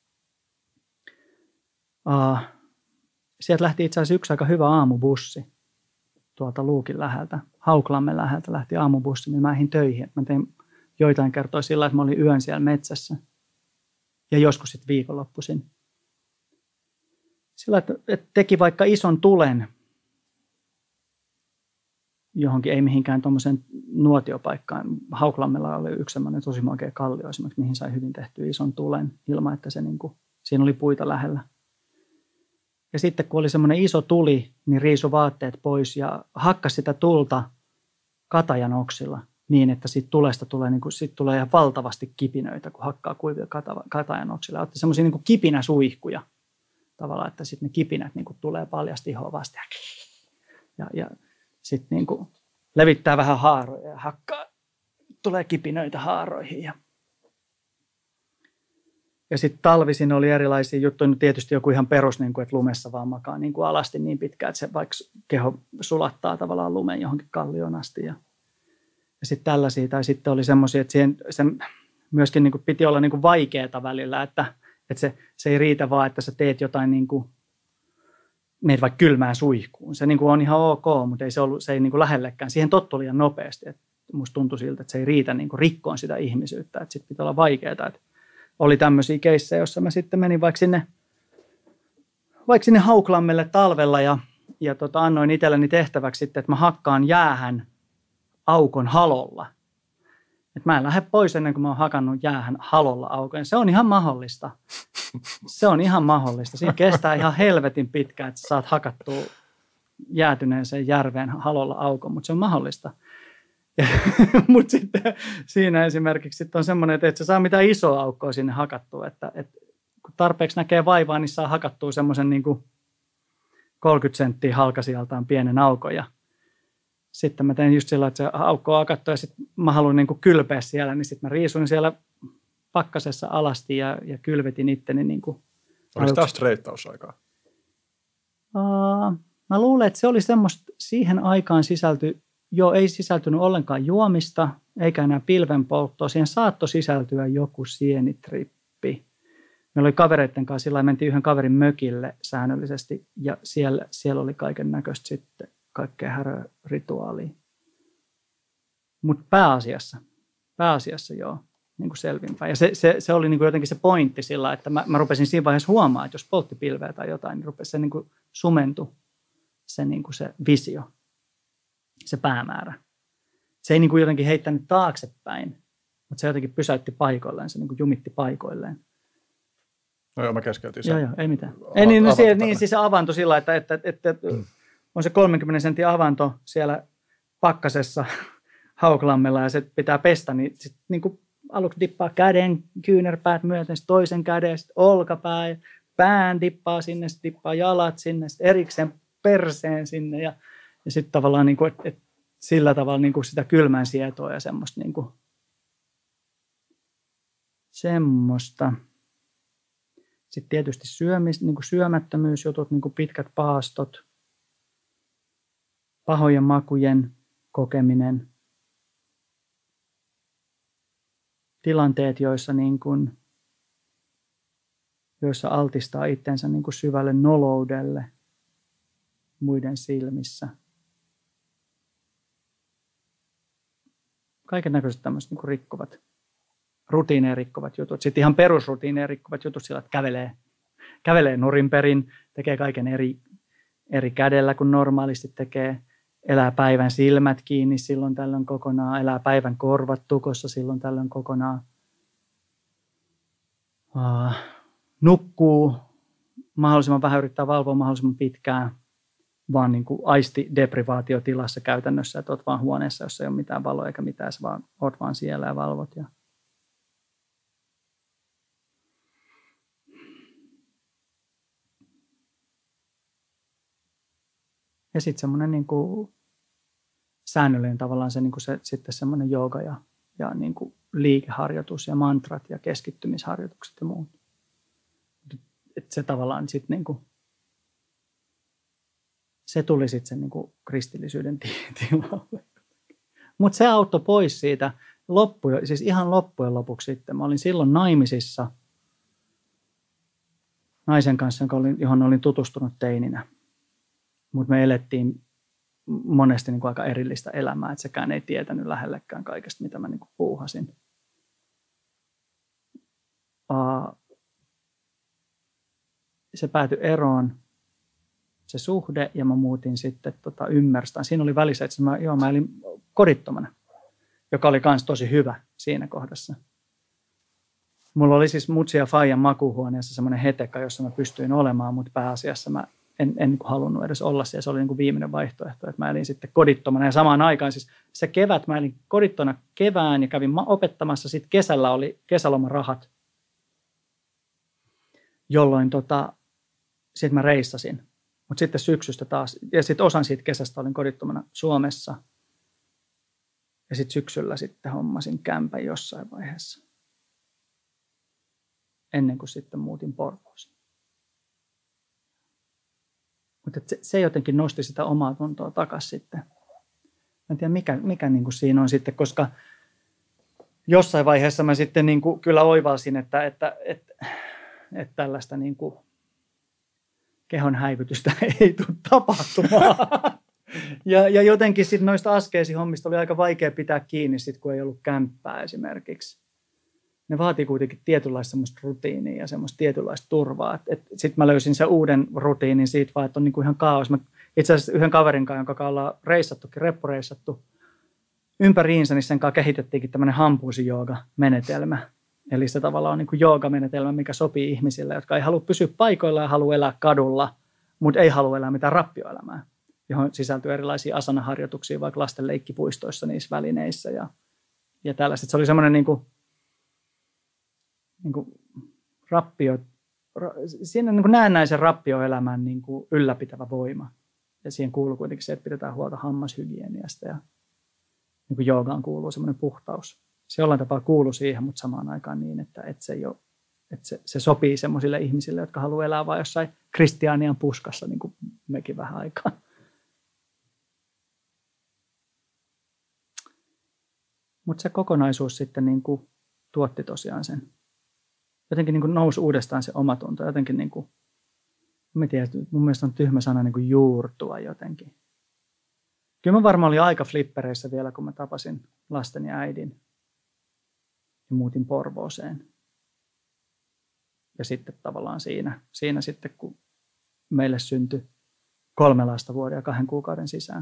sieltä lähti itse asiassa yksi aika hyvä aamubussi tuolta Luukin läheltä. Hauklammen läheltä lähti aamubussi, niin mä lähdin töihin. Mä tein joitain kertoja sillä, että mä olin yön siellä metsässä ja joskus sitten viikonloppuisin. Sillä, että teki vaikka ison tulen johonkin, ei mihinkään tuommoisen nuotiopaikkaan. Hauklammella oli yksi semmoinen tosi makea kallio esimerkiksi, mihin sai hyvin tehtyä ison tulen ilman, että se siinä oli puita lähellä. Ja sitten kun oli semmoinen iso tuli, niin riisui vaatteet pois ja hakkasi sitä tulta katajan oksilla niin, että siitä tulesta tulee, sit tulee ihan valtavasti kipinöitä, kun hakkaa kuivia katajan oksilla. Otti semmoisia kipinäsuihkuja tavallaan, että sitten ne kipinät tulee paljasti ihoa vastaan. Ja sitten levittää vähän haaroja ja hakkaa, tulee kipinöitä haaroihin. Ja sitten talvisin oli erilaisia juttuja, no tietysti joku ihan perus, että lumessa vaan makaa alasti niin pitkään, että se vaikka keho sulattaa tavallaan lumen johonkin kallioon asti. Ja sitten tällaisia, tai sitten oli semmoisia, että sen myöskin piti olla vaikeaa välillä, että se ei riitä vaan, että sä teet jotain, meet vaikka kylmään suihkuun. Se on ihan ok, mutta se ei lähellekään. Siihen tottui liian nopeasti. Et musta tuntui siltä, että se ei riitä rikkoon sitä ihmisyyttä. Että sitten pitää olla vaikeaa. Että oli tämmöisiä keissejä, joissa mä sitten menin vaikka sinne Hauklammelle talvella ja annoin itselleni tehtäväksi sitten, että mä hakkaan jäähän aukon halolla. Että mä en lähde pois ennen kuin mä oon hakannut jäähän halolla aukon. Se on ihan mahdollista. Se on ihan mahdollista. Siinä kestää ihan helvetin pitkään, että sä saat hakattua jäätyneeseen järveen halolla aukon, mutta se on mahdollista. Mutta sitten siinä esimerkiksi sit on semmoinen, että et sä saa mitään isoa aukkoa sinne hakattua. Että kun tarpeeksi näkee vaivaa, niin saa hakattua semmoisen 30 senttiä halkasijaltaan pienen aukon. Ja sitten mä tein just sillä, että se aukko on hakattu ja sitten mä haluan kylpeä siellä, niin sitten mä riisuin siellä pakkasessa alasti ja kylvetin itteni. Oliko tämä streittausaikaa? Mä luulen, että se oli semmoista, siihen aikaan ei sisältynyt ollenkaan juomista, eikä enää pilvenpolttoa. Siihen saattoi sisältyä joku sienitrippi. Meillä oli kavereiden kanssa, sillä mentiin yhden kaverin mökille säännöllisesti ja siellä oli kaiken näköistä sitten, kaikkea härörituaalia. Mutta pääasiassa joo. Selvinpäin. Ja se oli jotenkin se pointti sillä, että mä rupesin siinä vaiheessa huomaamaan, että jos poltti pilveä tai jotain, niin rupesi se sumentui se visio, se päämäärä. Se ei jotenkin heittänyt taaksepäin, mutta se jotenkin pysäytti paikoilleen, se jumitti paikoilleen. No joo, mä keskeytin sen. Joo, ei mitään. Siis se avanto sillä, että on se 30 sentin avanto siellä pakkasessa Hauklammella ja se pitää pestä, niin sitten aluksi dippaa käden kyynärpäät myöten, sitten toisen käden, sitten olkapää, pään dippaa sinne, sitten dippaa jalat sinne, sitten erikseen perseen sinne ja sitten tavallaan et sillä tavalla sitä kylmän sietoa ja semmoista semmoista. Sitten tietysti syömättömyysjutut, pitkät paastot, pahojen makujen kokeminen, tilanteet, joissa altistaa itsensä syvälle noloudelle muiden silmissä. Kaiken näköiset tämmöiset rutiineja rikkovat jutut. Sitten ihan perusrutiineja rikkovat jutut sillä, että kävelee nurin perin, tekee kaiken eri kädellä kuin normaalisti tekee. Elää päivän silmät kiinni silloin tällöin kokonaan. Elää päivän korvat tukossa silloin tällöin kokonaan. Nukkuu mahdollisimman vähän, yrittää valvoa mahdollisimman pitkään. Vaan aistideprivaatiotilassa käytännössä, että olet vaan huoneessa, jossa ei ole mitään valoa eikä mitään. Sä vaan olet vaan siellä ja valvot. Ja sitten semmoinen säännöllinen tavallaan se sitten semmoinen jooga ja liikeharjoitus ja mantrat ja keskittymisharjoitukset ja muut. Et se tavallaan sitten se tuli sitten sen niin kuin kristillisyyden tilalle. Mutta se auttoi pois siitä siis ihan loppujen lopuksi sitten. Mä olin silloin naimisissa naisen kanssa, johon olin tutustunut teininä. Mutta me elettiin monesti niin kuin aika erillistä elämää, että sekään ei tietänyt lähellekään kaikesta, mitä mä niin kuin puuhasin. Se päätyi eroon, se suhde, ja mä muutin sitten Ymmärstaan. Siinä oli välissä, että mä elin kodittomana, joka oli myös tosi hyvä siinä kohdassa. Mulla oli siis mutsi ja faijan makuuhuoneessa semmoinen heteka, jossa mä pystyin olemaan, mutta pääasiassa mä en halunnut edes olla siellä. Se oli niin kuin viimeinen vaihtoehto, että mä elin sitten kodittomana. Ja samaan aikaan siis se kevät, mä elin kodittona kevään ja kävin opettamassa. Sitten kesällä oli kesälomarahat, jolloin sitten mä reissasin. Mutta sitten syksystä taas, ja sitten osan siitä kesästä olin kodittomana Suomessa. Ja sitten syksyllä sitten hommasin kämpän jossain vaiheessa. Ennen kuin sitten muutin Porvooseen. Mutta se jotenkin nosti sitä omaa tuntoa takaisin sitten. Mä en tiedä, mikä niin kuin siinä on sitten, koska jossain vaiheessa mä sitten niin kuin kyllä oivalsin, että tällaista niin kuin kehon häivytystä ei tule tapahtumaan. Ja jotenkin sitten noista askeesihommista oli aika vaikea pitää kiinni, sit, kun ei ollut kämppää esimerkiksi. Ne vaatii kuitenkin tietynlaista semmoista rutiinia ja semmoista tietynlaista turvaa. Sitten mä löysin sen uuden rutiinin siitä vaan, että on niinku ihan kaos. Mä itse asiassa yhden kaverin kanssa, jonka kanssa ollaan reppureissattu ympäriinsä, niin sen kanssa kehitettiinkin tämmöinen hampuusi-jooga-menetelmä. Eli se tavallaan on niinku joogamenetelmä, mikä sopii ihmisille, jotka ei halua pysyä paikoilla ja halua elää kadulla, mutta ei halua elää mitään rappioelämää, johon sisältyy erilaisia asanaharjoituksia, vaikka lasten leikkipuistoissa niissä välineissä ja tällaiset. Se oli semmoinen niinku rappio, siinä niin kuin näennäisen rappioelämän niin kuin ylläpitävä voima. Ja siihen kuuluu kuitenkin se, että pidetään huolta hammashygieniasta ja niin kuin joogaan kuuluu semmoinen puhtaus. Se jollain tapaa kuuluu siihen, mutta samaan aikaan niin, että se sopii semmoisille ihmisille, jotka haluaa elää vain jossain Kristianian puskassa, niin kuin mekin vähän aikaa. Mutta se kokonaisuus sitten niin kuin tuotti tosiaan sen. Jotenkin niin kuin nousi uudestaan se omatunto. Jotenkin niin kuin, mun mielestä on tyhmä sana niin kuin juurtua jotenkin. Kyllä mä varmaan olin aika flippereissä vielä, kun mä tapasin lasten ja äidin ja muutin Porvooseen. Ja sitten tavallaan siinä sitten, kun meille syntyi 3 lasta vuoden ja 2 kuukauden sisään.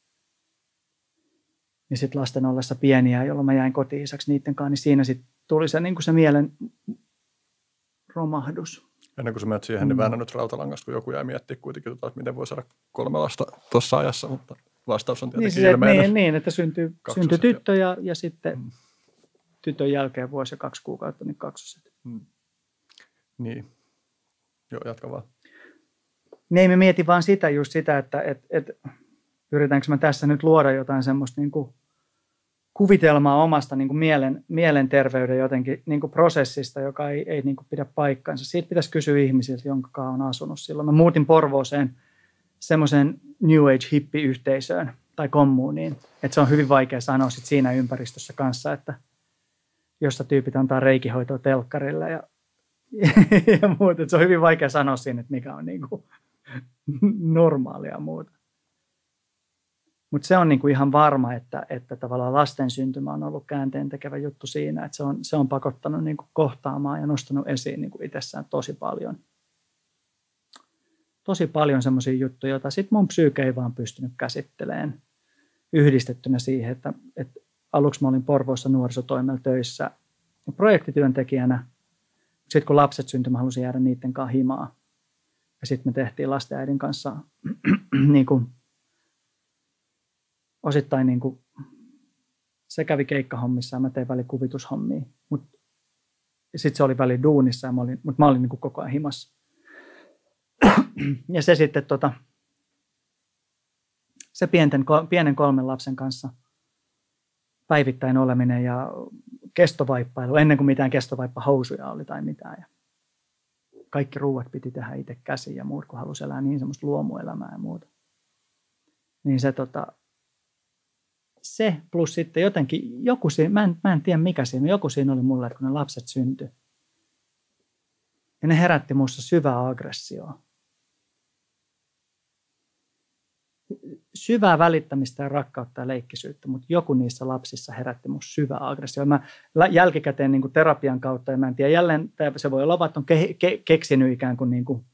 Ja sitten lasten ollessa pieniä, jolloin mä jäin koti-isäksi niiden kanssa, niin siinä sitten tuli se, niin kuin se mielen romahdus. Ennen kuin sä menet siihen, niin väännä nyt rautalangasta, kun joku jäi miettiä kuitenkin, että miten voi saada 3 lasta tuossa ajassa, mutta vastaus on tietenkin ilmeinen. Niin, että syntyi tyttö ja sitten tytön jälkeen vuosi ja 2 kuukautta, niin 2. Niin, joo, jatka vaan. Niin, me mietin vaan sitä, että yritänkö mä tässä nyt luoda jotain semmoista niin kuin kuvitelmaa omasta niin kuin mielenterveyden jotenkin niin kuin prosessista, joka ei niin kuin pidä paikkaansa. Siitä pitäisi kysyä ihmisiltä, jonka on asunut silloin. Mä muutin Porvooseen semmoiseen New Age hippiyhteisöön tai kommuuniin, että se on hyvin vaikea sanoa sit siinä ympäristössä kanssa, että jossa tyypit antaa reikihoitoa telkkarilla ja muuta. Se on hyvin vaikea sanoa siinä, että mikä on niin kuin normaalia ja muuta. Mutta se on niinku ihan varma, että tavallaan lasten syntymä on ollut käänteen tekevä juttu siinä, että se on pakottanut niinku kohtaamaan ja nostanut esiin niinku itsessään tosi paljon semmoisia juttuja, joita sitten mun psyyke ei vaan pystynyt käsittelemään yhdistettynä siihen, että aluksi mä olin Porvoossa nuorisotoimella töissä projektityöntekijänä. Sitten kun lapset syntyi, mä halusin jäädä niiden kanssa himaa. Ja sitten me tehtiin lasten äidin kanssa niinku osittain niin kuin, se kävi keikkahommissa ja mä tein väli kuvitushommia. Sitten se oli väli duunissa, mutta mä olin niin kuin koko ajan himassa. Ja se sitten se pienen 3 lapsen kanssa päivittäin oleminen ja kestovaippailu, ennen kuin mitään kestovaippahousuja oli tai mitään. Ja kaikki ruuat piti tehdä itse käsin ja muut, kun halusi elää niin semmoista luomuelämää ja muuta. Niin se plus sitten jotenkin, joku siinä, mä en tiedä mikä siinä, joku siinä oli mulle, että kun ne lapset syntyi. Ja ne herätti musta syvää aggressioa. Syvää välittämistä ja rakkautta ja leikkisyyttä, mutta joku niissä lapsissa herätti musta syvää aggressioa. Mä jälkikäteen niin kuin terapian kautta, ja mä en tiedä, jälleen se voi olla, että on keksinyt ikään kuin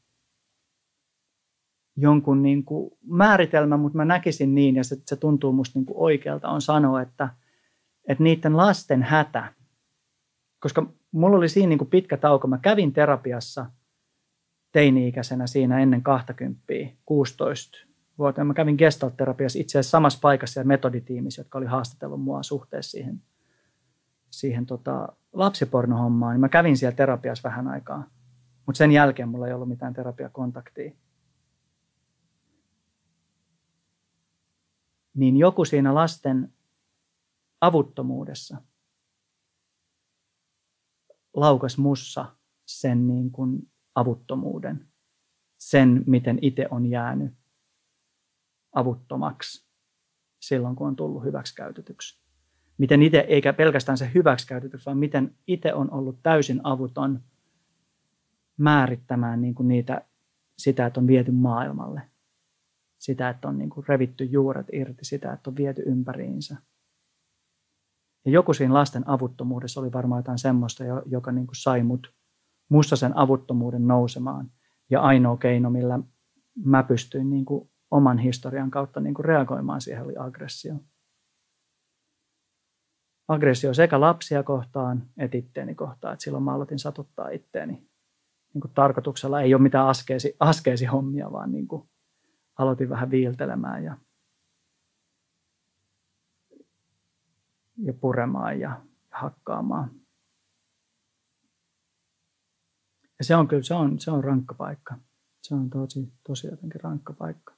jonkun niin kuin määritelmän, mutta mä näkisin niin, ja se tuntuu musta niin kuin oikealta, on sanoa, että niiden lasten hätä, koska mulla oli siinä niin kuin pitkä tauko, mä kävin terapiassa teini-ikäisenä siinä ennen 20, 16 vuotta. Mä kävin Gestalt-terapiassa itse asiassa samassa paikassa ja metoditiimissä, jotka oli haastatellut mua suhteessa siihen lapsipornohommaan. Niin mä kävin siellä terapiassa vähän aikaa, mutta sen jälkeen mulla ei ollut mitään terapiakontaktia. Niin joku siinä lasten avuttomuudessa laukas mussa sen niin kuin avuttomuuden, sen miten itse on jäänyt avuttomaksi silloin, kun on tullut hyväksikäytetyksi. Miten itse, eikä pelkästään se hyväksikäytetyksi, vaan miten itse on ollut täysin avuton määrittämään niin kuin sitä, että on viety maailmalle. Sitä, että on niin kuin revitty juuret irti, sitä, että on viety ympäriinsä. Ja joku siinä lasten avuttomuudessa oli varmaan jotain semmoista, joka niin kuin sai musta sen avuttomuuden nousemaan. Ja ainoa keino, millä mä pystyin niin kuin oman historian kautta niin kuin reagoimaan siihen, oli aggressio. Aggressio sekä lapsia kohtaan että itteeni kohtaan. Et silloin mä aloitin satuttaa itteeni niin kuin tarkoituksella. Ei ole mitään askeesi hommia, vaan niin kuin aloitin vähän viiltelemään ja puremaan ja hakkaamaan. Ja se on kyllä, se on rankka paikka. Se on tosi jotenkin rankka paikka.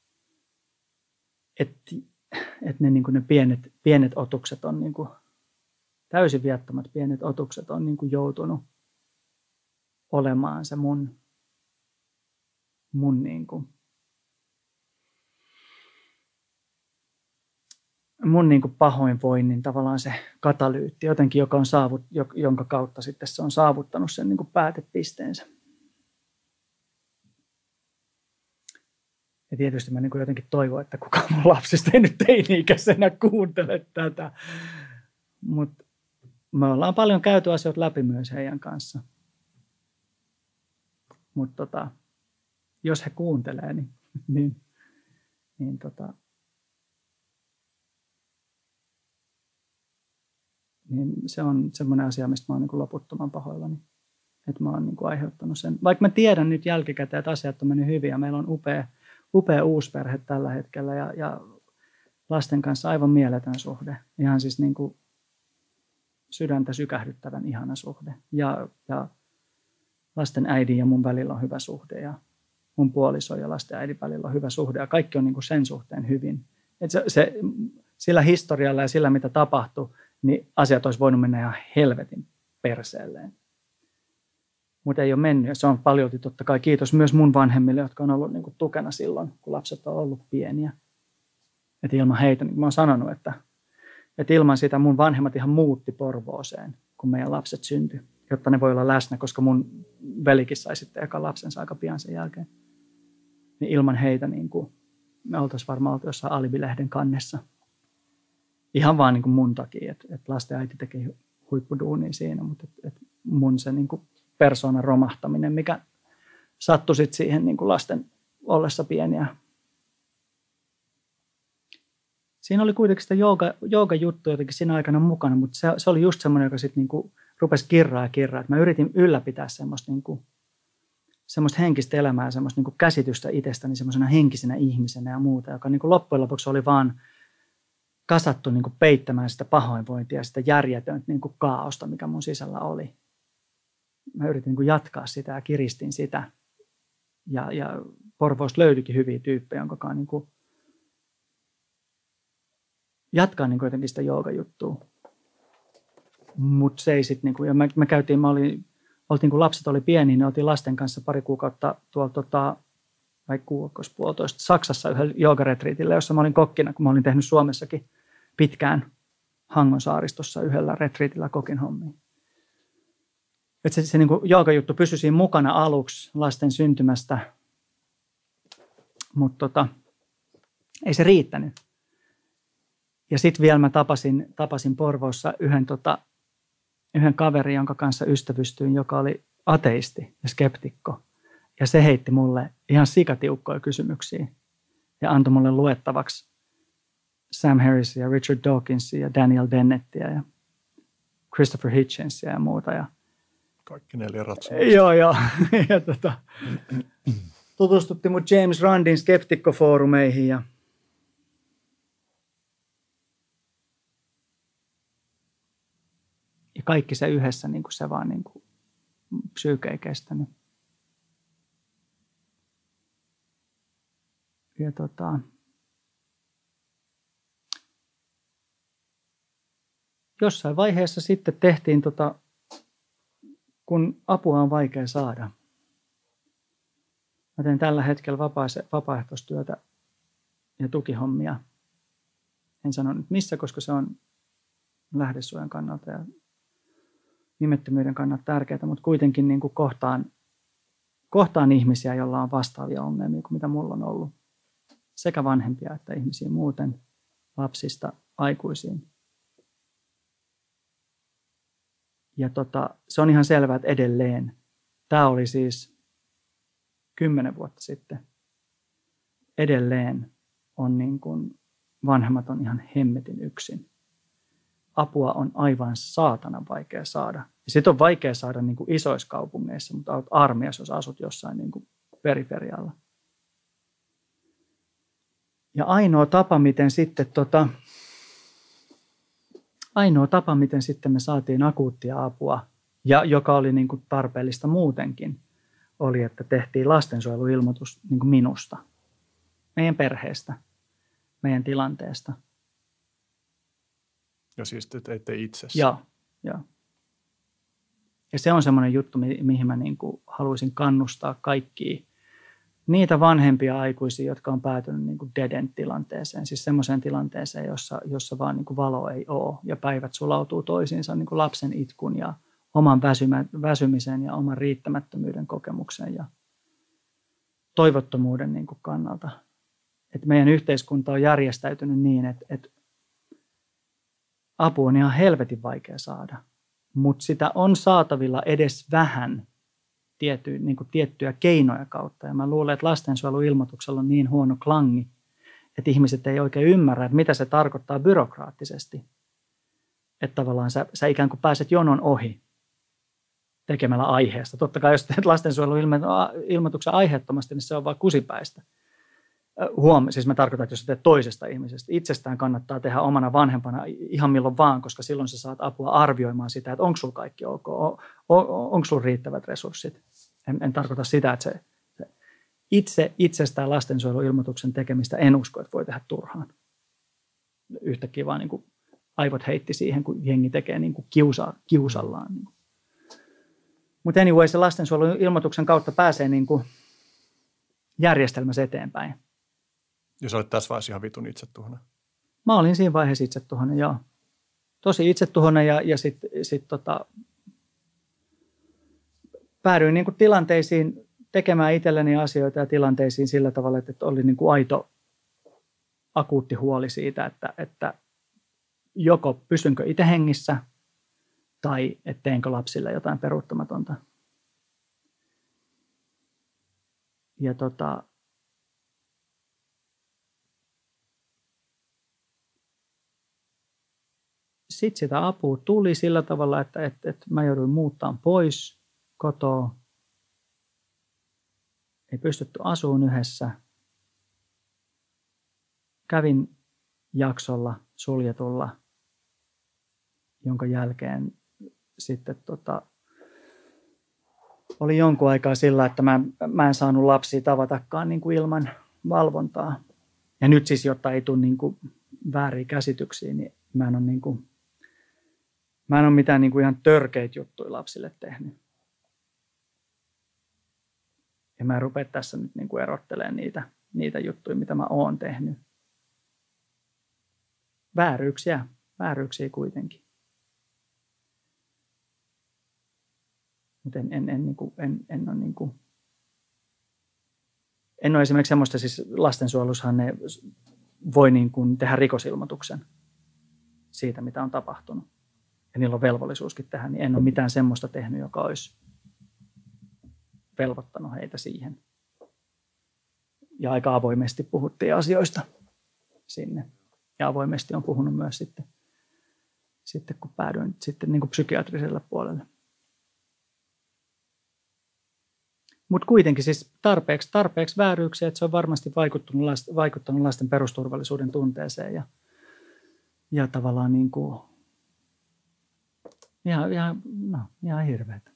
Että ne, niin kuin ne pienet otukset on niin kuin, täysin viattomat pienet otukset on niin kuin joutunut olemaan se mun niin kuin, mun niin kuin pahoinvoinnin tavallaan se katalyytti jotenkin, jonka kautta sitten se on saavuttanut sen niin kuin päätepisteensä. Ja tietysti mä niin kuin jotenkin toivon, että kukaan mun lapsista ei nyt teini-ikäisenä kuuntele tätä. Mutta me ollaan paljon käyty asioita läpi myös heidän kanssa. Mutta jos he kuuntelee, niin se on semmoinen asia, mistä mä oon niin kuin loputtoman pahoillani. Että mä oon niin kuin aiheuttanut sen. Vaikka mä tiedän nyt jälkikäteen, että asiat on mennyt hyvin ja meillä on upea uusperhe tällä hetkellä ja lasten kanssa aivan mieletön suhde. Ihan siis niin kuin sydäntä sykähdyttävän ihana suhde. Ja lasten äidin ja mun välillä on hyvä suhde ja mun puolison ja lasten äidin välillä on hyvä suhde ja kaikki on niin kuin sen suhteen hyvin. Että sillä historialla ja sillä, mitä tapahtui, niin asiat olisi voinut mennä ihan helvetin perseelleen. Mutta ei ole mennyt. Ja se on paljolti totta kai kiitos myös mun vanhemmille, jotka on ollut niin kuin tukena silloin, kun lapset on ollut pieniä. Että ilman heitä, niin mä oon sanonut, että ilman sitä mun vanhemmat ihan muutti Porvooseen, kun meidän lapset syntyi, jotta ne voi olla läsnä, koska mun velikin sai sitten eka lapsensa aika pian sen jälkeen. Niin ilman heitä niin kuin me oltaisiin varmaan oltu jossain Alibi-lehden kannessa. Ihan vaan niin kuin mun takia, että lasten äiti teki huippuduunia siinä, mutta että mun se niin kuin persoonan romahtaminen, mikä sattui sitten siihen niin kuin lasten ollessa pieniä. Siinä oli kuitenkin sitä jooga-juttua jotenkin siinä aikana mukana, mutta se oli just semmoinen, joka sitten niin kuin rupesi kirraa. Mä yritin ylläpitää semmoista, niin kuin, semmoista henkistä elämää, semmoista niin kuin käsitystä itsestäni semmoisena henkisenä ihmisenä ja muuta, joka niin kuin loppujen lopuksi oli vaan kasattu niin kuin peittämään sitä pahoinvointia ja sitä järjetöntä niin kuin kaaosta, mikä mun sisällä oli. Mä yritin niin kuin jatkaa sitä ja kiristin sitä. Ja Porvoosta löytyikin hyviä tyyppejä, jonka niin kuin jatkaa niin kuin jotenkin sitä joogajuttua. Mutta se ei sitten, niin ja me käytiin, oltiin kun lapset oli pieniä, niin oltiin lasten kanssa pari kuukautta tuolla vai kuukausi puolitoista Saksassa yhdellä joogaretriitillä, jossa mä olin kokkina, kun mä olin tehnyt Suomessakin pitkään Hangon saaristossa yhdellä retriitillä kokin hommia. Että se niin kuin joogajuttu pysyi siinä mukana aluksi lasten syntymästä, mutta ei se riittänyt. Ja sitten vielä mä tapasin Porvoossa yhden kaverin, jonka kanssa ystävystyin, joka oli ateisti ja skeptikko. Ja se heitti mulle ihan sikatiukkoja kysymyksiä ja antoi mulle luettavaksi Sam Harrisia, Richard Dawkinsia ja Daniel Dennettiä ja Christopher Hitchensia ja muuta. Ja kaikki 4 ratsuja. Joo. Ja tutustutti mut James Randin skeptikkofoorumeihin ja kaikki se yhdessä, niin kuin se vaan niin kuin psyyke ei kestänyt. Ja jossain vaiheessa sitten tehtiin, kun apua on vaikea saada. Mä teen tällä hetkellä vapaaehtoistyötä ja tukihommia. En sano nyt missä, koska se on lähdesuojan kannalta ja nimettömyyden kannalta tärkeää, mutta kuitenkin niin kuin kohtaan ihmisiä, joilla on vastaavia ongelmia kuin mitä mulla on ollut. Sekä vanhempia että ihmisiä muuten, lapsista aikuisiin. Ja se on ihan selvää, että edelleen. Tämä oli siis 10 vuotta sitten. Edelleen on niin kuin vanhemmat on ihan hemmetin yksin. Apua on aivan saatanan vaikea saada. Ja sit on vaikea saada niin kuin isoissa kaupungeissa, mutta olet armiassa, jos asut jossain niin kuin periferialla. Ja ainoa tapa, miten sitten me saatiin akuuttia apua, ja joka oli niin kuin tarpeellista muutenkin, oli, että tehtiin lastensuojeluilmoitus niin kuin minusta, meidän perheestä, meidän tilanteesta. Ja siis te teitte itsessä. Joo. Ja se on semmoinen juttu, mihin mä niin kuin haluaisin kannustaa kaikkia niitä vanhempia aikuisia, jotka on päätynyt niin kuin dead end-tilanteeseen. Siis semmoiseen tilanteeseen, jossa vaan niin kuin valo ei ole ja päivät sulautuu toisiinsa niin kuin lapsen itkun ja oman väsymisen ja oman riittämättömyyden kokemuksen ja toivottomuuden niin kuin kannalta. Et meidän yhteiskunta on järjestäytynyt niin, että apu on ihan helvetin vaikea saada, mutta sitä on saatavilla edes vähän tiettyjä keinoja kautta. Ja mä luulen, että lastensuojeluilmoituksella on niin huono klangi, että ihmiset ei oikein ymmärrä, että mitä se tarkoittaa byrokraattisesti. Että tavallaan sä ikään kuin pääset jonon ohi tekemällä aiheesta. Totta kai jos teet lastensuojeluilmoituksen aiheettomasti, niin se on vaan kusipäistä. Siis mä tarkoitan, että jos sä teet toisesta ihmisestä, itsestään kannattaa tehdä omana vanhempana ihan milloin vaan, koska silloin sä saat apua arvioimaan sitä, että onko sulla kaikki ok, onko sulla riittävät resurssit. En tarkoita sitä, että se itsestään lastensuojeluilmoituksen tekemistä en usko, että voi tehdä turhaan. Yhtäkkiä vaan niin kuin aivot heitti siihen, kun jengi tekee niin kuin kiusallaan. Mutta anyway, se lastensuojeluilmoituksen kautta pääsee niin kuin järjestelmässä eteenpäin. Ja sä olet tässä vaiheessa ihan vitun itsetuhoinen. Mä olin siinä vaiheessa itsetuhoinen, joo. Tosi itsetuhoinen ja sitten päädyin niin kuin tilanteisiin tekemään itselleni asioita ja tilanteisiin sillä tavalla, että oli niin kuin aito akuutti huoli siitä, että joko pysynkö itse hengissä tai että teenkö lapsille jotain peruuttamatonta. Ja sitten sitä apua tuli sillä tavalla, että mä jouduin muuttamaan pois kotoa. Ei pystytty asuun yhdessä. Kävin jaksolla suljetulla, jonka jälkeen sitten oli jonkun aikaa sillä, että mä en saanut lapsia tavatakaan niin kuin ilman valvontaa. Ja nyt siis, jotta ei tule niin kuin vääriä käsityksiä, niin mä en ole mitään niin kuin ihan törkeitä juttuja lapsille tehnyt. Ja mä en rupea tässä nyt niin kuin erottelemaan niitä juttuja, mitä mä oon tehnyt. Vääryyksiä kuitenkin. Mutta en ole esimerkiksi semmoista, siis lastensuojelussahan ne voi niin kuin tehdä rikosilmoituksen siitä, mitä on tapahtunut. Ja niillä on velvollisuuskin tehdä, niin en ole mitään semmoista tehnyt, joka olisi velvoittanut heitä siihen. Ja aika avoimesti puhuttiin asioista sinne. Ja avoimesti on puhunut myös sitten kun päädyin sitten niin kuin psykiatriselle puolelle. Mutta kuitenkin siis tarpeeksi vääryyksiä, että se on varmasti vaikuttanut lasten perusturvallisuuden tunteeseen ja tavallaan niin kuin ihan hirveätä.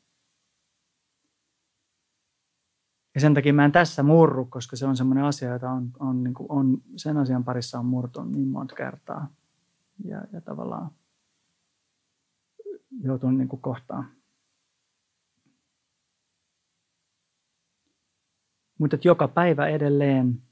Ja sen takia mä en tässä murru, koska se on semmoinen asia, jota on sen asian parissa on murtunut niin monta kertaa. Ja tavallaan joutunut niin kuin kohtaan. Mutta joka päivä edelleen,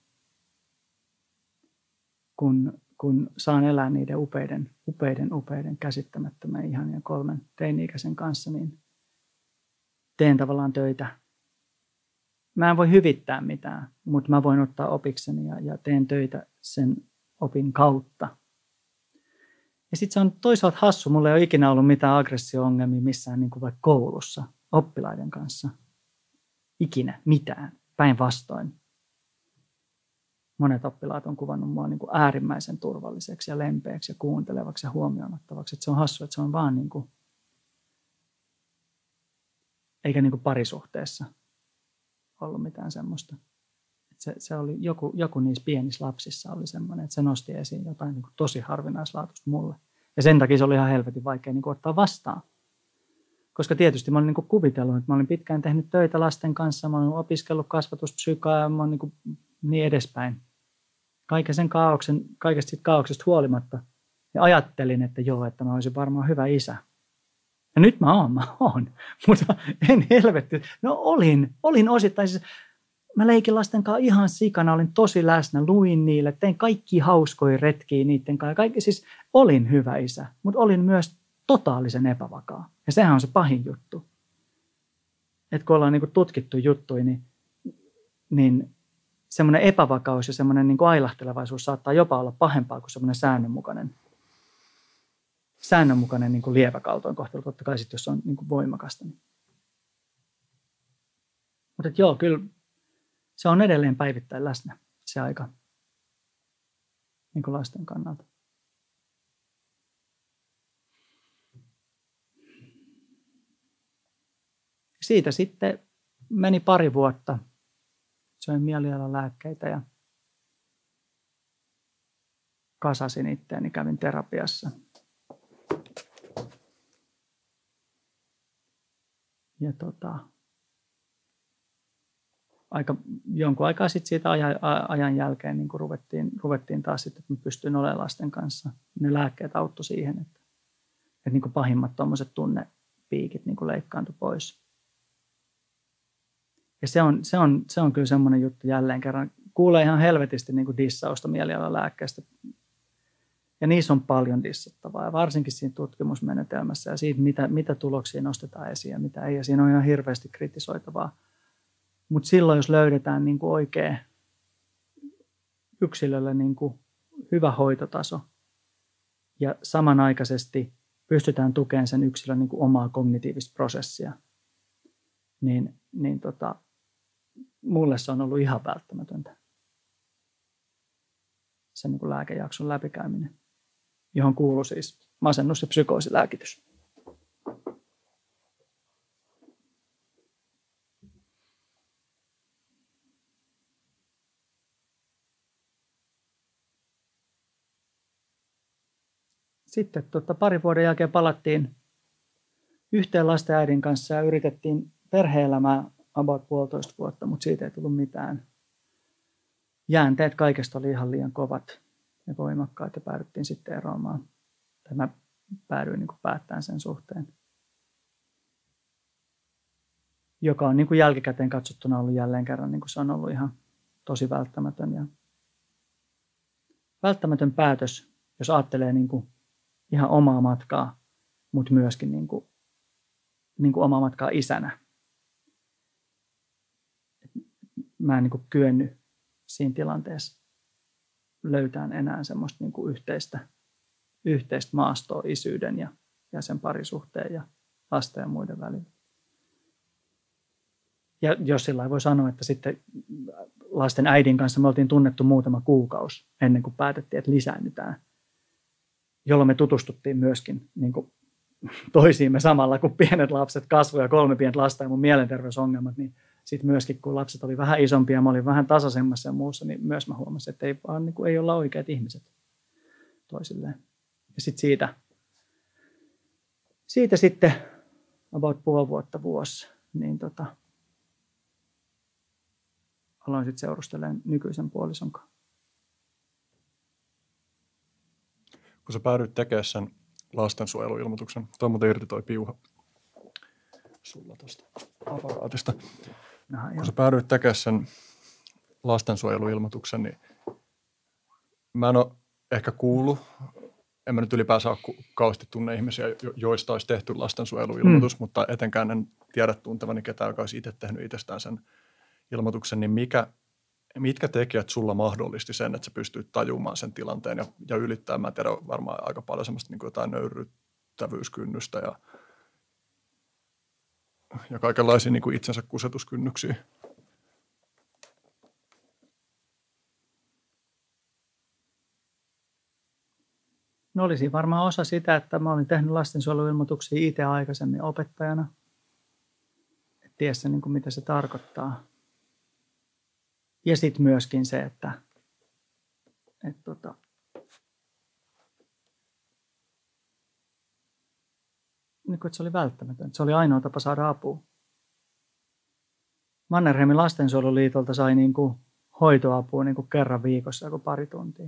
kun saan elää niiden upeiden käsittämättömän ihanien 3 teini-ikäisen kanssa, niin teen tavallaan töitä. Mä en voi hyvittää mitään, mutta mä voin ottaa opikseni ja teen töitä sen opin kautta. Ja sitten se on toisaalta hassu. Mulla ei ole ikinä ollut mitään aggressio-ongelmia missään niin kuin vaikka koulussa oppilaiden kanssa. Ikinä mitään. Päinvastoin. Monet oppilaat on kuvannut mua niin kuin äärimmäisen turvalliseksi ja lempeäksi ja kuuntelevaksi ja huomioon-ottavaksi. Että se on hassu, että se on vaan niin kuin, eikä niin kuin parisuhteessa ollut mitään semmoista. Että se oli joku niissä pienissä lapsissa oli semmoinen, että se nosti esiin jotain niin kuin tosi harvinaislaatuista mulle. Ja sen takia se oli ihan helvetin vaikea niin kuin ottaa vastaan. Koska tietysti mä olin niin kuin kuvitellut, että mä olin pitkään tehnyt töitä lasten kanssa, mä olin opiskellut kasvatuspsykaa ja mä olin niin edespäin. Kaikesta siitä kaauksesta huolimatta. Ja ajattelin, että joo, että mä olisin varmaan hyvä isä. Ja nyt mä oon. Mutta en helvetti. No olin osittain. Siis mä leikin lasten kanssa ihan sikana, olin tosi läsnä, luin niille, tein kaikki hauskoja retkiä niiden kanssa. Siis olin hyvä isä, mutta olin myös totaalisen epävakaa. Ja sehän on se pahin juttu. Että kun ollaan niinku tutkittu juttuja, niin semmoinen epävakaus ja semmoinen niinku ailahtelevaisuus saattaa jopa olla pahempaa kuin semmoinen säännönmukainen niinku lievä kaltoinkohtelu. Totta kai sitten, jos on niinku voimakasta. Mutta joo, kyllä se on edelleen päivittäin läsnä se aika niinku lasten kannalta. Siitä sitten meni 2 vuotta. Söin mielialalääkkeitä ja kasasin itseäni, kävin terapiassa. Ja jonkun aikaa sitten siitä ajan jälkeen niin kun ruvettiin taas sitten, että mä pystyin olemaan lasten kanssa. Ne lääkkeet auttoi siihen, että niin kuin pahimmat tuommoiset tunnepiikit niin kuin leikkaantui pois. Ja se on kyllä semmoinen juttu jälleen kerran. Kuulee ihan helvetisti niin kuin dissausta mielialalääkkeestä. Ja niissä on paljon dissattavaa. Ja varsinkin siinä tutkimusmenetelmässä ja siitä, mitä tuloksia nostetaan esiin ja mitä ei. Ja siinä on ihan hirveästi kritisoitavaa. Mutta silloin, jos löydetään niin kuin oikea yksilölle niin kuin hyvä hoitotaso ja samanaikaisesti pystytään tukemaan sen yksilön niin kuin omaa kognitiivista prosessia, niin mulle se on ollut ihan välttämätöntä. Sen niin kuin lääkejakson läpikäyminen, johon kuuluu siis masennus- ja psykoosilääkitys. Sitten 2 vuoden jälkeen palattiin yhteen lasten äidin kanssa ja yritettiin perhe-elämää about 1,5 vuotta, mutta siitä ei tullut mitään. Jäänteet kaikesta oli ihan liian kovat ja voimakkaat ja päädyttiin sitten eroamaan. Tai mä päädyin niin kuin päättämään sen suhteen. joka on niin kuin jälkikäteen katsottuna ollut jälleen kerran, niin kuin se on ollut ihan tosi välttämätön päätös, jos ajattelee niin kuin ihan omaa matkaa, mutta myöskin niin kuin omaa matkaa isänä. Mä en niin kuin kyennyt siinä tilanteessa löytämään enää semmoista niin kuin yhteistä maastoa isyyden ja sen parisuhteen ja lasten ja muiden välillä. Ja jos sillä voi sanoa, että sitten lasten äidin kanssa me oltiin tunnettu muutama kuukausi ennen kuin päätettiin, että lisäännytään, jolloin me tutustuttiin myöskin niin kuin toisiimme samalla, kun pienet lapset kasvoivat ja 3 pientä lasta ja mun mielenterveysongelmat, niin sitten myöskin kun lapset oli vähän isompia ja mä olin vähän tasaisemmassa ja muussa, niin myös mä huomasin, että ei olla oikeat ihmiset toisilleen. Ja sitten siitä sitten about puoli vuosi, niin aloin sitten seurustelemaan nykyisen puolison kanssa. Kun sä päädyit tekemään sen lastensuojeluilmoituksen, toi muuten irti toi piuha sulla tuosta aparaatista. Kun sä päädyit tekemään sen lastensuojeluilmoituksen, niin mä en ole ehkä kuullut, en mä nyt ylipäänsä ole kauheasti tunne ihmisiä, joista olisi tehty lastensuojeluilmoitus, mutta etenkään en tiedä tuntevani ketään, joka olisi itse tehnyt itsestään sen ilmoituksen, niin mitkä tekijät sulla mahdollisti sen, että sä pystyt tajumaan sen tilanteen ja ylittämään, mä en tiedä, varmaan aika paljon semmoista niin kuin jotain nöyryyttävyyskynnystä ja kaikenlaisia niin kuin itsensä kusetuskynnyksiä. No olisi varmaan osa sitä, että mä olin tehnyt lastensuojeluilmoituksia itse aikaisemmin opettajana. Tiesi niin kuin mitä se tarkoittaa. Ja sitten myöskin se, että se oli välttämätöntä. Se oli ainoa tapa saada apua. Mannerheimin lastensuojeluliitolta sai niin kuin hoitoapua niin kuin kerran viikossa joku pari tuntia.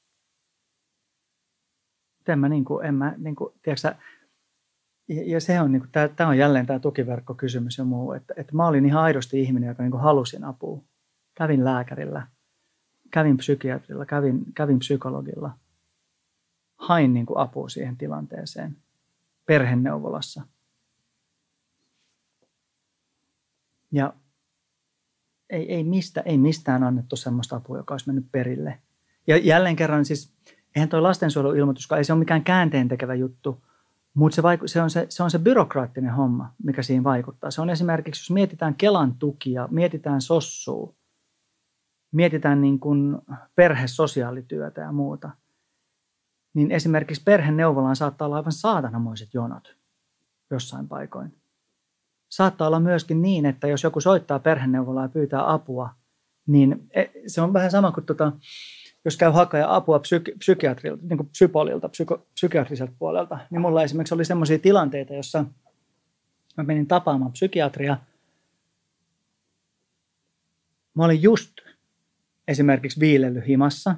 Tiedätkö, ja se on, tämä on jälleen tämä tukiverkkokysymys ja muu, että mä olin ihan aidosti ihminen, joka niin kuin halusin apua. Kävin lääkärillä, kävin psykiatrilla, kävin psykologilla. Hain niin kuin apua siihen tilanteeseen perheneuvolassa. Ja ei mistään annettu semmoista apua, joka olisi mennyt perille. Ja jälleen kerran siis, eihän toi lastensuojeluilmoituskaan, ei se ole mikään käänteentekevä juttu, mutta se on se byrokraattinen homma, mikä siinä vaikuttaa. Se on esimerkiksi, jos mietitään Kelan tukia, mietitään sossua, mietitään niin kuin perhesosiaalityötä ja muuta, niin esimerkiksi perheneuvolaan saattaa olla aivan saatanamoiset jonot jossain paikoin. Saattaa olla myöskin niin, että jos joku soittaa perheneuvolaan ja pyytää apua, niin se on vähän sama kuin jos käy hakea apua psykiatrilta, niin kuin psykiatriselta puolelta, niin mulla esimerkiksi oli sellaisia tilanteita, jossa mä menin tapaamaan psykiatria. Mä olin just esimerkiksi viilellyt himassa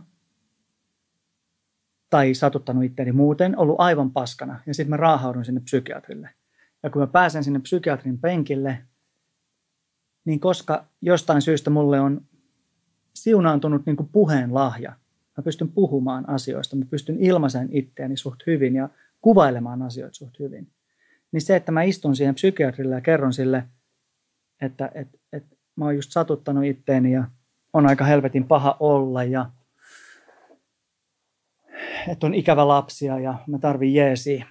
tai satuttanut itseäni muuten, ollut aivan paskana ja sitten mä raahaudun sinne psykiatrille. Ja kun mä pääsen sinne psykiatrin penkille, niin koska jostain syystä mulle on siunaantunut niin kuin puheen lahja, mä pystyn puhumaan asioista, mä pystyn ilmaisen itseäni suht hyvin ja kuvailemaan asioita suht hyvin, niin se, että mä istun siihen psykiatrille ja kerron sille, että mä oon just satuttanut itteeni ja on aika helvetin paha olla ja että on ikävä lapsia ja mä tarvin jeesiä.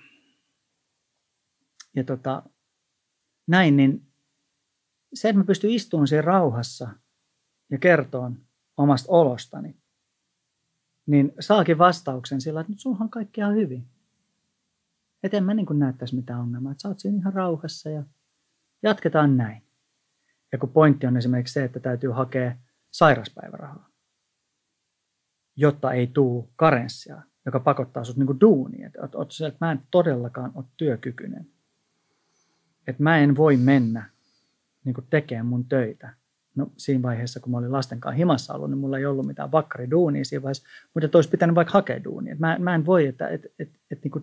Ja näin, niin se, että mä pystyn istumaan siinä rauhassa ja kertoon omasta olostani, niin saakin vastauksen sillä, että nyt sulla on kaikki ihan hyvin. Että en mä niin kuin näyttäisi mitään ongelmaa, että sä oot siinä ihan rauhassa ja jatketaan näin. Ja kun pointti on esimerkiksi se, että täytyy hakea sairaspäivärahaa, jotta ei tule karenssia, joka pakottaa sut niin kuin duuniin. Että mä en todellakaan ole työkykyinen. Että mä en voi mennä niin kuin tekemään mun töitä. No siinä vaiheessa, kun mä olin lasten kanssa himassa ollut, niin mulla ei ollut mitään vakkariduunia siinä vaiheessa, mutta että olisi pitänyt vaikka hakea duunia. Mä en voi, että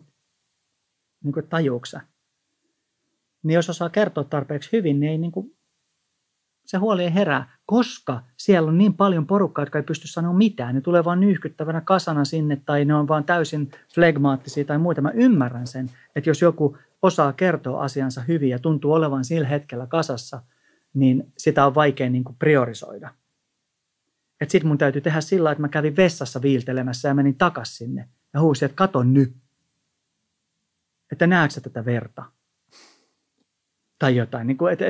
niin kuin tajuuksä. Niin jos osaa kertoa tarpeeksi hyvin, niin ei niin kuin Se huoli ei herää, koska siellä on niin paljon porukkaa, jotka ei pysty sanoa mitään. Ne tulee vaan nyyhkyttävänä kasana sinne tai ne on vaan täysin flegmaattisia tai muuta. Mä ymmärrän sen, että jos joku osaa kertoa asiansa hyvin ja tuntuu olevan sillä hetkellä kasassa, niin sitä on vaikea niin kuin priorisoida. Että sit mun täytyy tehdä sillä, että mä kävin vessassa viiltelemässä ja menin takas sinne ja huusin, että kato nyt. Että näetkö sä tätä verta? Tai jotain. Niin kuin,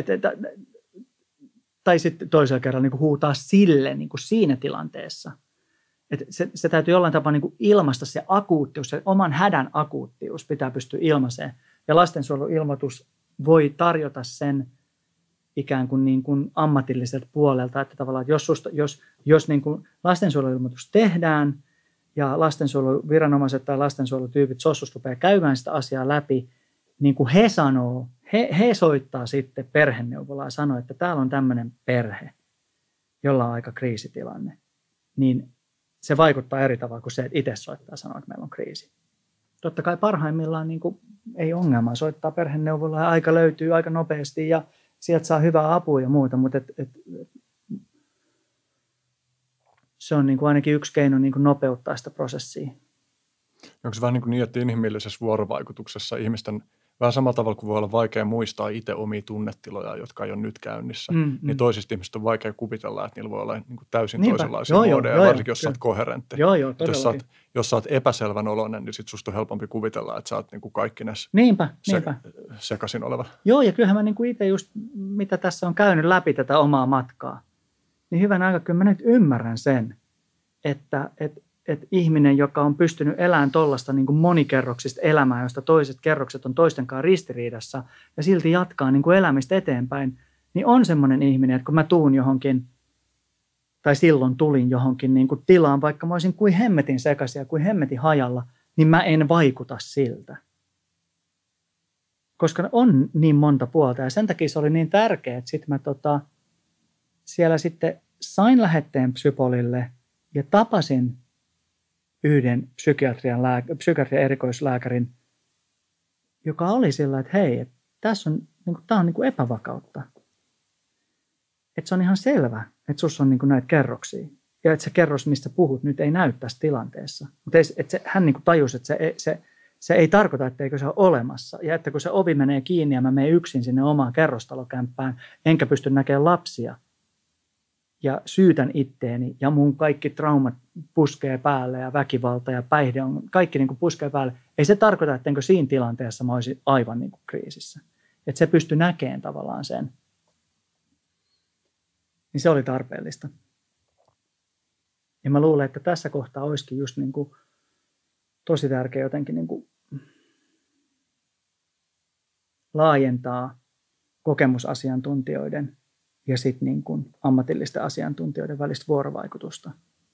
tai sitten toisella kerralla niin kuin huutaa sille niin kuin siinä tilanteessa. Että se täytyy jollain tapaa niin kuin ilmaista se akuuttius, se oman hädän akuuttius pitää pystyä ilmaiseen. Ja lastensuojeluilmoitus voi tarjota sen ikään kuin, ammatilliselta puolelta, että tavallaan, että jos niin kuin lastensuojeluilmoitus tehdään ja lastensuojeluviranomaiset tai lastensuojelutyypit SOSUsta rupeaa käymään sitä asiaa läpi, niin kuin he sanoo, he soittaa sitten perheneuvolaan ja sanoo, että täällä on tämmöinen perhe, jolla on aika kriisitilanne, niin se vaikuttaa eri tavalla kuin se, että itse soittaa ja sanoo, että meillä on kriisi. Totta kai parhaimmillaan niin kuin, ei ongelmaa, soittaa perheneuvolaan ja aika löytyy aika nopeasti ja sieltä saa hyvää apua ja muuta, mutta se on niin kuin ainakin yksi keino niin kuin nopeuttaa sitä prosessia. Onko se vähän niin, että inhimillisessä vuorovaikutuksessa ihmisten vähän samalla tavalla kuin voi olla vaikea muistaa itse omia tunnetiloja, jotka ei ole nyt käynnissä, niin toisista ihmisistä on vaikea kuvitella, että niillä voi olla niin kuin täysin toisenlaisia muodeja, varsinkin jos sä oot koherentti. Jos sä oot epäselvän oloinen, niin sit susta on helpompi kuvitella, että sä oot niin kuin kaikkinensa sekaisin oleva. Joo, ja kyllähän mä niin kuin itse just, mitä tässä on käynyt läpi tätä omaa matkaa, niin hyvän aika kyllä mä nyt ymmärrän sen, että ihminen, joka on pystynyt elämään tuollaista niin kuin monikerroksista elämää, josta toiset kerrokset on toistenkaan ristiriidassa ja silti jatkaa niin kuin elämistä eteenpäin, niin on semmoinen ihminen, että kun mä tuun johonkin, tai silloin tulin johonkin niin kuin tilaan, vaikka mä olisin kuin hemmetin sekaisin ja kuin hemmetin hajalla, niin mä en vaikuta siltä. Koska on niin monta puolta ja sen takia se oli niin tärkeää, että sitten mä siellä sitten sain lähetteen psypolille ja tapasin yhden psykiatrian erikoislääkärin, joka oli sillä, että hei, tässä on, tämä on niin kuin epävakautta. Että se on ihan selvä, että sussa on niin kuin näitä kerroksia. Ja että se kerros, mistä puhut, nyt ei näy tässä tilanteessa. Mutta hän niin kuin tajusi, että se ei tarkoita, etteikö se ole olemassa. Ja että kun se ovi menee kiinni ja mä menen yksin sinne omaan kerrostalokämppään, enkä pysty näkemään lapsia, ja syytän itteeni ja mun kaikki traumat puskee päälle ja väkivalta ja päihde on, kaikki niin kuin puskee päälle. Ei se tarkoita, ettenkö siinä tilanteessa mä olisin aivan niin kuin kriisissä. Että se pystyi näkemään tavallaan sen. Niin se oli tarpeellista. Ja mä luulen, että tässä kohtaa olisikin just niin kuin tosi tärkeä jotenkin niin kuin laajentaa kokemusasiantuntijoiden ja sitten niin kuin ammatillisten asiantuntijoiden välistä vuorovaikutusta.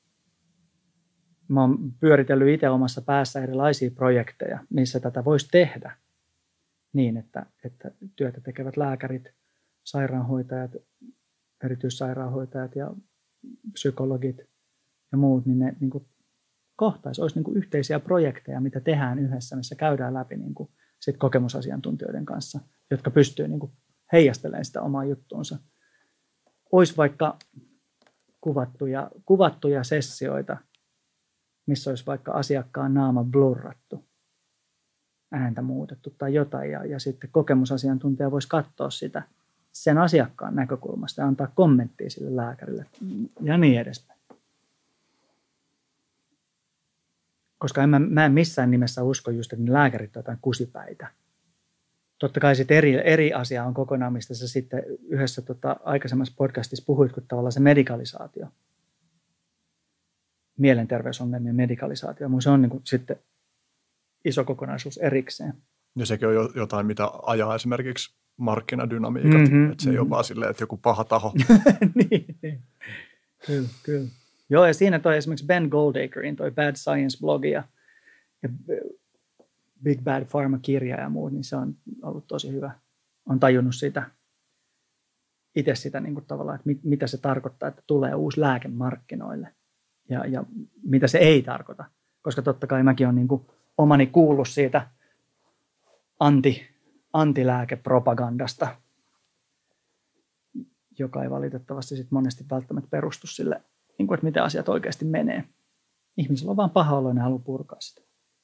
Mä oon pyöritellyt itse omassa päässä erilaisia projekteja, missä tätä voisi tehdä niin, että työtä tekevät lääkärit, sairaanhoitajat, erityissairaanhoitajat ja psykologit ja muut, niin ne niin kuin kohtaisi, olisi niin kuin yhteisiä projekteja, mitä tehdään yhdessä, missä käydään läpi niin kuin sit kokemusasiantuntijoiden kanssa, jotka pystyy niin kuin heijastelemaan sitä omaa juttuunsa. Olisi vaikka kuvattuja sessioita, missä olisi vaikka asiakkaan naama blurrattu, ääntä muutettu tai jotain, ja sitten kokemusasiantuntija voisi katsoa sitä sen asiakkaan näkökulmasta ja antaa kommenttia sille lääkärille ja niin edespäin. Koska mä en missään nimessä usko just, että ne lääkärit on jotain kusipäitä. Totta kai sitten eri asia on kokonaan, mistä sä sitten yhdessä aikaisemmassa podcastissa puhuit, kun tavallaan se medikalisaatio. Mielenterveysongelmien medikalisaatio. Mun se on niin kuin sitten iso kokonaisuus erikseen. Ja sekin on jotain, mitä ajaa esimerkiksi markkinadynamiikat. Että se ei ole vaan silleen, että joku paha taho. niin. Kyllä. Joo, ja siinä toi esimerkiksi Ben Goldacrein toi Bad Science-blogi ja Big Bad Pharma-kirja ja muut, niin se on ollut tosi hyvä. On tajunnut itse sitä niin kuin tavallaan, että mitä se tarkoittaa, että tulee uusi lääke markkinoille ja mitä se ei tarkoita. Koska totta kai mäkin olen niin kuin omani kuullut siitä antilääkepropagandasta joka ei valitettavasti sit monesti välttämättä perustu sille, niin kuin, että miten asiat oikeasti menee. Ihmisillä on vaan paha olo ja ne haluaa purkaa sitä.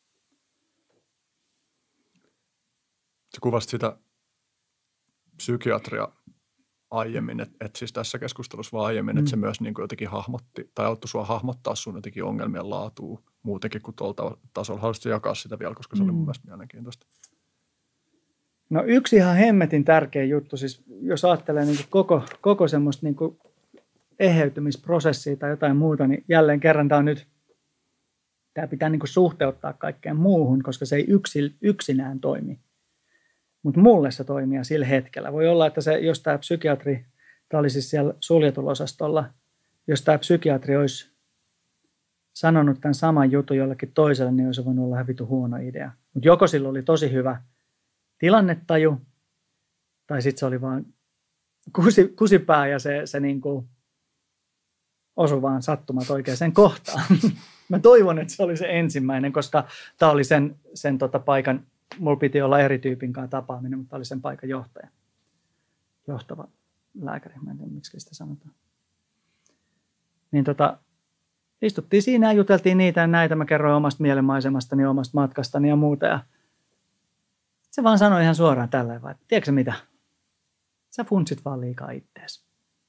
Sä kuvasit sitä psykiatria aiemmin, että siis tässä keskustelussa vaan aiemmin, että se myös niin kuin jotenkin hahmotti tai auttoi sua hahmottaa sun jotenkin ongelmien laatua muutenkin kuin tuolta tasolla. Haluaisitko jakaa sitä vielä, koska se oli mun mielestä mielenkiintoista. No yksi ihan hemmetin tärkeä juttu, siis jos ajattelee niin kuin koko semmoista niin kuin eheytymisprosessia tai jotain muuta, niin jälleen kerran tämä pitää niin kuin suhteuttaa kaikkeen muuhun, koska se ei yksinään toimi. Mutta mulle se toimii sillä hetkellä. Voi olla, että jos tämä psykiatri, tämä oli siis siellä suljetulla osastolla, jos tämä psykiatri olisi sanonut tämän saman jutun jollekin toiselle, niin olisi voinut olla ihan vitu huono idea. Mutta joko sillä oli tosi hyvä tilannetaju, tai sitten se oli vaan kusipää ja se niin kuin osui vaan sattumat oikeaan kohtaan. Mä toivon, että se oli se ensimmäinen, koska tämä oli sen paikan, mulla piti olla eri tyypin kanssa tapaaminen, mutta tämä oli sen paikan johtava lääkäri, mä en tiedä miksi sitä sanotaan. Niin istuttiin siinä ja juteltiin niitä ja näitä, mä kerroin omasta mielenmaisemastani, omasta matkastani ja muuta ja se vaan sanoi ihan suoraan tälleen, että tiedätkö mitä, sä funtsit vaan liikaa ittees.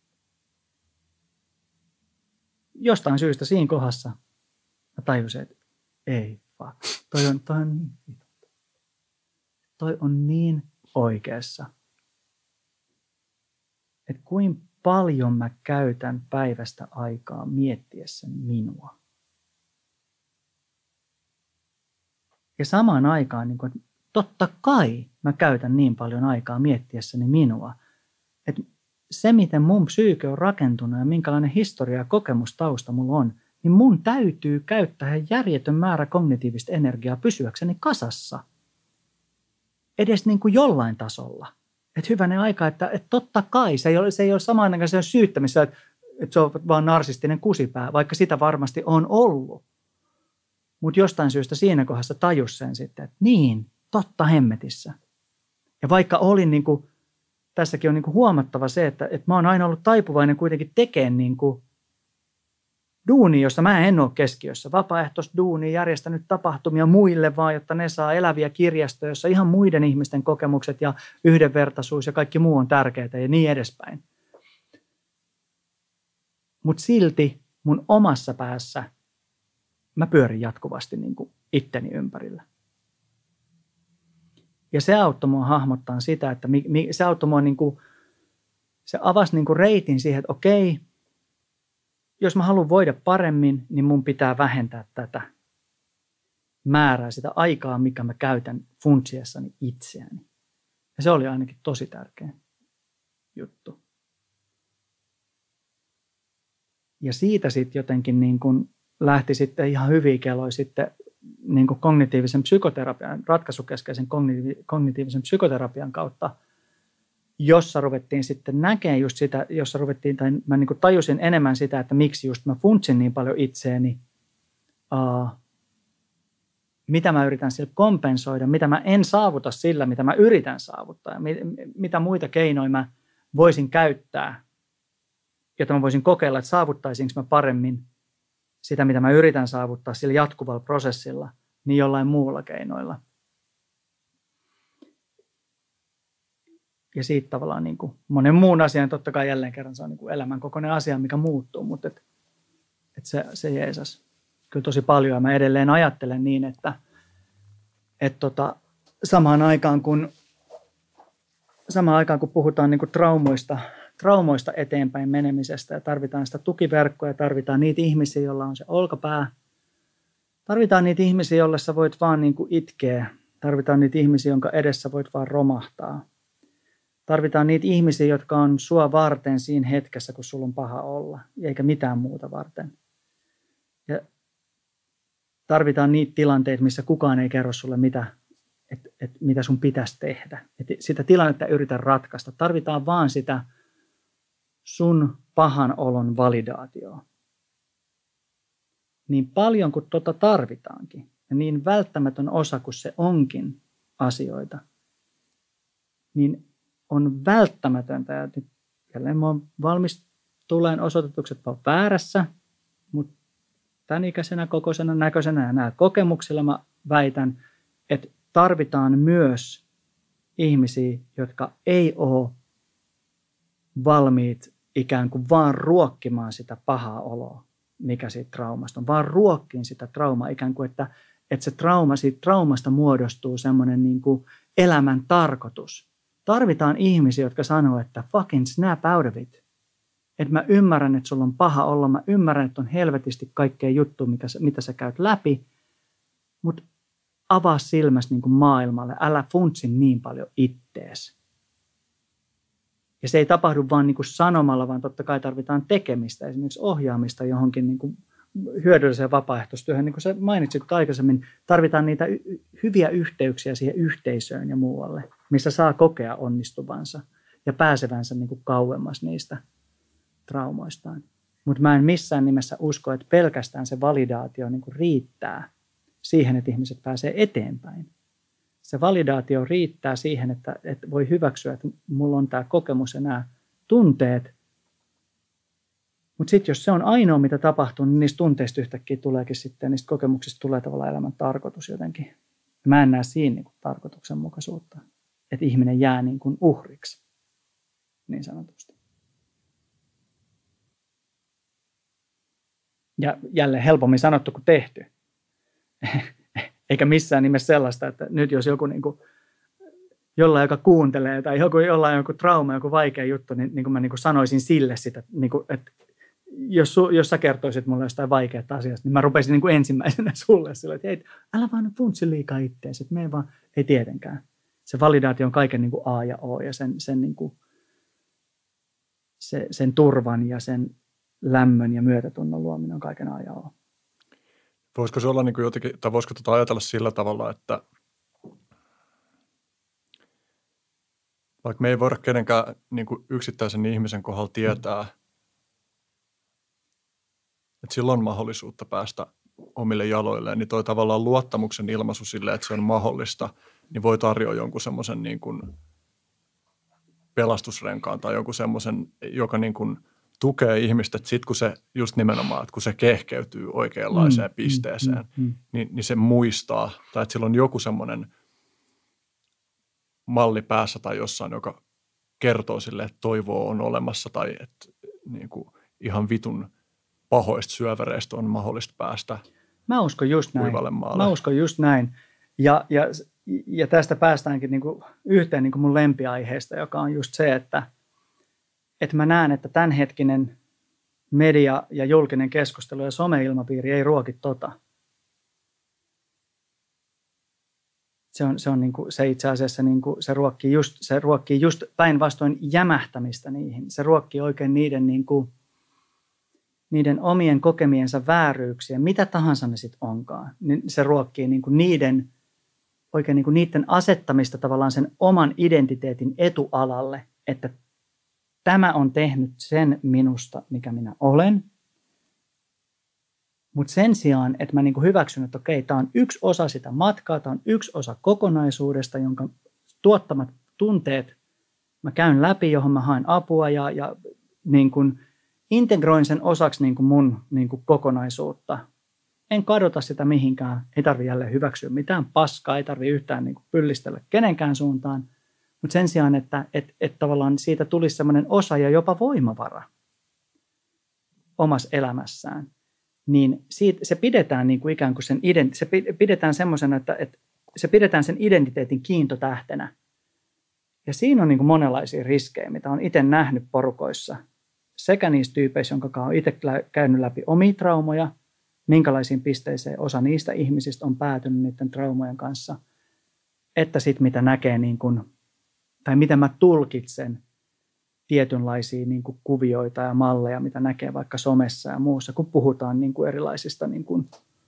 Jostain syystä siinä kohdassa mä tajusin, että ei fuck, toi on niin oikeassa, että kuinka paljon mä käytän päivästä aikaa miettiessä minua. Ja samaan aikaan, niin kuin, totta kai mä käytän niin paljon aikaa miettiessäni minua, että se, miten mun psyyke on rakentunut ja minkälainen historia ja kokemustausta mulla on, niin mun täytyy käyttää järjetön määrä kognitiivista energiaa pysyäkseni kasassa. Edes niin kuin jollain tasolla. Että hyvänen aika, että totta kai se ei ole samaan aikaan se syyttämistä, että se on vaan narsistinen kusipää, vaikka sitä varmasti on ollut. Mutta jostain syystä siinä kohdassa tajus sen sitten, että niin, totta hemmetissä. Ja vaikka olin, niin kuin, tässäkin on niin kuin huomattava se, että mä oon aina ollut taipuvainen kuitenkin tekemään niin kuin duuni, jossa mä en ole keskiössä. Vapaaehtoisduunia, järjestänyt tapahtumia muille vaan, jotta ne saa eläviä kirjastoja, jossa ihan muiden ihmisten kokemukset ja yhdenvertaisuus ja kaikki muu on tärkeää ja niin edespäin. Mutta silti mun omassa päässä mä pyörin jatkuvasti niin kuin itteni ympärillä. Ja se auttoi mua hahmottaa sitä, että se auttoi mua niin kuin, se avasi niin kuin reitin siihen, että okei, jos mä haluan voida paremmin, niin mun pitää vähentää tätä määrää, sitä aikaa, mikä mä käytän funtsiessani itseäni. Ja se oli ainakin tosi tärkeä juttu. Ja siitä sitten jotenkin niin kun lähti sitten ihan hyviä keloja sitten niin kuin kognitiivisen psykoterapian, ratkaisukeskeisen kognitiivisen psykoterapian kautta, jossa ruvettiin sitten näkemään just sitä, jossa ruvettiin, tai mä niin kuin tajusin enemmän sitä, että miksi just mä funtsin niin paljon itseäni, mitä mä yritän sillä kompensoida, mitä mä en saavuta sillä, mitä mä yritän saavuttaa, mitä muita keinoja mä voisin käyttää, jotta mä voisin kokeilla, että saavuttaisinko mä paremmin sitä, mitä mä yritän saavuttaa sillä jatkuvalla prosessilla, niin jollain muulla keinoilla. Ja siitä tavallaan niin kuin monen muun asian, totta kai jälleen kerran se on niin kuin elämän kokoinen asia, mikä muuttuu, mutta se jeesas kyllä tosi paljon. Ja mä edelleen ajattelen niin, että samaan aikaan kun puhutaan niin kuin traumoista eteenpäin menemisestä ja tarvitaan sitä tukiverkkoa ja tarvitaan niitä ihmisiä, joilla on se olkapää. Tarvitaan niitä ihmisiä, joille sä voit vaan niin kuin itkeä. Tarvitaan niitä ihmisiä, jonka edessä voit vaan romahtaa. Tarvitaan niitä ihmisiä, jotka on sua varten siinä hetkessä, kun sulla on paha olla, eikä mitään muuta varten. Ja tarvitaan niitä tilanteita, missä kukaan ei kerro sulle, mitä sun pitäisi tehdä. Sitä tilannetta yritä ratkaista. Tarvitaan vaan sitä sun pahan olon validaatioa. Niin paljon kuin tarvitaankin, ja niin välttämätön osa kuin se onkin asioita, niin on välttämätöntä, ja nyt jälleen mä oon valmis tuleen osoitetuksi, että mä oon väärässä, mutta tämän ikäisenä, kokoisena, näköisenä ja nämä kokemuksilla mä väitän, että tarvitaan myös ihmisiä, jotka ei ole valmiit ikään kuin vaan ruokkimaan sitä pahaa oloa, mikä siitä traumasta on, vaan ruokkiin sitä traumaa ikään kuin, että se trauma, siitä traumasta muodostuu semmoinen niin kuin elämän tarkoitus. Tarvitaan ihmisiä, jotka sanoo, että fucking snap out of it. Että mä ymmärrän, että sulla on paha olla, mä ymmärrän, että on helvetisti kaikkea juttua, mitä sä käyt läpi, mutta avaa silmäsi niin kuin maailmalle, älä funtsi niin paljon ittees. Ja se ei tapahdu vaan niin kuin sanomalla, vaan totta kai tarvitaan tekemistä, esimerkiksi ohjaamista johonkin niin kuin hyödylliseen vapaaehtoistyöhön. Niin kuin sä mainitsit aikaisemmin, tarvitaan niitä hyviä yhteyksiä siihen yhteisöön ja muualle, missä saa kokea onnistuvansa ja pääsevänsä niin kuin kauemmas niistä traumoistaan. Mutta mä en missään nimessä usko, että pelkästään se validaatio niin kuin riittää siihen, että ihmiset pääsee eteenpäin. Se validaatio riittää siihen, että voi hyväksyä, että mulla on tämä kokemus ja nämä tunteet. Mutta sitten jos se on ainoa, mitä tapahtuu, niin niistä tunteista yhtäkkiä tuleekin sitten, niistä kokemuksista tulee tavallaan elämän tarkoitus jotenkin. Mä en näe siinä niin kuin tarkoituksenmukaisuutta, että ihminen jää niin kuin uhriksi, niin sanotusti. Ja jälleen helpommin sanottu kuin tehty. Eikä missään nimessä sellaista, että nyt jos joku niin kuin, jollain, joka kuuntelee, tai jollain joku trauma, joku vaikea juttu, niin kuin mä niin kuin sanoisin sille sitä, niin kuin, että jos sä kertoisit mulle jostain vaikeasta asiasta, niin mä rupesin niin kuin ensimmäisenä sulle sille, että hei, älä vaan funtsi liikaa itteesi, että me ei vaan, ei tietenkään. Se validaatio on kaiken niin kuin A ja O, ja sen, niin kuin, sen turvan ja sen lämmön ja myötätunnon luominen on kaiken A ja O. Voisiko se olla niin kuin jotenkin, tai voisiko ajatella sillä tavalla, että vaikka me ei voida kenenkään niin kuin yksittäisen ihmisen kohdalla tietää, että sillä on mahdollisuutta päästä omille jaloilleen, niin toi tavallaan luottamuksen ilmaisu sille, että se on mahdollista, niin voi tarjoa jonkun semmoisen niin kuin pelastusrenkaan tai jonkun semmoisen, joka niin kuin tukee ihmistä, että sitten kun se just nimenomaan, että kun se kehkeytyy oikeanlaiseen pisteeseen, niin se muistaa, tai että sillä on joku semmoinen malli päässä tai jossain, joka kertoo sille, että toivoa on olemassa tai että niin kuin ihan vitun pahoista syövereistä on mahdollista päästä. Mä uskon just näin. Mä uskon just näin. Ja tästä päästäänkin niin kuin yhteen niin kuin mun lempiaiheesta, joka on just se, että mä näen, että tämänhetkinen media ja julkinen keskustelu ja someilmapiiri ei ruoki tota. Se on niin kuin, se itse asiassa niin kuin, se ruokkii just päinvastoin jämähtämistä niihin. Se ruokkii oikein niiden, niin kuin, niiden omien kokemiensa vääryyksiä, mitä tahansa ne sitten onkaan. Niin se ruokkii niin kuin oikein niin kuin niiden asettamista tavallaan sen oman identiteetin etualalle, että tämä on tehnyt sen minusta, mikä minä olen. Mutta sen sijaan, että mä niinku hyväksyn, että okei, tämä on yksi osa sitä matkaa, tämä on yksi osa kokonaisuudesta, jonka tuottamat tunteet mä käyn läpi, johon mä haen apua ja niinku integroin sen osaksi niinku mun niinku kokonaisuutta. En kadota sitä mihinkään, ei tarvitse jälleen hyväksyä mitään paskaa, ei tarvitse yhtään niinku pyllistellä kenenkään suuntaan. Mutta sen sijaan, että tavallaan siitä tulisi sellainen osa ja jopa voimavara omassa elämässään, niin se pidetään niin kuin ikään kuin se pidetään semmoisena, että se pidetään sen identiteetin kiintotähtenä. Ja siinä on niin kuin monenlaisia riskejä, mitä olen itse nähnyt porukoissa, sekä niissä tyypeissä, jonka kanssa olen itse käynyt läpi omia traumoja, minkälaisiin pisteisiin osa niistä ihmisistä on päätynyt niiden traumojen kanssa, että sitten mitä näkee niin kuin, tai miten mä tulkitsen tietynlaisia niin kuin kuvioita ja malleja, mitä näkee vaikka somessa ja muussa, kun puhutaan niin kuin erilaisista niin kuin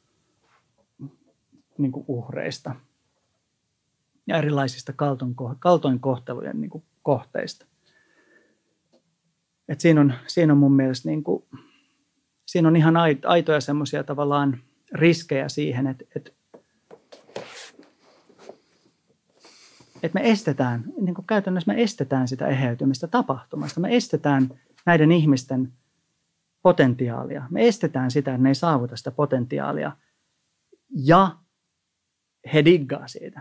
uhreista ja erilaisista kaltoinkohtelujen niin kuin kohteista. Et siinä on mun mielestä niin kuin, siinä on ihan aitoja semmoisia tavallaan riskejä siihen, että että me estetään, niin kuin käytännössä me estetään sitä eheytymistä tapahtumasta. Me estetään näiden ihmisten potentiaalia. Me estetään sitä, että ne ei saavuta sitä potentiaalia. Ja he diggaa siitä.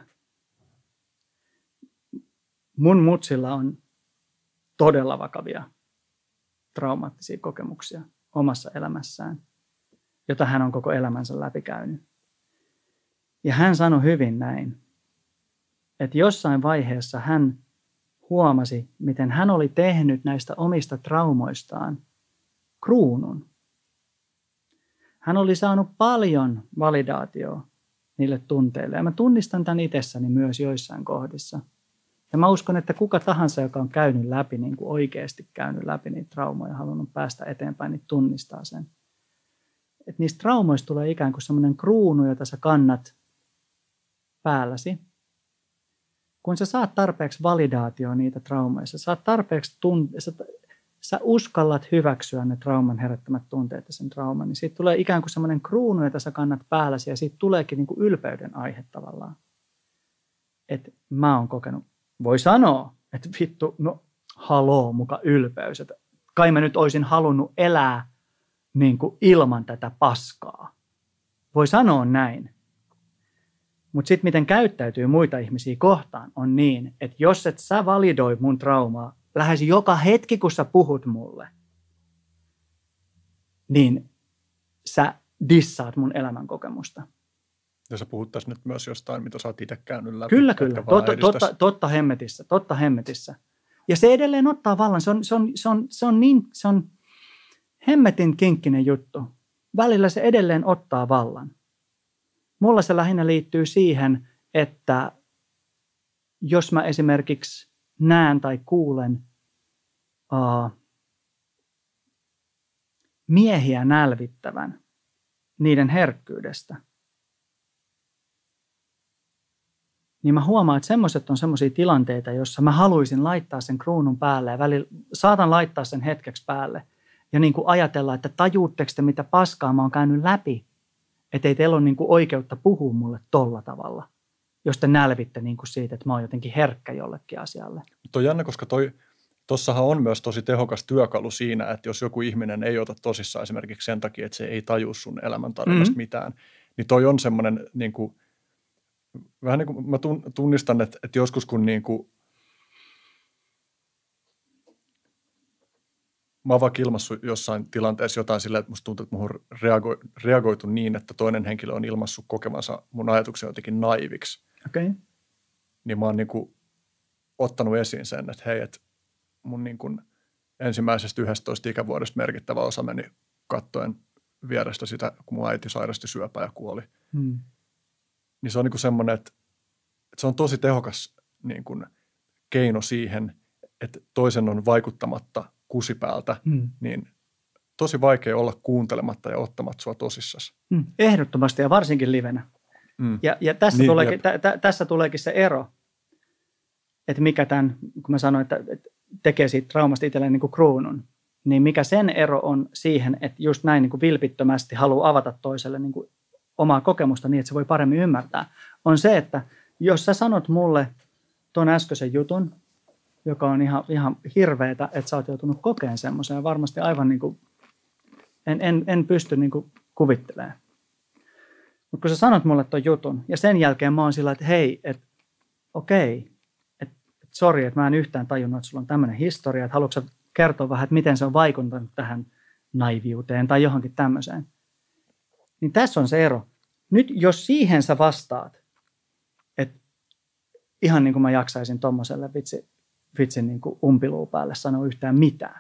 Mun mutsilla on todella vakavia traumaattisia kokemuksia omassa elämässään, jota hän on koko elämänsä läpikäynyt. Ja hän sanoi hyvin näin, että jossain vaiheessa hän huomasi, miten hän oli tehnyt näistä omista traumoistaan kruunun. Hän oli saanut paljon validaatioa niille tunteille. Ja mä tunnistan tämän itsessäni myös joissain kohdissa. Ja mä uskon, että kuka tahansa, joka on käynyt läpi, niin kuin oikeasti käynyt läpi niitä traumoja ja halunnut päästä eteenpäin, niin tunnistaa sen. Että niistä traumoista tulee ikään kuin semmoinen kruunu, jota sä kannat päälläsi. Kun sä saat tarpeeksi validaatioa niitä traumoja, sä saat tarpeeksi sä uskallat hyväksyä ne trauman herättämät tunteet ja sen trauman, niin siitä tulee ikään kuin semmoinen kruunu, jota sä kannat päälläsi, ja siitä tuleekin niin kuin ylpeyden aihe tavallaan. Että mä oon kokenut, voi sanoa, että vittu, no haloo muka ylpeys, että kai mä nyt olisin halunnut elää niin kuin ilman tätä paskaa. Voi sanoa näin. Mutta sitten miten käyttäytyy muita ihmisiä kohtaan on niin, että jos et sä validoi mun traumaa lähes joka hetki, kun sä puhut mulle, niin sä dissaat mun elämänkokemusta. Ja sä puhut tässä nyt myös jostain, mitä sä oot itse käynyt läpi. Kyllä. Totta hemmetissä. Ja se edelleen ottaa vallan. Se on hemmetin kinkkinen juttu. Välillä se edelleen ottaa vallan. Mulla se lähinnä liittyy siihen, että jos mä esimerkiksi näen tai kuulen miehiä nälvittävän niiden herkkyydestä, niin mä huomaan, että semmoiset on semmoisia tilanteita, joissa mä haluaisin laittaa sen kruunun päälle ja välillä saatan laittaa sen hetkeksi päälle ja niin kuin ajatella, että tajuutteko te, mitä paskaa mä oon käynyt läpi, että ei teillä ole niin kuin oikeutta puhua mulle tolla tavalla, jos te nälvitte niin kuin siitä, että mä oon jotenkin herkkä jollekin asialle. Mutta on jännä, koska tossahan on myös tosi tehokas työkalu siinä, että jos joku ihminen ei ota tosissaan esimerkiksi sen takia, että se ei tajua sun elämäntarinasta mitään, niin toi on semmoinen niin kuin, vähän niin kuin mä tunnistan, että joskus kun niin kuin, mä oon vaikka ilmassut jossain tilanteessa jotain silleen, että musta tuntuu, että mulla on reagoitu niin, että toinen henkilö on ilmassut kokemansa mun ajatuksen jotenkin naiviksi. Okay. Niin mä oon niin kuin ottanut esiin sen, että hei, että mun niin kuin ensimmäisestä 11 ikävuodesta merkittävä osa meni kattoen vierestä sitä, kun mun äiti sairasti syöpää ja kuoli. Niin se on niin kuin semmoinen, että se on tosi tehokas niin kuin keino siihen, että toisen on vaikuttamatta kusipäältä, niin tosi vaikea olla kuuntelematta ja ottamatta sua tosissasi. Ehdottomasti ja varsinkin livenä. Ja tässä tuleekin se ero, että mikä tämän, kun mä sanoin, että tekee siitä traumasta itselleen niin kuin kruunun, niin mikä sen ero on siihen, että just näin niin kuin vilpittömästi haluaa avata toiselle niin kuin omaa kokemusta niin, että se voi paremmin ymmärtää, on se, että jos sä sanot mulle tuon äskeisen jutun, joka on ihan hirveetä, että sä oot joutunut kokeen semmoisen ja varmasti aivan niin kuin, en pysty niin kuin kuvittelemaan. Mutta kun sä sanot mulle tuon jutun ja sen jälkeen mä oon sillä, että hei, että okei, että sori, että mä en yhtään tajunnut, että sulla on tämmöinen historia, että haluatko sä kertoa vähän, että miten se on vaikuttanut tähän naiviuteen tai johonkin tämmöiseen. Niin tässä on se ero. Nyt jos siihen sä vastaat, että ihan niin kuin mä jaksaisin tommoselle vitsin niin kuin umpiluu päälle sanoa yhtään mitään.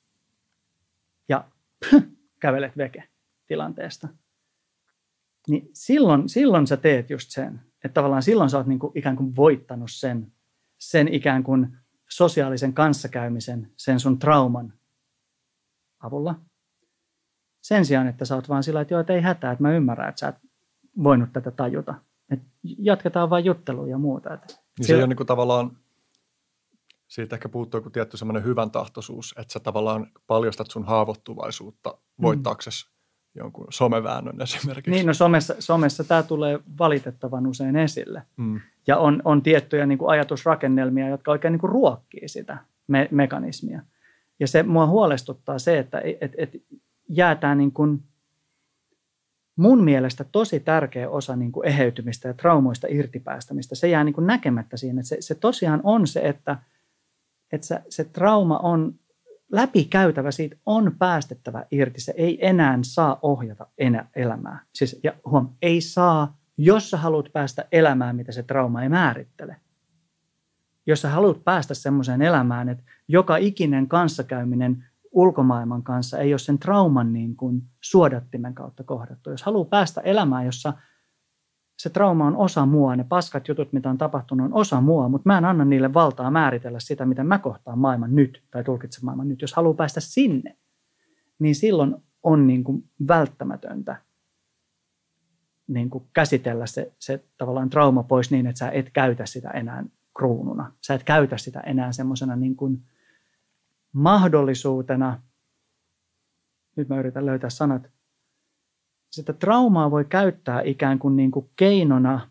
Ja kävelet veke tilanteesta. Niin silloin sä teet just sen. Että tavallaan silloin sä oot niin kuin ikään kuin voittanut sen ikään kuin sosiaalisen kanssakäymisen, sen sun trauman avulla. Sen sijaan, että sä oot vaan sillä, että joo, että ei hätää, että mä ymmärrän, että sä et voinut tätä tajuta. Että jatketaan vaan juttelua ja muuta. Niin se ei ole niin kuin tavallaan, siitä ehkä puuttuu joku tietty semmoinen hyvän tahtoisuus, että sä tavallaan paljastat sun haavoittuvaisuutta voittaaksesi jonkun someväännön esimerkiksi. Niin, no somessa tämä tulee valitettavan usein esille. Mm. Ja on tiettyjä niin kuin ajatusrakennelmia, jotka oikein niin kuin ruokkii sitä mekanismia. Ja se mua huolestuttaa se, että jää tämä niin kuin mun mielestä tosi tärkeä osa niin kuin eheytymistä ja traumoista irtipäästämistä. Se jää niin kuin näkemättä siinä. Että se tosiaan on se, että se trauma on läpikäytävä, siitä on päästettävä irti. Se ei enää saa ohjata elämää. Siis, ja ei saa, jos sä haluat päästä elämään, mitä se trauma ei määrittele. Jos sä haluat päästä semmoiseen elämään, että joka ikinen kanssakäyminen ulkomaailman kanssa ei ole sen trauman niin kuin suodattimen kautta kohdattu. Jos haluaa päästä elämään, jossa se trauma on osa mua, ne paskat jutut, mitä on tapahtunut, on osa mua, mutta mä en anna niille valtaa määritellä sitä, miten mä kohtaan maailman nyt tai tulkitsen maailman nyt. Jos haluaa päästä sinne, niin silloin on niin kuin välttämätöntä niin kuin käsitellä se tavallaan trauma pois niin, että sä et käytä sitä enää kruununa. Sä et käytä sitä enää semmoisena niin kuin mahdollisuutena, nyt mä yritän löytää sanat, sitä traumaa voi käyttää ikään kuin, keinona,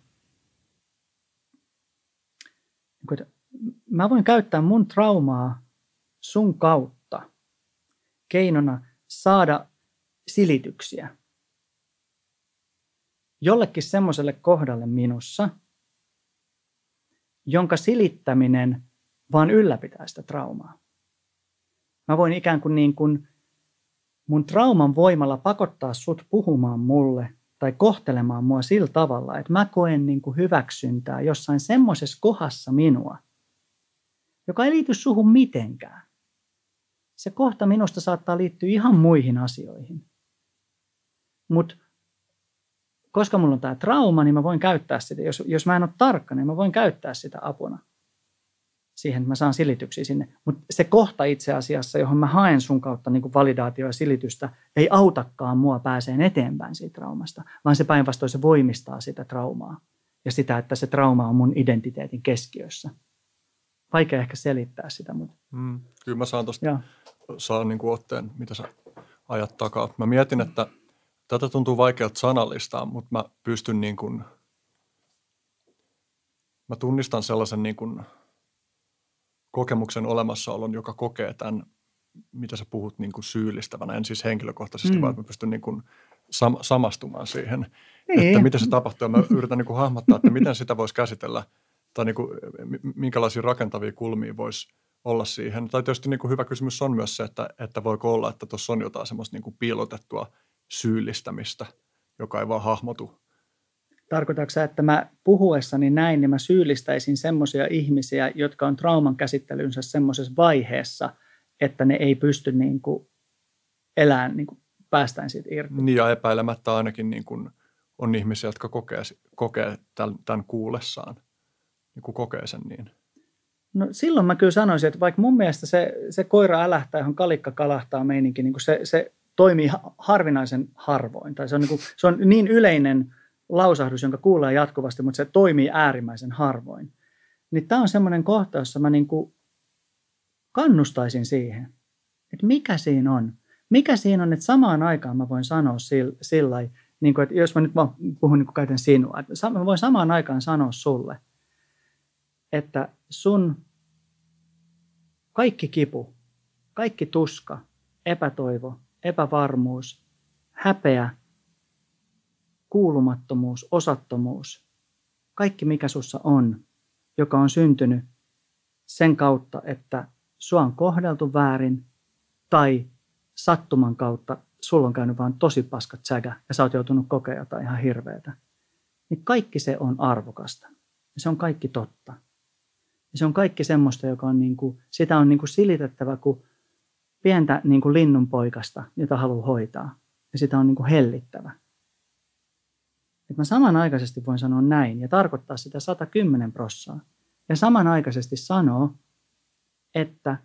että mä voin käyttää mun traumaa sun kautta keinona saada silityksiä jollekin semmoiselle kohdalle minussa, jonka silittäminen vaan ylläpitää sitä traumaa. Mä voin ikään kuin mun trauman voimalla pakottaa sut puhumaan mulle tai kohtelemaan mua sillä tavalla, että mä koen niin kuin hyväksyntää jossain semmoisessa kohdassa minua, joka ei liity suhun mitenkään. Se kohta minusta saattaa liittyä ihan muihin asioihin. Mutta koska mulla on tämä trauma, niin mä voin käyttää sitä. Jos mä en ole tarkka, niin mä voin käyttää sitä apuna siihen, että mä saan silityksiä sinne. Mutta se kohta itse asiassa, johon mä haen sun kautta niin kuin validaatio ja silitystä, ei autakaan mua pääseen eteenpäin siitä traumasta, vaan se päinvastoin se voimistaa sitä traumaa. Ja sitä, että se trauma on mun identiteetin keskiössä. Vaikea ehkä selittää sitä, mutta... Kyllä mä saan tuosta niin kuin otteen, mitä sä ajat takaa. Mä mietin, että tätä tuntuu vaikealta sanallistaa, mutta mä pystyn niin kuin... Mä tunnistan sellaisen niin kuin kokemuksen olemassaolon, joka kokee tämän, mitä sä puhut, niin kuin syyllistävänä. En siis henkilökohtaisesti, vaan mä pystyn niin kuin samastumaan siihen, että miten se tapahtuu. Ja mä yritän niin kuin hahmottaa, että miten sitä voisi käsitellä tai niin kuin, minkälaisia rakentavia kulmia voisi olla siihen. Tai tietysti niin kuin hyvä kysymys on myös se, että voiko olla, että tuossa on jotain semmoista niin kuin piilotettua syyllistämistä, joka ei vaan hahmotu. Tarkoitatko sä, että mä puhuessani näin, niin mä syyllistäisin semmoisia ihmisiä, jotka on trauman käsittelynsä semmoisessa vaiheessa, että ne ei pysty niin kuin elämään, niin kuin päästään siitä irti? Niin, ja epäilemättä ainakin niin kuin on ihmisiä, jotka kokee tämän kuullessaan, niin kuin kokee sen niin. No silloin mä kyllä sanoisin, että vaikka mun mielestä se koira älähtää, johon kalikka kalahtaa meininki, niin kuin se toimii harvinaisen harvoin. Tai se on niin yleinen lausahdus, jonka kuulee jatkuvasti, mutta se toimii äärimmäisen harvoin. Niin tämä on semmoinen kohta, jossa mä niin kuin kannustaisin siihen, että mikä siinä on. Mikä siinä on, että samaan aikaan mä voin sanoa sillä niin kuin, että jos mä nyt puhun, niin kuin käytän sinua, että mä voin samaan aikaan sanoa sulle, että sun kaikki kipu, kaikki tuska, epätoivo, epävarmuus, häpeä, kuulumattomuus, osattomuus, kaikki mikä sussa on, joka on syntynyt sen kautta, että sua on kohdeltu väärin tai sattuman kautta sulla on käynyt vaan tosi paskat säkä ja sä oot joutunut kokea jotain ihan hirveätä, niin kaikki se on arvokasta ja se on kaikki totta. Ja se on kaikki semmoista, joka on sitä on silitettävä kuin pientä linnunpoikasta, jota haluaa hoitaa ja sitä on hellittävä. Että mä samanaikaisesti voin sanoa näin ja tarkoittaa sitä 110%. Ja samanaikaisesti sanoa, että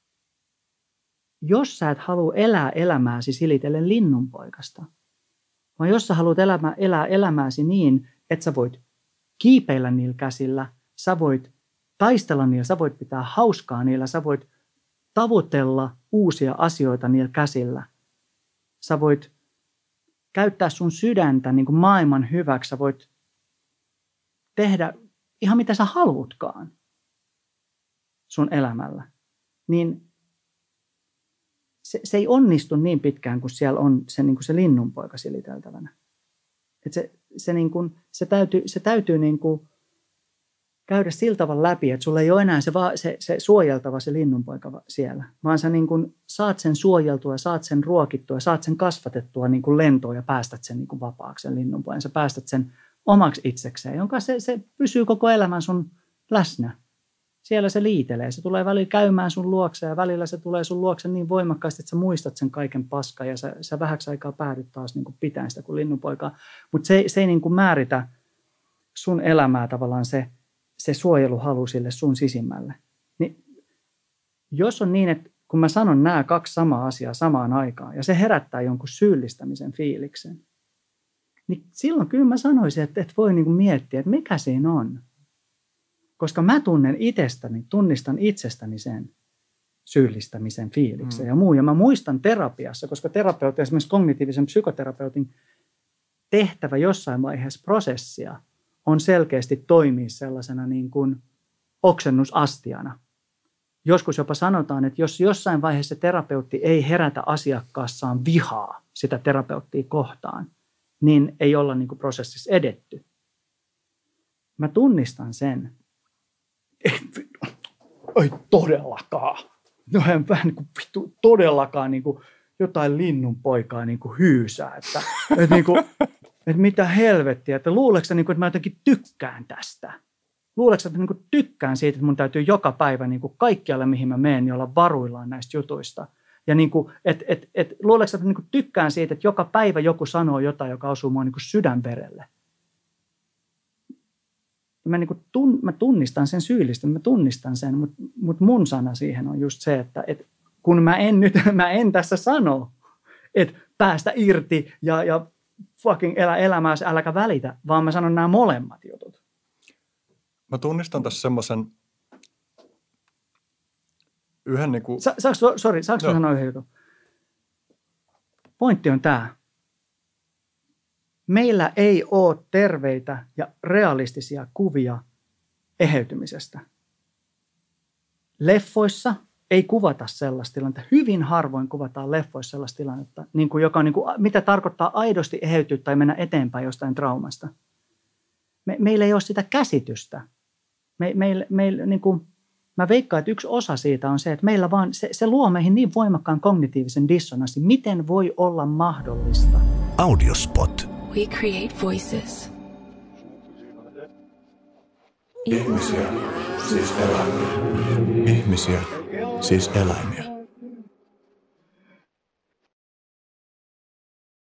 jos sä et halua elää elämääsi silitellen linnunpoikasta, vaan jos sä haluat elää elämääsi niin, että sä voit kiipeillä niillä käsillä, sä voit taistella niillä, sä voit pitää hauskaa niillä, sä voit tavoitella uusia asioita niillä käsillä, sä voit käyttää sun sydäntä niin kuin maailman hyväksi. Sä voit tehdä ihan mitä sä haluutkaan sun elämällä. Niin se ei onnistu niin pitkään, kun siellä on se, niin kuin se linnunpoika siliteltävänä. Et se täytyy niin kuin käydä sillä tavalla läpi, että sulla ei ole enää se suojeltava se linnunpoika siellä, vaan sä niin kuin saat sen suojeltua, saat sen ruokittua, saat sen kasvatettua niin kuin lentoon ja päästät sen niin kuin vapaaksi sen linnunpojan. Sä päästät sen omaksi itsekseen, jonka se pysyy koko elämän sun läsnä. Siellä se liitelee, se tulee välillä käymään sun luokse ja välillä se tulee sun luokse niin voimakkaasti, että sä muistat sen kaiken paskan ja sä vähäksi aikaa päädyt taas niin kuin pitämään sitä kuin linnunpoikaa. Mutta se ei niin kuin määritä sun elämää tavallaan se suojeluhalu sille sun sisimmälle. Niin jos on niin, että kun mä sanon nämä kaksi samaa asiaa samaan aikaan ja se herättää jonkun syyllistämisen fiiliksen, niin silloin kyllä mä sanoisin, että voi niin kuin miettiä, että mikä siinä on. Koska mä tunnen itsestäni, tunnistan itsestäni sen syyllistämisen fiiliksen ja muu. Ja mä muistan terapiassa, koska terapeutti, esimerkiksi kognitiivisen psykoterapeutin tehtävä jossain vaiheessa prosessia on selkeästi toimia sellaisena niin kuin oksennusastiana. Joskus jopa sanotaan, että jos jossain vaiheessa terapeutti ei herätä asiakkaassaan vihaa sitä terapeuttia kohtaan, niin ei olla niin kuin prosessissa edetty. Mä tunnistan sen. Ei todellakaan. No en vähän niin kuin vittu todellakaan niin kuin jotain linnunpoikaa niin kuin hyysää. Että mitä helvettiä. Että luuleeko sä, niin kuin, että mä jotenkin tykkään tästä? Luuleeko sä, että niin kuin tykkään siitä, että mun täytyy joka päivä niin kuin kaikkialle, mihin mä menen, niin olla varuillaan näistä jutuista? Ja niin kuin, luuleeko sä, että niin kuin tykkään siitä, että joka päivä joku sanoo jotain, joka osuu mua niin kuin sydänverelle? Mä tunnistan sen syyllistä, mä tunnistan sen, mutta mun sana siihen on just se, että kun mä en tässä sano, että päästä irti ja fucking elä elämääsi, äläkä välitä, vaan mä sanon nämä molemmat jutut. Mä tunnistan tässä semmoisen yhden niin kuin... Saanko mä sanoa yhden jutun? Pointti on tämä. Meillä ei ole terveitä ja realistisia kuvia eheytymisestä. Leffoissa ei kuvata sellaista tilannetta. Hyvin harvoin kuvataan leffoissa sellaista tilannetta, niin kuin joka on, niin kuin, mitä tarkoittaa aidosti eheytyä tai mennä eteenpäin jostain traumasta. Meillä ei ole sitä käsitystä. Niin kuin, mä veikkaan, että yksi osa siitä on se, että meillä vaan, se luo meihin niin voimakkaan kognitiivisen dissonanssin. Miten voi olla mahdollista? Audiospot. We create voices. Ihmisiä, siis eläimiä. Ihmisiä, siis eläimiä.